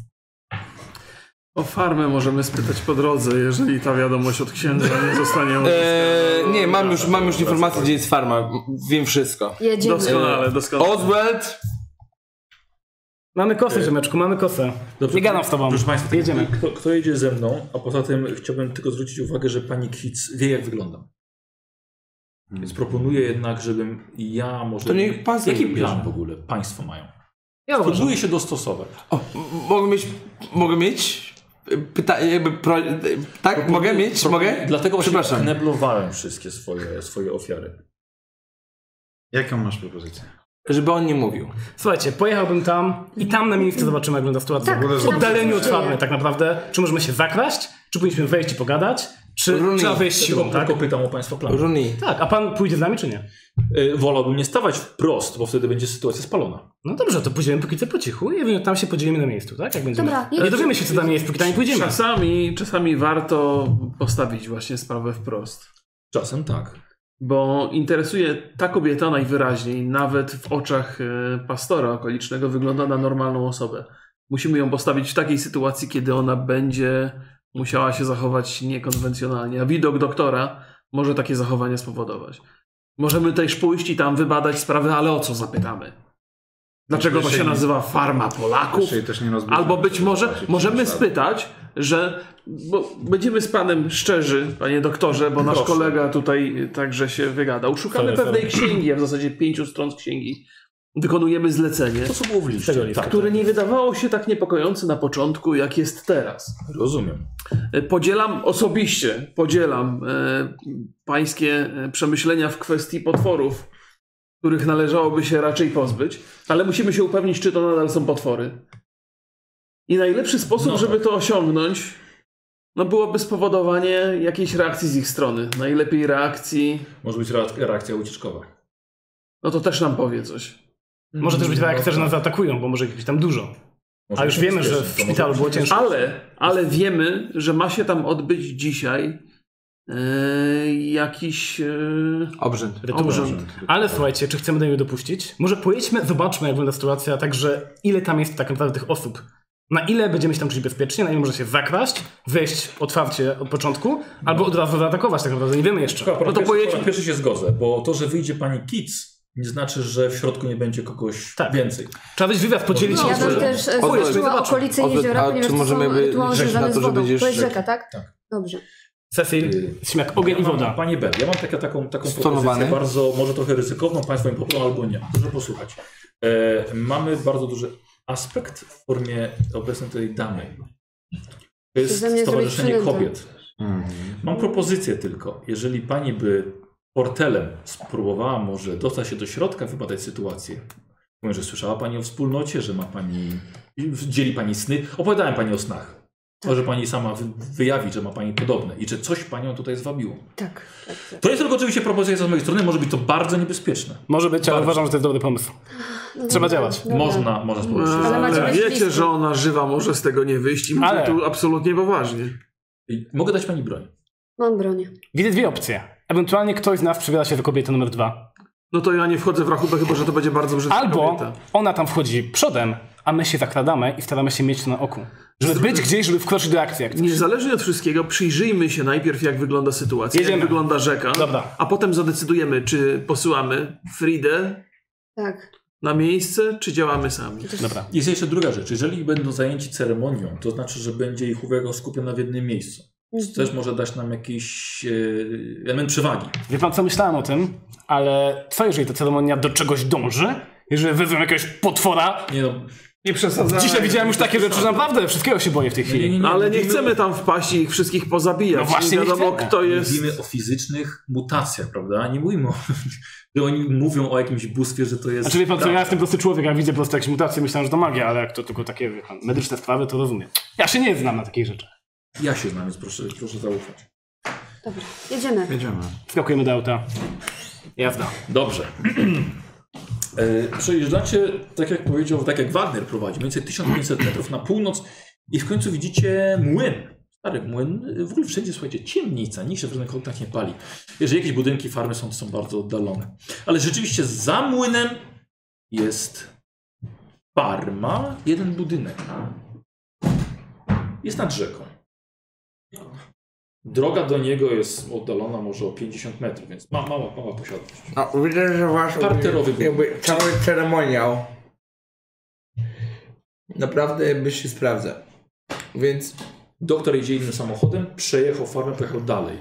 O farmę możemy spytać po drodze, jeżeli ta wiadomość od księdza nie zostanie uzyskana. Eee, nie, mam już, mam już informację, gdzie jest farma. M- Wiem wszystko. Jedziemy. Doskonale, doskonale. Oswald! Mamy kosę, Rzymeczku, mamy kosę. Nie gadam z tobą. Proszę państwa, Jedziemy. Kto, kto jedzie ze mną, a poza tym chciałbym tylko zwrócić uwagę, że pani Kwitz wie, jak wyglądam. Więc proponuję jednak, żebym ja może... To niech pan sobie Jaki wybierze. plan w ogóle państwo mają? Ja uważam. Próbuję się dostosować. O, m- mogę mieć, mogę mieć? Pytanie, jakby, pro, tak? Mogę mieć? Mogę? Dlatego właśnie Przepraszam. kneblowałem wszystkie swoje, swoje ofiary. Jaką masz propozycję? Żeby on nie mówił. Słuchajcie, pojechałbym tam i tam na miejscu zobaczymy, jak wygląda sytuacja. Tak, w tam się oddaleniu od dzieje. farmy tak naprawdę. Czy możemy się zakraść? Czy powinniśmy wejść i pogadać? Czy Rooney, trzeba wejść Siłą, siłą, tak? tylko pytam o państwa plan. Rooney. Tak, a pan pójdzie z nami, czy nie? Y, wolałbym nie stawać wprost, bo wtedy będzie sytuacja spalona. No dobrze, to pójdziemy póki co po cichu i tam się podzielimy na miejscu, tak? Jak będziemy. Dobra, Nie dowiemy się, co tam jest, póki tam nie pójdziemy. Czasami, czasami warto postawić właśnie sprawę wprost. Czasem tak. Bo interesuje ta kobieta najwyraźniej, nawet w oczach e, pastora okolicznego, wygląda na normalną osobę. Musimy ją postawić w takiej sytuacji, kiedy ona będzie musiała się zachować niekonwencjonalnie, a widok doktora może takie zachowanie spowodować. Możemy też pójść i tam wybadać sprawę, ale o co zapytamy? Dlaczego to się nazywa farma Polaków? Proszę jej też nie rozbudzać. Albo być może Zobaczyć, możemy co spytać, że bo będziemy z panem szczerzy, panie doktorze, bo nasz Proszę. kolega tutaj także się wygadał. Szukamy Sorry, pewnej księgi, a w zasadzie pięciu stron z księgi. Wykonujemy zlecenie, To, co było w liście. Tego listu. Tak, które nie wydawało się tak niepokojące na początku, jak jest teraz. rozumiem. Podzielam osobiście, podzielam e, pańskie e, przemyślenia w kwestii potworów, których należałoby się raczej pozbyć, ale musimy się upewnić, czy to nadal są potwory. I najlepszy sposób, No żeby tak. to osiągnąć, no byłoby spowodowanie jakiejś reakcji z ich strony. Najlepiej reakcji, Może być reak- reakcja ucieczkowa. no to też nam powie coś. Może też być reakcja, że nas zaatakują, bo może ich być tam dużo. Może A już być wiemy, że bezpieczne, w to może szpitalu być było ciężko. Ale, ale wiemy, że ma się tam odbyć dzisiaj e, jakiś e, Obrzęd. Rytuał. obrzęd. Ale słuchajcie, czy chcemy do niego dopuścić? Może pojedźmy, zobaczmy jak wygląda sytuacja, także ile tam jest tak naprawdę tych osób. Na ile będziemy się tam czuć bezpiecznie, na ile może się zakraść, wejść otwarcie od początku, albo od razu zaatakować tak naprawdę, nie wiemy jeszcze. Po No to pierwszy, pojedźmy- po pierwszy się zgodzę, bo to, że wyjdzie pani Kic, nie znaczy, że w środku nie będzie kogoś Tak. więcej. Trzeba wejść wywiad, podzielić Ja się. bym że- też e, Powiedz, zobaczyła zobaczymy. okolice Odwet- jeziora, a ponieważ czy to możemy są jakby rytuały liczyć związane na to, z że wodą. będziesz To jest rzek- rzeka, tak? Tak. Dobrze. Cecil, śmiak, ogień Ja i mam, woda. Panie Ben, ja mam taką, taką, taką Stonowany. propozycję bardzo, może trochę ryzykowną, Państwo mi poprą albo nie. Proszę posłuchać. E, mamy bardzo duży aspekt w formie obecnej tej damy. To jest Ze mnie Stowarzyszenie zrobić Kobiet. Mam propozycję tylko, jeżeli Pani by portelem spróbowała może dostać się do środka, wybadać sytuację. Mówię, że słyszała Pani o wspólnocie, że ma Pani, dzieli Pani sny. Opowiadałem Pani o snach. Może Pani sama wy, wyjawi, że ma Pani podobne i że coś Panią tutaj zwabiło. Tak, tak, tak. To jest tylko oczywiście propozycja z mojej strony, może być to bardzo niebezpieczne. Może być, ale Bardzo. uważam, że to jest dobry pomysł. No Trzeba dobra, działać. dobra. Można, można spróbować. No, Ale macie ale być wiecie, blisko. że ona żywa może z tego nie wyjść i mówię Ale- tu absolutnie poważnie. I mogę dać Pani broń. Mam bronię. Widzę dwie opcje. Ewentualnie ktoś z nas przebiera się za kobietę numer dwa. No to ja nie wchodzę w rachubę, chyba że to będzie bardzo brzydka Albo kobieta. ona tam wchodzi przodem, a my się zakradamy i staramy się mieć to na oku. Żeby być gdzieś, żeby wkroczyć do akcji. Jak coś. Niezależnie od wszystkiego, przyjrzyjmy się najpierw, jak wygląda sytuacja, Jedziemy. jak wygląda rzeka, Dobra. a potem zadecydujemy, czy posyłamy Fridę Tak. na miejsce, czy działamy sami. Dobra. Jest jeszcze druga rzecz. Jeżeli będą zajęci ceremonią, to znaczy, że będzie ich uwaga skupiona w jednym miejscu. Mhm. To też może dać nam jakiś e, element przewagi. Wie pan co, myślałem o tym, ale co jeżeli ta ceremonia do czegoś dąży? Jeżeli wezmą jakiegoś potwora? Nie no, Nie przesadzamy. Dzisiaj widziałem już takie rzeczy, że naprawdę wszystkiego się boję w tej nie, nie, chwili. nie, No, ale nie mówimy- chcemy tam wpaść i ich wszystkich pozabijać. No właśnie nie nie wiadomo, chcemy. kto jest. Mówimy o fizycznych mutacjach, prawda? Nie mówimy o... Gdy oni mówią o jakimś bóstwie, że to jest... Znaczy wie pan co, tak. ja jestem prosty człowiek, ja widzę po prostu jakieś mutacje, myślałem, że to magia, ale jak to tylko takie wie pan, medyczne sprawy, to rozumiem. Ja się nie znam na takich rzeczach. Ja się znam, więc proszę, proszę zaufać. Dobra, jedziemy. Jedziemy. Skakujemy do auta. Jazda. Dobrze. E, Przejeżdżacie, tak jak powiedział, tak jak Wagner prowadzi, mniej więcej tysiąc pięćset metrów na północ i w końcu widzicie młyn. Stary młyn. W ogóle wszędzie, słuchajcie, ciemnica, nikt się w żadnych oknach nie pali. Jeżeli jakieś budynki, farmy są, to są bardzo oddalone. Ale rzeczywiście za młynem jest farma, jeden budynek. Jest nad rzeką. Droga do niego jest oddalona może o pięćdziesiąt metrów, więc ma, mała, mała posiadłość. No, widzę, że wasz Parterowy jakby cały ceremoniał naprawdę jakby się sprawdza. Więc Doktor jedzie innym samochodem, przejechał farmę, pojechał dalej.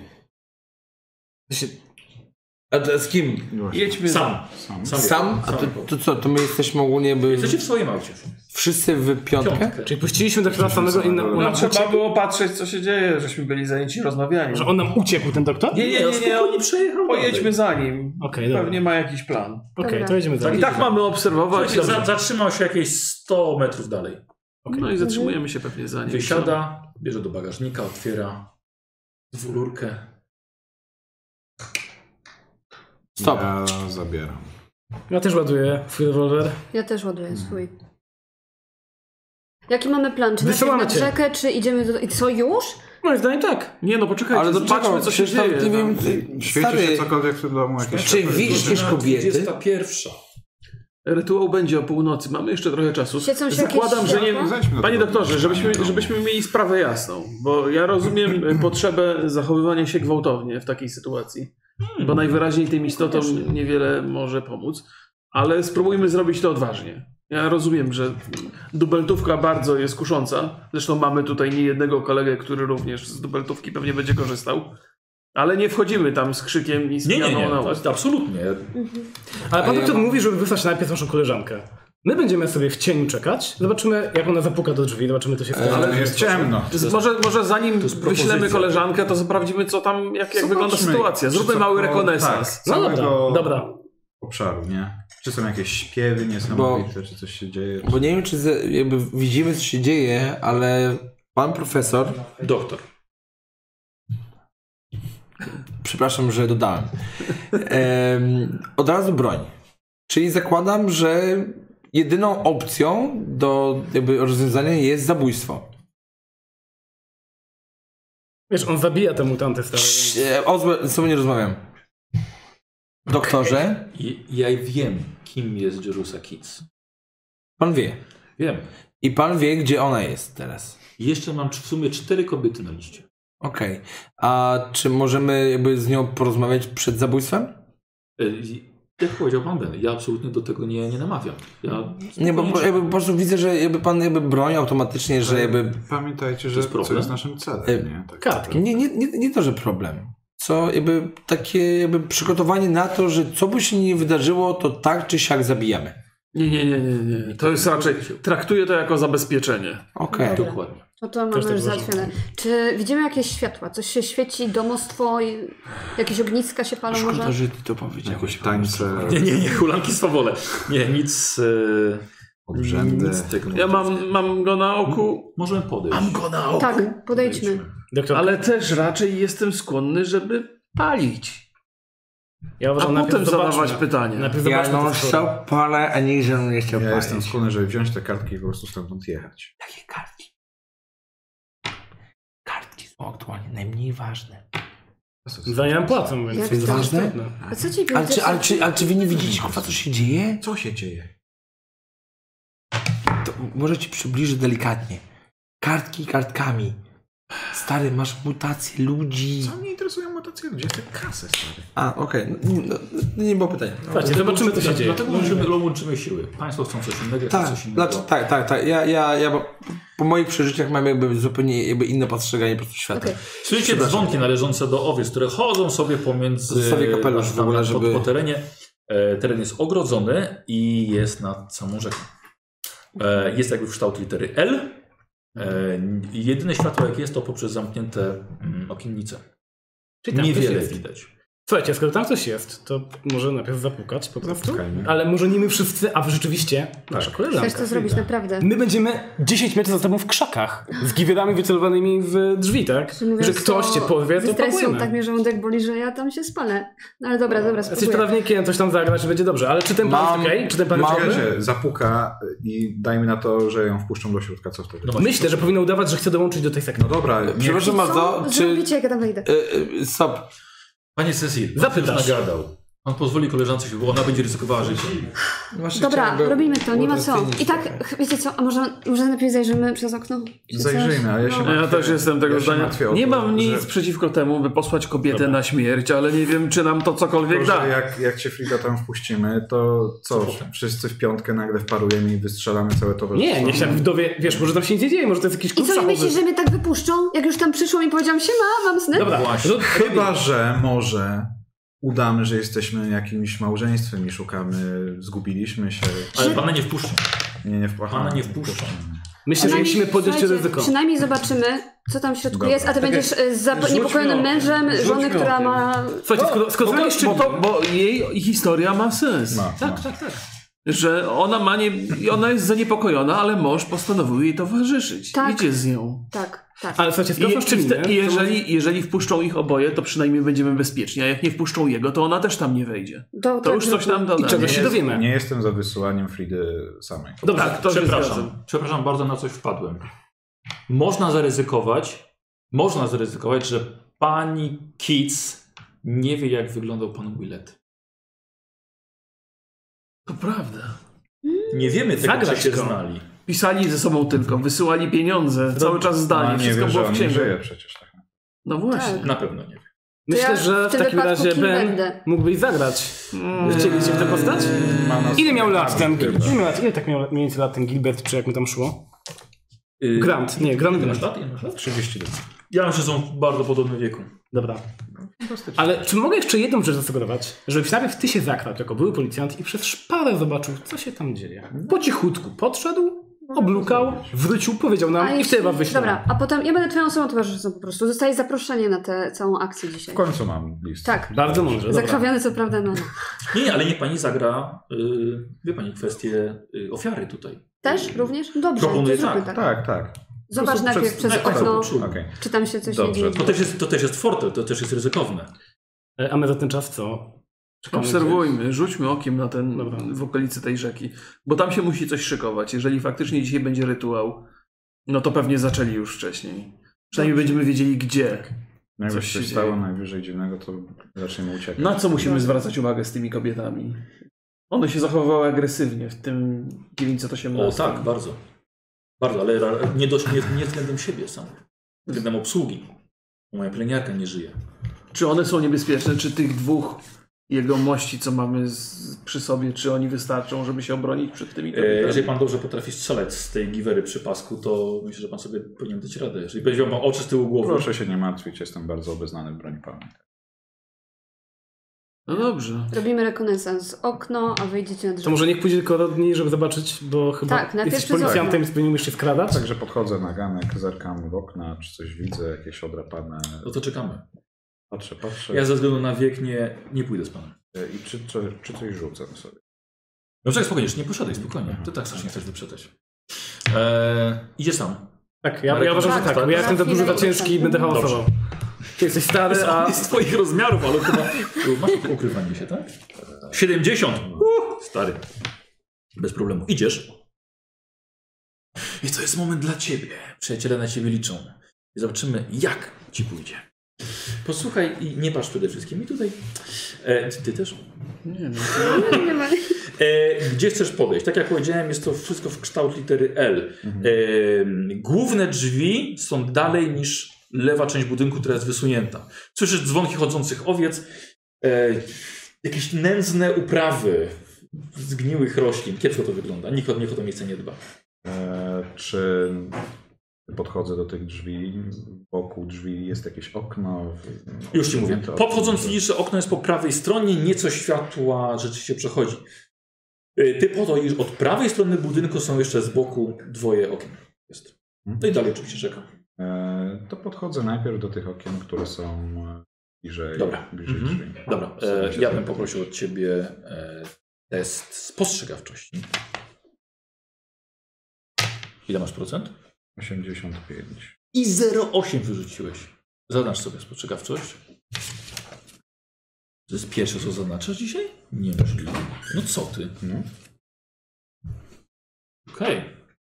a to z kim? Jedźmy Sam. Sam. Sam? Sam? A to, to co, to my jesteśmy ogólnie by Jesteście w swoim aucie. wszyscy w piątkę? Piątkę. Czyli puściliśmy doktora samego i samego. on nam No, trzeba uciekł? było patrzeć, co się dzieje, żeśmy byli zajęci rozmawianiem. Że on nam uciekł, ten doktor? Nie, nie, nie, nie, oni przejechał pojedźmy za nim. Okej, dobra. Pewnie ma jakiś plan. Okej, Dobra. to jedziemy za I tak mamy obserwować. Słuchajcie, za, zatrzymał się jakieś sto metrów dalej. No i zatrzymujemy się pewnie za nim. Wysiada, bierze do bagażnika, otwiera dwururkę. Stop. Ja zabieram. Ja też ładuję swój rewolwer. Ja też ładuję swój. Jaki mamy plan? Czy Wysyłamy najpierw nad cię. rzekę, czy idziemy do... I co, już? Moim zdaniem tak. Nie no, poczekajcie, Ale to zobaczmy, czekaj, co się przecież tam, dzieje. nie no. wiem, Świeci się stary, cokolwiek w tym domu? Jakieś czy widzisz jakieś kobiety? dwudziesta pierwsza. Rytuał będzie o północy, mamy jeszcze trochę czasu. Świecą się Zakładam, jakieś że nie... światła? Zejdźmy do Panie tego doktorze, żebyśmy, domu. żebyśmy mieli sprawę jasną, bo ja rozumiem e, potrzebę zachowywania się gwałtownie w takiej sytuacji, bo najwyraźniej tym istotom niewiele może pomóc, ale spróbujmy zrobić to odważnie. Ja rozumiem, że dubeltówka bardzo jest kusząca, zresztą mamy tutaj niejednego kolegę, który również z dubeltówki pewnie będzie korzystał, ale nie wchodzimy tam z krzykiem i z Nie, nie, pianą nie, na to, ust. to absolutnie. Ale pan ja doktor mam- mówi, żeby wysłać najpierw naszą koleżankę. My będziemy sobie w cieniu czekać, zobaczymy jak ona zapuka do drzwi, zobaczymy co się wtedy. Ale jest ciemno. Może, może zanim jest wyślemy propozycja. koleżankę, to sprawdzimy, co tam, jak, jak Zobaczmy, wygląda sytuacja. czy Zróbmy mały cokolwiek- rekonesans. tak, No dobra, całego- dobra. obszaru, nie? Czy są jakieś śpiewy niesamowite, bo, czy coś się dzieje? Bo nie wiem, czy z, jakby widzimy, co się dzieje, ale pan profesor... Doktor. Przepraszam, że dodałem. Ehm, od razu broń. Czyli zakładam, że jedyną opcją do jakby rozwiązania jest zabójstwo. Wiesz, on zabija te mutanty stare. Więc... O złe, z tobą nie rozmawiam. Doktorze? I, ja wiem, kim jest Jerusa Kids. Pan wie. Wiem. I pan wie, gdzie ona jest teraz. Jeszcze mam w sumie cztery kobiety na liście. Okej. Okay. A czy możemy jakby z nią porozmawiać przed zabójstwem? Jak powiedział pan Ben, ja absolutnie do tego nie, nie namawiam. Ja nie, bo, bo jakby po prostu widzę, że jakby pan jakby broni automatycznie, że jakby... Pamiętajcie, że to jest, jest naszym celem, nie? Tak, tak. Nie, nie, nie, nie to, że problem. Co jakby takie jakby przygotowanie na to, że co by się nie wydarzyło, to tak czy siak zabijamy. Nie, nie, nie, nie, nie. To jest raczej, traktuję to jako zabezpieczenie. Okej. Okay. Dokładnie. No to mamy już załatwione. Czy widzimy jakieś światła? Coś się świeci, domostwo, jakieś ogniska się palą może? Szkoda, że ty to powiedziałeś. Jakieś tańce. Nie, nie, nie, hulanki swawole. Nie, nic... Yy, obrzędy. Nic tego ja mam, mam go na oku. Możemy podejść. Mam go na oku. Tak, podejdźmy. Doktor. Ale też raczej jestem skłonny, żeby palić. Ja uważam, a potem zobaczmy. zadawać pytania. Najpierw ja no chciał palę, a nikt ze mną nie chciał ja palić. jestem skłonny, żeby wziąć te kartki i po prostu stamtąd jechać. Jakie kartki? Kartki są aktualnie najmniej ważne. Za nie płacą, więc Jak to jest ważne? A co ci ale czy, ale, czy, ale czy wy nie widzicie, kurwa, co się dzieje? Co się dzieje? To może ci przybliżę delikatnie. Kartki kartkami. Stary, masz mutacje ludzi. Co mnie interesują mutacje ludzi? Gdzie te kasy, stary? A, okej. Okay. No, no, nie było pytania. Słuchajcie, zobaczymy, co się dzieje. Dlatego łączymy, łączymy siły. Państwo chcą coś innego, tak, coś innego. Znaczy, tak, tak, tak. Ja, ja, ja po, po moich przeżyciach mam jakby zupełnie jakby inne postrzeganie po prostu świata. Okay. Słyszycie dzwonki należące do owiec, które chodzą sobie pomiędzy... Zostawię kapelusz w ogóle, żeby... Po, po terenie. E, teren jest ogrodzony i jest nad samą rzeką. E, jest jakby w kształt litery L. E, jedyne światło, jakie jest, to poprzez zamknięte mm, okiennice. Czyli tam niewiele jest. widać. Słuchajcie, skoro tam coś jest, to może najpierw zapukać po prostu. Zapukajmy. Ale może nie my wszyscy, a wy rzeczywiście nasza koleżanka. Chcesz to zrobić naprawdę. My będziemy dziesięć metrów za tobą w krzakach, z giwerami wycelowanymi w drzwi, tak? Że ktoś cię porwie, to stresu, pakujemy. tak mnie żołądek boli, że ja tam się spalę. No ale dobra, dobra, Jesteś spróbuję. prawnikiem, coś tam zagrać, będzie dobrze. Ale czy ten pan Mam- jest okej? Czy ten pan jest mam- okej? Czekajcie, zapuka i dajmy na to, że ją wpuszczą do środka, co wtedy? No Myślę, że powinno udawać, że chce dołączyć do tej sekty. No dobra, nie, Przepraszam bardzo, Co czy... zrobicie, jak ja tam wejdę? Y, y, stop. Panie Cecil, pan Zapytasz. już nagadał. Pan pozwoli koleżance się, bo ona będzie ryzykowała życie. Właśnie Dobra, chciałem go robimy to, nie ma co. uatrakcyjnić I tak, trochę. wiecie co, a może, może najpierw zajrzymy przez okno? Czy coś? zajrzyjmy, ale ja się No, ja martwię. też jestem tego ja się zdania. martwię o Nie to, mam nic że- przeciwko temu, by posłać kobietę na śmierć, ale nie wiem, czy nam to cokolwiek Tylko, da. że jak, jak cię Frida tam wpuścimy, to co? Wszyscy w piątkę nagle wparujemy i wystrzelamy całe towarzystwo. Nie, niech się tak dowie, wiesz, może tam się nic nie dzieje, może to jest jakiś I klub co, i szachowy. myślisz, że mnie tak wypuszczą? Jak już tam przyszłam i powiedziałam, siema, mam sny? Dobra, Właśnie. no, Chyba, że może udamy, że jesteśmy jakimś małżeństwem i szukamy, zgubiliśmy się. Ale pana nie wpuszczą. Nie, nie wpłachamy. Pana nie wpuszczą. myślę, że Przynajmniej- musimy podjąć słuchajcie, ryzyko. Przynajmniej zobaczymy, co tam w środku Dobra. jest, a ty będziesz e, z zap- Rzućmy niepokojonym okiem. mężem żony, Rzućmy która okiem. ma... Słuchajcie, skoro, skoro Bo, to, jeszcze... bo, to, bo jej historia ma sens. Ma, Tak, ma. tak, tak. Że ona ma nie, ona jest zaniepokojona, ale mąż postanowił jej towarzyszyć. Tak. Idzie z nią. Tak, tak. Ale słuchajcie, skoro są I, szczeliny, I jeżeli, jeżeli wpuszczą ich oboje, to przynajmniej będziemy bezpieczni, a jak nie wpuszczą jego, to ona też tam nie wejdzie. To, To tak, już coś zróbmy. nam doda. I czego Nie się jest- dowiemy. Nie jestem za wysyłaniem Fridy samej. Dobrze, Tak, to się Przepraszam. zgadzam. Przepraszam bardzo, na coś wpadłem. Można zaryzykować, można zaryzykować, że pani Keats nie wie, jak wyglądał pan Willett. To prawda. Nie wiemy tego, Zagrać czy się go. znali. Pisali ze sobą tylko, wysyłali pieniądze, cały czas A zdali, nie wszystko wie, że było w on nie księgu. żyje przecież. Tak. No właśnie. Tak. Na pewno nie wie. myślę, ja że w w tym takim wypadku razie kim Ben będę? mógłbyś zagrać. Chcieliście w tę postać? Ma nas- Ile miał lat ten Chyba. Ile, miał lat, ile tak miał mniej więcej lat ten Gilbert, czy jak mu tam szło? Yy, Grant, nie, Grant Ile masz Grant. lat? Ile masz lat? trzydzieści lat. Ja myślę, że są w bardzo podobnym wieku. Dobra. Ale czy mogę jeszcze jedną rzecz zasugerować? Żebyś najpierw ty się zakradł jako były policjant i przez szparę zobaczył, co się tam dzieje. Po cichutku podszedł oblukał, wrócił, powiedział nam A i jeśli- wtedy was wyślemy. Dobra, a potem ja będę twoją osobą towarzyszącą po prostu. Dostaję zaproszenie na tę całą akcję dzisiaj. W końcu mam list. Tak. Bardzo mądrze, dobra. Zakrawiony co prawda na... Nie, nie, ale niech pani zagra, y, wie pani, kwestię y, ofiary tutaj. Też? Również? Dobrze, Proponuję to zróbmy tak, tak. Tak, tak. Zobacz Po prostu najpierw przez- przez tak, okno, poczuł. Okej. czy tam się coś Dobrze, nie dzieje. To też jest, to też jest fortel, to też jest ryzykowne. E, A my za ten czas co? Czekamy Obserwujmy, rzućmy okiem na ten, Dobra. w okolicy tej rzeki. Bo tam się musi coś szykować. Jeżeli faktycznie dzisiaj będzie rytuał, no to pewnie zaczęli już wcześniej. Przynajmniej będziemy wiedzieli gdzie. Jakby Coś się się coś stało dzieje. najwyżej dziwnego, to zaczniemy uciekać. Na co musimy zwracać uwagę z tymi kobietami? One się zachowywały agresywnie w tym dziewięćset O osiemnaście. tak, bardzo. Bardzo, ale ra- nie, dość, nie, nie względem siebie sam. Względem obsługi. Moja pielęgniarka nie żyje. Czy one są niebezpieczne? Czy tych dwóch jegomości, co mamy z, przy sobie, czy oni wystarczą, żeby się obronić przed tymi E, kobietami? jeżeli pan dobrze potrafi strzelać z tej giwery przy pasku, to myślę, że pan sobie powinien dać radę. Jeżeli będzie miał oczy z tyłu głowy. Proszę się nie martwić, jestem bardzo obeznany w broni palnej. No dobrze. Robimy rekonesans. Okno, a wyjdziecie na drzewo. To może niech pójdzie tylko Rodney, żeby zobaczyć, bo chyba Tak, najpierw jesteś przez policjantem, okno. więc powinieneś się skradać. Także podchodzę na ganek, zerkam w okna, czy coś widzę, jakieś odrapane. No to czekamy. Patrzę, patrzę. Ja ze względu na wiek nie, nie pójdę z panem. I czy, czy, czy coś rzucę sobie. No czekaj, spokojnie, nie posiadaj, spokojnie. Ty tak strasznie chcesz wyprzedać. Eee, idziesz sam. Tak, ja, Ale ja uważam, że tak, tak, tak. bo ja jestem za Za dużo za chwilę ciężki i będę jestem. hałasował. Ty jesteś stary, A... a... jest twoich rozmiarów, ale chyba... Masz ukrywanie się, tak? siedemdziesiąt! Uh, stary. Bez problemu. Idziesz. I to jest moment dla ciebie. Przyjaciele na ciebie liczą. I zobaczymy, jak ci pójdzie. Posłuchaj i nie patrz przede wszystkim. I tutaj... E, ty też? Nie, no. Nie ma. E, gdzie chcesz podejść? Tak jak powiedziałem, jest to wszystko w kształt litery L. E, główne drzwi są dalej niż lewa część budynku, która jest wysunięta. Słyszysz dzwonki chodzących owiec, e, jakieś nędzne uprawy zgniłych roślin. Kiepsko to wygląda. Nikt, nikt o to miejsce nie dba. E, czy podchodzę do tych drzwi, wokół drzwi jest jakieś okno? Już ci mówię. Okno, Podchodząc że- widzisz, że okno jest po prawej stronie, nieco światła rzeczywiście przechodzi. E, ty podchodzisz od prawej strony budynku, są jeszcze z boku dwoje okien. Jest. No i dalej oczywiście czekam. E, to podchodzę najpierw do tych okien, które są e, bliżej, Dobra. bliżej Mhm. drzwi. Dobra, Staram e, się ja bym tak- poprosił od ciebie e, test spostrzegawczości. Ile masz procent? osiemdziesiąt pięć. I zero przecinek osiem wyrzuciłeś. Zaznacz sobie spostrzegawczość. To jest pierwsze, co zaznaczasz dzisiaj? Niemożliwe. No co ty? No. Okej.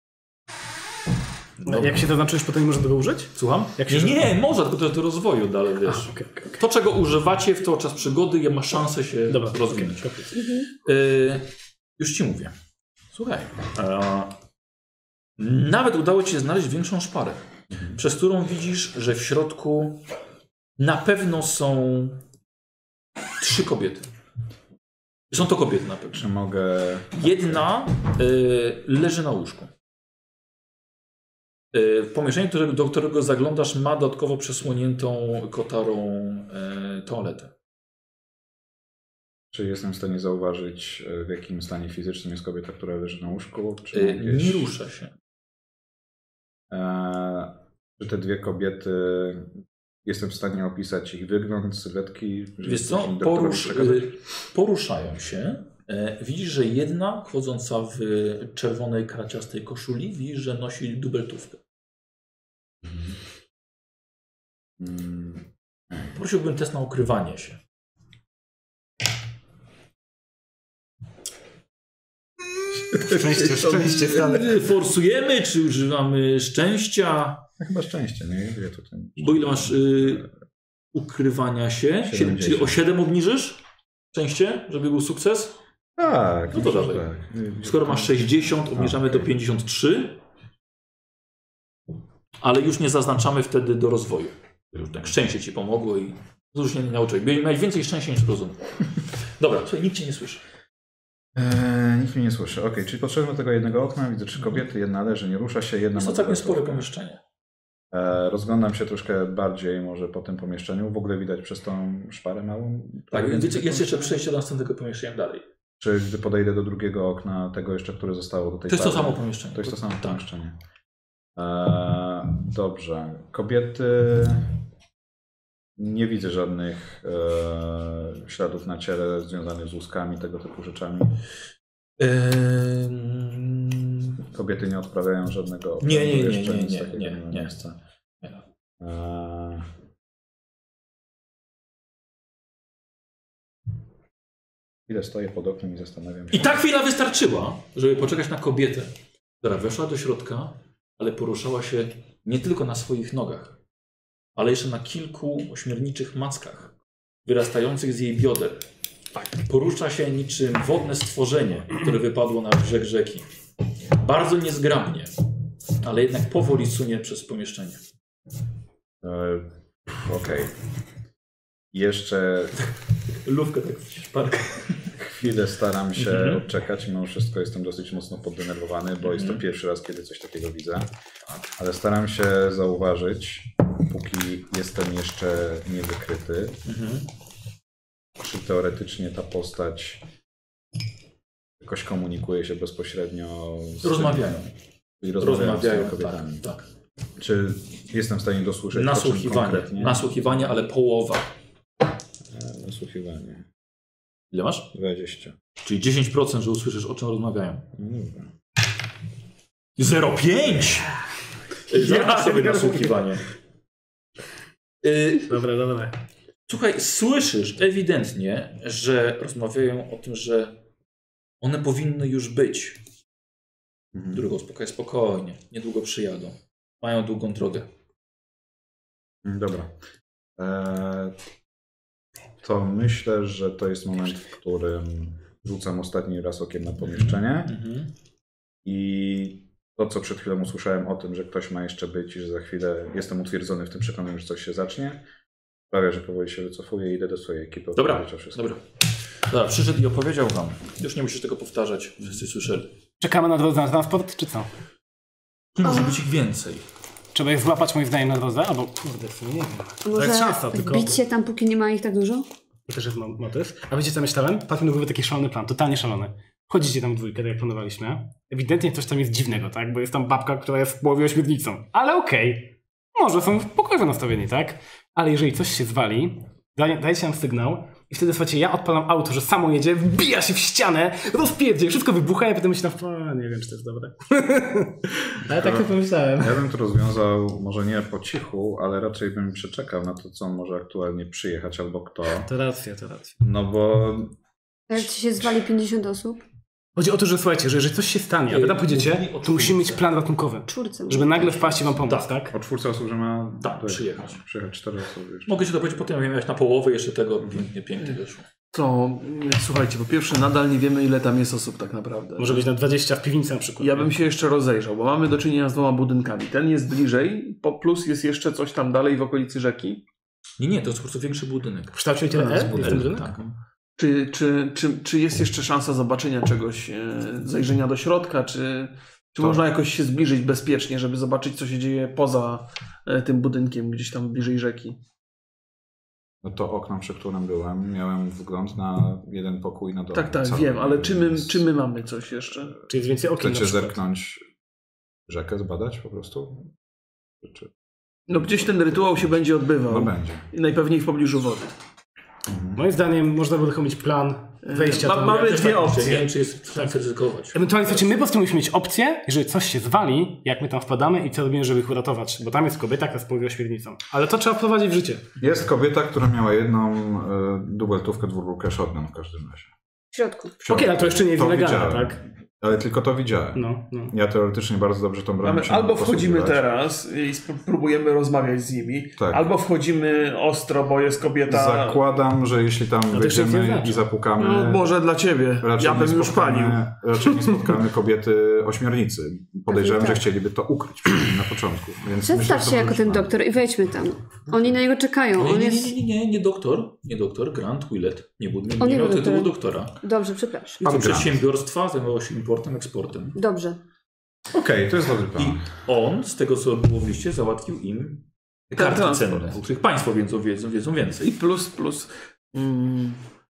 No, jak się zaznaczysz, potem nie można tego użyć? Słucham? Jak Nie, się- nie, może, tylko to do rozwoju dalej, wiesz. A, okej, okej, okej. To, czego używacie w to czas przygody, je ma szansę się Dobra, rozwinąć. okej, okej. Y, już ci mówię. Słuchaj. E, nawet udało ci się znaleźć większą szparę, przez którą widzisz, że w środku na pewno są trzy kobiety. Są to kobiety na pewno. Czy mogę... Jedna y, leży na łóżku. Y, pomieszczenie, które, do którego zaglądasz, ma dodatkowo przesłoniętą kotarą y, toaletę. Czy jestem w stanie zauważyć, e, w jakim stanie fizycznym jest kobieta, która leży na łóżku? Czy Y, mam gdzieś- nie rusza się. E, czy te dwie kobiety, jestem w stanie opisać ich wygląd, sylwetki? żeby Wiesz coś co, doktorowi porusz, przekazać? y, poruszają się. E, widzisz, że jedna chodząca w czerwonej, kraciastej koszuli, widzisz, że nosi dubeltówkę. Mm, Prosiłbym test na ukrywanie się. Szczęście, szczęście, stary. Forsujemy, czy używamy szczęścia? no chyba szczęście, nie? Ile to ten... Bo ile masz y, ukrywania się? Siedem, siedemdziesiąt. czyli o siedem obniżysz szczęście, żeby był sukces? Tak, No to myślę, dawaj. że tak. Skoro masz sześćdziesiąt, obniżamy do Okej. pięćdziesiąt trzy. Ale już nie zaznaczamy wtedy do rozwoju. Już tak szczęście ci pomogło i dużo się nie nauczyłeś. Miałeś więcej szczęścia niż rozumu. Dobra, słuchaj, nikt cię nie słyszy. Eee, nikt mnie nie słyszy. Okej, czyli podszedłem do tego jednego okna, widzę trzy kobiety, jedna leży, nie rusza się, jedna... Jest to ma całkiem dubeltówkę. spore pomieszczenie. Eee, rozglądam się troszkę bardziej może po tym pomieszczeniu. W ogóle widać przez tą szparę małą? Tak, Więcej wiecie, jest jeszcze pomieszczenia? przejście do następnego pomieszczenia dalej. Czy gdy podejdę do drugiego okna, tego jeszcze, które zostało do tej To jest to farmy? samo pomieszczenie. To jest to samo Tak. pomieszczenie. Eee, dobrze. Kobiety... Nie widzę żadnych e, śladów na ciele związanych z łuskami, tego typu rzeczami. Ym... Kobiety nie odprawiają żadnego Nie, nie, nie, jeszcze, nie, nic nie, takiego nie, ma nie. miejsca. Eee... Chwilę stoję pod oknem i zastanawiam się. I ta chwila wystarczyła, żeby poczekać na kobietę, która weszła do środka, ale poruszała się nie tylko na swoich nogach, ale jeszcze na kilku ośmiorniczych mackach wyrastających z jej bioder. Porusza się niczym wodne stworzenie, które wypadło na brzeg rzeki. Bardzo niezgrabnie, ale jednak powoli sunie przez pomieszczenie. Eee, Okej. Okay. Jeszcze... Lówkę tak w szparkę. Chwilę staram się Mhm. odczekać, mimo wszystko jestem dosyć mocno poddenerwowany, bo jest to pierwszy raz, kiedy coś takiego widzę. Ale staram się zauważyć, póki jestem jeszcze niewykryty, Mhm. czy teoretycznie ta postać jakoś komunikuje się bezpośrednio z Rozmawiają. i rozmawiają, Rozmawiają, z tymi kobietami. tak, tak. Czy jestem w stanie dosłyszeć o czym Nasłuchiwanie, konkretnie? nasłuchiwanie, ale połowa. E, Nasłuchiwanie. Ile masz? dwadzieścia. Czyli dziesięć procent, że usłyszysz, o czym rozmawiają. No dobra. zero przecinek pięć! Zaznacz sobie nasłuchiwanie. Y, Dobra, dobra. Słuchaj, słyszysz ewidentnie, że rozmawiają o tym, że one powinny już być. Mhm. Drugą spokojnie, spokojnie. Niedługo przyjadą. Mają długą drogę. Dobra. Eee, to myślę, że to jest moment, w którym rzucam ostatni raz okiem na pomieszczenie Mhm. i to, co przed chwilą usłyszałem o tym, że ktoś ma jeszcze być i że za chwilę jestem utwierdzony w tym przekonaniu, że coś się zacznie, sprawia, że powoli się wycofuję i idę do swojej ekipy. Dobra, opowiedzieć o wszystkim. dobra. Dobra, przyszedł i opowiedział wam. Już nie musisz tego powtarzać. Wszyscy słyszeli. Czekamy na drodze na transport, czy co? Tu może być ich więcej. Trzeba ich złapać moim zdaniem na drodze? Albo kurde, w sumie nie wiem. A To może jest szansa, tylko... wbić się tam, póki nie ma ich tak dużo? To też jest mo- motyw. A wiecie co myślałem? Padł mi do głowy taki szalony plan, totalnie szalony. Chodzicie tam w dwójkę, tak jak planowaliśmy. Ewidentnie coś tam jest dziwnego, tak? Bo jest tam babka, która jest w połowie ośmiornicą. Ale okej. Okay. Może są pokojowo nastawieni, tak? Ale jeżeli coś się zwali, daj, dajcie nam sygnał i wtedy, słuchajcie, ja odpalam auto, że samo jedzie, wbija się w ścianę, rozpierdzie, wszystko wybucha i potem myślę, o, nie wiem, czy to jest dobre. Ale tak to pomyślałem. Ja bym to rozwiązał może nie po cichu, ale raczej bym przeczekał na to, co może aktualnie przyjechać albo kto. To racja, to racja. No bo A jak ci się zwali pięćdziesiąt osób? Chodzi o to, że słuchajcie, że jeżeli coś się stanie, a wy tam pójdziecie, to musimy mieć plan ratunkowy. Czwórce. Żeby nagle wpaść i wam pomóc, tak? o czwórce osób, że ma Tak, to- przyjechać. przyjechać cztery osoby jeszcze. Mogę ci to powiedzieć potem, jak miałeś na połowę jeszcze tego. Pięknie, pięknie wyszło. To słuchajcie, po pierwsze nadal nie wiemy, ile tam jest osób tak naprawdę. Może być na dwadzieścia w piwnicy na przykład. Ja bym się jeszcze rozejrzał, bo mamy do czynienia z dwoma budynkami. Ten jest bliżej, po plus jest jeszcze coś tam dalej w okolicy rzeki. Nie, nie, to jest po prostu większy budynek. W kształcie litery E? Jest ten budynek? Tak. Czy, czy, czy, czy jest jeszcze szansa zobaczenia czegoś, e, zajrzenia do środka, czy, czy To- można jakoś się zbliżyć bezpiecznie, żeby zobaczyć, co się dzieje poza e, tym budynkiem, gdzieś tam bliżej rzeki? No to okno, przy którym byłem, miałem wgląd na jeden pokój na dole. Tak, tak, Cały. wiem, ale czy my, Więc czy my mamy coś jeszcze? Czy jest więcej okien na Chcecie przykład? zerknąć rzekę, zbadać po prostu? Czy... No gdzieś ten rytuał się będzie odbywał. No będzie. I najpewniej w pobliżu wody. Moim zdaniem można by tylko mieć plan wejścia Ma- tam. mamy Też dwie tak myślę, opcje. Nie wiem, czy jest sens ryzykować. Ewentualnie, słuchajcie, my po prostu musimy mieć opcję, jeżeli coś się zwali, jak my tam wpadamy i co robimy, żeby ich uratować. Bo tam jest kobieta, która jest połowie ośmiornicą. Ale to trzeba wprowadzić w życie. Jest kobieta, która miała jedną y, dubeltówkę, dwururkę shotgun w każdym razie. W środku. W środku. Okej, ale to jeszcze nie jest To nielegalne, widziałem. tak? Ale tylko to widziałem. No, no. Ja teoretycznie bardzo dobrze tą broń Mamy, się albo mogę wchodzimy posługiwać. teraz i spró- próbujemy rozmawiać z nimi, Tak. albo wchodzimy ostro, bo jest kobieta... Zakładam, że jeśli tam to jeszcze nic nie wejdziemy znaczy. i zapukamy, No, może dla ciebie. raczej, Ja nie bym już palił. spotkamy, raczej nie spotkamy kobiety ośmiornicy. Podejrzewam, Tak. że chcieliby to ukryć przynajmniej na początku. Więc myślę, Przedstaw że to się jako może ten być doktor i wejdźmy tam. Oni na niego czekają. Nie, On nie, jest... nie, nie, nie, nie doktor. Nie doktor. Grant Willett. Nie, był, nie, On nie nie miał był tytułu doktorem. doktora. Dobrze, przepraszam. To Grant. przedsiębiorstwa zajmowało się importem, eksportem. Dobrze. Okej, to jest dobry plan. I on, z tego co było w liście, załatwił im karty transport. cenne, o których Państwo wiedzą, wiedzą, wiedzą więcej. I plus, plus... Mm,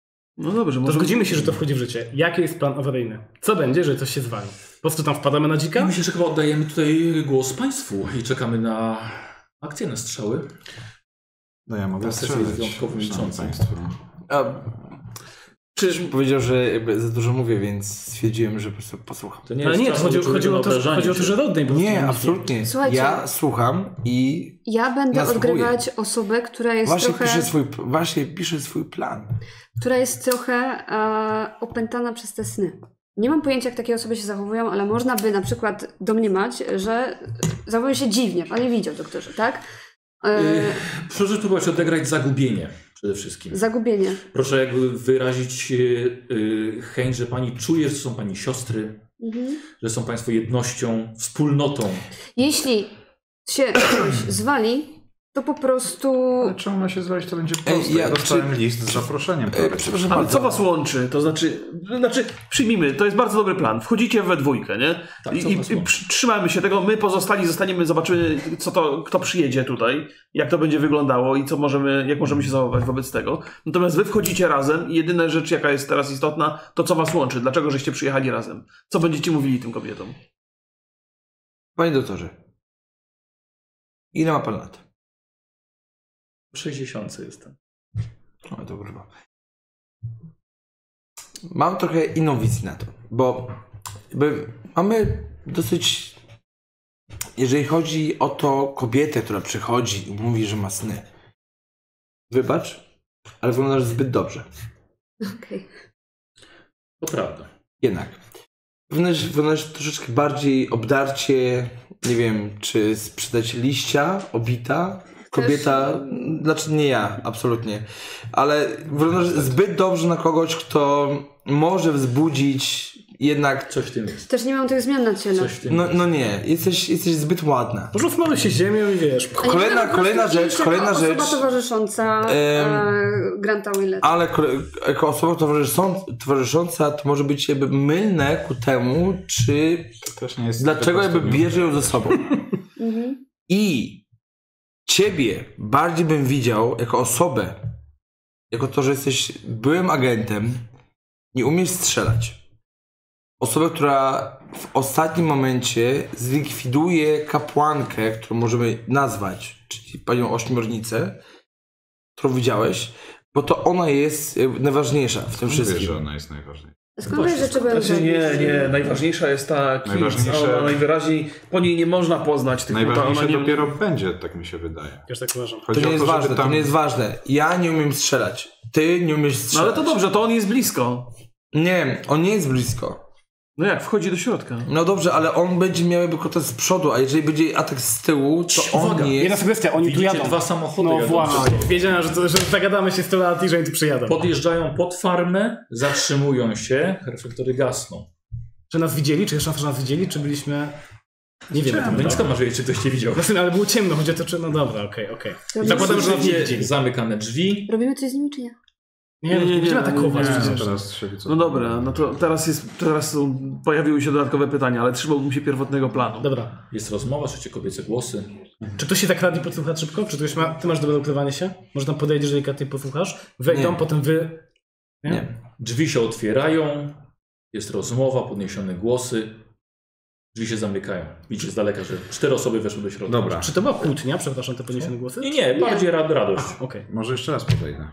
No dobrze, To może... zgodzimy się, że to wchodzi w życie. Jaki jest plan awaryjny? Co będzie, jeżeli coś się zwali? Po prostu tam wpadamy na dzika? Ja myślę, że chyba oddajemy tutaj głos państwu i czekamy na akcję, na strzały. No ja mogę Ta sesja strzelać, jest wyjątkowo szanowni licząca. państwo. A, Czyż powiedział, że jakby za dużo mówię, więc stwierdziłem, że po prostu posłucham. To nie Ale jest nie, to czas chodzi, do chodzi, o to, obrażania chodzi o to, się. że Rodney po prostu Nie, mówi. absolutnie. Słuchajcie. Ja słucham i Ja będę Nasłuchuję. odgrywać osobę, która jest właśnie trochę... piszę, swój, właśnie piszę swój plan. która jest trochę e, opętana przez te sny. Nie mam pojęcia, jak takie osoby się zachowują, ale można by na przykład domniemać, że zachowują się dziwnie. Pan nie widział, doktorze, tak? E, Yy, proszę spróbować odegrać zagubienie przede wszystkim. zagubienie. Proszę jakby wyrazić yy, yy, chęć, że pani czuje, że są pani siostry, Mhm. że są państwo jednością, wspólnotą. Jeśli się ktoś zwali, to po prostu... Ale czemu ma się zwalić, to będzie proste. ja- Ja dostałem czy- list z zaproszeniem. E, przepraszam Ale bardzo. co was łączy? To znaczy, znaczy, przyjmijmy, to jest bardzo dobry plan. Wchodzicie we dwójkę, nie? Tak, I, co i, was i łączy? przy- trzymajmy się tego, my pozostali zostaniemy, zobaczymy, co to, kto przyjedzie tutaj, jak to będzie wyglądało i co możemy, jak możemy się zachować wobec tego. Natomiast wy wchodzicie razem i jedyna rzecz, jaka jest teraz istotna, to co was łączy. Dlaczego żeście przyjechali razem? Co będziecie mówili tym kobietom? Panie doktorze, ile ma pan lat? W sześćdziesiątce jestem. O, to kurwa. Mam trochę inną wizję na to, bo jakby mamy dosyć, jeżeli chodzi o to kobietę, która przychodzi i mówi, że ma sny. Wybacz, ale wyglądasz zbyt dobrze. Okej. To prawda. Jednak. Wyglądasz, wyglądasz troszeczkę bardziej obdarcie, nie wiem, czy sprzedać liścia, obita. Kobieta, znaczy nie ja, absolutnie, ale wyglądasz zbyt dobrze na kogoś, kto może wzbudzić jednak... Coś w tym jest. Też nie mam tych zmian na ciele. Coś w tym No, jest. no nie, jesteś, jesteś zbyt ładna. Porzucamy się ziemią i wiesz. A nie Kolejna- wiem, po kolejna prostu rzecz, jako kolejna osoba rzecz. towarzysząca Em, e, Granta Willeta. Ale kole- jako osoba towarzysząca, towarzysząca to może być jakby mylne ku temu, czy To też nie jest dlaczego jakby tylko bierze ją ze sobą. Mhm. I ciebie bardziej bym widział jako osobę, jako to, że jesteś byłym agentem, nie umiesz strzelać. Osobę, która w ostatnim momencie zlikwiduje kapłankę, którą możemy nazwać, czyli panią ośmiornicę, którą widziałeś, bo to ona jest jakby najważniejsza w tym Mówię, wszystkim. że ona jest najważniejsza. Skąd wiesz, że trzeba ją Znaczy nie, zabić? nie, najważniejsza jest ta Kids, Najważniejsze- ona najwyraźniej, po niej nie można poznać tych Najważniejsze ona nie... dopiero będzie, tak mi się wydaje. Też tak uważam. To Chodzi nie o jest żeby ważne, to tam- nie jest ważne. Ja nie umiem strzelać. Ty nie umiesz No strzelać. ale to dobrze, to on jest blisko. Nie, on nie jest blisko. No jak, wchodzi do środka. No dobrze, ale on będzie miał jakby kotę z przodu, a jeżeli będzie atak z tyłu, to on Uwaga, nie Jedna jest... sugestia, oni tu Widzicie jadą. dwa samochody No jadące. właśnie. Wiedziałem, że, to, że zagadamy się sto lat i że oni tu przyjadą. Podjeżdżają pod farmę, zatrzymują się, reflektory gasną. Czy nas widzieli? Czy jest szansa, że nas widzieli? Czy byliśmy... Nie wiem. No nic skąd masz wiedzieć, czy ktoś cię widział. Właśnie, ale było ciemno, chodzi o to, czy... No dobra, okej, okej. Robimy, Zakładam, że nas nie Widzicie widzieli. zamykane drzwi. robimy coś z nimi, czy nie? Nie, Nie, nie, nie, nie, nie, będziemy nie, atakować nie, nie. przecież. Teraz się widzę. No dobra, no to teraz jest, teraz są, pojawiły się dodatkowe pytania, ale trzymałbym się pierwotnego planu. Dobra. Jest rozmowa, słyszycie kobiece głosy. Czy ktoś się tak radzi podsłuchać szybko? Czy ktoś ma... Ty masz dobre ukrywanie się? Może tam podejdziesz delikatnie i posłuchasz? Wejdą, Nie. potem wy... Nie. Drzwi się otwierają, jest rozmowa, podniesione głosy. Drzwi się zamykają. Widzicie z daleka, że cztery osoby weszły do środka. Dobra, Czy to była kłótnia? Przepraszam, te podniesione głosy? Nie, nie, bardziej rad, radość. Okej. może jeszcze raz podejdę.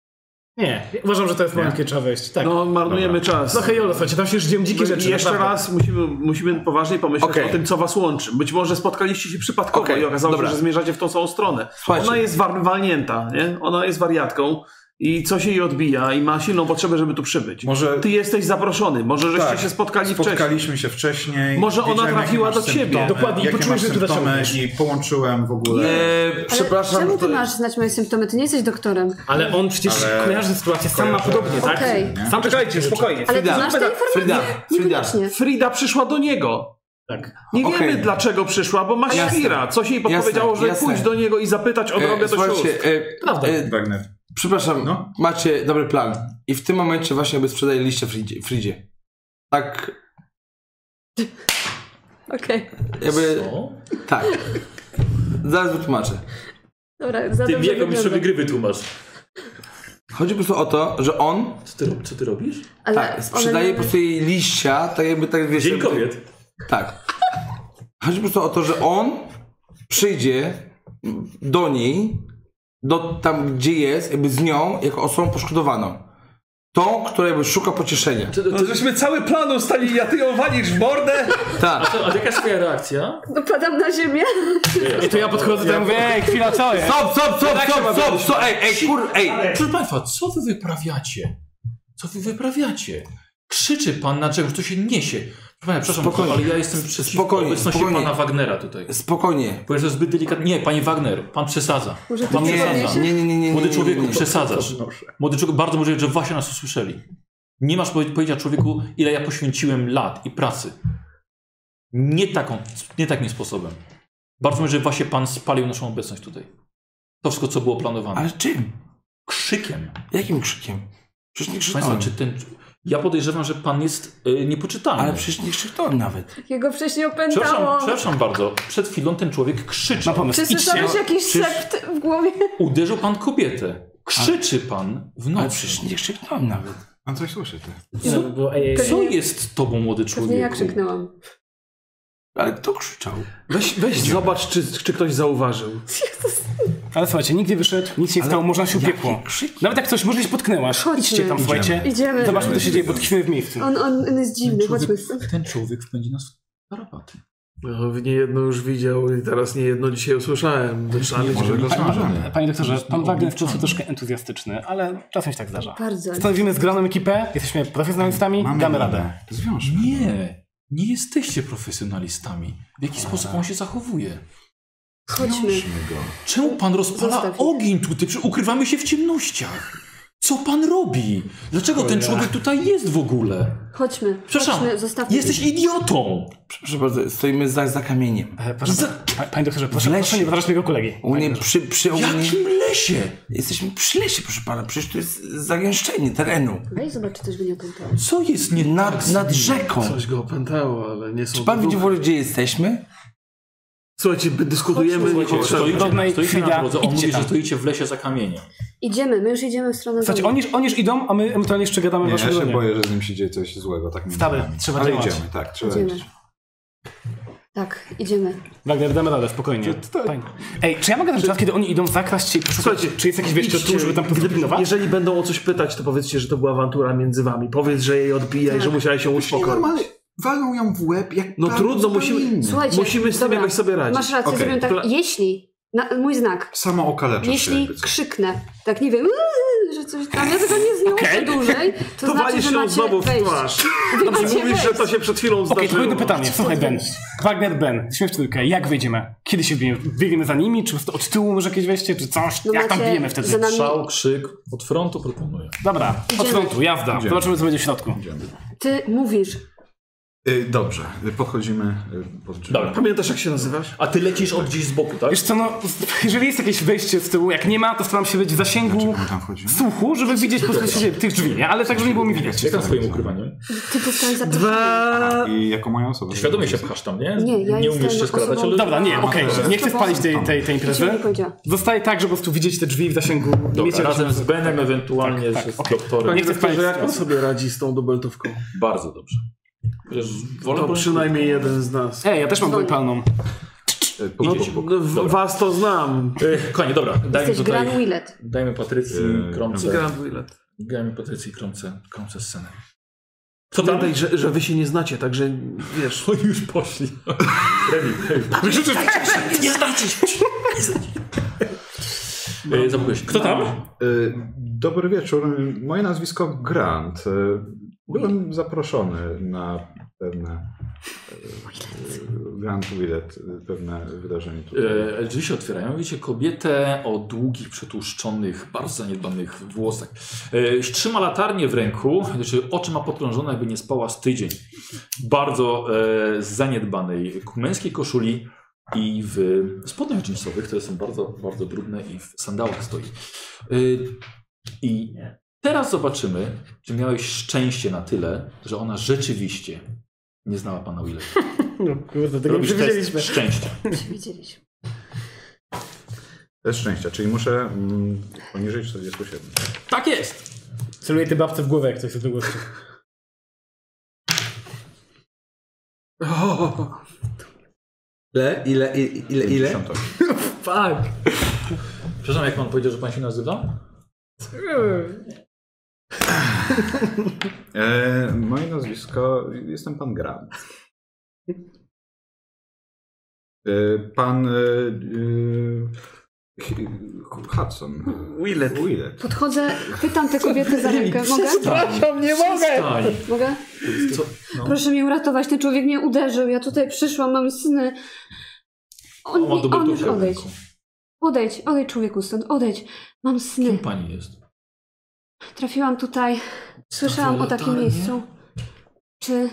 Nie, uważam, że to jest moment, Nie? kiedy trzeba wejść. Tak. No marnujemy czas. No hej, Jolo, słuchajcie, tam się już dzieją dzikie No, rzeczy. jeszcze naprawdę. raz musimy, musimy poważnie pomyśleć Okej. o tym, co was łączy. Być może spotkaliście się przypadkowo Okej, i okazało dobra. się, że zmierzacie w tą samą stronę. Słuchajcie. Ona jest war- walnięta, nie? Ona jest wariatką i coś jej odbija i ma silną potrzebę, żeby tu przybyć. Może- Ty jesteś zaproszony, może żeście Tak, się spotkali wcześniej. Spotkaliśmy się wcześniej. Może ona wiedziałem, jakie trafiła masz do ciebie. symptomy, Dokładnie, i jakie poczułeś, masz że tu symptomy zaciągniesz. i połączyłem w ogóle. Eee, Ale przepraszam. czemu ty to- masz znać moje symptomy? Ty nie jesteś doktorem. Ale on przecież Ale- kojarzy sytuację, sam ma podobnie, tak? Okej. Sam Czekajcie, spokojnie. Ale ty Frida, znasz te informacje? Frida, Frida. Niekoniecznie. Frida przyszła do niego. Tak. Nie Okej. wiemy, dlaczego przyszła, bo ma Jasne. świra. Coś jej podpowiedziało, Jasne, że jasne. pójść do niego i zapytać o drogę E, do sióstr. słuchajcie, e, Prawda. e, Wagner. przepraszam, No. macie dobry plan. I w tym momencie właśnie jakby sprzedaję liście Fridzie. Fridzie. Tak, Okej. jakby, Co? tak. Zaraz wytłumaczę. Dobra, za Ty dobrze mi jako mistrzowi wygląda. gry wytłumacz. Chodzi po prostu o to, że on Co ty, co ty robisz? Ale tak, sprzedaje one po prostu jej liścia, tak jakby tak wiesz... Dzień jakby- kobiet. Tak. Chodzi po prostu o to, że on przyjdzie do niej, do tam gdzie jest, jakby z nią, jako osobą poszkodowaną. Tą, która jakby szuka pocieszenia. No, żeśmy cały plan ustali, a ty ją walisz w mordę? Tak. A jaka jest twoja reakcja? Dopadam na ziemię. I to ja podchodzę i mówię, ej, chwila, co jest? Stop, stop, stop, stop, stop, stop, ej, ej, kur, ej. Proszę państwa, co wy wyprawiacie? Co wy wyprawiacie? Krzyczy pan na czegoś, to się niesie. Panie, przepraszam, Spokojnie. ale ja jestem przeciwko Spokojnie, obecności spokojnie. pana Wagnera tutaj. Spokojnie. Bo jest to zbyt delikatnie. Nie, panie Wagner, pan przesadza. Może to Pan nie, przesadza. Nie, nie, nie, nie, nie. Młody nie, człowieku, nie, nie. przesadzasz. Młody człowiek, bardzo możliwe, że właśnie nas usłyszeli. Nie masz powie- powiedzieć człowieku, ile ja poświęciłem lat i pracy. Nie taką, nie takim sposobem. Bardzo możliwe, że właśnie pan spalił naszą obecność tutaj. To wszystko, co było planowane. Ale czym? Krzykiem. Jakim krzykiem? Przecież nie Państwa, krzyknąłem. czy ten... Ja podejrzewam, że pan jest y, niepoczytalny. Ale przecież nie krzyknąłem nawet. Jego wcześniej Przepraszam, opętało. przepraszam bardzo. Przed chwilą ten człowiek krzyczał. Na pomysł. Czy słyszałeś Idźcie. jakiś Przecież- szept w głowie? Uderzył pan kobietę. Krzyczy pan w Ale nocy. przecież nie krzyknąłem nawet. On coś słyszy, ty. Co? Było, ej, ej, Co jest z tobą, młody Pewnie człowieku? ja krzyknęłam. Ale kto krzyczał? Weź, weź zobacz, czy, czy ktoś zauważył. Ale słuchajcie, nikt nie wyszedł, nic się nie stało, można się upiekło. Jakie krzyki? Nawet jak coś może się potknęłaś, Chodźmy. idźcie tam, słuchajcie. Idziemy. Zobaczmy, co się dzieje, bo tkwimy w miejscu. On, on jest dziwny, Ten chodźmy człowiek, stąd. ten człowiek wpędzi nas w tarapaty. No, niejedno już widział i teraz niejedno dzisiaj usłyszałem. To trzeba mieć Może go wygodnie. smażymy. Panie doktorze, pan Wagner w sposób troszkę entuzjastyczny, ale czasem się tak zdarza. Bardzo. Stanowimy zgraną ekipę, jesteśmy profesjonalistami, damy radę. Zwiążmy. Nie, nie jesteście profesjonalistami. W jaki sposób on się zachowuje? Chodźmy. go. Czemu pan rozpala Zostaw. ogień tutaj? Przecież ukrywamy się w ciemnościach. Co pan robi? Dlaczego ten człowiek tutaj jest w ogóle? Chodźmy. Przepraszam, Chodźmy, zostawmy. jesteś idiotą! Proszę bardzo, stoimy za, za kamieniem. E, proszę, Za- pa, panie doktorze, proszę, W lesie. proszę nie wyrażać mojego kolegi. U mnie przy, przy W u mnie, jakim lesie? jesteśmy przy lesie, proszę pana. Przecież to jest zagęszczenie terenu. Weź zobacz, czy coś go nie opętało. Co jest nie tak Nad, z nad nim? rzeką. Coś go opętało, ale nie są Czy pan to widzi w duchy. ogóle, gdzie jesteśmy? Słuchajcie, by dyskutujemy Chodźmy. niepotrzebnie. Stoicie, Podobnej stoicie na Frida, drodze, on idźcie mówi, że tam. stoicie w lesie za kamieniem. Idziemy, my już idziemy w stronę Słuchajcie, domu. oni, już- oni już idą, a my ewentualnie jeszcze gadamy Nie, waszym ja się gronie. boję, że z nim się dzieje coś złego. Tak między Stary, nami. trzeba Ale działać. idziemy, tak, trzeba Idziemy. iść. Tak, idziemy. Wagner, damy radę, spokojnie. Fajnie. Ej, czy ja mogę ten czas, kiedy oni idą zakraść się i przeszukać, Słuchajcie, czy jest jakieś wejście idźcie. tu, żeby tam Gdyby- pozapilnować? Jeżeli będą o coś pytać, to powiedzcie, że to była awantura między wami. Powiedz, że jej odbija i że musiałeś się uspokoić. Normalnie walą ją w łeb, jak No pan trudno, zupełnie musimy- inny. Słuchajcie, Musimy z tym dobra, jakoś sobie radzić. Masz rację, Okej. zrobimy tak. Kla- Jeśli, na, mój znak, Samo okaleczasz się jeśli jakby co. krzyknę, tak nie wiem, "Uuu", że coś tam, ja tego nie zniosę Okej. dłużej, to, To znaczy, walisz że ją macie znowu w wejść. twarz. Wy Dobrze, macie mówisz, że wejść. to się przed chwilą Okej, to zdarzyło. jedno pytanie, słuchaj Ben. Wagner, Ben, jesteśmy w czwórkę, jak wyjdziemy? Kiedy się wbijemy? Biegniemy za nimi, czy po prostu od tyłu może jakieś wejście, czy coś? No Jak tam macie bijemy wtedy? za nami- Strzał, krzyk, od frontu proponuję. Dobra, od Idziemy. frontu, jazda. Zobaczymy, co będzie w środku. Ty mówisz. Y, Dobrze, y, podchodzimy y, pod drzwi. Dobra. Pamiętasz, jak się nazywasz? A ty lecisz od gdzieś z boku, tak? Wiesz co, no, jeżeli jest jakieś wejście z tyłu, jak nie ma, to staram się być w zasięgu My tam wchodzimy? słuchu, żeby widzieć po prostu się tych drzwi, nie? Ale tak, żeby nie było mi widać. Jak tam swoim ukrywaniem? Ty dostałeś zaproszenie. Dwa... I jako moja osoba. Świadomie się pchasz tam, nie? Nie, ja nie jestem umiesz się skradać, osobą- ale... Dobra, nie, okej, Dobra. nie chcę spalić tej, tej, tej imprezy. Nic mi nie powiedziała. Zostaje tak, żeby po prostu widzieć te drzwi w zasięgu. Nie Dobra, wiecie, razem z Benem, ewentualnie Tak, tak, z okej. doktorem. Panie Nie chcę doktorze, spalić jak pan sytuacji. sobie radzi z tą dubeltówką? Bardzo dobrze. Wiesz, wolę To broń przynajmniej jeden z nas. Ej, ja też mam broń palną. Y, No, Idzie ci po... no, w- was to znam. E, Konie, dobra, dajmy Jesteś Gran tutaj... Willet. Dajmy Patrycji, Yy, Kromce... Grand Willet. Dajmy Patrycji, Kromce, Kromce scenę. Co tam? Pamiętaj, że, że wy się nie znacie, także wiesz. Oni już poszli. Remi, Remi. Nie znacie się! Nie znacie się. Zapukałeś. Kto tam? Y, Dobry wieczór. Moje nazwisko Grant. Y, Byłem zaproszony na pewne y, Grant Willet, y, pewne wydarzenie tutaj. E, drzwi się otwierają. Widzicie kobietę o długich, przetłuszczonych, bardzo zaniedbanych włosach. E, trzyma latarnię w ręku, znaczy oczy ma podkrążone, jakby nie spała z tydzień. Bardzo e, zaniedbanej męskiej koszuli i w spodniach jeansowych, które są bardzo, bardzo brudne i w sandałach stoi. E, I teraz zobaczymy, czy miałeś szczęście na tyle, że ona rzeczywiście nie znała pana Willeta. No kurde, tego nie Robisz test przewidzieliśmy. szczęścia. Widzieliśmy. To jest szczęścia, czyli muszę mm, poniżej czterdzieści siedem. Tak jest! Celuję tej babce w głowę, jak coś z odległości. Ile? Ile? Ile? Ile? Fuck! Przepraszam, jak pan powiedział, że pan się nazywa? E, moje nazwisko, jestem pan Grant. E, pan e, e, Hudson. Willet. Willet. Podchodzę, pytam tę kobietę za rękę. Mogę? Przepraszam, nie mogę! Stań. Mogę? Co? No. Proszę mnie uratować, ten człowiek mnie uderzył. Ja tutaj przyszłam, mam syny. On, O, ma on dubeltówkę już w odejdź. ręku. Odejdź, odejdź człowieku stąd, odejdź. Mam syny. Kim pani jest? Trafiłam tutaj. Słyszałam o takim latarnię? miejscu. Czy...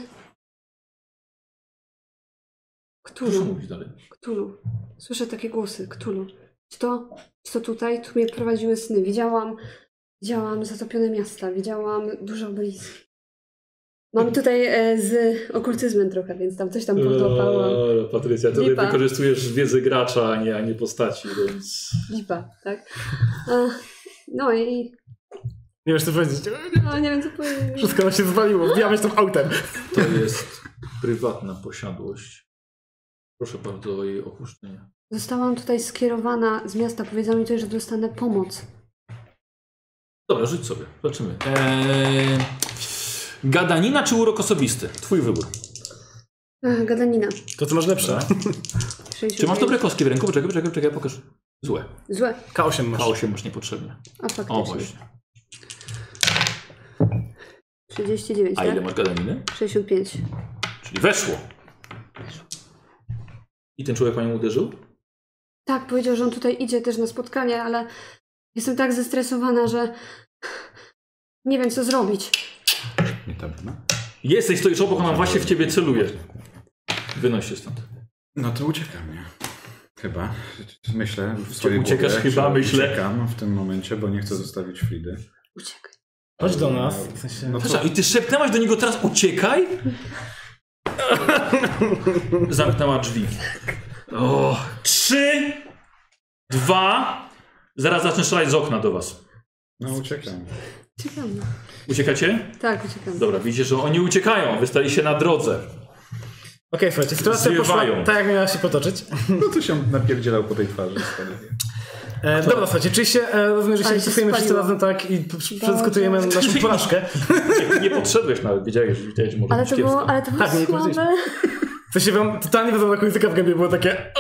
Proszę Ktulu, mówić dalej. Ktulu. Słyszę takie głosy, Ktulu. Czy to, czy to tutaj? Tu mnie prowadziły sny. Widziałam, widziałam zatopione miasta, widziałam duże obeliski. Mam tutaj e, z okultyzmem trochę, więc tam coś tam podłapałam. Eee, Patrycja, tutaj Lipa. wykorzystujesz wiedzę gracza, a nie, a nie postaci, więc... Lipa, tak? E, no i... Nie wiesz co powiedzieć. No, nie wiem co powiedzieć. Wszystko nam się zwaliło. Wbijamy się tym autem. To jest prywatna posiadłość. Proszę bardzo o jej opuszczenie. Zostałam tutaj skierowana z miasta. Powiedziano mi tutaj, że dostanę pomoc. Dobra, rzuć sobie, zobaczymy. Eee, gadanina czy urok osobisty? Twój wybór. Ach, gadanina. To co masz lepsze? Czy masz dobre kostki w ręku? Poczekaj, poczekaj, poczekaj, pokaż. Złe. Złe. K osiem masz. K osiem masz niepotrzebnie. A faktycznie. O, właśnie. trzydzieści dziewięć, A tak? ile masz gadaniny? sześćdziesiąt pięć. Czyli weszło. I ten człowiek panią uderzył? Tak, powiedział, że on tutaj idzie też na spotkanie, ale jestem tak zestresowana, że nie wiem co zrobić. Nie tam, no. Jesteś, stoisz obok, ona właśnie w ciebie celuje. Wynoś się stąd. No to uciekam, nie? Chyba. Myślę w Co, swojej uciekasz głowie, chyba, że myślę. Uciekam w tym momencie, bo nie chcę zostawić Fridy. Uciekaj. Chodź do nas. W sensie... No to Przepraszam, i ty szepnęłaś do niego teraz uciekaj? Zamknęła drzwi. O, trzy, dwa, zaraz zacznę strzelać z okna do was. no uciekam. Uciekam. Uciekacie? Tak, uciekam. Dobra, widzicie, że oni uciekają, wy staliście na drodze. Okej, słuchajcie, sytuacja poszła Zwiewają. tak, jak miała się potoczyć. No to się napierdzielał po tej twarzy. E, dobra, słuchajcie, czyli się, e, rozumiem, że się Ale się wycofujemy wszyscy spaliło. razem tak i p- przedyskutujemy naszą porażkę. Nie, nie podszedłeś nawet, wiedziałeś, że wiedziałeś, że może Ale być to kiepsko. było, ale to było Tak, nie słabe. powiedzieliśmy. W sensie wam totalnie wezwał języka w gębie, było takie...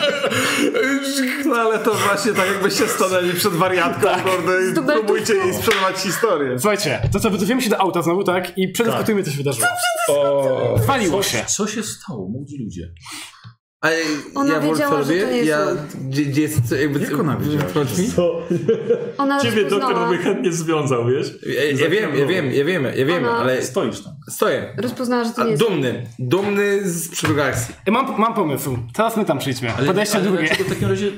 No ale to właśnie tak jakbyście stanęli przed wariatką, kurde, i dubeltówką. próbujcie jej sprzedawać historię. Słuchajcie, to co, wycofujemy się do auta znowu, tak? I przedyskutujmy, co się wydarzyło. O, Zwaliło co, się. Co się stało, młodzi ludzie? Ale Ona ja wiedziała, Wolf że to nie jest ja, on. gdzie, gdzie jest, co, jakby, Jak ona wiedziała, wtrąć mi? Ona Ciebie rozpoznała, doktor by chętnie związał, wiesz? Ja, ja wiem, ja wiem, ja wiem, ja wiem, Ona- ale Stoisz tam. stoję. rozpoznała, że to A, nie jest on. dumny, dumny z przodu galaksji. E, mam, mam pomysł. Teraz my tam przyjdźmy. Podejście ale drugie. dlaczego w takim razie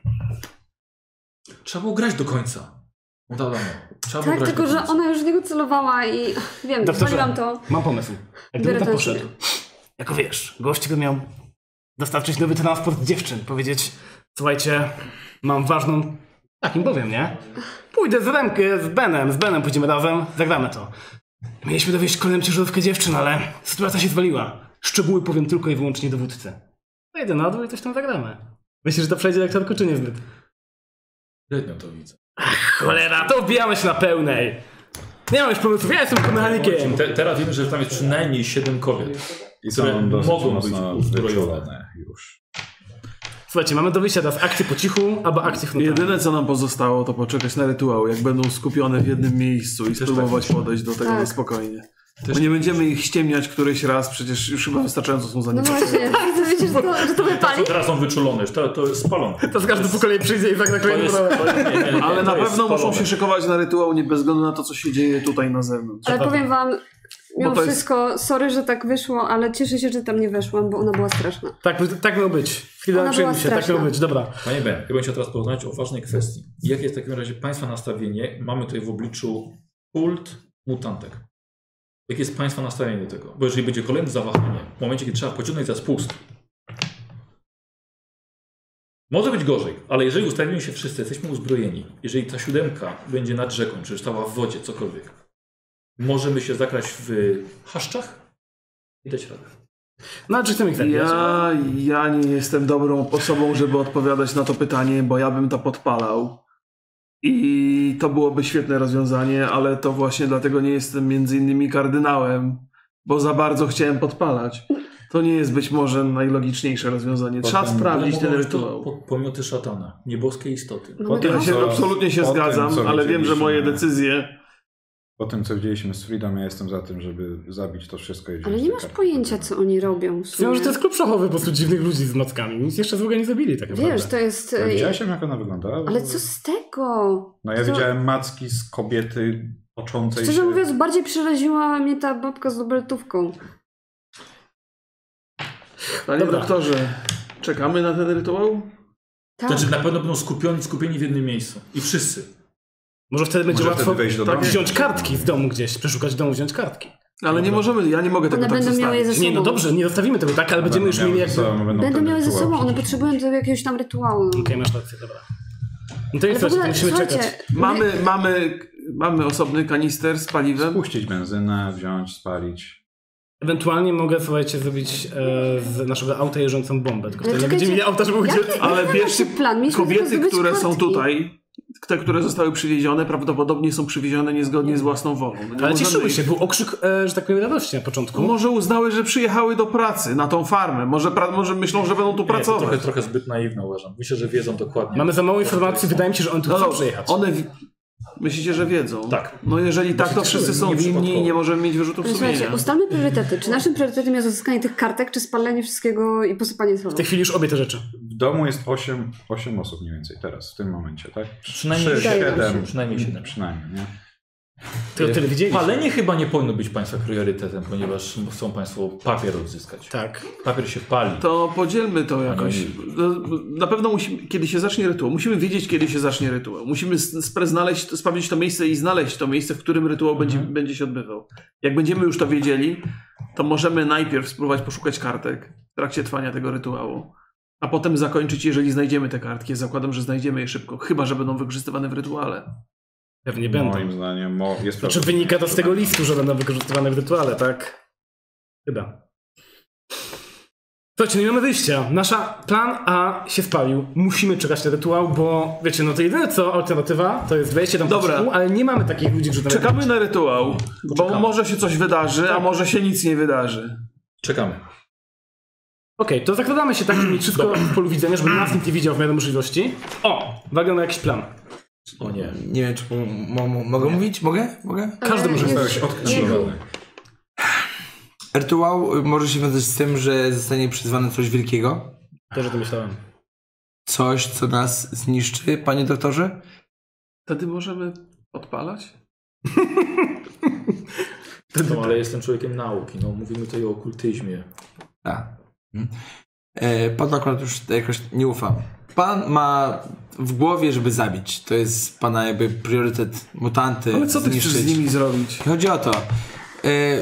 trzeba było grać do końca. No wiadomo, trzeba było Tak, grać tylko do że końca. ona już w niego celowała i wiem, Doktorze, zwaliłam to. mam pomysł. Jakby Biorę tam to poszedł. sobie. Jako wiesz, gość go miał dostarczyć nowy transport dziewczyn. Powiedzieć, słuchajcie, mam ważną... Tak im powiem, nie? Pójdę z Remkę, z Benem, z Benem pójdziemy razem, zagramy to. Mieliśmy dowieść kolejną ciężarówkę dziewczyn, ale sytuacja się zwaliła. Szczegóły powiem tylko i wyłącznie dowódcy. Wejdę na dół i coś tam zagramy. Myślisz, że to przejdzie lektorku, czy niezbyt? Średnio to widzę. Cholera, to wbijamy się na pełnej. Nie mam już pomysłów, ja jestem mechanikiem. Te, teraz wiemy, że tam jest przynajmniej siedem kobiet, I które są dosyć mogą być mocno uzbrojone. wyczulone już. Słuchajcie, mamy do wyjścia teraz akcję po cichu, albo akcję frontalną. Jedyne co nam pozostało to poczekać na rytuał, jak będą skupione w jednym miejscu i spróbować podejść do tego Tak. na spokojnie. Bo nie będziemy ich ściemniać któryś raz, przecież już chyba wystarczająco są No zaniepokojone. właśnie, to wiecie, że to, że to wypali? Teraz są wyczulone, już to, to jest spalone. To z każdy po kolei przyjdzie i zagra To kolejny jest, problem. to, nie, nie, nie, Ale to na jest pewno muszą spalone. się szykować na rytuał, nie bez względu na to, co się dzieje tutaj na zewnątrz. Ale powiem wam, mimo to jest- wszystko, sorry, że tak wyszło, ale cieszę się, że tam nie weszłam, bo ona była straszna. Tak, tak miał być. Chwilę Ona przyjmij była się, tak straszna. miał być, dobra. Panie Ben, ja bym chciał teraz porozmawiać o ważnej kwestii. Jakie jest w takim razie Państwa nastawienie? Mamy tutaj w obliczu kult mutantek. Jakie jest Państwa nastawienie do tego? Bo jeżeli będzie kolejne zawahanie, w momencie, kiedy trzeba pociągnąć za spust, Może być gorzej, ale jeżeli ustawimy się wszyscy, jesteśmy uzbrojeni, jeżeli ta siódemka będzie nad rzeką, czy stała w wodzie, cokolwiek, możemy się zakraść w chaszczach i dać radę. No, czy chcemy ich zabijać? Ja, ja nie jestem dobrą osobą, żeby odpowiadać na to pytanie, bo ja bym to podpalał. I to byłoby świetne rozwiązanie, ale to właśnie dlatego nie jestem między innymi kardynałem, bo za bardzo chciałem podpalać. To nie jest być może najlogiczniejsze rozwiązanie. Trzeba Potem- sprawdzić ale ten mogą być to rytuał. po- Pomioty szatana, nieboskie istoty. No, Potem Ja się co- absolutnie się po tym, zgadzam, co ale wiem, że moje widzieliśmy- decyzje... Po tym, co widzieliśmy z Freedom, ja jestem za tym, żeby zabić to wszystko i wziąć Ale nie te masz karty. pojęcia, co oni robią. w sumie. Wiem, że to jest klub szachowy po prostu dziwnych ludzi z mackami. Nic jeszcze złego nie zabili tak naprawdę. Wiesz, to jest... Ja e, widziałeś, jak ona wyglądała? Ale co z tego? No ja Co- widziałem macki z kobiety toczącej Szczerze się... mówiąc, bardziej przeraziła mnie ta babka z dubeltówką. Panie Dobra. doktorze, czekamy na ten rytuał? Tak. Znaczy na pewno będą skupieni, skupieni w jednym miejscu. I wszyscy. Może wtedy będzie Może łatwo wtedy wejść do tak domu? wziąć kartki z domu gdzieś, przeszukać w domu, wziąć kartki. Ale nie możemy, ja nie mogę tego One tak będą miały je zostawić. ze sobą. Nie, no dobrze, nie zostawimy tego tak, ale będziemy już mieli jakby... Będą miały ze sobą, one potrzebują do jakiegoś tam rytuału. Okej, okay, masz rację, dobra. No to Ale jest w coś, to ogóle, musimy słuchajcie, czekać. Mamy, mamy, mamy osobny kanister z paliwem. Spuścić benzynę, wziąć, spalić. Ewentualnie mogę, słuchajcie, zrobić e, z naszego auta jeżdżącą bombę, tylko Ale wtedy nie czekajcie, będziemy mieli auta, żeby uciec. jak- Ale jak bierzcie macie plan? Mieliśmy tylko kobiety, zdobyć które są kartki. tutaj, te, które zostały przywiezione, prawdopodobnie są przywiezione niezgodnie z własną wolą. No nie Ale możemy cieszyły się, ich- był okrzyk, e, że tak powiem, radości na początku. Może uznały, że przyjechały do pracy na tą farmę. Może, pra, może myślą, że będą tu Nie, to pracować. trochę, trochę zbyt naiwne uważam. Myślę, że wiedzą dokładnie. Mamy za mało informacji, wydaje mi się, że on tu No chce dobrze, przyjechać. one w... myślicie, że wiedzą? Tak. No jeżeli tak, to Dosyć wszyscy są winni nieprzypadkowo. i nie możemy mieć wyrzutów Słuchajcie, sumienia. ustalmy priorytety. Czy naszym priorytetem jest uzyskanie tych kartek, czy spalenie wszystkiego i posypanie słowa? W tej chwili już obie te rzeczy. W domu jest osiem, osiem osób mniej więcej teraz, w tym momencie, tak? Przynajmniej Trzy, siedem. siedem. Przynajmniej siedem. Przynajmniej, nie? Tylko tyle widzieliśmy. Palenie chyba nie powinno być Państwa priorytetem, ponieważ chcą Państwo papier odzyskać. Tak. Papier się pali. To podzielmy to jakoś. No, Na pewno musimy, kiedy się zacznie rytuał, musimy wiedzieć, kiedy się zacznie rytuał. Musimy spre- znaleźć, sprawdzić to miejsce i znaleźć to miejsce, w którym rytuał będzie, będzie się odbywał. Jak będziemy już to wiedzieli, to możemy najpierw spróbować poszukać kartek w trakcie trwania tego rytuału, a potem zakończyć, jeżeli znajdziemy te kartki. Zakładam, że znajdziemy je szybko, chyba że będą wykorzystywane w rytuale. Pewnie będą. Moim zdaniem mo- jest Znaczy prawda- wynika to z tego listu, że będą wykorzystywane w rytuale, tak? Chyba. Słuchajcie, nie mamy wyjścia. Nasza plan A się spalił. Musimy czekać na rytuał, bo wiecie, no to jedyne co alternatywa to jest wejście tam Dobra. po szkół, ale nie mamy takich ludzi, którzy tam... Czekamy na rytuał, bo Poczekamy. może się coś wydarzy, a może się nic nie wydarzy. Czekamy. Okej, to zakładamy się tak, żeby mieć wszystko w polu widzenia, żeby nas nikt nie widział w miarę możliwości. O! Uwaga na jakiś plan. O nie. Nie wiem, czy mo- mo- mogę mówić? Mogę? Mogę? Każdy może Jest- Zostałeś odknowany. Rytuał y, może się wiązać z tym, że zostanie przyzwane coś wielkiego. Też o tym myślałem. Coś, co nas zniszczy, panie doktorze? Wtedy możemy odpalać? No, ale jestem człowiekiem nauki. No, mówimy tutaj o okultyzmie. Tak. Mhm. E, Pan akurat już jakoś nie ufam. Pan ma w głowie, żeby zabić. To jest pana jakby priorytet. Mutanty Ale co ty chcesz zniszczyć. z nimi zrobić? Chodzi o to. E,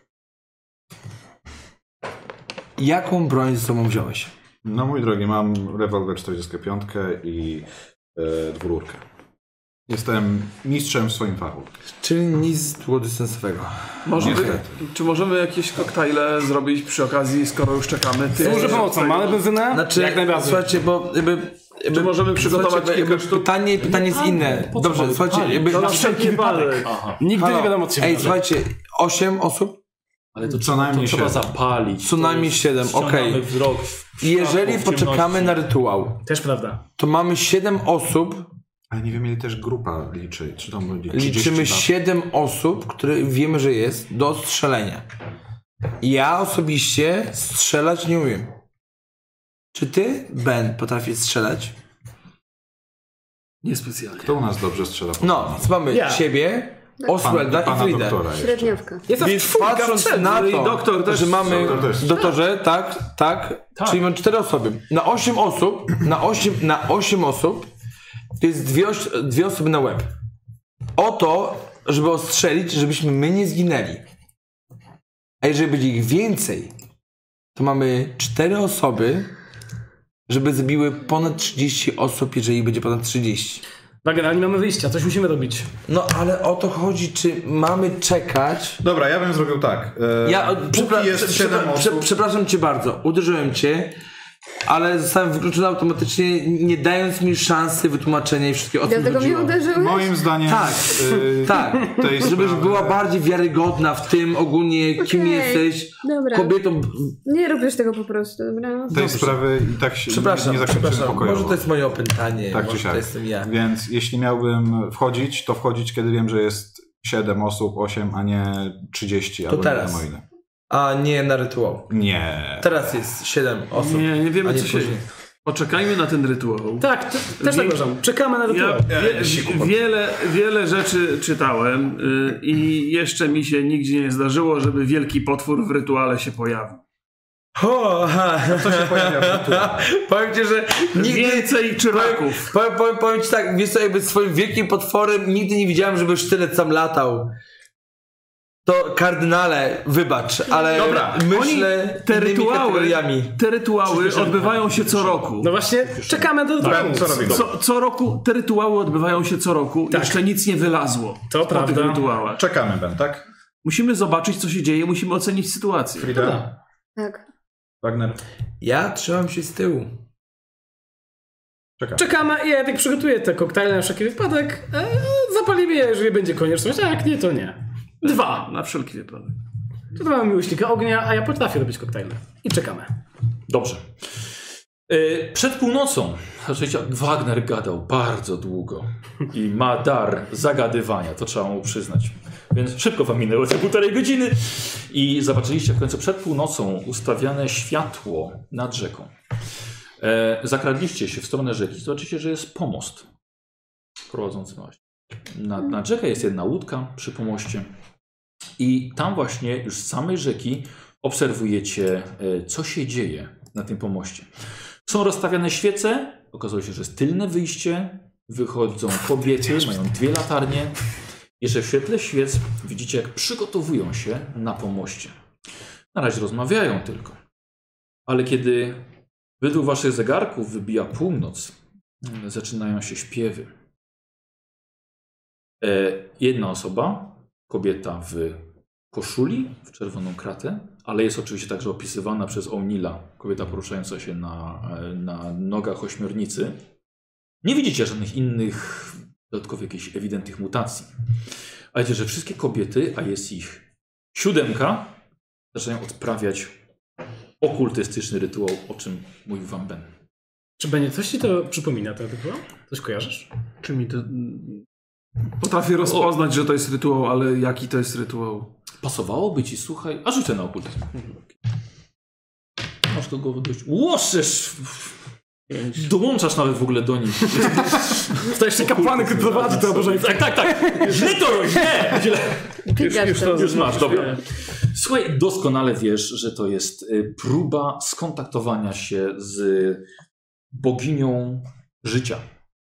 jaką broń ze sobą wziąłeś? No mój drogi, mam rewolwer czterdzieści pięć i e, dwururkę. Jestem mistrzem w swoim fachu. Czyli nic długodystansowego. Może, Niestety. czy możemy jakieś koktajle zrobić przy okazji, skoro już czekamy? Ty, Służy pomocą. Mamy benzynę? Znaczy, Jak najbardziej. słuchajcie, bo jakby, jakby Czy możemy przygotować słuchajcie, kilka jakby sztuk? pytanie, pytanie jest inne. Po co Dobrze, mamy słuchajcie, palić? jakby, To na wszelki wypadek. Aha. Nigdy Halo. nie wiadomo, co się Ej, wydarzy. słuchajcie, osiem osób? Ale to, Co trzeba, najmniej to trzeba siedem. zapalić. Co To najmniej jest- siedem, ściągamy okej. wzrok w I jeżeli światło, w poczekamy ciemności. na rytuał, Też prawda. to mamy siedem osób, Ale nie wiem, ile też grupa liczy. Czy tam będzie trzydzieści liczymy lat? siedem osób, które wiemy, że jest, do strzelenia. Ja osobiście strzelać nie umiem. Czy ty, Ben, potrafisz strzelać? Niespecjalnie. Kto u nas dobrze strzela? No, więc mamy Ja. ciebie, Oswalda i pana Fridę. doktora jeszcze. Średniawka. Jest aż Więc czwórka patrząc strzelby. na to, i doktor też- że mamy doktor też. doktorze, tak, tak, Tak. czyli mamy cztery osoby. Na osiem osób, na osiem, na osiem osób to jest dwie, oś- dwie osoby na łeb. O to, żeby ostrzelić, żebyśmy my nie zginęli. A jeżeli będzie ich więcej, to mamy cztery osoby żeby zabiły ponad trzydzieści osób, jeżeli będzie ponad trzydzieści. Tak, ale nie mamy wyjścia, coś musimy robić. No ale o to chodzi, czy mamy czekać... Dobra, ja bym zrobił tak. E, Ja, przepra- jest prze- siedem prze- osób. prze- przepraszam cię bardzo, uderzyłem cię, ale zostałem wykluczony automatycznie, nie dając mi szansy wytłumaczenia i wszystkiego, o co mi Dlatego mnie chodziło. uderzyłeś? Moim zdaniem... Tak, e, tak, tej żebyś sprawy- była bardziej wiarygodna w tym ogólnie, kim Okej, jesteś, dobra. kobietą... Nie rób już tego po prostu, dobra? Tej sprawy i tak się Przepraszam, nie zakończymy przepraszam, pokojowo. może to jest moje opętanie, Tak czy może to siak. jestem ja. Więc jeśli miałbym wchodzić, to wchodzić, kiedy wiem, że jest siedem osób, osiem, a nie trzydzieści. albo teraz. nie wiem o ile. A nie na rytuał. Nie. Teraz jest siedem osób. Nie, nie wiemy a nie co się... później. Poczekajmy na ten rytuał. Tak, te, też tak uważam. Czekamy na Ja rytuał. wie, wiele, wiele rzeczy czytałem y, i jeszcze mi się nigdzie nie zdarzyło, żeby wielki potwór w rytuale się pojawił. O, ha. Co się pojawia w tytule? Powiem ci, że nigdy... Więcej czyraków. Powiem, powiem, powiem ci tak, wiesz co, jakby swoim wielkim potworem nigdy nie widziałem, żeby sztylet sam latał. To kardynale, wybacz, ale Dobra, myślę oni te innymi rytuały, kategoriami. te rytuały odbywają się co roku. No właśnie, czekamy do rytuału. Co robi? Co, co roku, te rytuały odbywają się co roku. Tak. Jeszcze nic nie wylazło To po prawda. tych rytuałach. Czekamy, Ben, tak? Musimy zobaczyć, co się dzieje, musimy ocenić sytuację. Frida, Tak. Wagner. Ja trzymam się z tyłu. Czekamy. Czekamy i ja tak przygotuję te koktajle na wszelki wypadek. E, zapalimy je, jeżeli będzie konieczność, a jak nie, to nie. Dwa, na wszelki wypadek. To to mamy miłośnika ognia, a ja potrafię robić koktajle. I czekamy. Dobrze. Yy, Przed północą, oczywiście Wagner gadał bardzo długo i ma dar zagadywania, to trzeba mu przyznać. Więc szybko wam minęło te półtorej godziny i zobaczyliście w końcu przed północą ustawiane światło nad rzeką. E, zakradliście się w stronę rzeki, zobaczycie, że jest pomost prowadzący na, nad, nad rzekę. Jest jedna łódka przy pomoście i tam właśnie już z samej rzeki obserwujecie, e, co się dzieje na tym pomoście. Są rozstawiane świece, okazuje się, że jest tylne wyjście, wychodzą kobiety, mają dwie latarnie. Jeszcze w świetle świec widzicie, jak przygotowują się na pomoście. Na razie rozmawiają tylko. Ale kiedy według waszych zegarków wybija północ, zaczynają się śpiewy. E, jedna osoba, kobieta w koszuli, w czerwoną kratę, ale jest oczywiście także opisywana przez O'Neilla, kobieta poruszająca się na, na nogach ośmiornicy. Nie widzicie żadnych innych, dodatkowych jakichś ewidentnych mutacji. Ale wiecie, że wszystkie kobiety, a jest ich siódemka, zaczynają odprawiać okultystyczny rytuał, o czym mówił wam Ben. Czy będzie coś ci to przypomina, ten rytuał? Coś kojarzysz? Czy mi to... Potrafię rozpoznać, że to jest rytuał, ale jaki to jest rytuał? Pasowałoby ci, słuchaj, a rzucę na okultyzm. Masz kogo dość... Łoszesz! Dołączasz nawet w ogóle do nich. To jeszcze kapłanek prowadzi to obożeństwo. Tak, tak, tak. Źle to źle! źle. Pikasz już to. to- Już masz, dobra. Słuchaj, doskonale wiesz, że to jest y, próba skontaktowania się z boginią życia.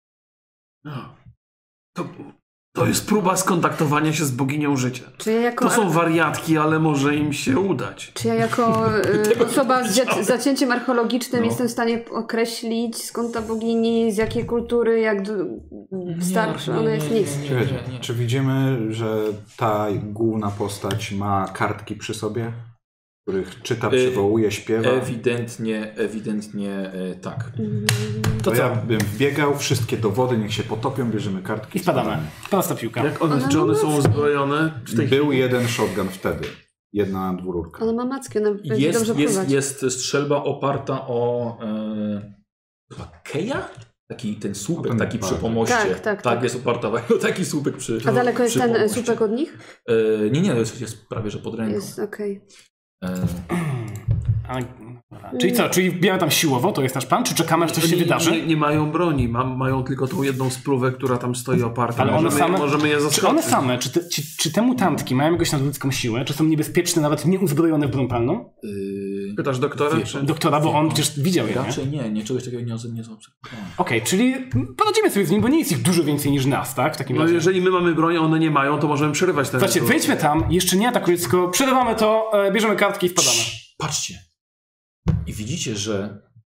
To, to jest próba skontaktowania się z boginią życia. Czy ja jako, To są wariatki, ale może im się udać. czy ja jako y, osoba z zia- zacięciem archeologicznym No. jestem w stanie określić, skąd ta bogini, z jakiej kultury, jak d- starczy ona jest? Nic. Czekajcie, czy widzimy, że ta główna postać ma kartki przy sobie, których czyta, przywołuje, śpiewa? Ewidentnie, ewidentnie e, tak. To, To ja co? bym wbiegał, wszystkie dowody niech się potopią, bierzemy kartki I wpadamy. Prosta piłka. Jak one, Ona czy one ma są macki. uzbrojone? W tej Był jeden shotgun wtedy, jedna dwururka. Ona ma macki, ona będzie Jest, dobrze jest, pływać. jest strzelba oparta o e, chyba keja? Taki ten słupek, No ten taki przy bardzo. pomoście. Tak, tak, tak. jest oparta o taki słupek przy A daleko jest przy ten pomoście. słupek od nich? E, nie, nie, jest, jest prawie, że pod ręką. Jest, okej. E, Ale, dobra. Czyli co? Czyli wbijamy tam siłowo? To jest nasz plan? Czy czekamy, aż coś się nie, wydarzy? Nie, nie mają broni, ma, mają tylko tą jedną spluwę, która tam stoi oparta. Ale one możemy, same, możemy je czy zaskoczyć. one same, czy te, czy, czy te mutantki mają jakąś nadludzką siłę? Czy są niebezpieczne, nawet nieuzbrojone w broń palną? y, Pytasz doktora? Wie- Czy... Doktora, bo on przecież widział je, nie? raczej nie, nie, czegoś takiego nie, nie zaobserwowałem. Okej, czyli poradzimy sobie z nim, bo nie jest ich dużo więcej niż nas, tak? W takim No razie. jeżeli my mamy broń, a one nie mają, to możemy przerywać ten Zobaczcie, rytuał. wejdźmy tam, jeszcze nie atakując, tylko przerywamy to, e, bierzemy kartki i wpadamy. Patrzcie. I widzicie, że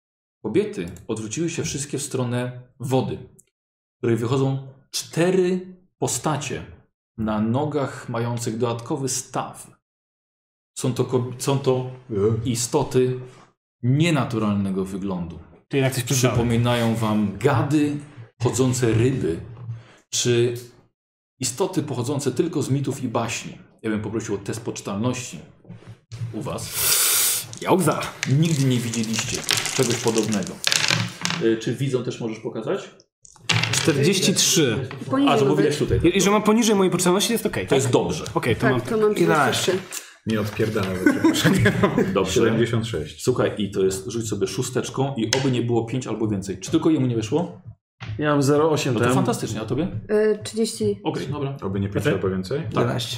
Kobiety odwróciły się wszystkie w stronę wody, z której wychodzą cztery postacie na nogach mających dodatkowy staw. Są to, ko- są to istoty nienaturalnego wyglądu. To jednak coś przyszło. Przypominają wam gady, chodzące ryby, czy istoty pochodzące tylko z mitów i baśni. Ja bym poprosił o test poczytalności u was. Jałza. Nigdy nie widzieliście czegoś podobnego. Y, czy widzą też możesz pokazać? czterdzieści trzy. Poniżej A, że bo mamy. widać tutaj. Jeżeli mam poniżej mojej poczytalności, jest okej. To tak? jest dobrze. Okej, to mam... Tak, to mam trzydzieści trzy. Nie odpierdala. Dobrze. siedemdziesiąt sześć. Słuchaj, i to jest, rzuć sobie szósteczką i oby nie było pięć albo więcej. Czy tylko jemu nie wyszło? Ja mam zero przecinek osiem No to tam. fantastycznie, a tobie? Y, trzydzieści. Okej, dobra. Oby nie pięć Okej. albo więcej. jedenaście.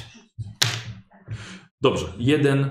Dobrze, jeden.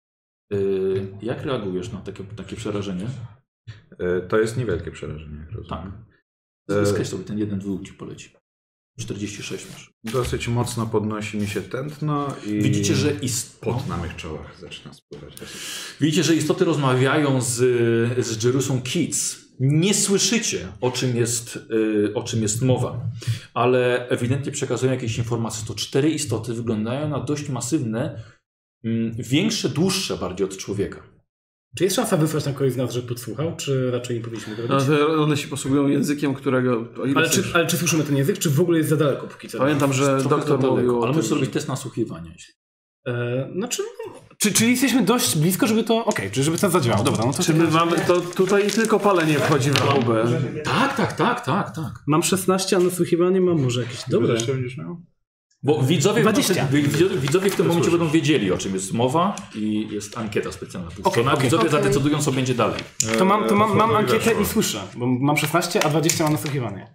Y, jak reagujesz na takie, takie przerażenie? E, To jest niewielkie przerażenie, jak rozumiem. Tak. Skreś sobie ten jeden dwóch ci poleci. czterdzieści sześć masz. Dosyć mocno podnosi mi się tętno i Widzicie, że ist... pot na mych czołach zaczyna spływać. Widzicie, że istoty rozmawiają z, z Jerusą Kids. Nie słyszycie, o czym, jest, y, o czym jest mowa, ale ewidentnie przekazują jakieś informacje. To cztery istoty wyglądają na dość masywne, mm, większe, dłuższe bardziej od człowieka. Czy jest szansa wysłać na kogoś z nas, żeby podsłuchał, czy raczej nie powinniśmy tego No, robić? to one się posługują językiem, którego... o ile Ale czy, coś- ale czy słyszymy ten język, czy w ogóle jest za daleko póki co? Pamiętam, że Trochę doktor za daleko, mówił o ale tym, możesz że- zrobić test nasłuchiwania. jeśli- E, znaczy, czy, czyli jesteśmy dość blisko, żeby to... Okej, czyli żeby to zadziałało. Dobra, no to... Czy my mamy... To tutaj tylko palenie wchodzi w rachubę. Tak, tak, tak, tak, tak. Mam szesnaście, a nasłuchiwanie mam może jakieś... Dobre. Jeszcze będziesz miał? Bo widzowie, dwadzieścia. będą- widzowie, widzowie w tym momencie będą wiedzieli, o czym jest mowa i jest ankieta specjalna. Okej, Okay, okej. widzowie Okej. zadecydują, co będzie dalej. To mam, to mam, mam Eee, ankietę weszło. i słyszę, bo mam szesnaście, a dwadzieścia mam nasłuchiwanie.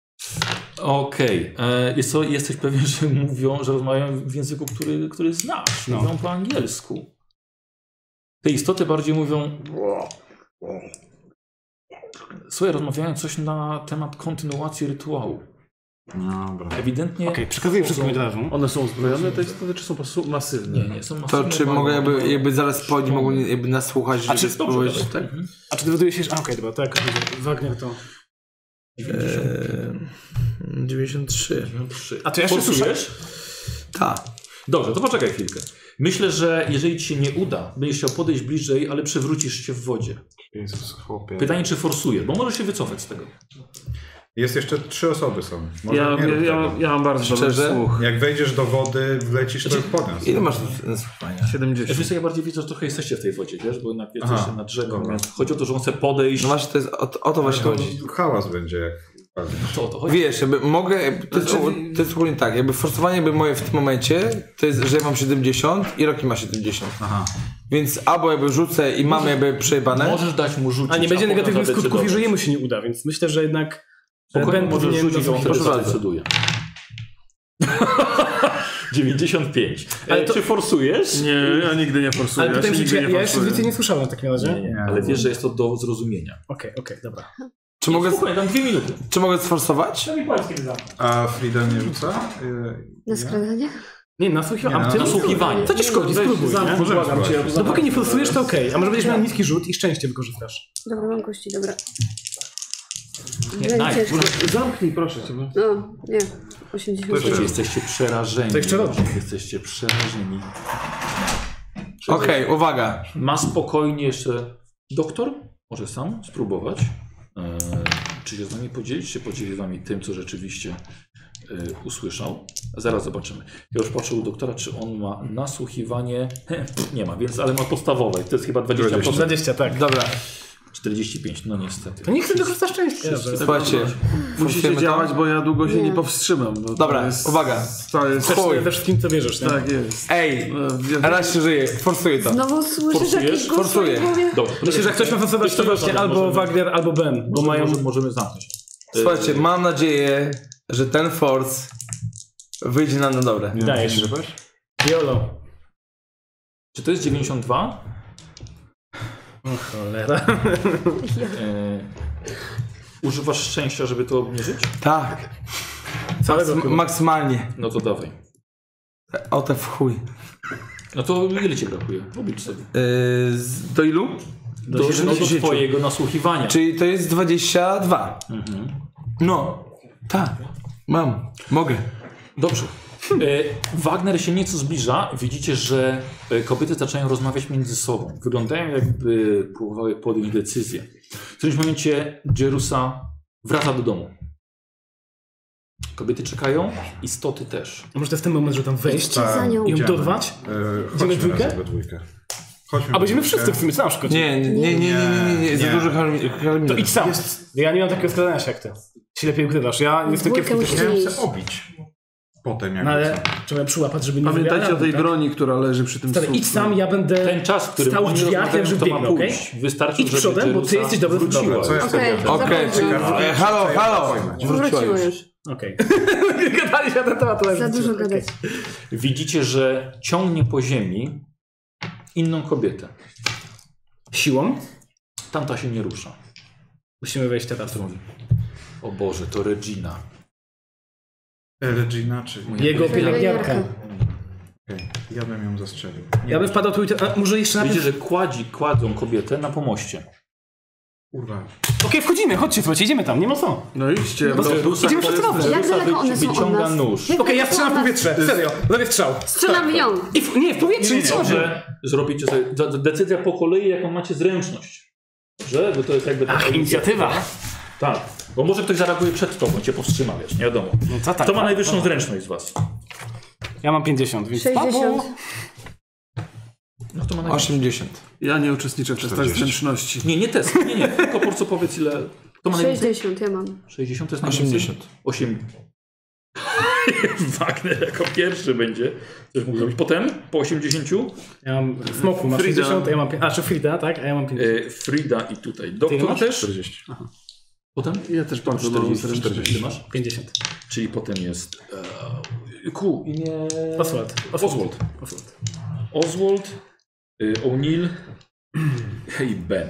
Okej. Okay. Jest to, jesteś pewien, że mówią, że rozmawiają w języku, który, który znasz. No. Mówią po angielsku. Te istoty bardziej mówią... Słuchaj, rozmawiają coś na temat kontynuacji rytuału. Dobra. Ewidentnie... Okej, przekazuję wszystkim od razu. One są uzbrojone, to jest, czy są po prostu masywne? Nie, nie, są To masywne, czy mają- mogę jakby, jakby zaraz po nim mogli jakby nas słuchać, żeby czy- spróbować... Dobrze, Tak? mhm. A czy dowiaduje się... A okej, dobra, tak. Wagner to... Eee, dziewięćdziesiąt trzy. Trzy. A to ja jeszcze Forsujesz? Tak. Dobrze, to poczekaj chwilkę. Myślę, że jeżeli ci się nie uda, będziesz chciał podejść bliżej, ale przewrócisz się w wodzie. Jezus, chłopie. Pytanie, czy forsuje, bo możesz się wycofać z tego. Jest jeszcze trzy osoby są. Może Ja, nie ja, rób ja, tego. ja mam bardzo dobry Szczerze? słuch. Jak wejdziesz do wody, wlecisz to pod nas. Ile masz nasłuchania? siedemdziesiąt. Wiesz co, ja bardziej widzę, że trochę jesteście w tej wodzie, wiesz, bo jednak Aha, jesteście nad rzeką, dobra. więc chodzi o to, że on chce podejść. No właśnie, to jest, o, o to właśnie To chodzi. hałas będzie jak... To o to chodzi. Wiesz, jakby mogę, to jest, Znaczy- to jest ogólnie tak, jakby forsowanie jakby moje w tym momencie, to jest, że ja mam siedemdziesiąt i Rocky ma siedemdziesiąt. Aha. Więc albo jakby rzucę i mamy jakby przejebane. Możesz dać mu rzucić. A nie będzie potem negatywnych skutków, zadecydować. jeżeli jemu się nie uda, więc myślę, że jednak Spokojnie Ben możesz powinien rzucić, on wtedy nasłuchiwać. zadecyduje. dziewięćdziesiąt pięć. Ale Ale to- czy forsujesz? Nie, ja nigdy nie forsuję. Ale pytam ja się, się czy ja, nigdy ja nie jeszcze forsuję. więcej nie słyszałem w takim razie. Nie, nie, ale wiesz, że jest to do zrozumienia. Okej, okej, dobra. Czy mogę, Spokojnie, dam dwie minuty. czy mogę sforsować? A Frida nie rzuca? Y, Na skradanie? Nie, nasłuchiwanie. Nie, A ty Nasłuchiwanie. Co ci szkodzi? Spróbuj, nie? Możemy Błagam cię, spróbować. Dopóki nie forsujesz, to okej. A może będziesz miał niski rzut i szczęście wykorzystasz. Dobra, mam kości, dobra. Nie, Będzie nice. ciężko. Zamknij, proszę cię. bo- No, nie. osiemdziesiąt To Słuchajcie, jeszcze- jesteście przerażeni. To jeszcze dobrze. Jesteście przerażeni. Okej, uwaga. Ma spokojnie jeszcze... Doktor może sam spróbować. Eee, czy się z nami podzielić, czy podzieli wami tym, co rzeczywiście e, usłyszał. Zaraz zobaczymy. Ja już patrzę u doktora, czy on ma nasłuchiwanie. He, nie ma, więc ale ma podstawowe. To jest chyba dwadzieścia procent. dwadzieścia, tak. Dobra, czterdzieści pięć, no niestety. To nie chcę wykorzystać szczęścia. słuchajcie. Musicie forsujemy to? działać, bo ja długo się nie, Nie. powstrzymam. bo to Dobra, jest, uwaga. To jest... Chuj. We wszystkim, co bierzesz, nie? Tak jest. Ej, No, ja- raz się żyje, forsuję to. Znowu słyszysz Forsujesz? jakiś głos w swoim Forsuję. głowie? Dobra, Myślę, że jak ktoś ma forsować, to właśnie albo Wagner, albo Ben, bo mają... Możemy, możemy zamknąć. Słuchajcie, mam nadzieję, że ten force wyjdzie nam na dobre. Dajesz. Jolo. Czy to jest dziewięćdziesiąt dwa? O cholera. E, używasz szczęścia, żeby to obniżyć? Tak, Całego m- chyba. maksymalnie. No to dawaj. O te w chuj. No to ile ci brakuje? Oblicz sobie. Yy, z- do ilu? Do, do, do siedemdziesięciu. twojego nasłuchiwania. Czyli to jest dwadzieścia dwa. Mhm. No, tak. Mam. Mogę. Dobrze. E, Wagner się nieco zbliża. Widzicie, że e, kobiety zaczynają rozmawiać między sobą. Wyglądają, jakby próbowały podjąć decyzję. W którymś momencie Jerusa wraca do domu. Kobiety czekają, istoty też. A może to jest ten moment, że tam wejść Idźcie za nią. i ją Idziemy. dorwać? Yy, Idziemy chodźmy w dwójkę? razem we dwójkę. Chodźmy A będziemy w dwójkę. wszyscy w sumie, co na przykład? Nie, nie, nie, nie, nie, nie, nie, nie. za Nie. dużo harmii. To idź sam. Ja nie mam takiego skradania się jak ty. Się lepiej ukrywasz. Ja jestem Dwójkę kiepski. musicie Chciałem iść. się obić. Potem jak No ale wrócę. trzeba przyłapać, żeby nie Pamiętajcie wybierali, o tej tak? broni, która leży przy tym Stary, słupku. idź sam, ja będę Ten czas, w którym stał w oni drzwiach, rozmawiają, jak już kto ma biegnę, okej? pójść. Wystarczy, Idź żeby przodem, bo ty Jerusa jesteś dobry w wróciła. drogę. Co ja Okej, okay. Okej, czyli... Dobra. e, Halo, halo. Wróciła Wróciło już. już. Okej. Gadaliśmy na ten temat, ale Za dużo gadać. Widzicie, że ciągnie po ziemi inną kobietę. Siłą? Tamta się nie rusza. Musimy wejść teraz. O Boże, to Regina. Regina, czy... Jego pielęgniarka. Okay. Ja bym ją zastrzelił. Ja bym wpadał tu i... te- A może jeszcze Widzicie, najpierw... że kładzi, kładą kobietę na pomoście. Kurwa. Okej, wchodzimy, chodźcie, słuchajcie, idziemy tam, nie ma co. No idźcie. No, bo- Jerusa, idziemy wszyscy razem. Jak daleko one są od wyciąga nas? nóż. Jak Okej, ja daleko strzelam w od nas? powietrze, serio. Robię strzał. Strzelam w nią. I w... Nie, w powietrze, nie strzelam. Dobrze, zrobicie sobie de- de- decyzja po kolei, jaką macie zręczność. Dobrze? Bo to jest jakby taka Ach, inicjatywa. Tak, bo może ktoś zareaguje przed tobą, cię powstrzyma, wiesz, nie wiadomo. No co tak? Kto ma najwyższą zręczność z was? Ja mam pięćdziesiąt, więc... sześćdziesiąt. No to ma najwyższą. osiemdziesiąt. Ja nie uczestniczę w testach czterdzieści. zręczności. Nie, nie test, nie, nie, tylko po prostu powiedz ile... Kto ma najwięcej? sześćdziesiąt ja mam. sześćdziesiąt to jest najwięcej? osiemdziesiąt. osiem. Wagner jako pierwszy będzie. Coś mógł zrobić. Potem, po osiemdziesięciu, Ja mam... Smoku ma Frida. sześćdziesiąt, a ja mam... pię- A, czy Frida, tak? A ja mam pięćdziesiąt. e, Frida i tutaj Ty doktor masz? też. czterdzieści. Potem Ja też bardzo mało czterdzieści. zręczności. Ile masz? pięćdziesiąt. Czyli potem jest... E, ku, nie... Oswald. Oswald. Oswald. Oswald, y, O'Neill i Ben.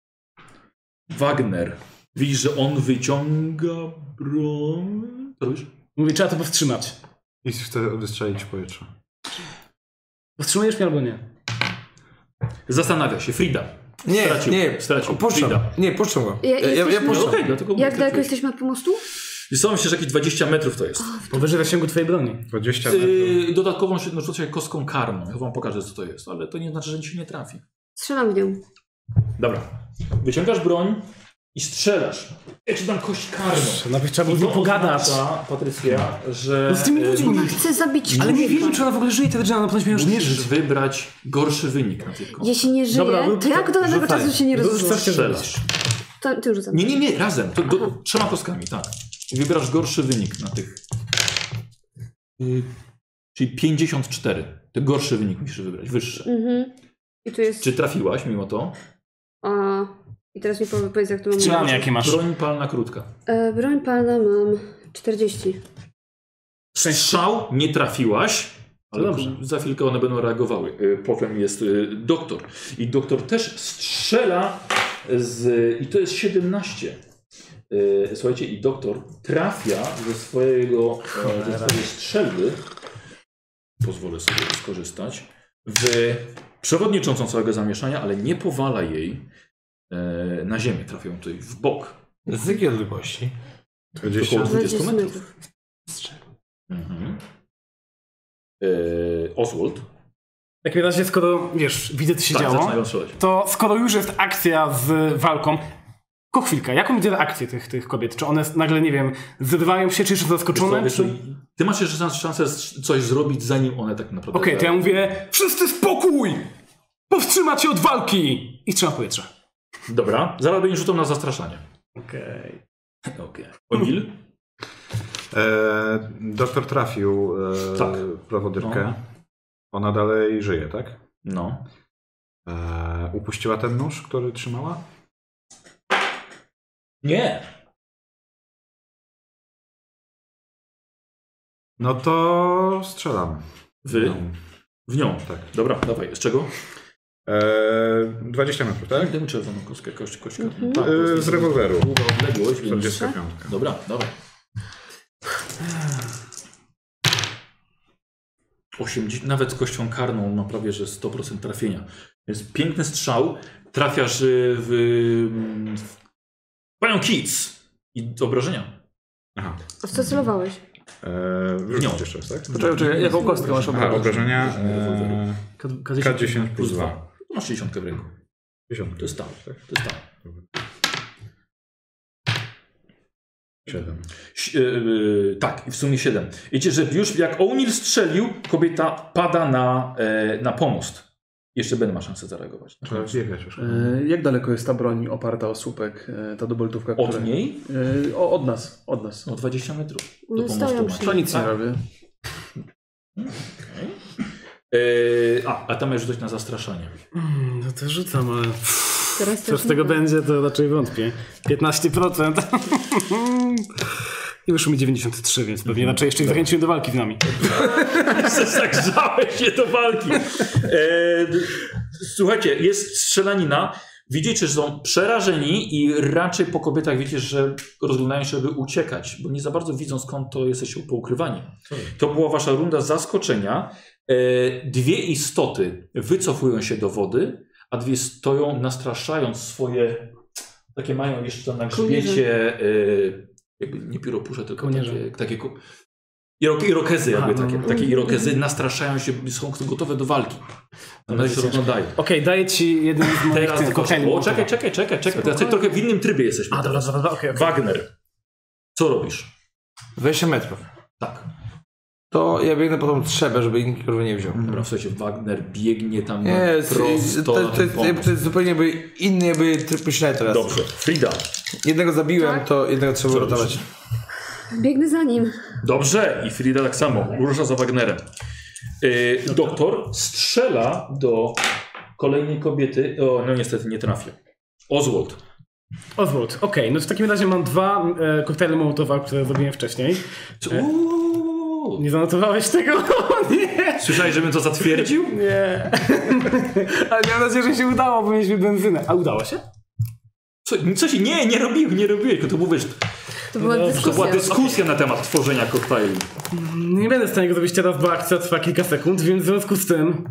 Wagner. Widzisz, że on wyciąga broń. Co robisz? Mówię, trzeba to powstrzymać. I chcę wystrzelić w powietrze. Powstrzymujesz mnie albo nie? Zastanawia się. Frida. Nie, Stracił. nie, Stracił. puszczam. Frida. Nie, puszczam go. Ja- Ja, ja, ja jesteśmy- No puszczam. okej, dlatego Jak ty- daleko ty- jesteśmy od pomostu? Są myślę, że jakieś dwadzieścia metrów to jest. Powyżej zasięgu twojej broni. dwadzieścia metrów. Yy, dodatkową się rzucę kostką karną. Ja wam pokażę, co to jest, ale to nie znaczy, że ci się nie trafi. Strzelam w nią. Dobra. Wyciągasz broń i strzelasz. Ja ci dam kość karną. Najpierw trzeba było z I nią to pogadać. oznacza, Patrycja, że... No z tymi yy, ludźmi. Ona chce zabić Ale nie człowieka. wiem, czy ona w ogóle żyje, ta Regina, ona powinna już nie Musisz żyć. wybrać gorszy wynik na tej kostce. Jeśli nie żyje, Dobra, rób to jak to. do tego Rzucaj. czasu się nie Rób rozrzuca? coś. Strzelasz. To ty rzucam. Nie, nie, nie, razem. To, do, trzema kostkami, tak. I wybierasz gorszy wynik na tych. Y, czyli pięćdziesiąt cztery. To gorszy wynik musisz wybrać, wyższy. Mhm. I tu jest... Czy trafiłaś mimo to? A... I teraz mi powie- powiedz, jak to mam... Strzelanie jakie masz? Broń palna krótka. E, broń palna mam czterdzieści. Strzał nie trafiłaś, ale dobrze. za chwilkę one będą reagowały. Y, Potem jest y, doktor. I doktor też strzela z... I to jest siedemnaście. Y, Słuchajcie, i doktor trafia ze swojego e, ze swojej strzelby. Pozwolę sobie skorzystać. W przewodniczącą całego zamieszania, ale nie powala jej e, na ziemię. Trafią tutaj w bok. Z jakiej odległości? dwadzieścia Około dwadzieścia dwadzieścia metrów. Mhm. E, Oswald. W takim razie, skoro, wiesz, widzę, co się Tak, działo, zaczynają strzelać. to skoro już jest akcja z walką, tylko chwilkę, jaką widzę reakcję tych, tych kobiet? Czy one nagle, nie wiem, zrywają się, czy jeszcze są zaskoczone? Wiesz co, Czy... wiesz co, ty masz jeszcze szansę coś zrobić, zanim one tak naprawdę... Okej, to ja mówię, wszyscy spokój! Powstrzymać się od walki! I trzymam powietrze. Dobra, zaraz będziesz rzucał na zastraszanie. Okej. Okej. O'Neill? E, doktor trafił e, Tak. prowodyrkę. No. Ona dalej żyje, tak? No. E, upuściła ten nóż, który trzymała? Nie. No to strzelam. Wy? No. W nią. Tak. Dobra, dawaj. Z czego? E, dwadzieścia metrów, tak? Daj mi czerwoną kostkę, kość, kość. Mhm. Tak, E, z rewolweru. Długa odległość, więc... czterdzieści pięć. Dobra, dawaj. osiemdziesiąt, nawet z kością karną ma prawie że sto procent trafienia. Jest piękny strzał. Trafiasz y, w, w panią Keats i obrażenia. Aha. A w co celowałeś? Eee, wrzucić jeszcze raz, tak? Poczekaj, czekaj, jaką kostkę masz Aha, obrażeń? obrażenia eee, K dziesięć plus dwa. Masz sześćdziesiąt w ręku. dziesięć. To jest tam. Tak? To jest tam. siedem. Ś- yy, tak, w sumie siedem. Wiecie, że już jak O'Neill strzelił, kobieta pada na, e, na pomost. Jeszcze Ben ma szansę zareagować. Trzeba wjechać już. E, jak daleko jest ta broń oparta o słupek, e, ta doboltówka? Od która... niej? E, o, od nas, od nas. No dwadzieścia metrów. Do No, stoją pomostu przy- To nic nie Tak. robię. Yy, a, a tam jest rzucać na zastraszanie. No to rzucam, ale Teraz co też z tego nie. będzie, to raczej wątpię. piętnaście procent. I wyszło mi dziewięćdziesiąt trzy, więc pewnie raczej jeszcze ich zachęciłem do walki z nami. Zagrzałeś się do walki. E, słuchajcie, jest strzelanina. Widzicie, że są przerażeni i raczej po kobietach widzicie, że rozglądają się, żeby uciekać, bo nie za bardzo widzą, skąd to jesteście poukrywani. To była wasza runda zaskoczenia. E, dwie istoty wycofują się do wody, a dwie stoją nastraszając swoje, takie mają jeszcze na grzbiecie, e, jakby nie pióropusze, tylko Kołnierze. takie, takie ko- irok- irokezy, jakby Aha, takie, no. takie irokezy nastraszają się, są gotowe do walki. One się rozglądają. Okej, daję ci jeden z moich Teraz tych koktajli. o, czekaj, czekaj, czekaj, czekaj. Teraz trochę w innym trybie jesteśmy. A, dobra, dobra, dobra, okej, okej. Wagner, co robisz? dwadzieścia metrów. Tak. To ja biegnę po tą trzebę, żeby nikt kurwa nie wziął. Dobra, w sensie Wagner biegnie tam Nie, prosto to, na to, ten to, pomost. to jest zupełnie jakby inny jakby tryb myślenia teraz. Dobrze, Frida. Jednego zabiłem, Tak? to jednego trzeba Co uratować. Biegnę za nim. Dobrze, i Frida tak samo, rusza za Wagnerem. Yy, doktor strzela do kolejnej kobiety. O, no niestety nie trafia. Oswald. Oswald, okej, no to w takim razie mam dwa e, koktajle Mołotowa, które zrobiłem wcześniej. Uuu. Nie zanotowałeś tego? Nie! Słyszałeś, żebym to zatwierdził? Nie. Ale miałem nadzieję, że się udało, bo mieliśmy benzynę. A udało się? Co, co się, nie, nie robiłem, nie robiłem, tylko to mówisz, To była No dobrze. to była dyskusja. dyskusja na temat tworzenia koktajli. Nie będę w stanie go zrobić teraz, bo akcja trwa kilka sekund, więc w związku z tym...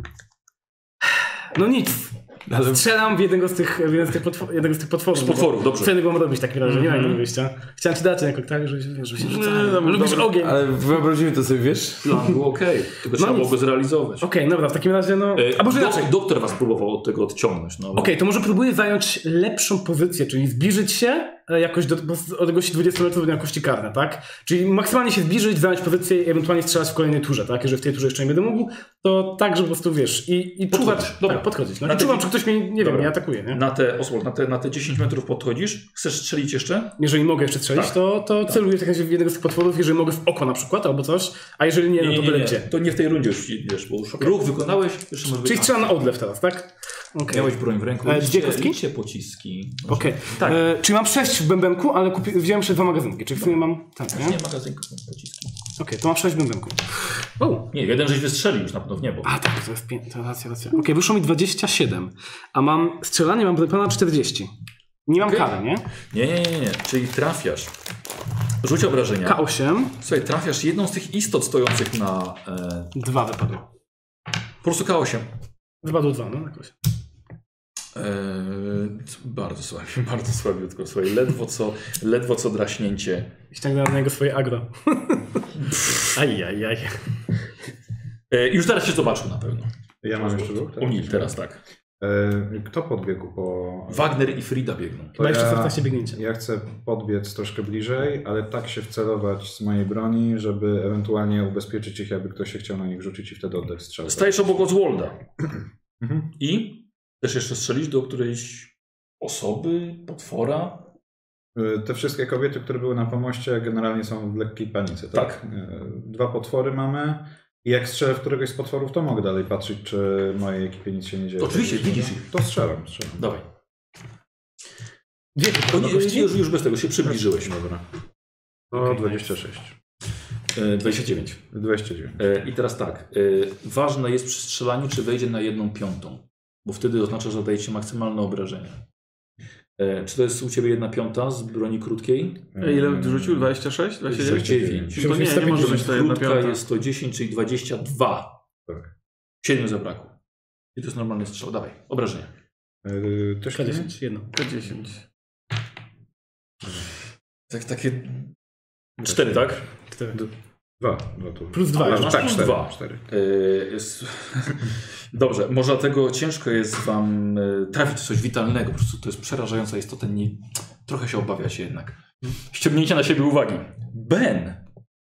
No nic. Ale Strzelam w jednego z tych, w jeden z tych, potwor, jednego z tych potworów. Z potworów, dobrze. Co innego mam robić w takim razie, nie ma innego wyjścia. Chciałem ci dać ten koktajl, żeby, żeby się rzucałem. Lubisz ogień. ale wyobrazimy to sobie, wiesz? Plan był okej, tylko trzeba nic. było go zrealizować. Okej, dobra, w takim razie no... E, A może do, inaczej. doktor was próbował od tego odciągnąć. No, ale- Okej, to może próbuję zająć lepszą pozycję, czyli zbliżyć się e, jakoś do bo z odległości dwudziestu metrów na jakości karne, tak? Czyli maksymalnie się zbliżyć, zająć pozycję i ewentualnie strzelać w kolejnej turze, tak? Jeżeli w tej turze jeszcze nie będę mógł, to tak, że po prostu wiesz i, i Podchodzisz, czuwać, dobra. tak, podchodzić. No. Na I te- czuwam, czy ktoś mnie, nie Dobra. wiem, nie atakuje, nie? Na te, Oswald, na te, na te dziesięć metrów podchodzisz, chcesz strzelić jeszcze? Jeżeli mogę jeszcze strzelić, Tak. to, to celuję w takim razie w jednego z tych potworów, jeżeli mogę w oko na przykład, albo coś, a jeżeli nie, no to byle gdzie. To nie w tej rundzie już wiesz, bo już ruch wykonałeś, jeszcze możesz Czyli wy- strzelam na odlew teraz, tak? Okej. Miałeś broń w ręku, E, liczcie, dwie kostki? liczcie pociski. Okej. Tak. E, czyli mam sześć w bębenku, ale kupi, wziąłem jeszcze dwa magazynki, czyli w sumie mam... Tak, nie? Nie magazynku, są pociski. Okej, to mam sześć w bębenku. O, Nie, jeden żeś wystrzelił już na pewno w niebo. a tak, to jest pięć, to racja, racja. Okej, wyszło mi dwadzieścia siedem, a mam strzelanie, mam ponad czterdzieści. Nie mam Okej. kary, nie? Nie, nie, nie, nie, czyli trafiasz. Rzuć obrażenia. K osiem, Słuchaj, trafiasz jedną z tych istot stojących na... E, dwa wypadło. po prostu K osiem. Wypadło dwa, no jakoś. Eee, bardzo słabi, bardzo słabiutko. Słuchaj, ledwo co, ledwo co draśnięcie. I ściągnąłem na niego swoje agro. aj, aj, aj. Eee, już zaraz się zobaczył na pewno. Ja mam jeszcze ruch? Tak? Unil teraz tak. E, Kto podbiegł po... Wagner i Frida biegną. To Chyba jeszcze ja- czternaście biegnięcia. Ja chcę podbiec troszkę bliżej, ale tak się wcelować z mojej broni, żeby ewentualnie ubezpieczyć ich, jakby ktoś się chciał na nich rzucić i wtedy oddać strzał. Stajesz obok Oswalda. Mhm. I chcesz jeszcze strzelić do którejś osoby, potwora? Y, Te wszystkie kobiety, które były na pomoście, generalnie są w lekkiej panice. Tak? Tak. Y, Dwa potwory mamy i jak strzelę w któregoś z potworów, to mogę dalej patrzeć, czy mojej ekipie nic się nie dzieje. Oczywiście, widzisz ich. To strzelam, strzelam. Dawaj. Dwie O, nie, kości? już, już bez tego się przybliżyłeś. Dobra. To dwadzieścia sześć. Eee, dwadzieścia dziewięć. dwadzieścia dziewięć. Eee, I teraz tak. Eee, ważne jest przy strzelaniu, czy wejdzie na jedną piątą. Bo wtedy oznacza, że dajecie maksymalne obrażenia. E, czy to jest u Ciebie jedna piąta z broni krótkiej? Ile wrzucił? dwadzieścia sześć? dwadzieścia dziewięć? dziewięć. To nie, nie może być to jedna Krótka piąta. jest sto dziesięć, czyli dwadzieścia dwa. Tak. siedmiu zabrakło. I to jest normalny strzał. Dawaj, obrażenie. Yy, też K dziesięć, jedno. K dziesięć. Tak, takie... Cztery, tak? Cztery. Dwa. Dwa to... Plus dwa. Ale A, masz tak, plus cztery. dwa. cztery. Yy, jest... Dobrze, może dlatego ciężko jest wam yy, trafić w coś witalnego. Po prostu to jest przerażająca istota. Nie... Trochę się obawia się jednak. Ściągnięcie na siebie uwagi. Ben!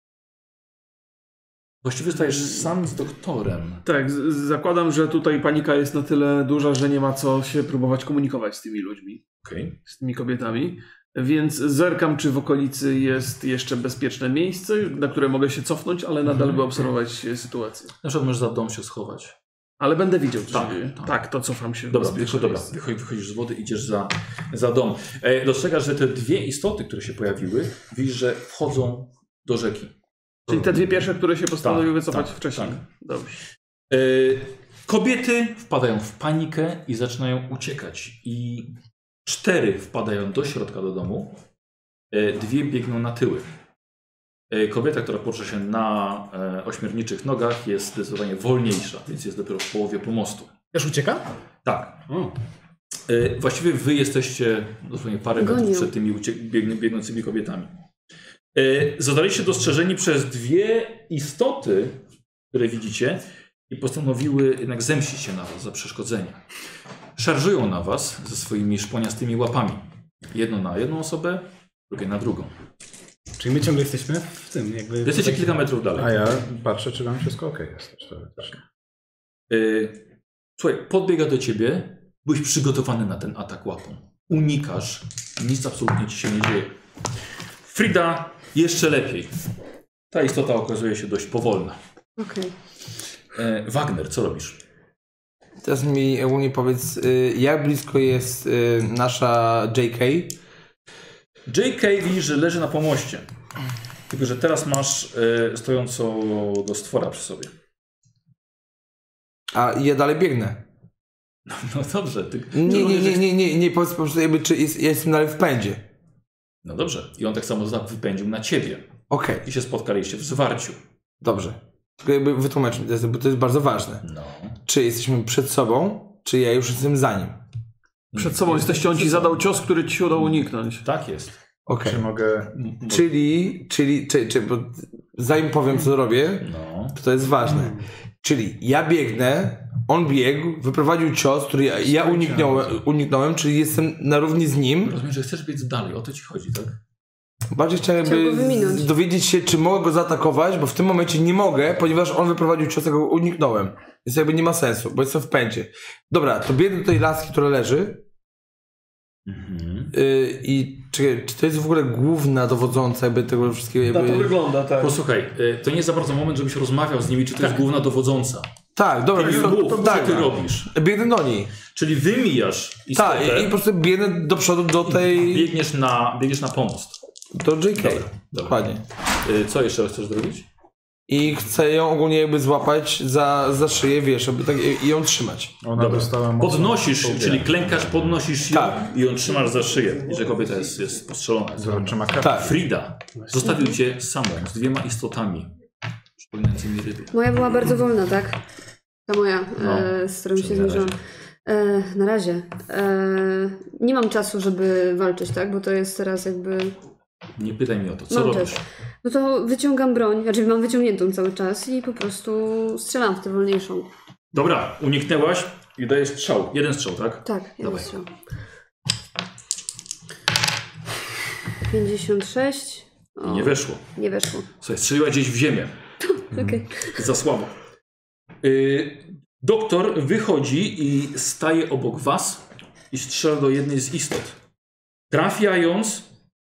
Właściwie stajesz sam z doktorem. Tak, z- zakładam, że tutaj panika jest na tyle duża, że nie ma co się próbować komunikować z tymi ludźmi, Okej. z tymi kobietami. Więc zerkam, czy w okolicy jest jeszcze bezpieczne miejsce, na które mogę się cofnąć, ale nadal by obserwować e, sytuację. Na przykład możesz za dom się schować. Ale będę widział, co Tak, się dzieje. tak. Tak, to cofam się. w Dobra, bezpieczne wychodź, dobra miejsce. wychodź, wychodzisz z wody, idziesz za, za dom. E, dostrzegasz, że te dwie istoty, które się pojawiły, widzisz, że wchodzą do rzeki. Czyli te dwie pierwsze, które się postanowiły Tak, wycofać tak, wcześniej. tak. Dobrze. E, kobiety wpadają w panikę i zaczynają uciekać. I cztery wpadają do środka do domu, e, dwie biegną na tyły. E, kobieta, która porusza się na e, ośmiorniczych nogach, jest zdecydowanie wolniejsza, więc jest dopiero w połowie pomostu. Też ucieka? Tak. O. E, właściwie wy jesteście dosłownie parę Gonią. metrów przed tymi ucie- biegn- biegnącymi kobietami. E, zostaliście dostrzeżeni przez dwie istoty, które widzicie i postanowiły jednak zemścić się na was za przeszkodzenie. Szarżują na was ze swoimi szponiastymi łapami. Jedno na jedną osobę, drugie na drugą. Czyli my ciągle jesteśmy w tym jakby... Jesteście kilka metrów dalej. A ja patrzę, czy tam wszystko okej jest. Też teoretycznie. E, słuchaj, podbiega do ciebie, byłeś przygotowany na ten atak łapą. Unikasz, nic absolutnie ci się nie dzieje. Frida jeszcze lepiej. Ta istota okazuje się dość powolna. Okej. E, Wagner, co robisz? Teraz mi ogólnie powiedz, y, jak blisko jest y, nasza J K? J K widzisz, że leży na pomoście. Tylko, że teraz masz e, stojącego stwora przy sobie. A ja dalej biegnę. No, no dobrze. Ty, Nie, nie, nie, nie, nie, nie, powiedz po prostu jakby, czy jest, ja jestem dalej w pędzie. No dobrze. I on tak samo za- wypędził na ciebie. Okej, I się spotkaliście w zwarciu. dobrze. Tylko jakby wytłumacz mi, bo to jest bardzo ważne. No. Czy jesteśmy przed sobą, czy ja już jestem za nim? Przed sobą jesteście, on ci zadał cios, który ci się udało uniknąć. Tak jest. Okej. Czy mogę... Czyli, czyli, czy, czy, bo zanim powiem, co robię, No. to to jest ważne. Czyli ja biegnę, on biegł, wyprowadził cios, który ja, ja uniknąłem, uniknąłem, czyli jestem na równi z nim. Rozumiem, że chcesz biec dalej. O to ci chodzi, tak? Bardziej chciałem Chciał jakby go wyminąć. z- dowiedzieć się, czy mogę go zaatakować, bo w tym momencie nie mogę, ponieważ on wyprowadził cios, ja go uniknąłem. Więc jakby nie ma sensu, bo jestem w pędzie. Dobra, to biegnę do tej laski, która leży. Mhm. Yy, I czekaj, czy to jest w ogóle główna dowodząca jakby tego wszystkiego? Tak Jakby... to wygląda, tak. Posłuchaj, y, to nie jest za bardzo moment, żebyś rozmawiał z nimi, czy to jest główna dowodząca. Tak, dobra, Ty więc to, to, to, tak, co ty robisz? biegnę do niej. Czyli wymijasz istotę, Tak, i, i po prostu biegnę do przodu do tej... biegniesz, na, biegniesz na pomost. do J K. Dobra, Dokładnie. Y, co jeszcze chcesz zrobić? I chcę ją ogólnie jakby złapać za, za szyję, wiesz, żeby tak i i ją trzymać. Ona Dobra. dostała mocno Podnosisz, po łbie. czyli klękasz, podnosisz ją Tak. i ją trzymasz za szyję. I że kobieta jest, jest postrzelona. Z oczyma kapy. Tak. Frida zostawił cię samą z dwiema istotami przypominającymi ryby. Moja była bardzo wolna, tak? Ta moja, No, e, z którą się czyli na zmierzyłam. E, na razie. E, nie mam czasu, żeby walczyć, tak? Bo to jest teraz jakby... Nie pytaj mnie o to, co Mam robisz? też. No to wyciągam broń, znaczy mam wyciągniętą cały czas i po prostu strzelam w tę wolniejszą. Dobra, uniknęłaś i dajesz strzał. Jeden strzał, tak? Tak, jeden Dawaj. strzał. pięćdziesiąt sześć. O, I nie weszło. nie weszło. Słuchaj, strzeliła gdzieś w ziemię. Okej. Za słabo. Y, doktor wychodzi i staje obok was i strzela do jednej z istot. Trafiając...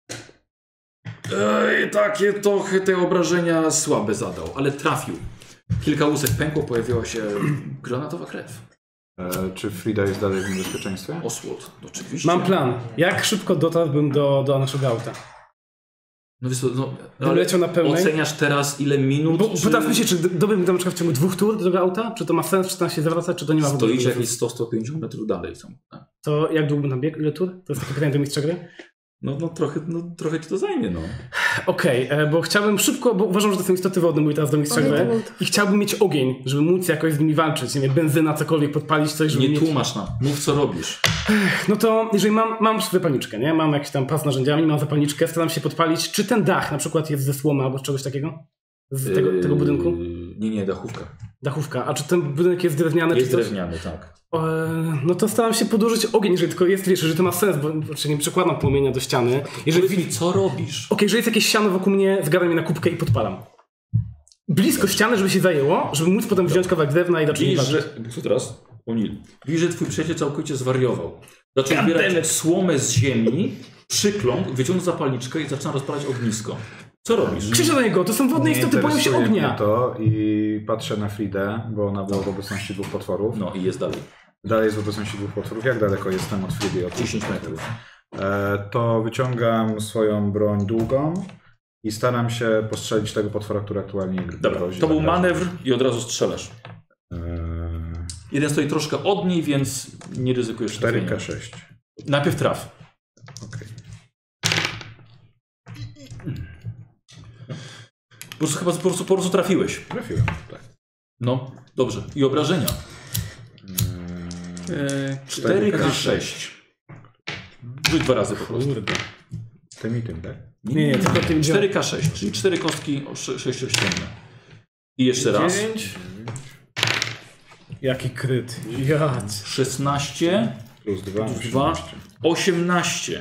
Ej, takie trochę te obrażenia słabe zadał, ale trafił. Kilka łusek pękło, pojawiła się granatowa krew. E, czy Frida jest dalej w niebezpieczeństwie? Osłod, oczywiście. Mam plan. Jak szybko dotarłbym do, do naszego auta? No wiesz co, no, Bym ale leciał na pełnej? oceniasz teraz ile minut, Bo, czy Pytamy się, czy dobyłbym tam na przykład w ciągu dwóch tur do tego auta? Czy to ma sens, czy tam się zawraca, czy to nie ma w ogóle stoicie sensu? jakieś sto do stu pięćdziesięciu metrów dalej są. tak? To jak długo bym tam biegł? Ile tur? To jest takie pytanie do mistrza gry. No, no, trochę, no trochę ci to zajmie, no. Okej, okay, bo chciałbym szybko, bo uważam, że to są istoty wodne, mój teraz do mistrza gry. I chciałbym mieć ogień, żeby móc jakoś z nimi walczyć. Nie wiem, benzyna, cokolwiek, podpalić coś, żeby Nie mieć... tłumacz nam, mów co robisz. No to jeżeli mam, mam zapalniczkę, nie? Mam jakiś tam pas z narzędziami, mam zapalniczkę, staram się podpalić. Czy ten dach na przykład jest ze słomy albo z czegoś takiego? Z tego, tego budynku? Nie, nie, dachówka. Dachówka. A czy ten budynek jest drewniany? Jest czy coś? drewniany, tak. No to staram się podłożyć ogień, jeżeli tylko jest, wiesz, że to ma sens, bo znaczy nie przekładam płomienia do ściany. Jeżeli Powiedz mi, co robisz? Okej, okay, że jest jakieś siano wokół mnie, zgarniam je na kubkę i podpalam. Blisko ściany, żeby się zajęło, żeby móc potem wziąć kawałek drewna i zacząć walczyć. Co teraz? O'Neill. Widzisz, że twój przyjaciel całkowicie zwariował. Zaczął zbierać słomę z ziemi, przyklął, wyciągnął zapalniczkę i zaczyna rozpalać ognisko. Co robisz? Krzyczę do niego, to są wodne Nie istoty, boją się interesuje ognia. mnie to i patrzę na Fridę, bo ona była w obecności dwóch potworów. No i jest dalej. Dalej jest w obecności dwóch potworów. Jak daleko jestem od Fridy? Od dziesięć metrów. E, to wyciągam swoją broń długą i staram się postrzelić tego potwora, który aktualnie Dobra, grozi. to był manewr i od razu strzelasz. E, Jeden stoi troszkę od niej, więc nie ryzykujesz cztery K trafienia. sześć. Najpierw traf. Okay. Po prostu chyba po prostu, po prostu trafiłeś. Trafiłem, tak. No, dobrze. I obrażenia. cztery K sześć. Rzuć dwa razy po prostu. Tym i tym, tak? Nie, nie, tylko tym cztery K sześć, czyli cztery kostki sześciościenne. I jeszcze raz. dziewięć. Jaki kryt. Jadź. szesnaście. Plus dwa. dwa. osiemnaście.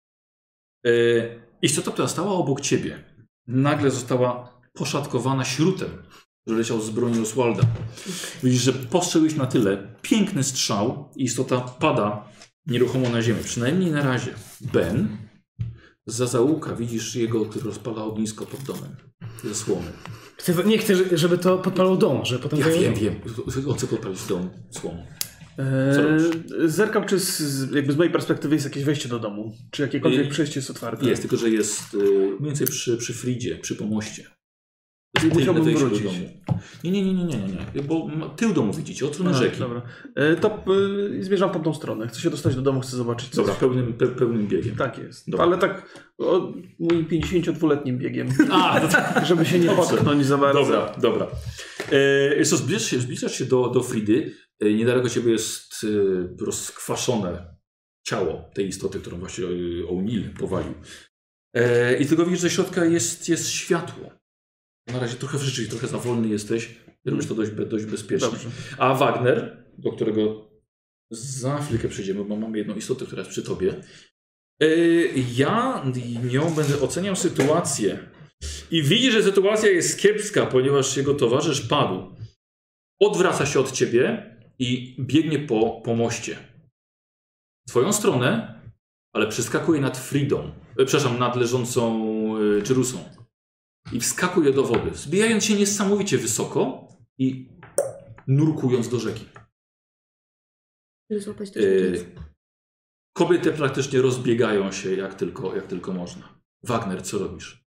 Yy, istota, która stała obok ciebie, nagle została poszatkowana śrutem, że leciał z broni Oswalda. Widzisz, że postrzeliłeś na tyle piękny strzał i istota pada nieruchomo na ziemię. Przynajmniej na razie. Ben, za zaułka widzisz jego, który rozpala ognisko pod domem. Ze słomy. Chcę, nie chcę, żeby to podpalało dom, że potem... Ja zajęło wiem, dom. wiem. On chce podpalić dom słomą. Eee, zerkam, czy z, jakby z mojej perspektywy jest jakieś wejście do domu. Czy jakiekolwiek I- przejście jest otwarte. Jest, tylko że jest y, mniej więcej przy, przy Fridzie, przy pomoście. To I jest tylne musiałbym wejście do wrócić. domu. Nie, nie, nie, nie, nie, nie, nie. Bo ma- tył domu widzicie, od strony A, rzeki. dobra. E, to y, zmierzam w tamtą stronę. Chcę się dostać do domu, chcę zobaczyć coś. Dobra, pełnym, pe, pełnym biegiem. Tak jest. Dobra. Ale tak o, moim pięćdziesięciodwuletnim biegiem. A, no tak. Żeby się nie potknąć za bardzo. Dobra, dobra. E, jest to zbliżasz się, zbliżasz się do, do Fridy. E, niedaleko ciebie jest e, rozkwaszone ciało tej istoty, którą właśnie e, O'Neill powalił. E, I tylko widzisz, że ze środka jest, jest światło. Na razie trochę w rzeczy, trochę za wolny jesteś. Robisz to dość, be- dość bezpiecznie. Dobrze. A Wagner, do którego za chwilkę przejdziemy, bo mamy jedną istotę, która jest przy tobie. E, ja nią będę oceniał sytuację. I widzi, że sytuacja jest kiepska, ponieważ jego towarzysz padł. Odwraca się od ciebie i biegnie po, po moście. W twoją stronę, ale przeskakuje nad Fridą. E, przepraszam, nad leżącą e, Jerusą. I wskakuje do wody, zbijając się niesamowicie wysoko i nurkując do rzeki. Złapać to E, kobiety praktycznie rozbiegają się jak tylko, jak tylko można. Wagner, co robisz?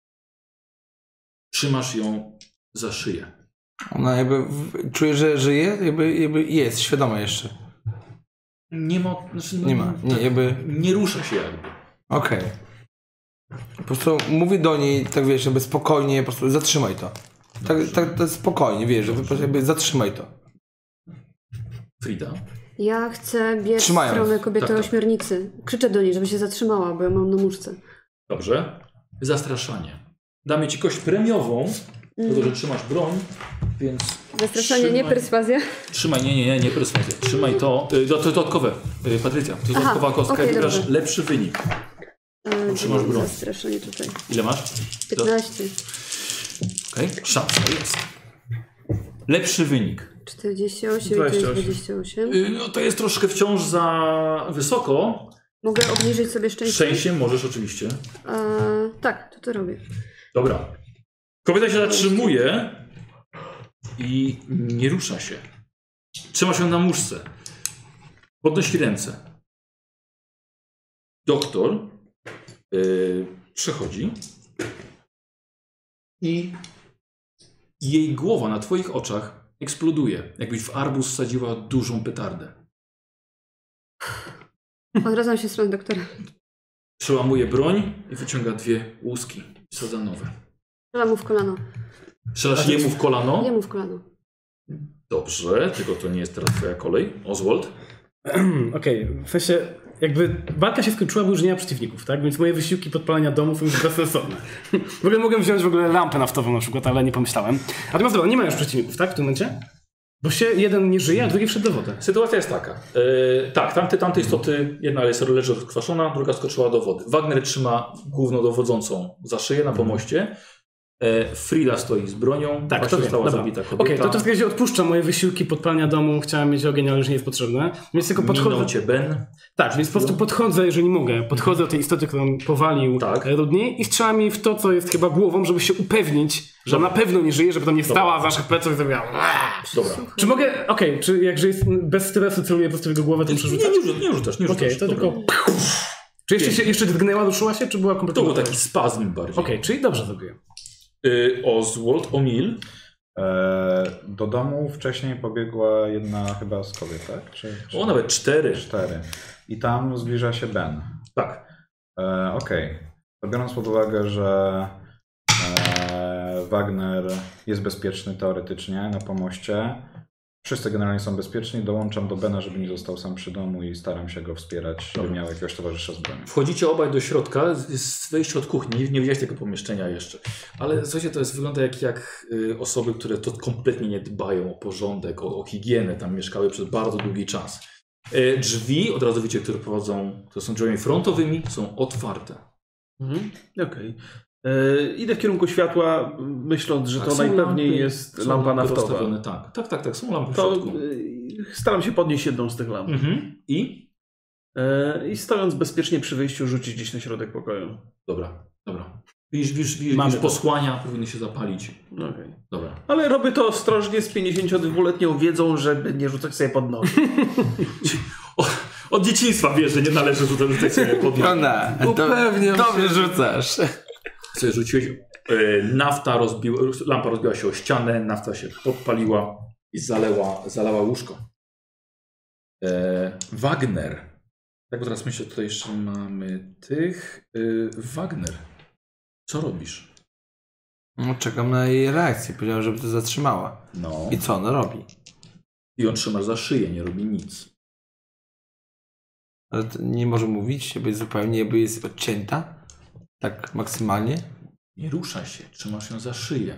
Trzymasz ją za szyję. Ona jakby w, czuje, że żyje, jakby, jakby jest świadoma jeszcze. Nie ma, znaczy, no, Nie ma, nie, jakby... nie rusza się jakby. Okej. Po prostu mówię do niej, tak wiesz, jakby spokojnie, po prostu zatrzymaj to. Tak, tak, tak spokojnie, wiesz, że po prostu jakby zatrzymaj to. Frida? Ja chcę biec w Trzymając. stronę kobiety Tak, tak. ośmiornicy. Krzyczę do niej, żeby się zatrzymała, bo ja mam na muszce. Dobrze. Zastraszanie. Damy ci kość premiową, tylko że trzymasz broń, więc... Zastraszanie, nie perswazja. Trzymaj, nie, nie, nie, nie perswazja. Trzymaj to. Y, to, to dodatkowe. Y, Patrycja, to jest Aha, dodatkowa kostka okej, i wygrasz dobrze. lepszy wynik. E, Trzymasz broń. Zastraszanie tutaj. Ile masz? piętnaście. Okej, okay. Szansa jest. Lepszy wynik. czterdzieści osiem, dwadzieścia to osiem. jest dwadzieścia osiem. Y, no to jest troszkę wciąż za wysoko. Mogę obniżyć sobie szczęście? Szczęściem możesz oczywiście. E, tak, to to robię. Dobra. Kobieta się zatrzymuje i nie rusza się. Trzyma się na muszce. Podnosi ręce. Doktor yy, przechodzi i jej głowa na twoich oczach eksploduje, jakbyś w arbuz wsadziła dużą petardę. Odwracam się w stronę doktora. Przełamuje broń i wyciąga dwie łuski. Sadza nowe. Strzelam mu w kolano. Strzelasz jemu w kolano? Jemu w kolano. Dobrze, tylko to nie jest teraz twoja kolej. Oswald? Okej, okay. W sensie jakby walka się skończyła, bo już nie ma przeciwników, tak? Więc moje wysiłki podpalania domu są już bezsensowne. W ogóle mogłem wziąć w ogóle lampę naftową na przykład, ale nie pomyślałem. Natomiast dobra, nie ma już przeciwników, tak? W tym momencie? Bo się jeden nie żyje, a drugi wszedł do wody. Sytuacja jest taka. Yy, tak, tamte, tamte istoty, jedna jest leży odkwaszona, druga skoczyła do wody. Wagner trzyma głównodowodzącą za szyję na pomoście. Yy, Frida stoi z bronią. Tak, to została wiem. zabita kobieta. Okej, okay, to w takim razie odpuszczam moje wysiłki podpalania domu. Chciałem mieć ogień, ale już nie jest potrzebne. Więc tylko podchodzę. Minął cię Ben. Tak, więc po prostu podchodzę, jeżeli mogę. Podchodzę do tej istoty, którą powalił tak. Rudni i strzelam jej w to, co jest chyba głową, żeby się upewnić, że ona na pewno nie żyje, żeby tam nie stała z naszych pleców i zrobiła. Dobra. Czy mogę, okej, okay, czy jak że jest bez stresu, celuję po prostu w jego głowę, to muszę rzucać? Nie, nie, nie rzucasz, nie rzucasz. Okej, okay, to tylko... Czy jeszcze się jeszcze drgnęła, ruszyła się, czy była kompletnie... To był taki spazm bardziej. Okej, okay, czyli dobrze zrobiłem. Yy, Oswald, O'Mill. E, do domu wcześniej pobiegła jedna chyba z kobiet, tak? Czy, czy... O, nawet cztery. Cztery. I tam zbliża się Ben. Tak. E, Okej. Okay. To biorąc pod uwagę, że e, Wagner jest bezpieczny teoretycznie na pomoście, wszyscy generalnie są bezpieczni, dołączam do Bena, żeby nie został sam przy domu i staram się go wspierać, żeby miał jakiegoś towarzysza z bronią. Wchodzicie obaj do środka, z wejścia od kuchni, nie, nie widziałeś tego pomieszczenia jeszcze. Ale słuchajcie, to jest, wygląda jak, jak y, osoby, które to kompletnie nie dbają o porządek, o, o higienę, tam mieszkały przez bardzo długi czas. Y, drzwi, od razu widzicie, które prowadzą, to są drzwiami frontowymi, są otwarte. Mhm. Okej. Okay. Idę w kierunku światła, myśląc, że tak, to najpewniej lampy, jest lampa naftowa. Tak, tak, tak, tak, są lampy w to środku. Staram się podnieść jedną z tych lamp. Mhm. I? E, I stojąc bezpiecznie przy wyjściu, rzucić gdzieś na środek pokoju. Dobra, dobra. Widzisz, widzisz, widzisz, widzisz posłania, powinny się zapalić. Okay. Dobra. Ale robię to ostrożnie z pięćdziesięciodwuletnią wiedzą, żeby nie rzucać sobie pod nogi. o, od dzieciństwa wiesz, że nie należy rzucać sobie pod nogi. Ona, Upewniam dobrze się. Rzucasz. Co rzuciłeś? Yy, nafta rozbiła, lampa rozbiła się o ścianę, nafta się podpaliła i zaleła, zalała łóżko. Yy, Wagner. Tak, bo teraz myślę, tutaj jeszcze mamy tych. Yy, Wagner. Co robisz? No, czekam na jej reakcję. Powiedziałem, żeby to zatrzymała. No. I co ona robi? I on trzyma za szyję, nie robi nic. Ale nie może mówić, jakby zupełnie jakby jest odcięta? Tak maksymalnie? Nie rusza się, trzymasz ją za szyję.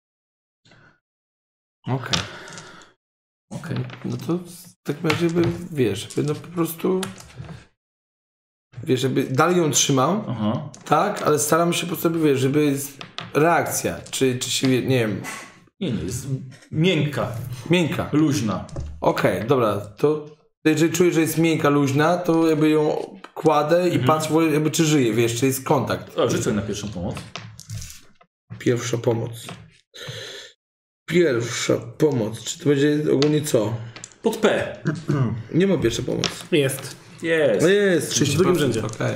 Okej. Okay. Okej. Okay. No to tak jakby, wiesz, jakby no po prostu... Wiesz, żeby dalej ją trzymał, Aha. tak, ale staram się po prostu, wiesz, żeby reakcja, czy, czy się, nie wiem... Nie, nie, jest miękka. Miękka. Luźna. Okej, okay, dobra, to jeżeli czuję, że jest miękka, luźna, to jakby ją kładę i mhm. patrzę, jakby czy żyje, wiesz, czy jest kontakt. A, rzucaj na pierwszą pomoc. Pierwsza pomoc. Pierwsza pomoc. Czy to będzie ogólnie co? Pod P. Nie ma pierwszej pomocy. Jest. Jest. No jest. trzydzieści w drugim rzędzie. Okej.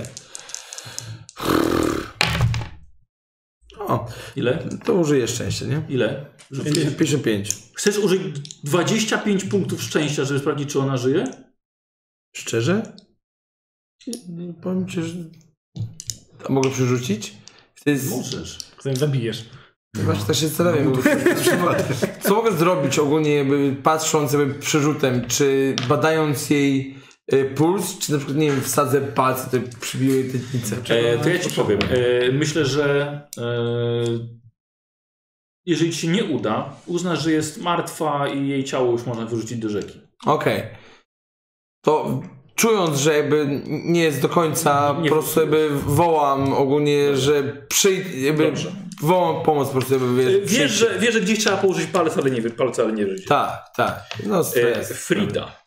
O. Ile? To użyję szczęścia, nie? Ile? pięćdziesiąt pięć. Chcesz użyć dwadzieścia pięć punktów szczęścia, żeby sprawdzić, czy ona żyje? Szczerze? Powiem ci, że... A mogę przerzucić? Jest... Możesz. Zanim zabijesz. Właśnie tak się zastanawiam. Co mogę zrobić ogólnie, jakby patrząc jakby przerzutem, czy badając jej y, puls, czy na przykład, nie wiem, wsadzę palce, to przybiję jej tętnicę? E, to ja ci powiem. E, myślę, że e, jeżeli ci się nie uda, uznasz, że jest martwa i jej ciało już można wyrzucić do rzeki. Okej. Okay. To czując, że jakby nie jest do końca, nie, po prostu jakby wołam ogólnie, Dobrze. że przyjdę, jakby Dobrze. wołam pomoc po prostu. Jakby, wiesz, wiesz, że, wiesz, że gdzieś trzeba położyć palec, ale nie palce, ale nie żyć. Tak, tak. No, stres. E, Frida.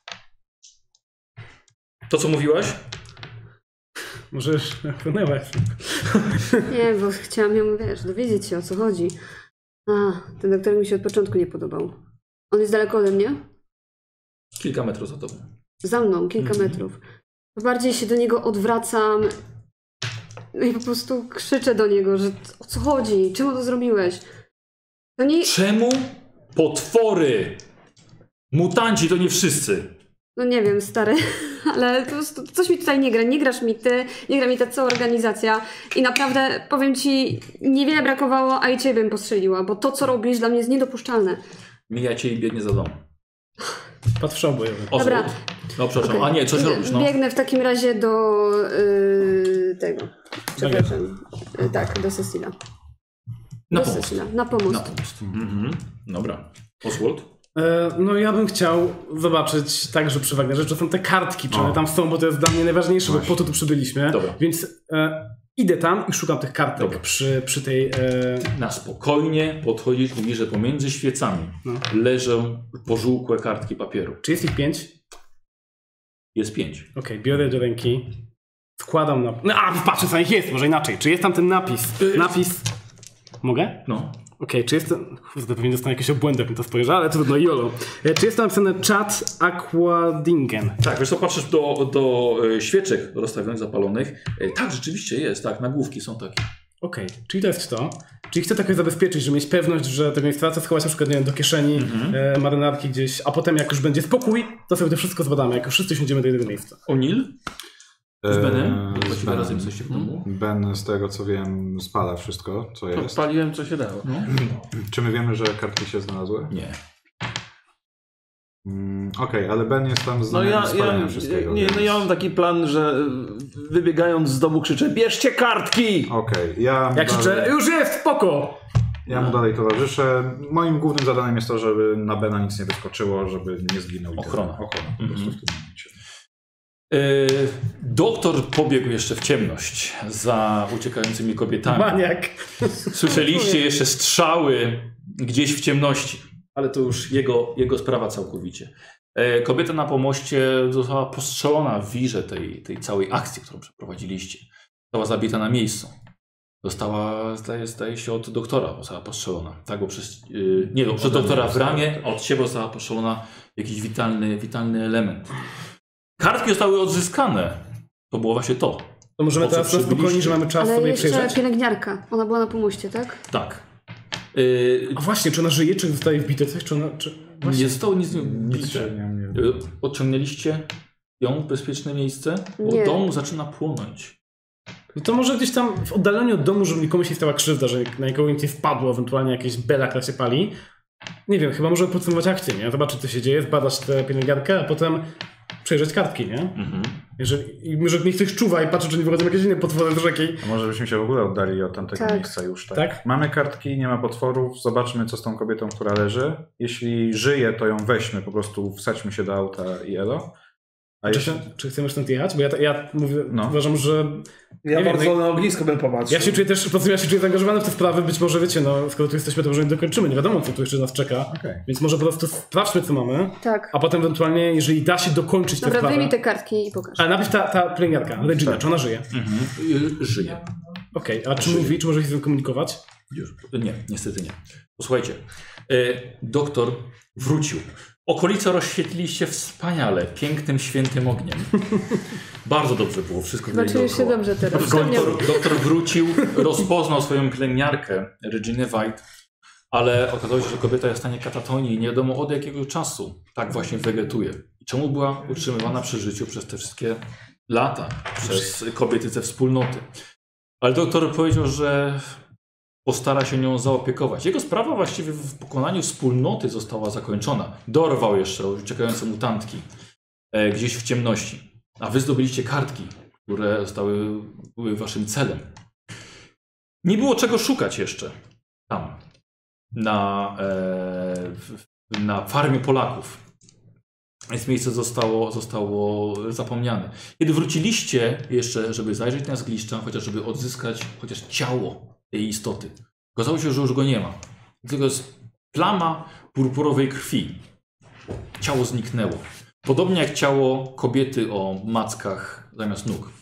To, co mówiłaś? Możesz płynęłaś. Nie, bo chciałam ją, wiesz, dowiedzieć się, o co chodzi. A, ten doktor mi się od początku nie podobał. On jest daleko ode mnie? Kilka metrów za tobą. Za mną, kilka mm-hmm. metrów. Bardziej się do niego odwracam i po prostu krzyczę do niego, że o co chodzi? Czemu to zrobiłeś? To nie... Czemu potwory? Mutanci to nie wszyscy. No nie wiem, stary, ale po prostu coś mi tutaj nie gra. Nie grasz mi ty, nie gra mi ta cała organizacja i naprawdę, powiem ci, niewiele brakowało, a i ciebie bym postrzeliła, bo to, co robisz, dla mnie jest niedopuszczalne. Mija cię i biegnie za dom. Patrz w szał bojowy. Dobra. No przepraszam, Okay. a nie, coś robisz, no. Biegnę w takim razie do yy, tego. Przepraszam. Yy, tak, do Cecila. Na do pomost. Cecila. Na pomost. Na pomost. Mhm. Dobra. Oswald? E, no ja bym chciał zobaczyć także przy Wagnerze, czy są te kartki, czy O. one tam są, bo to jest dla mnie najważniejsze, Właśnie. bo po to tu przybyliśmy. Dobra. Więc e, idę tam i szukam tych kartek Dobra. przy, przy tej... E, Na spokojnie podchodzisz, mówisz, że pomiędzy świecami No. leżą pożółkłe kartki papieru. czy jest ich pięć? Jest pięć. Okej, biorę do ręki, składam na... No, a, patrzę co ich jest, może inaczej. Czy jest tam ten napis? Napis... Mogę? No. Okej, czy jest ten... Kurde, pewnie dostanę jakieś obłędy, jak mi to spojrzę, ale trudno, jolo. E, czy jest tam napisane Chat Aquadingen? Tak, wiesz co, patrzysz do, do e, świeczek rozstawionych, zapalonych. E, tak, rzeczywiście jest, tak, nagłówki są takie. Okej, czyli to jest to. Czyli chcę takoś zabezpieczyć, żeby mieć pewność, że tego nie stracę, schować na przykład nie wiem, do kieszeni Mhm. e, marynarki gdzieś, a potem jak już będzie spokój, to sobie to wszystko zbadamy, jak już wszyscy siądziemy do jednego miejsca. O'Neill? Z Benem? Eee, z Właściwie razem Benem. jesteście w domu? Ben, z tego co wiem, spala wszystko, co jest. Odpaliłem co się dało. No. Czy my wiemy, że kartki się znalazły? Nie. Mm, Okej, ale Ben jest tam z No ja, spalenia ja, wszystkiego. nie, no więc- ja mam taki plan, że wybiegając z domu krzyczę: bierzcie kartki! Okej, ja, Jak krzyczę, dalej, już jest, spoko! ja mu dalej towarzyszę. Moim głównym zadaniem jest to, żeby na Bena nic nie wyskoczyło, żeby nie zginął. i tyle. Ochrona. Ochrona po prostu w tym momencie. E, doktor pobiegł jeszcze w ciemność za uciekającymi kobietami. Maniak. Słyszeliście jeszcze strzały gdzieś w ciemności, ale to już jego, jego sprawa całkowicie. E, kobieta na pomoście została postrzelona w wirze tej, tej całej akcji, którą przeprowadziliście. Została zabita na miejscu. Została, zdaje, zdaje się, od doktora została postrzelona. Tak, bo przez, yy, nie, no, przez doktora w ramię, a od siebie została postrzelona jakiś witalny, witalny element. Kartki zostały odzyskane. To było właśnie to. To możemy Po co teraz na spokojnie, przybyliście? że mamy czas Ale sobie jeszcze przejrzeć. pielęgniarka. Ona była na pomoście, tak? Tak. Yy, A właśnie, czy ona żyje, czy zostaje wbite coś, czy ona... Czy... nie zostało nic Nic bite. się nie, nie... Yy, Odciągnęliście ją w bezpieczne miejsce, bo Nie. dom zaczyna płonąć. No to może gdzieś tam w oddaleniu od domu, żeby nikomu się nie stała krzywda, że na nikogo nic nie wpadło, ewentualnie jakieś bela, która się pali. Nie wiem, chyba możemy podsumować akcję, nie? Zobaczyć, co się dzieje, zbadać tę pielęgniarkę, a potem przejrzeć kartki, nie? Mhm. Jeżeli, i może niech ktoś czuwa i patrzy, czy nie wychodzą jakieś inne potwory do rzeki. A może byśmy się w ogóle oddali od tamtego Tak. miejsca już, tak? Tak? Mamy kartki, nie ma potworów, zobaczmy co z tą kobietą, która leży. Jeśli żyje, to ją weźmy, po prostu wsadźmy się do auta i elo. A Czy, jeśli... się, czy chcemy stąd jechać? Bo ja, ja mówię, No. uważam, że... Ja Nie wiem, bardzo no na ognisko bym popatrzył. Ja się czuję też, po prostu ja się czuję zaangażowany w te sprawy, być może wiecie, no skoro tu jesteśmy, to może nie dokończymy, nie wiadomo co tu jeszcze nas czeka. Okej. Więc może po prostu sprawdźmy, co mamy, Tak. a potem ewentualnie, jeżeli da się dokończyć tę Dobra, sprawę... wyjmij te kartki i pokaż. Ale najpierw ta, ta pielęgniarka, Regina, czy ona żyje? Mhm. Yy, żyje. Okej, a czy mówi, czy może się z tym komunikować? Już. Nie, niestety nie. Posłuchajcie, e, doktor wrócił. Okolice rozświetliliście wspaniale, pięknym, świętym ogniem. Bardzo dobrze było wszystko Chyba czujesz się dookoła. dobrze teraz. Doktor, doktor wrócił, rozpoznał swoją pielęgniarkę, Reginę White, ale okazało się, że kobieta jest w stanie katatonii i nie wiadomo od jakiego czasu tak właśnie wegetuje. I czemu była utrzymywana przy życiu przez te wszystkie lata, przez kobiety ze wspólnoty. Ale doktor powiedział, że postara się nią zaopiekować. Jego sprawa właściwie w pokonaniu wspólnoty została zakończona. Dorwał jeszcze uciekające mutantki e, gdzieś w ciemności. A wy zdobyliście kartki, które zostały, były waszym celem. Nie było czego szukać jeszcze tam, na, e, w, na farmie Polaków. Więc miejsce zostało, zostało zapomniane. Kiedy wróciliście jeszcze, żeby zajrzeć na zgliszcza, chociaż żeby odzyskać chociaż ciało tej istoty, okazało się, że już go nie ma. Tylko jest plama purpurowej krwi. Ciało zniknęło. Podobnie jak ciało kobiety o mackach zamiast nóg.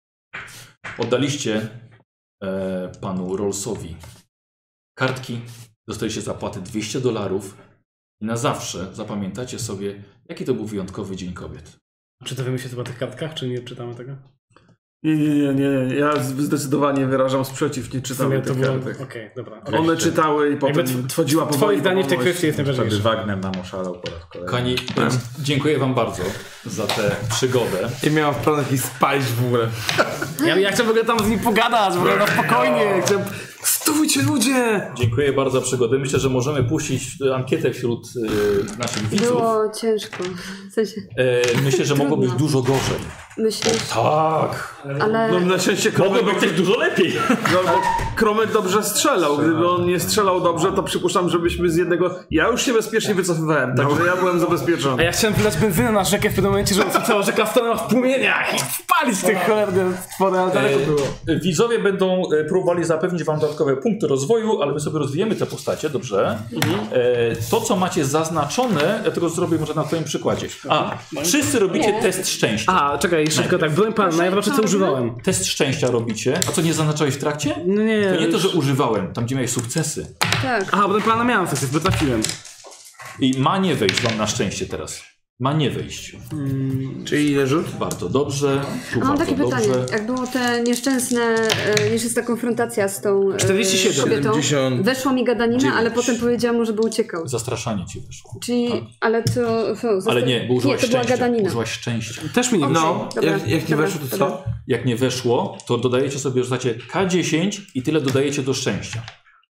Oddaliście e, panu Rollsowi kartki, dostaliście zapłatę dwieście dolarów i na zawsze zapamiętacie sobie, jaki to był wyjątkowy Dzień Kobiet. Czy dowiemy się chyba o tych kartkach, czy nie czytamy tego? Nie, nie, nie, nie. Ja zdecydowanie wyrażam sprzeciw, nie czytałem tych kartek. Okej, okay, dobra. One czytały i potem wchodziła po Twoje zdanie w tej kwestii jest Wtedy najważniejsze. Wagner nam oszalał po raz kolejny. Kochani, dziękuję wam bardzo za tę przygodę. I miałem w planach ich spalić w ogóle. Ja, ja chcę w ogóle tam z nim pogadać, w ogóle na spokojnie. Chcę... Stójcie ludzie! Dziękuję bardzo za przygodę. Myślę, że możemy puścić ankietę wśród y, naszych widzów. Było ciężko. W sensie, E, myślę, że mogło być dużo gorzej. myślisz, Tak. ale... No na szczęście Kromek, Mogło być też dużo lepiej. no, bo Kromek dobrze strzelał. Gdyby on nie strzelał dobrze, to przypuszczam, żebyśmy z jednego... Ja już się bezpiecznie wycofywałem, także ja byłem A zabezpieczony. ja chciałem wylać benzynę na rzekę w pewnym momencie, żeby cała rzeka stanęła w płomieniach i spalić tych cholernych stwory, ale daleko było. E, widzowie będą e, próbowali zapewnić wam dodatkowe punkty rozwoju, ale my sobie rozwijemy te postacie, dobrze? E, to, co macie zaznaczone, ja tego zrobię może na twoim przykładzie. A, wszyscy robicie Nie. test szczęścia. A, czekaj, jeszcze tylko tak, byłem pan, no ja zobaczę co używałem. Test szczęścia robicie. A co, nie zaznaczałeś w trakcie? No nie, To nie to, już- że używałem, tam gdzie miałeś sukcesy. Tak. Aha, bo ten plana miałem sukces, bo trafiłem. I ma nie wejść wam na szczęście teraz. Ma nie wejść. Czyli ile rzut? Bardzo dobrze. Tu A mam bardzo takie dobrze. pytanie. Jak było te nieszczęsne, e, nieszczęsna konfrontacja z tą e, czterdzieści siedem. kobietą, siedemdziesiąt weszła mi gadanina, ale potem powiedziałam mu, żeby uciekał. Zastraszanie ci wyszło. Czyli, ale to... to Ale zastra- nie, bo nie, użyłaś to była szczęścia. gadanina. Użyłaś szczęścia. Też mi nie wyszło. No, Dobra, jak, jak nie dobra, weszło, to dobra. co? Jak nie weszło, to dodajecie sobie, rzucacie K dziesięć i tyle dodajecie do szczęścia.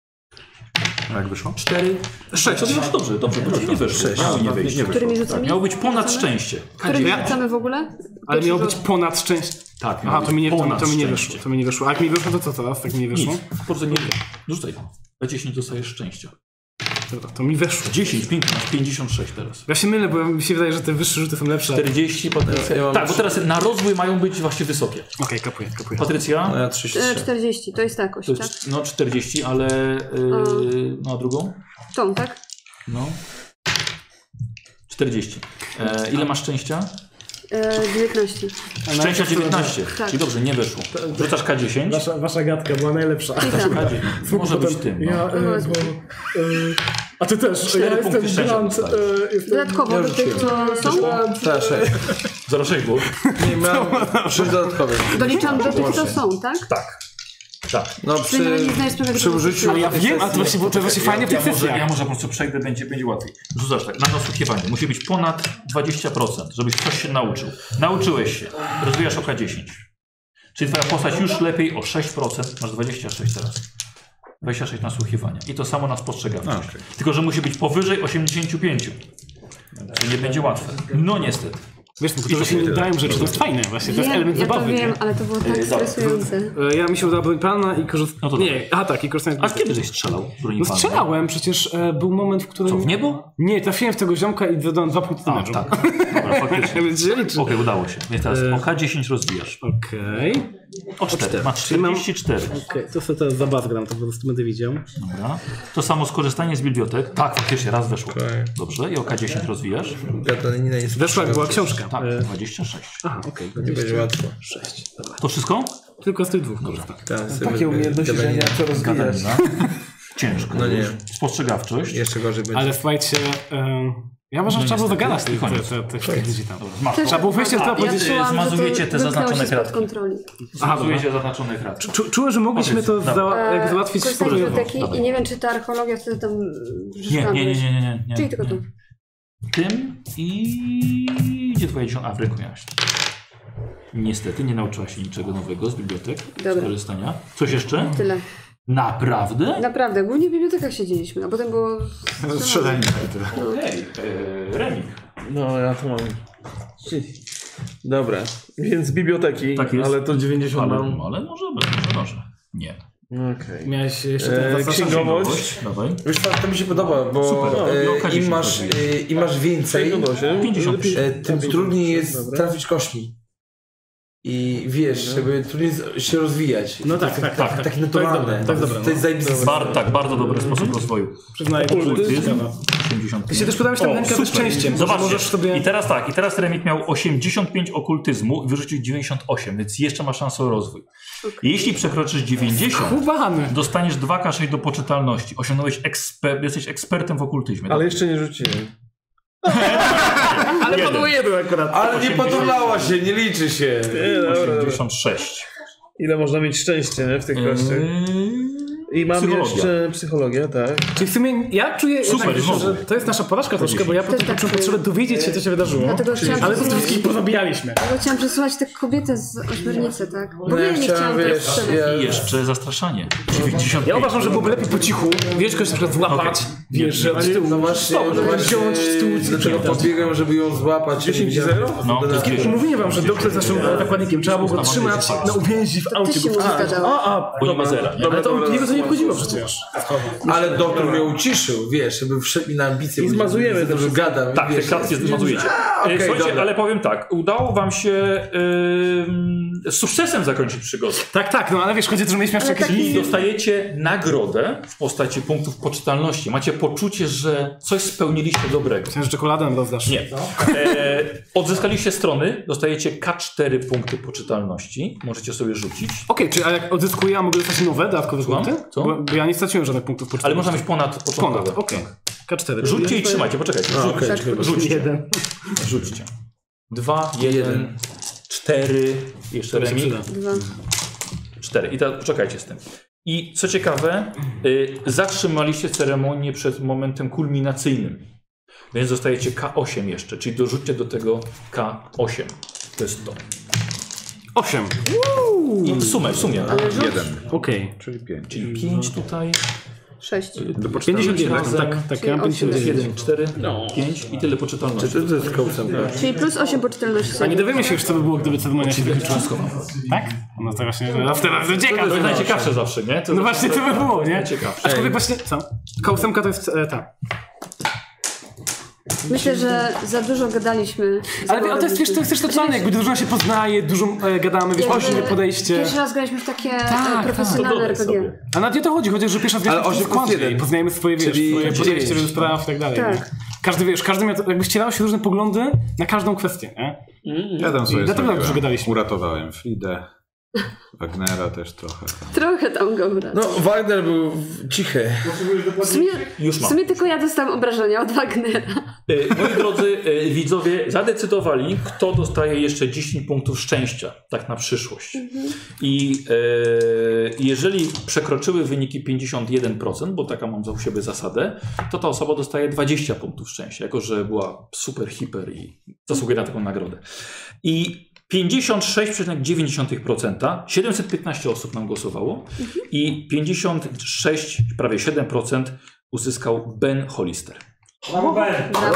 A jak wyszło? cztery, sześć. To już dobrze, dobrze, dobrze. Nie weszło. Miało nie wejść. Którymi rzucami? Miało być ponad szczęście. K Którymi dziewięć. rzucamy w ogóle? Ale Pierwszy miało rzut. być ponad szczęście. Tak, Aha, miało to mi nie, być to, ponad to mi nie szczęście. wyszło, to mi nie wyszło. A jak mi wyszło, to co teraz? Tak mi nie wyszło? Nic, po prostu nie rzucaj to. K dziesięć dostajesz szczęścia. Dobra, to mi weszło. dziesięć, pięknie, masz pięćdziesiąt sześć teraz. Ja się mylę, bo mi się wydaje, że te wyższe rzuty są lepsze. Okej, czterdzieści, Patrycja. Ja mam Tak, bo teraz na rozwój mają być właśnie wysokie. kapuję, kapuję. Patrycja? No ja trzydzieści E, trzy. czterdzieści, to jest ta jakość, To tak? jest, no czterdzieści, ale yy, no a drugą? Tą, tak? No. czterdzieści. E, ile masz szczęścia? E, dziewiętnaście. Szczęścia dziewiętnaście. Tak. Czyli dobrze, nie weszło. Rzucasz K dziesięć. Wasza, wasza gadka była najlepsza. I tak. K dziesięć. Może być tym. No. Ja, e, bo, e, a ty też, Cztery ja punkty jestem szczęścia Grant, dostajesz. e, jestem... Dodatkowo do tych, co są, Tak, sześć. zero sześć było? Nie, miałem sześć dodatkowych. doliczam do tych, co są, tak? Tak. Tak. No Czyli przy, nie znajdziesz prawie przy tego użyciu... punktu. Ja wiem, a to właśnie, bo to właśnie fajnie w tych Ja może, sesjach. ja może po prostu przejdę, będzie, będzie łatwiej. Rzucasz tak, na nasłuchiwanie. Musi być ponad dwadzieścia procent, żebyś coś się nauczył. Nauczyłeś się. Rozwijasz o K dziesięć. Czyli twoja postać już lepiej o sześć procent. Masz dwadzieścia sześć teraz. dwadzieścia sześć nasłuchiwania. I to samo na spostrzegawczość. Okay. Tylko, że musi być powyżej osiemdziesiąt pięć. To nie będzie łatwe. No niestety. Wiesz, bo to się nie dają rzeczy, to jest fajne właśnie, to jest Wiem, element ja to zabawy. wiem, nie? ale to było tak Yy, dobra. stresujące. E, Ja mi się udało broń palna i korzystałem... No to nie, aha tak, i korzystałem A z... kiedy żeś strzelał? Broni No palnej? strzelałem, przecież e, był moment, w którym... Co, w niebo? Nie, trafiłem w tego ziomka i dodałem dwa punkty A, damage'u. tak. Dobra, faktycznie. Więc się liczy. Okej, udało się. Więc teraz o K dziesięć rozwijasz. Okej. O cztery. Masz Czyli mam- czterdzieści cztery. Okej, to sobie teraz zabazgram, to po prostu będę widział. Dobra. To samo skorzystanie z bibliotek. Tak, faktycznie raz weszło. Okej. Dobrze. I o K dziesięć rozwijasz. Gadanina jest Weszła jak była książka. Tak, E, dwadzieścia sześć. aha, okej. Nie będzie łatwo. sześć. Dobra. To wszystko? Tylko z tych dwóch korzystam. Tak, sobie Takie umiejętności, że nie gadanina. wiem co rozwijać. Gadanina. Ciężko. No nie. Spostrzegawczość. Jeszcze gorzej będzie. Ale słuchajcie, e, ja uważam, No że trzeba było niestety, zagadać tych koniec. te, te, te, te ludzi tam. Masz. Też Trzeba było wejść tak, w to, ja powiedzieć, czułam, że to zmazujecie te wymknęło zaznaczone się spod kratki. kontroli. Aha, Zmazujecie zaznaczone kratki. Czu, czułem, że mogliśmy to Dobra. za, jak załatwić Korzystanie z spokojowo. biblioteki i nie wiem, czy ta archeologia wtedy tam Nie, rzucała. nie, nie, nie, nie, nie, nie. Czyli tylko tu. Tym i... Gdzie twoja dziesiątka? A, w ręku miałaś. Niestety nie nauczyła się niczego nowego z bibliotek. Dobra. Z korzystania. Coś jeszcze? Tyle. Naprawdę? Naprawdę, głównie w bibliotekach siedzieliśmy, a potem było... Strzelanie. Ej, e, Remik. No ja to mam. Dobra, więc z biblioteki, Tak jest. ale to dziewięćdziesiąt Ale, mam. ale może być, może może. Nie. Okej. Miałeś jeszcze ten E, zastraszanie. księgowość. Dawaj. Wiesz co, to mi się podoba, bo Super. e, No, okazji im, się masz, okazji. e, im masz więcej, osiem. pięćdziesiąt trzy. e, tym trudniej jest trafić kośćmi. I wiesz, żeby trudniej z- się rozwijać. No To tak, jest tak, tak, tak. Tak To jest naturalne. dobre, to jest dobre, To jest no. zajebiste. Bar, tak, bardzo dobry sposób rozwoju. Przyznaję, Okultyzm. to osiemdziesiąt Ty się też podałeś tam rękę ze szczęściem. Zobaczcie. Możesz sobie... I teraz tak, i teraz Remik miał osiemdziesiąt pięć okultyzmu i wyrzucił dziewięćdziesiąt osiem, więc jeszcze ma szansę o rozwój. Jeśli przekroczysz dziewięćdziesiąt, Kubany. dostaniesz dwa K sześć do poczytalności. Osiągnąłeś eksper- jesteś ekspertem w okultyzmie. Ale jeszcze nie rzuciłem. Ale to było jeden akurat. Ale nie poturlała się, nie liczy się. Nie, dobra, dobra. osiemdziesiąt sześć. Ile można mieć szczęścia, nie? W tych kościach. I mam Psychologia. jeszcze psychologię, tak. Czyli w sumie ja czuję, Super, jednak, znowu. że to jest nasza porażka troszkę, bo ja po Też prostu tak czułem czuję. potrzebę dowiedzieć się, co się wydarzyło. Dlatego chciałam Ale po prostu przesłuchać- wszystkich pozabijaliśmy. Bo chciałam przesłuchać tę kobietę z ośmiornicy, tak? Bo No ja ja nie chciałam, chciałam wiesz, teraz strzelać. ja- I jeszcze zastraszanie. dziewięćdziesiąt Ja uważam, że byłoby lepiej po cichu, wiesz, kogoś na przykład złapać, wiesz, że od tyłu. No właśnie, Stop, no właśnie wziąć z tyłu dlaczego pobiegłem, żeby ją złapać. dziesięć zero? No, to jest I mówię wam, że doktor zaszł zakładnikiem, trzeba było go trzymać na uwięzi w aucie. Też się Go mu wrzucać. zgadzało. A, a, Bo nie ma zera. Nie? ale to jego to nie wchodziło przecież. Ale doktor mnie uciszył, wiesz, żeby wszedł mi na ambicje. I bo zmazujemy że to dużo gadam. Tak, te wiesz. klatki zmazujecie. okej, Okay, Słuchajcie, dobra. ale powiem tak, udało wam się yy, z sukcesem zakończyć przygodę. Tak, tak, no ale wiesz, chodzi o to, że mieliśmy jeszcze Ale jakieś... taki- I dostajecie nagrodę w postaci punktów poczytalności. Macie poczucie, że coś spełniliście dobrego. Myślałem, że czekoladę nam rozdasz. Nie. E, odzyskaliście strony, dostajecie K cztery punkty poczytalności. Możecie sobie rzucić. Okej, czy a jak odzyskuję, a mogę dostać nowe, dodatkowe Słucham? punkty? Co? Bo, bo ja nie straciłem żadnych punktów Ale poczytalności. można mieć ponad początkowe. Ponad, okej. K cztery. Rzućcie i trzymajcie, poczekajcie. A, Rzućcie. okej, czekaj, Rzućcie. Jeden. Rzućcie. Dwa, jeden, cztery, jeszcze To mi się remis. przyda. Dwa. Cztery. I teraz poczekajcie z tym. I co ciekawe, y, zatrzymaliście ceremonię przed momentem kulminacyjnym. Więc dostajecie K osiem jeszcze, czyli dorzućcie do tego K osiem. To jest to. Osiem. I w sumie, w sumie. Jeden, Okej. czyli pięć. Czyli pięć tutaj. Sześć. pięćdziesiąt jeden, razem. tak, tak, ja mam Czyli pięćdziesiąt osiem. jeden. jeden, cztery, pięć i tyle poczytalności. To jest kołcem, tak? Czyli plus osiem poczytalności. A nie dowiemy się już, co by było, gdyby ceremonia się wykończyła. Tak? No to właśnie, że teraz teraz ucieka. To jest najciekawsze zawsze, nie? To No właśnie, co by było, nie? Najciekawsze. Aczkolwiek właśnie, co? Kołsemka to jest e, ta. Myślę, że za dużo gadaliśmy. Ale, ale to jest, wiesz, to jest też totalne, jakby drużyna się poznaje, dużo e, gadamy, wiesz, Jakby inne podejście. Pierwszy raz graliśmy w takie tak, e, profesjonalne to R P dodaj G. A nawet nie o to chodzi, chodzi, że pierwszy raz Ale graliśmy osiem w składzie plus jeden. i poznajemy swoje, wiesz, Czyli swoje dziewięć. podejście do spraw i tak dalej. Tak. nie? Każdy, wiesz, każdy miał, jakby ścierały się różne poglądy na każdą kwestię, nie? Ja tam sobie I dlatego tak dużo zrobiłem. gadaliśmy. Uratowałem Fridę. Wagnera też trochę. Trochę tam go brać. No, Wagner był cichy. W sumie, Już w mam. sumie tylko ja dostałam obrażenia od Wagnera. Y, Moi drodzy y, widzowie, zadecydowali, kto dostaje jeszcze dziesięć punktów szczęścia, tak na przyszłość. I y, jeżeli przekroczyły wyniki pięćdziesiąt jeden procent, bo taka mam za siebie zasadę, to ta osoba dostaje dwadzieścia punktów szczęścia, jako że była super, hiper i zasługuje na taką nagrodę. I pięćdziesiąt sześć przecinek dziewięć procent, siedemset piętnaście osób nam głosowało i pięćdziesiąt sześć, prawie siedem procent uzyskał Ben Hollister. Brawo, Ben.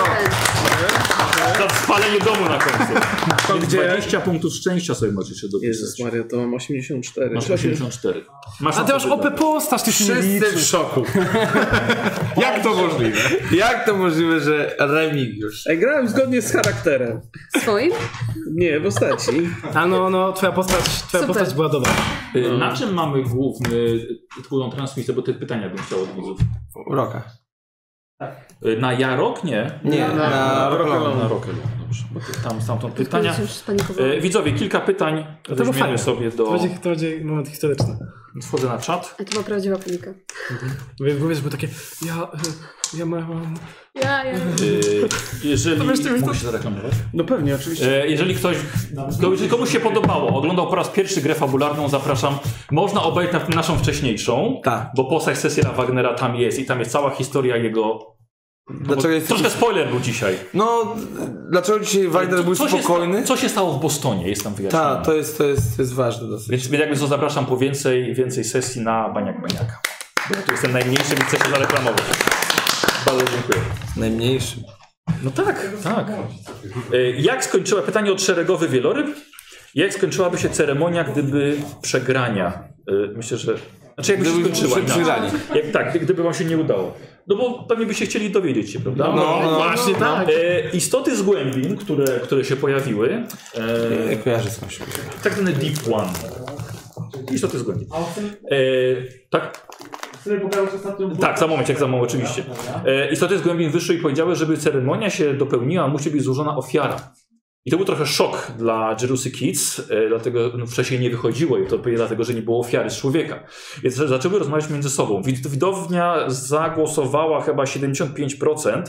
Za spalenie domu na końcu. Więc gdzie? dwadzieścia punktów szczęścia sobie możecie dopisać. Jezus Maria, to mam osiemdziesiąt cztery. Masz osiemdziesiąt cztery. Masz A ty masz O P postać, ty się nie Wszyscy w liczy. szoku. Jak to możliwe? Jak to możliwe, że Remigiusz? Ej, grałem zgodnie z charakterem. Swoim? Nie, w postaci. A no, no, twoja postać, twoja Super. postać była dobra. Y, Na czym mamy główny, główną transmisję, bo te pytania bym chciał od widzów. Roka. Y, Na Jarok? Nie. Nie, na, Na Roka. Rokę. Dobrze, bo to tam stamtąd pytania. Już spanikowałam. Y, Widzowie, kilka pytań To było weźmiemy fajne. sobie To do... będzie, to będzie moment historyczny. Wchodzę na czat. A to była prawdziwa panika. Wiesz, bo wiesz, było takie, ja, y, ja mam... Ja, ja. Y, Jeżeli... Mogę się zareklamować? No pewnie, oczywiście. E, Jeżeli ktoś, kto- jeżeli komuś się podobało, oglądał po raz pierwszy grę fabularną, zapraszam. Można obejrzeć na- naszą wcześniejszą, Tak. bo postać Cecila Wagnera tam jest i tam jest cała historia jego... Dlaczego jest Troszkę spoiler był dzisiaj. No, dlaczego dzisiaj Wagner był co, się spokojny? sta- co się stało w Bostonie, jest tam wyjaśnione. Tak, to jest, to, jest, to jest ważne dosyć. Więc, więc jakby co, zapraszam po więcej, więcej sesji na Baniak Baniaka. Bo ja tu jestem najmniejszy, więc chcę się zareklamować. Bardzo dziękuję. Najmniejszy. No tak, tak. E, Jak skończyła, pytanie od szeregowy wieloryb. Jak skończyłaby się ceremonia, gdyby przegrania? E, Myślę, że... Znaczy jakby się Gdyby skończyła. przy- przegrali. Jak, tak, gdyby wam się nie udało. No bo pewnie by się chcieli dowiedzieć się, prawda? No, no, Właśnie tak. E, istoty z głębin, które, które się pojawiły, e, Nie kojarzę skądś. tak zwane Deep One. Istoty z głębin. E, tak? Tak, za moment, jak za moment, oczywiście. E, istoty z głębin wyszły i powiedziały, żeby ceremonia się dopełniła, musi być złożona ofiara. I to był trochę szok dla Jerusy Kids, e, dlatego no, wcześniej nie wychodziło i to dlatego, że nie było ofiary z człowieka. Więc zaczęły rozmawiać między sobą. Wid- Widownia zagłosowała chyba siedemdziesiąt pięć procent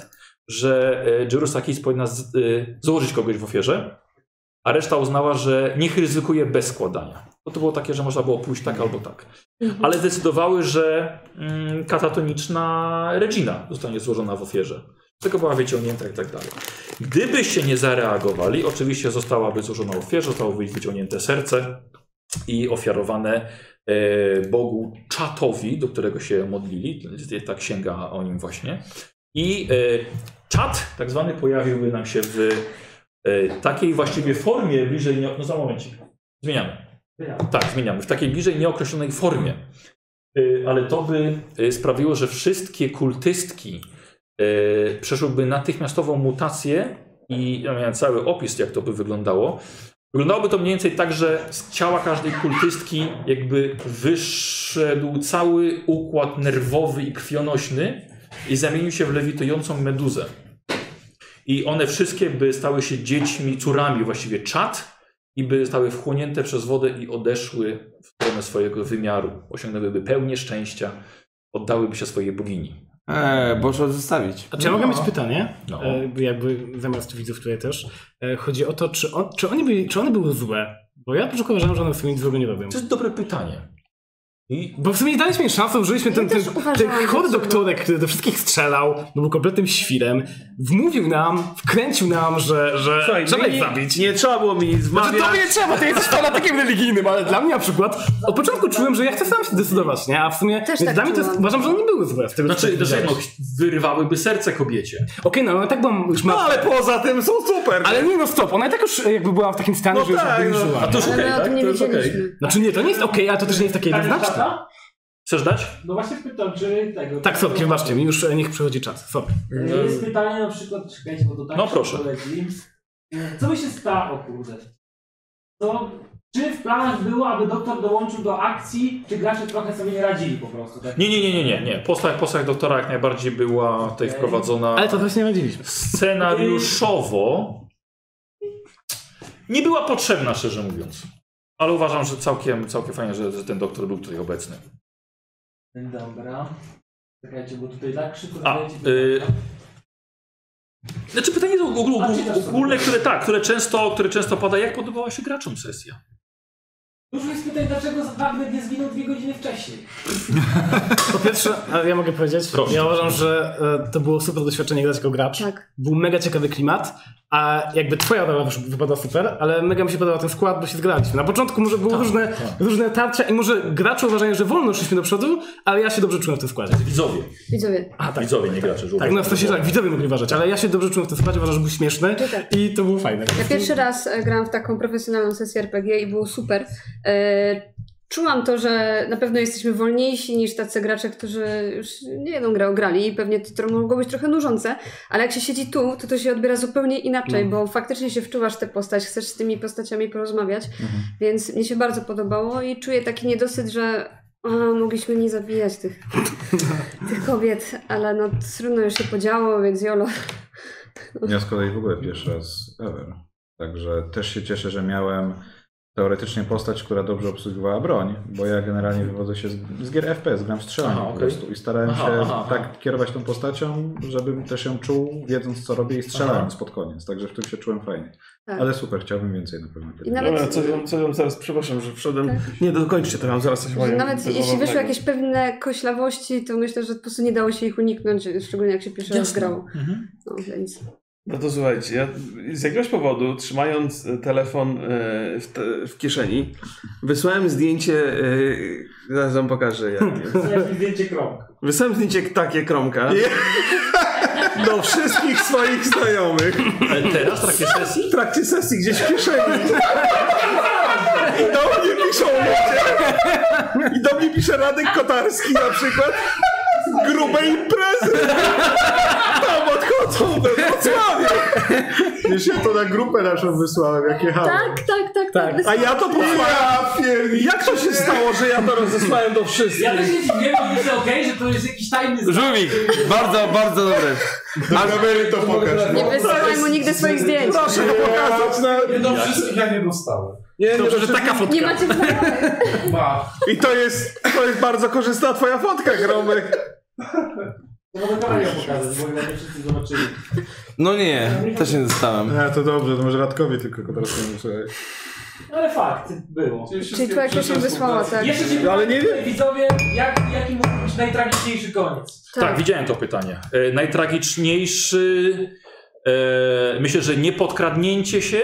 że Jerusakis powinna z, y, złożyć kogoś w ofierze, a reszta uznała, że niech ryzykuje bez składania. Bo to było takie, że można było pójść tak albo tak. Ale zdecydowały, że mm, katatoniczna Regina zostanie złożona w ofierze. Tylko była wyciągnięta i tak dalej. Gdybyście nie zareagowali, oczywiście zostałaby złożona w ofierze, zostałoby wyciągnięte serce i ofiarowane e, Bogu Czatowi, do którego się modlili. Ta księga o nim właśnie. I e, Czat tak zwany pojawiłby nam się w e, takiej właściwie formie bliżej... Nie... No za momencik. Zmieniamy. Tak, zmieniamy. W takiej bliżej nieokreślonej formie. E, ale to by e, sprawiło, że wszystkie kultystki e, przeszłyby natychmiastową mutację i ja miałem cały opis, jak to by wyglądało. Wyglądałoby to mniej więcej tak, że z ciała każdej kultystki jakby wyszedł cały układ nerwowy i krwionośny i zamienił się w lewitującą meduzę. I one wszystkie by stały się dziećmi, córami właściwie Czat i by zostały wchłonięte przez wodę i odeszły w stronę swojego wymiaru. Osiągnęłyby pełnię szczęścia, oddałyby się swojej bogini. Eee, bo trzeba zostawić. A czy ja mogę mieć pytanie? No. E, jakby zamiast widzów tutaj też. E, chodzi o to, czy, on, czy, oni byli, czy one były złe? Bo ja na początku uważałem, że one w sumie nic złego nie robią. To jest dobre pytanie. I... Bo w sumie nie daliśmy im szansę, użyliśmy Ja ten, ten, też ten uważałam, chory że doktorek, który do wszystkich strzelał, był kompletnym świrem, wmówił nam, wkręcił nam, że, że Słuchaj, trzeba ich nie, zabić. nie trzeba było mi nic Znaczy wmawiać. to nie trzeba, ty jesteś fanatykiem religijnym, ale dla mnie na przykład od początku czułem, że ja chcę sam się decydować, nie? A w sumie Też więc tak dla mnie to jest, czułam. uważam, że one nie były złe. Z tego, co Znaczy, tak znaczy no, widziałeś. wyrywałyby serce kobiecie. Okej, no ale tak byłam już... No ale poza tym są super. Ale nie no stop, ona i tak już jakby była w takim stanie, No że już tak, jakby no. nie żyła. A to już Ale okej, my o tak? tym nie To jest okej. wiedzieliśmy. Znaczy nie, to nie jest okej, ale to też nie jest takie jednoznaczne. Chcesz dać? No właśnie pytam, czy tego... Tak, sorry, wybaczcie mi, już e, niech przechodzi czas. Sorry. Jest pytanie na przykład, czekajcie, bo to tak No się proszę. poleci. Co by się stało, kurde? To, czy w planach było, aby doktor dołączył do akcji, czy gracze trochę sobie nie radzili po prostu? Tak? Nie, nie, nie, nie, nie, nie. Postać, postać doktora jak najbardziej była tutaj Okej. wprowadzona Ale to też nie radziliśmy. scenariuszowo. Nie była potrzebna, szczerze mówiąc. Ale uważam, że całkiem, całkiem fajnie, że, że ten doktor był tutaj obecny. Dobra. Czekajcie, bo tutaj tak szybko A, zadajecie y- pytania. Znaczy pytanie jest ogólne, A, czytasz sobie. ogólne które tak, które często, które często pada. Jak podobała się graczom sesja? Dużo jest pytań, dlaczego Wagner nie zginął dwie godziny wcześniej. Po pierwsze, ale ja mogę powiedzieć, Proszę. ja uważam, że e, to było super doświadczenie grać jako gracz. Tak. Był mega ciekawy klimat, a jakby twoja rola wysz- wypada super, ale mega mi się podobał ten skład, bo się zgraliśmy. Na początku może były różne, różne tarcia i może gracze uważają, że wolno szliśmy do przodu, ale ja się dobrze czułem w tym składzie. Widzowie. Widzowie. A tak. Widzowie, nie gracze. Tak, no w sensie tak, widzowie mogli uważać, ale ja się dobrze czułem w tym składzie, uważam, że był śmieszny Tak. i to było fajne. Ja pierwszy raz e, grałam w taką profesjonalną sesję R P G i było super. E, Czułam to, że na pewno jesteśmy wolniejsi niż tacy gracze, którzy już nie jedną grę grali i pewnie to, to mogło być trochę nużące, ale jak się siedzi tu, to to się odbiera zupełnie inaczej, bo faktycznie się wczuwasz w tę postać, chcesz z tymi postaciami porozmawiać, więc mnie się bardzo podobało i czuję taki niedosyt, że a, mogliśmy nie zabijać tych, tych kobiet, ale no trudno już się podziało, więc jolo. Ja z kolei w ogóle pierwszy raz ever. Także też się cieszę, że miałem teoretycznie postać, która dobrze obsługiwała broń, bo ja generalnie wywodzę się z, z gier F P S, gram w strzelanie Aha, po okej. prostu i starałem Aha, się aha, tak aha. kierować tą postacią, żebym też ją czuł, wiedząc co robię i strzelając pod koniec, także w tym się czułem fajnie. Tak. Ale super, chciałbym więcej na pewno. I nawet, Dobra, co, wam- co wam zaraz, przepraszam, że wszedłem. Tak. Nie, dokończcie to, mam zaraz coś że powiem. nawet jeśli wyszły zabawnego. jakieś pewne koślawości, to myślę, że po prostu nie dało się ich uniknąć, szczególnie jak się pierwszy raz grało. No, więc... No to słuchajcie, ja z jakiegoś powodu, trzymając e, telefon e, w, te, w kieszeni, wysłałem zdjęcie, e, zaraz wam pokażę jak. Zrobię zdjęcie krąg. Wysłałem zdjęcie takie Kromka do wszystkich swoich znajomych Ale teraz w trakcie sesji? w trakcie sesji gdzieś w kieszeni. I do mnie piszą ludzie. I do mnie pisze Radek Kotarski na przykład. Grube imprezy. Tam odchodzą we Wrocławiu. Wiesz, ja to na grupę naszą wysłałem, jak jechałem. Tak, tak, tak, tak. A ja to posłałem. Jak to się stało, że ja to rozesłałem do wszystkich? Ja też się dziwiłem, bo myślę, okej, że to jest jakiś tajny znak. Żółwik, bardzo, bardzo dobre. Kamery to pokaż. Nie wysyłaj mu nigdy swoich zdjęć. Proszę go pokazać. No. Nie do wszystkich ja nie dostałem. Nie, nie, Dobrze, że dobrze, taka fotka. Nie macie znajomych. Ma. I to jest, to jest bardzo korzystna twoja fotka, Gromek. To mogę kamerę pokazać, bo chyba nie wszyscy zobaczyli. No nie, też nie dostałem. A, to dobrze, to może Radkowi tylko teraz nie muszę. Ale fakt, było. Czyli twoja Krysia wysłała, tak? Jeszcze się ale nie wiem. Widzowie, jak, jaki mógł być najtragiczniejszy koniec? Tak, tak widziałem to pytanie. E, najtragiczniejszy, e, myślę, że nie podkradnięcie się,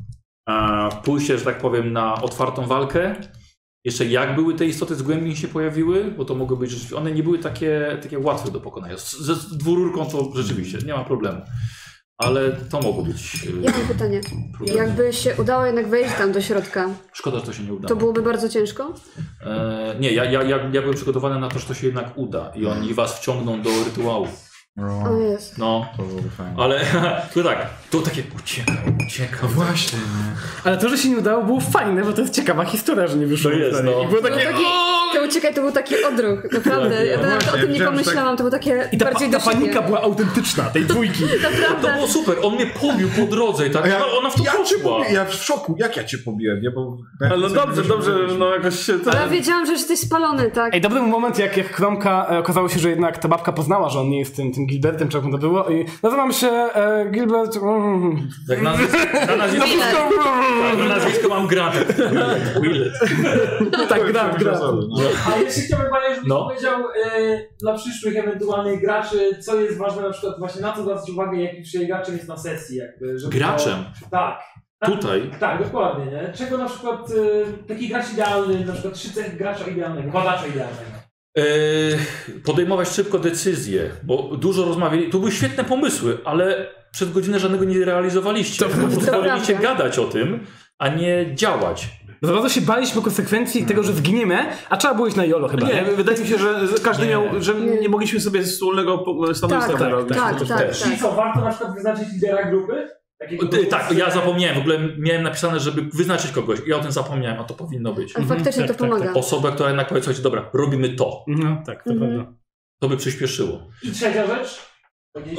a pójście, że tak powiem, na otwartą walkę. Jeszcze jak były te istoty z głębin się pojawiły, bo to mogły być rzeczywiście, one nie były takie, takie łatwe do pokonania. Z, z dwururką to rzeczywiście nie ma problemu. Ale to mogło być. Yy, ja mam pytanie. Problem. Jakby się udało jednak wejść tam do środka. Szkoda, że to się nie udało. To byłoby bardzo ciężko? E, nie, ja, ja, ja, ja byłem przygotowany na to, że to się jednak uda i oni was wciągną do rytuału. No, o jest. No, to byłoby fajnie. Ale to tak, to takie uciekaj, uciekaj. No właśnie. Ale to, że się nie udało, było fajne, bo to jest ciekawa historia, że nie wyszło. To jest, no. I było takie... Taki, to uciekaj, to był taki odruch, naprawdę. Ja no nawet właśnie, o tym nie widziałem, pomyślałam, to było takie I ta, bardziej ta do siebie. panika była autentyczna, tej dwójki. To było super, on mnie pobił po drodze i tak, ja, ona w to ja poszła. Ja w szoku, jak ja cię pobiłem, nie? Bo... Ale no dobrze, dobrze, no jakoś się... Ale ja wiedziałam, że jesteś spalony, tak? Ej, to był moment, jak, jak Kromka e, okazało się, że jednak ta babka poznała, że on nie jest tym, tym Gilbertem, czy jak to było. I nazywam się e, Gilbert... Mm. Jak na nazwisko, na nazwisko, tak, na nazwisko mam Grant. Willet. Tak, Grant, Grant. A jeszcze chciałbym panie, żebyś No. powiedział e, dla przyszłych ewentualnych graczy, co jest ważne na przykład właśnie na co zwracać uwagę, jaki przyjdzie graczem jest na sesji. Jakby, żeby Graczem? To, tak. Tutaj? Tak, dokładnie. Nie? Czego na przykład e, taki gracz idealny, na przykład trzy cechy gracza idealnego, badacza idealnego. Yy, podejmować szybko decyzje, bo dużo rozmawiali, to były świetne pomysły, ale przez godzinę żadnego nie realizowaliście. Po prostu woleliście gadać o tym, a nie działać. Za bardzo się baliśmy konsekwencji tego, że zginiemy, a trzeba było iść na jolo chyba. Nie, Nie? wydaje mi się, że każdy Nie. miał, że Nie. nie mogliśmy sobie wspólnego po- stanowiska Tak, tak, wyrobić. tak, tak, tak. Czyli co, warto na przykład wyznaczyć lidera grupy? Takiego Yy, tak, ja zapomniałem, w ogóle miałem napisane, żeby wyznaczyć kogoś. Ja o tym zapomniałem, a to powinno być. Ale faktycznie tak, to tak, pomaga. Osoba, która jednak powie, słuchajcie, dobra, robimy to. No tak, to Mhm. prawda. To by przyspieszyło. I trzecia rzecz? Eee,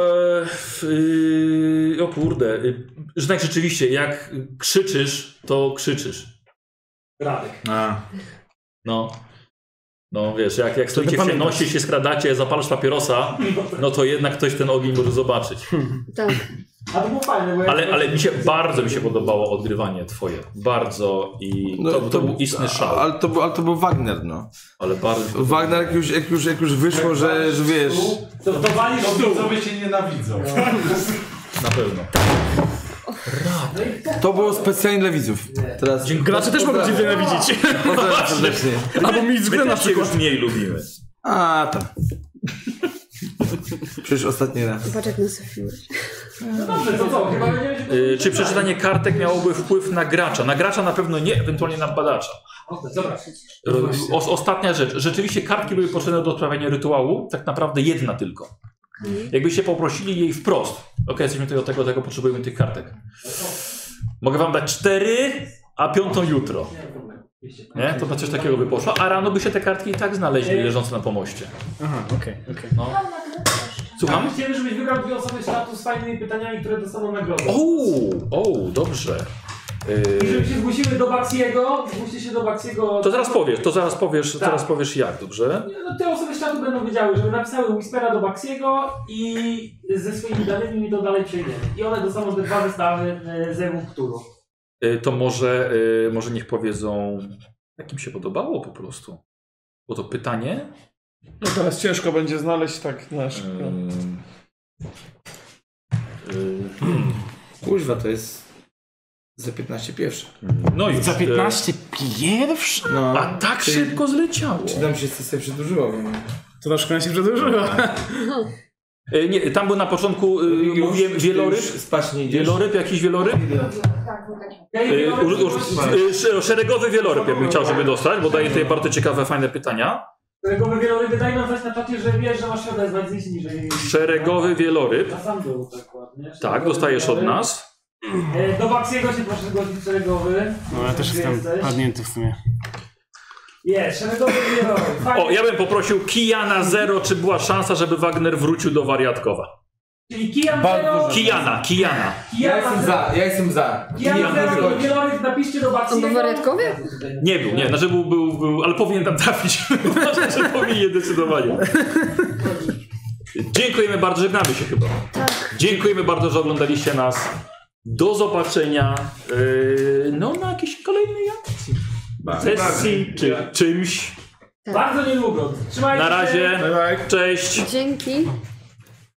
yy, o kurde, yy, że tak rzeczywiście, jak krzyczysz, to krzyczysz. Radek. A. No. No wiesz, jak, jak stoicie w pamiętasz. ciemności, się skradacie, zapalasz papierosa, no to jednak ktoś ten ogień może zobaczyć. Tak. A to było fajne, bo ja Ale, ale mi się bardzo mi się podobało odgrywanie twoje. Bardzo i to, to był istny szał. Ale to, był- ale to był Wagner, no. Ale bardzo. Wagner jak już, jak już, jak już wyszło, że, że wiesz... To, to walisz w dół. Widzowie cię nienawidzą. Na pewno. To było specjalnie dla widzów. Teraz Gracze też mogą cię nienawidzić. pozdrawiam serdecznie. Albo mistrz gry My na też cię przykład. już mniej lubimy. A, tam. Przecież ostatni raz. Patrz jak nas trafiłeś. No dobrze, to co? Chyba będziemy... Yy, czy przeczytanie kartek miałoby wpływ na gracza? Na gracza na pewno nie, ewentualnie na badacza. Dobra. O, ostatnia rzecz. Rzeczywiście kartki były potrzebne do odprawiania rytuału. Tak naprawdę jedna tylko. Jakbyście poprosili jej wprost. Ok, jesteśmy tutaj do tego, tego potrzebujemy tych kartek. Mogę wam dać cztery, a piątą jutro. Nie? To na coś takiego by poszło. A rano by się te kartki i tak znaleźli leżące na pomoście. Aha, okej, okej. No. Słucham? Chciałem, żebyś wybrał dwie osoby z czatu z fajnymi pytaniami, które dostaną nagrodę. O, o, dobrze. I Yy, żeby się zgłosiły do Baxiego, zgłoście się do Baxiego... to zaraz powiesz, to zaraz powiesz, Tak. zaraz powiesz jak, dobrze? No, te osoby z czatu będą wiedziały, żeby napisały Whispera do Baxiego i ze swoimi danymi mi to dalej przejmiemy. I one dostaną te dwa wystawy e, ze Wkturu. Yy, to może, yy, może niech powiedzą, jak im się podobało po prostu. Bo to pytanie. No teraz ciężko będzie znaleźć tak nasz... Yy, yy, Kuźwa, to jest za piętnaście pierwszy. no już. Za piętnaście pierwszy? No. A tak szybko zleciało. Czy nam się coś przedłużyło? To na szkołę się przedłużyło. Yy, nie, tam był na początku, yy, mówiłem, wieloryb. Spać nie idziesz? Wieloryb, jakiś wieloryb? Okej, Yy, wieloryb? u- u- yy, sz- szeregowy wieloryb, jakbym chciał, żeby dostać, bo daje tutaj bardzo ciekawe, fajne pytania. Którego wieloryby daj nam znać na czacie, że wiesz, że masz się odezwać z niżej. Szeregowy wieloryb. A sam był tak ładnie. Tak, dostajesz od nas. E, Do Baxiego się proszę zgłosić szeregowy. No ja też Gdzie jestem jesteś? padnięty w sumie. Jest, szeregowy wieloryb. Fajnie. O, ja bym poprosił Kijana Zero, czy była szansa, żeby Wagner wrócił do wariatkowa. Czyli Kijan Bardzo Zero. dużo. Kijana, Kijana. Kijan za, ja jestem za. Kijan Zero, wieloryb napiszcie do Baxiego. On był wariatkowie? Nie był, nie, znaczy był, był, był ale powinien tam trafić. Uważam, że powinien zdecydowanie. Dziękujemy bardzo, żegnamy się chyba. Tak. Dziękujemy bardzo, że oglądaliście nas. Do zobaczenia yy, no na jakiejś kolejnej akcji. Sesji czy czymś. Bardzo niedługo. Trzymajcie Na razie. się. Cześć. Dzięki.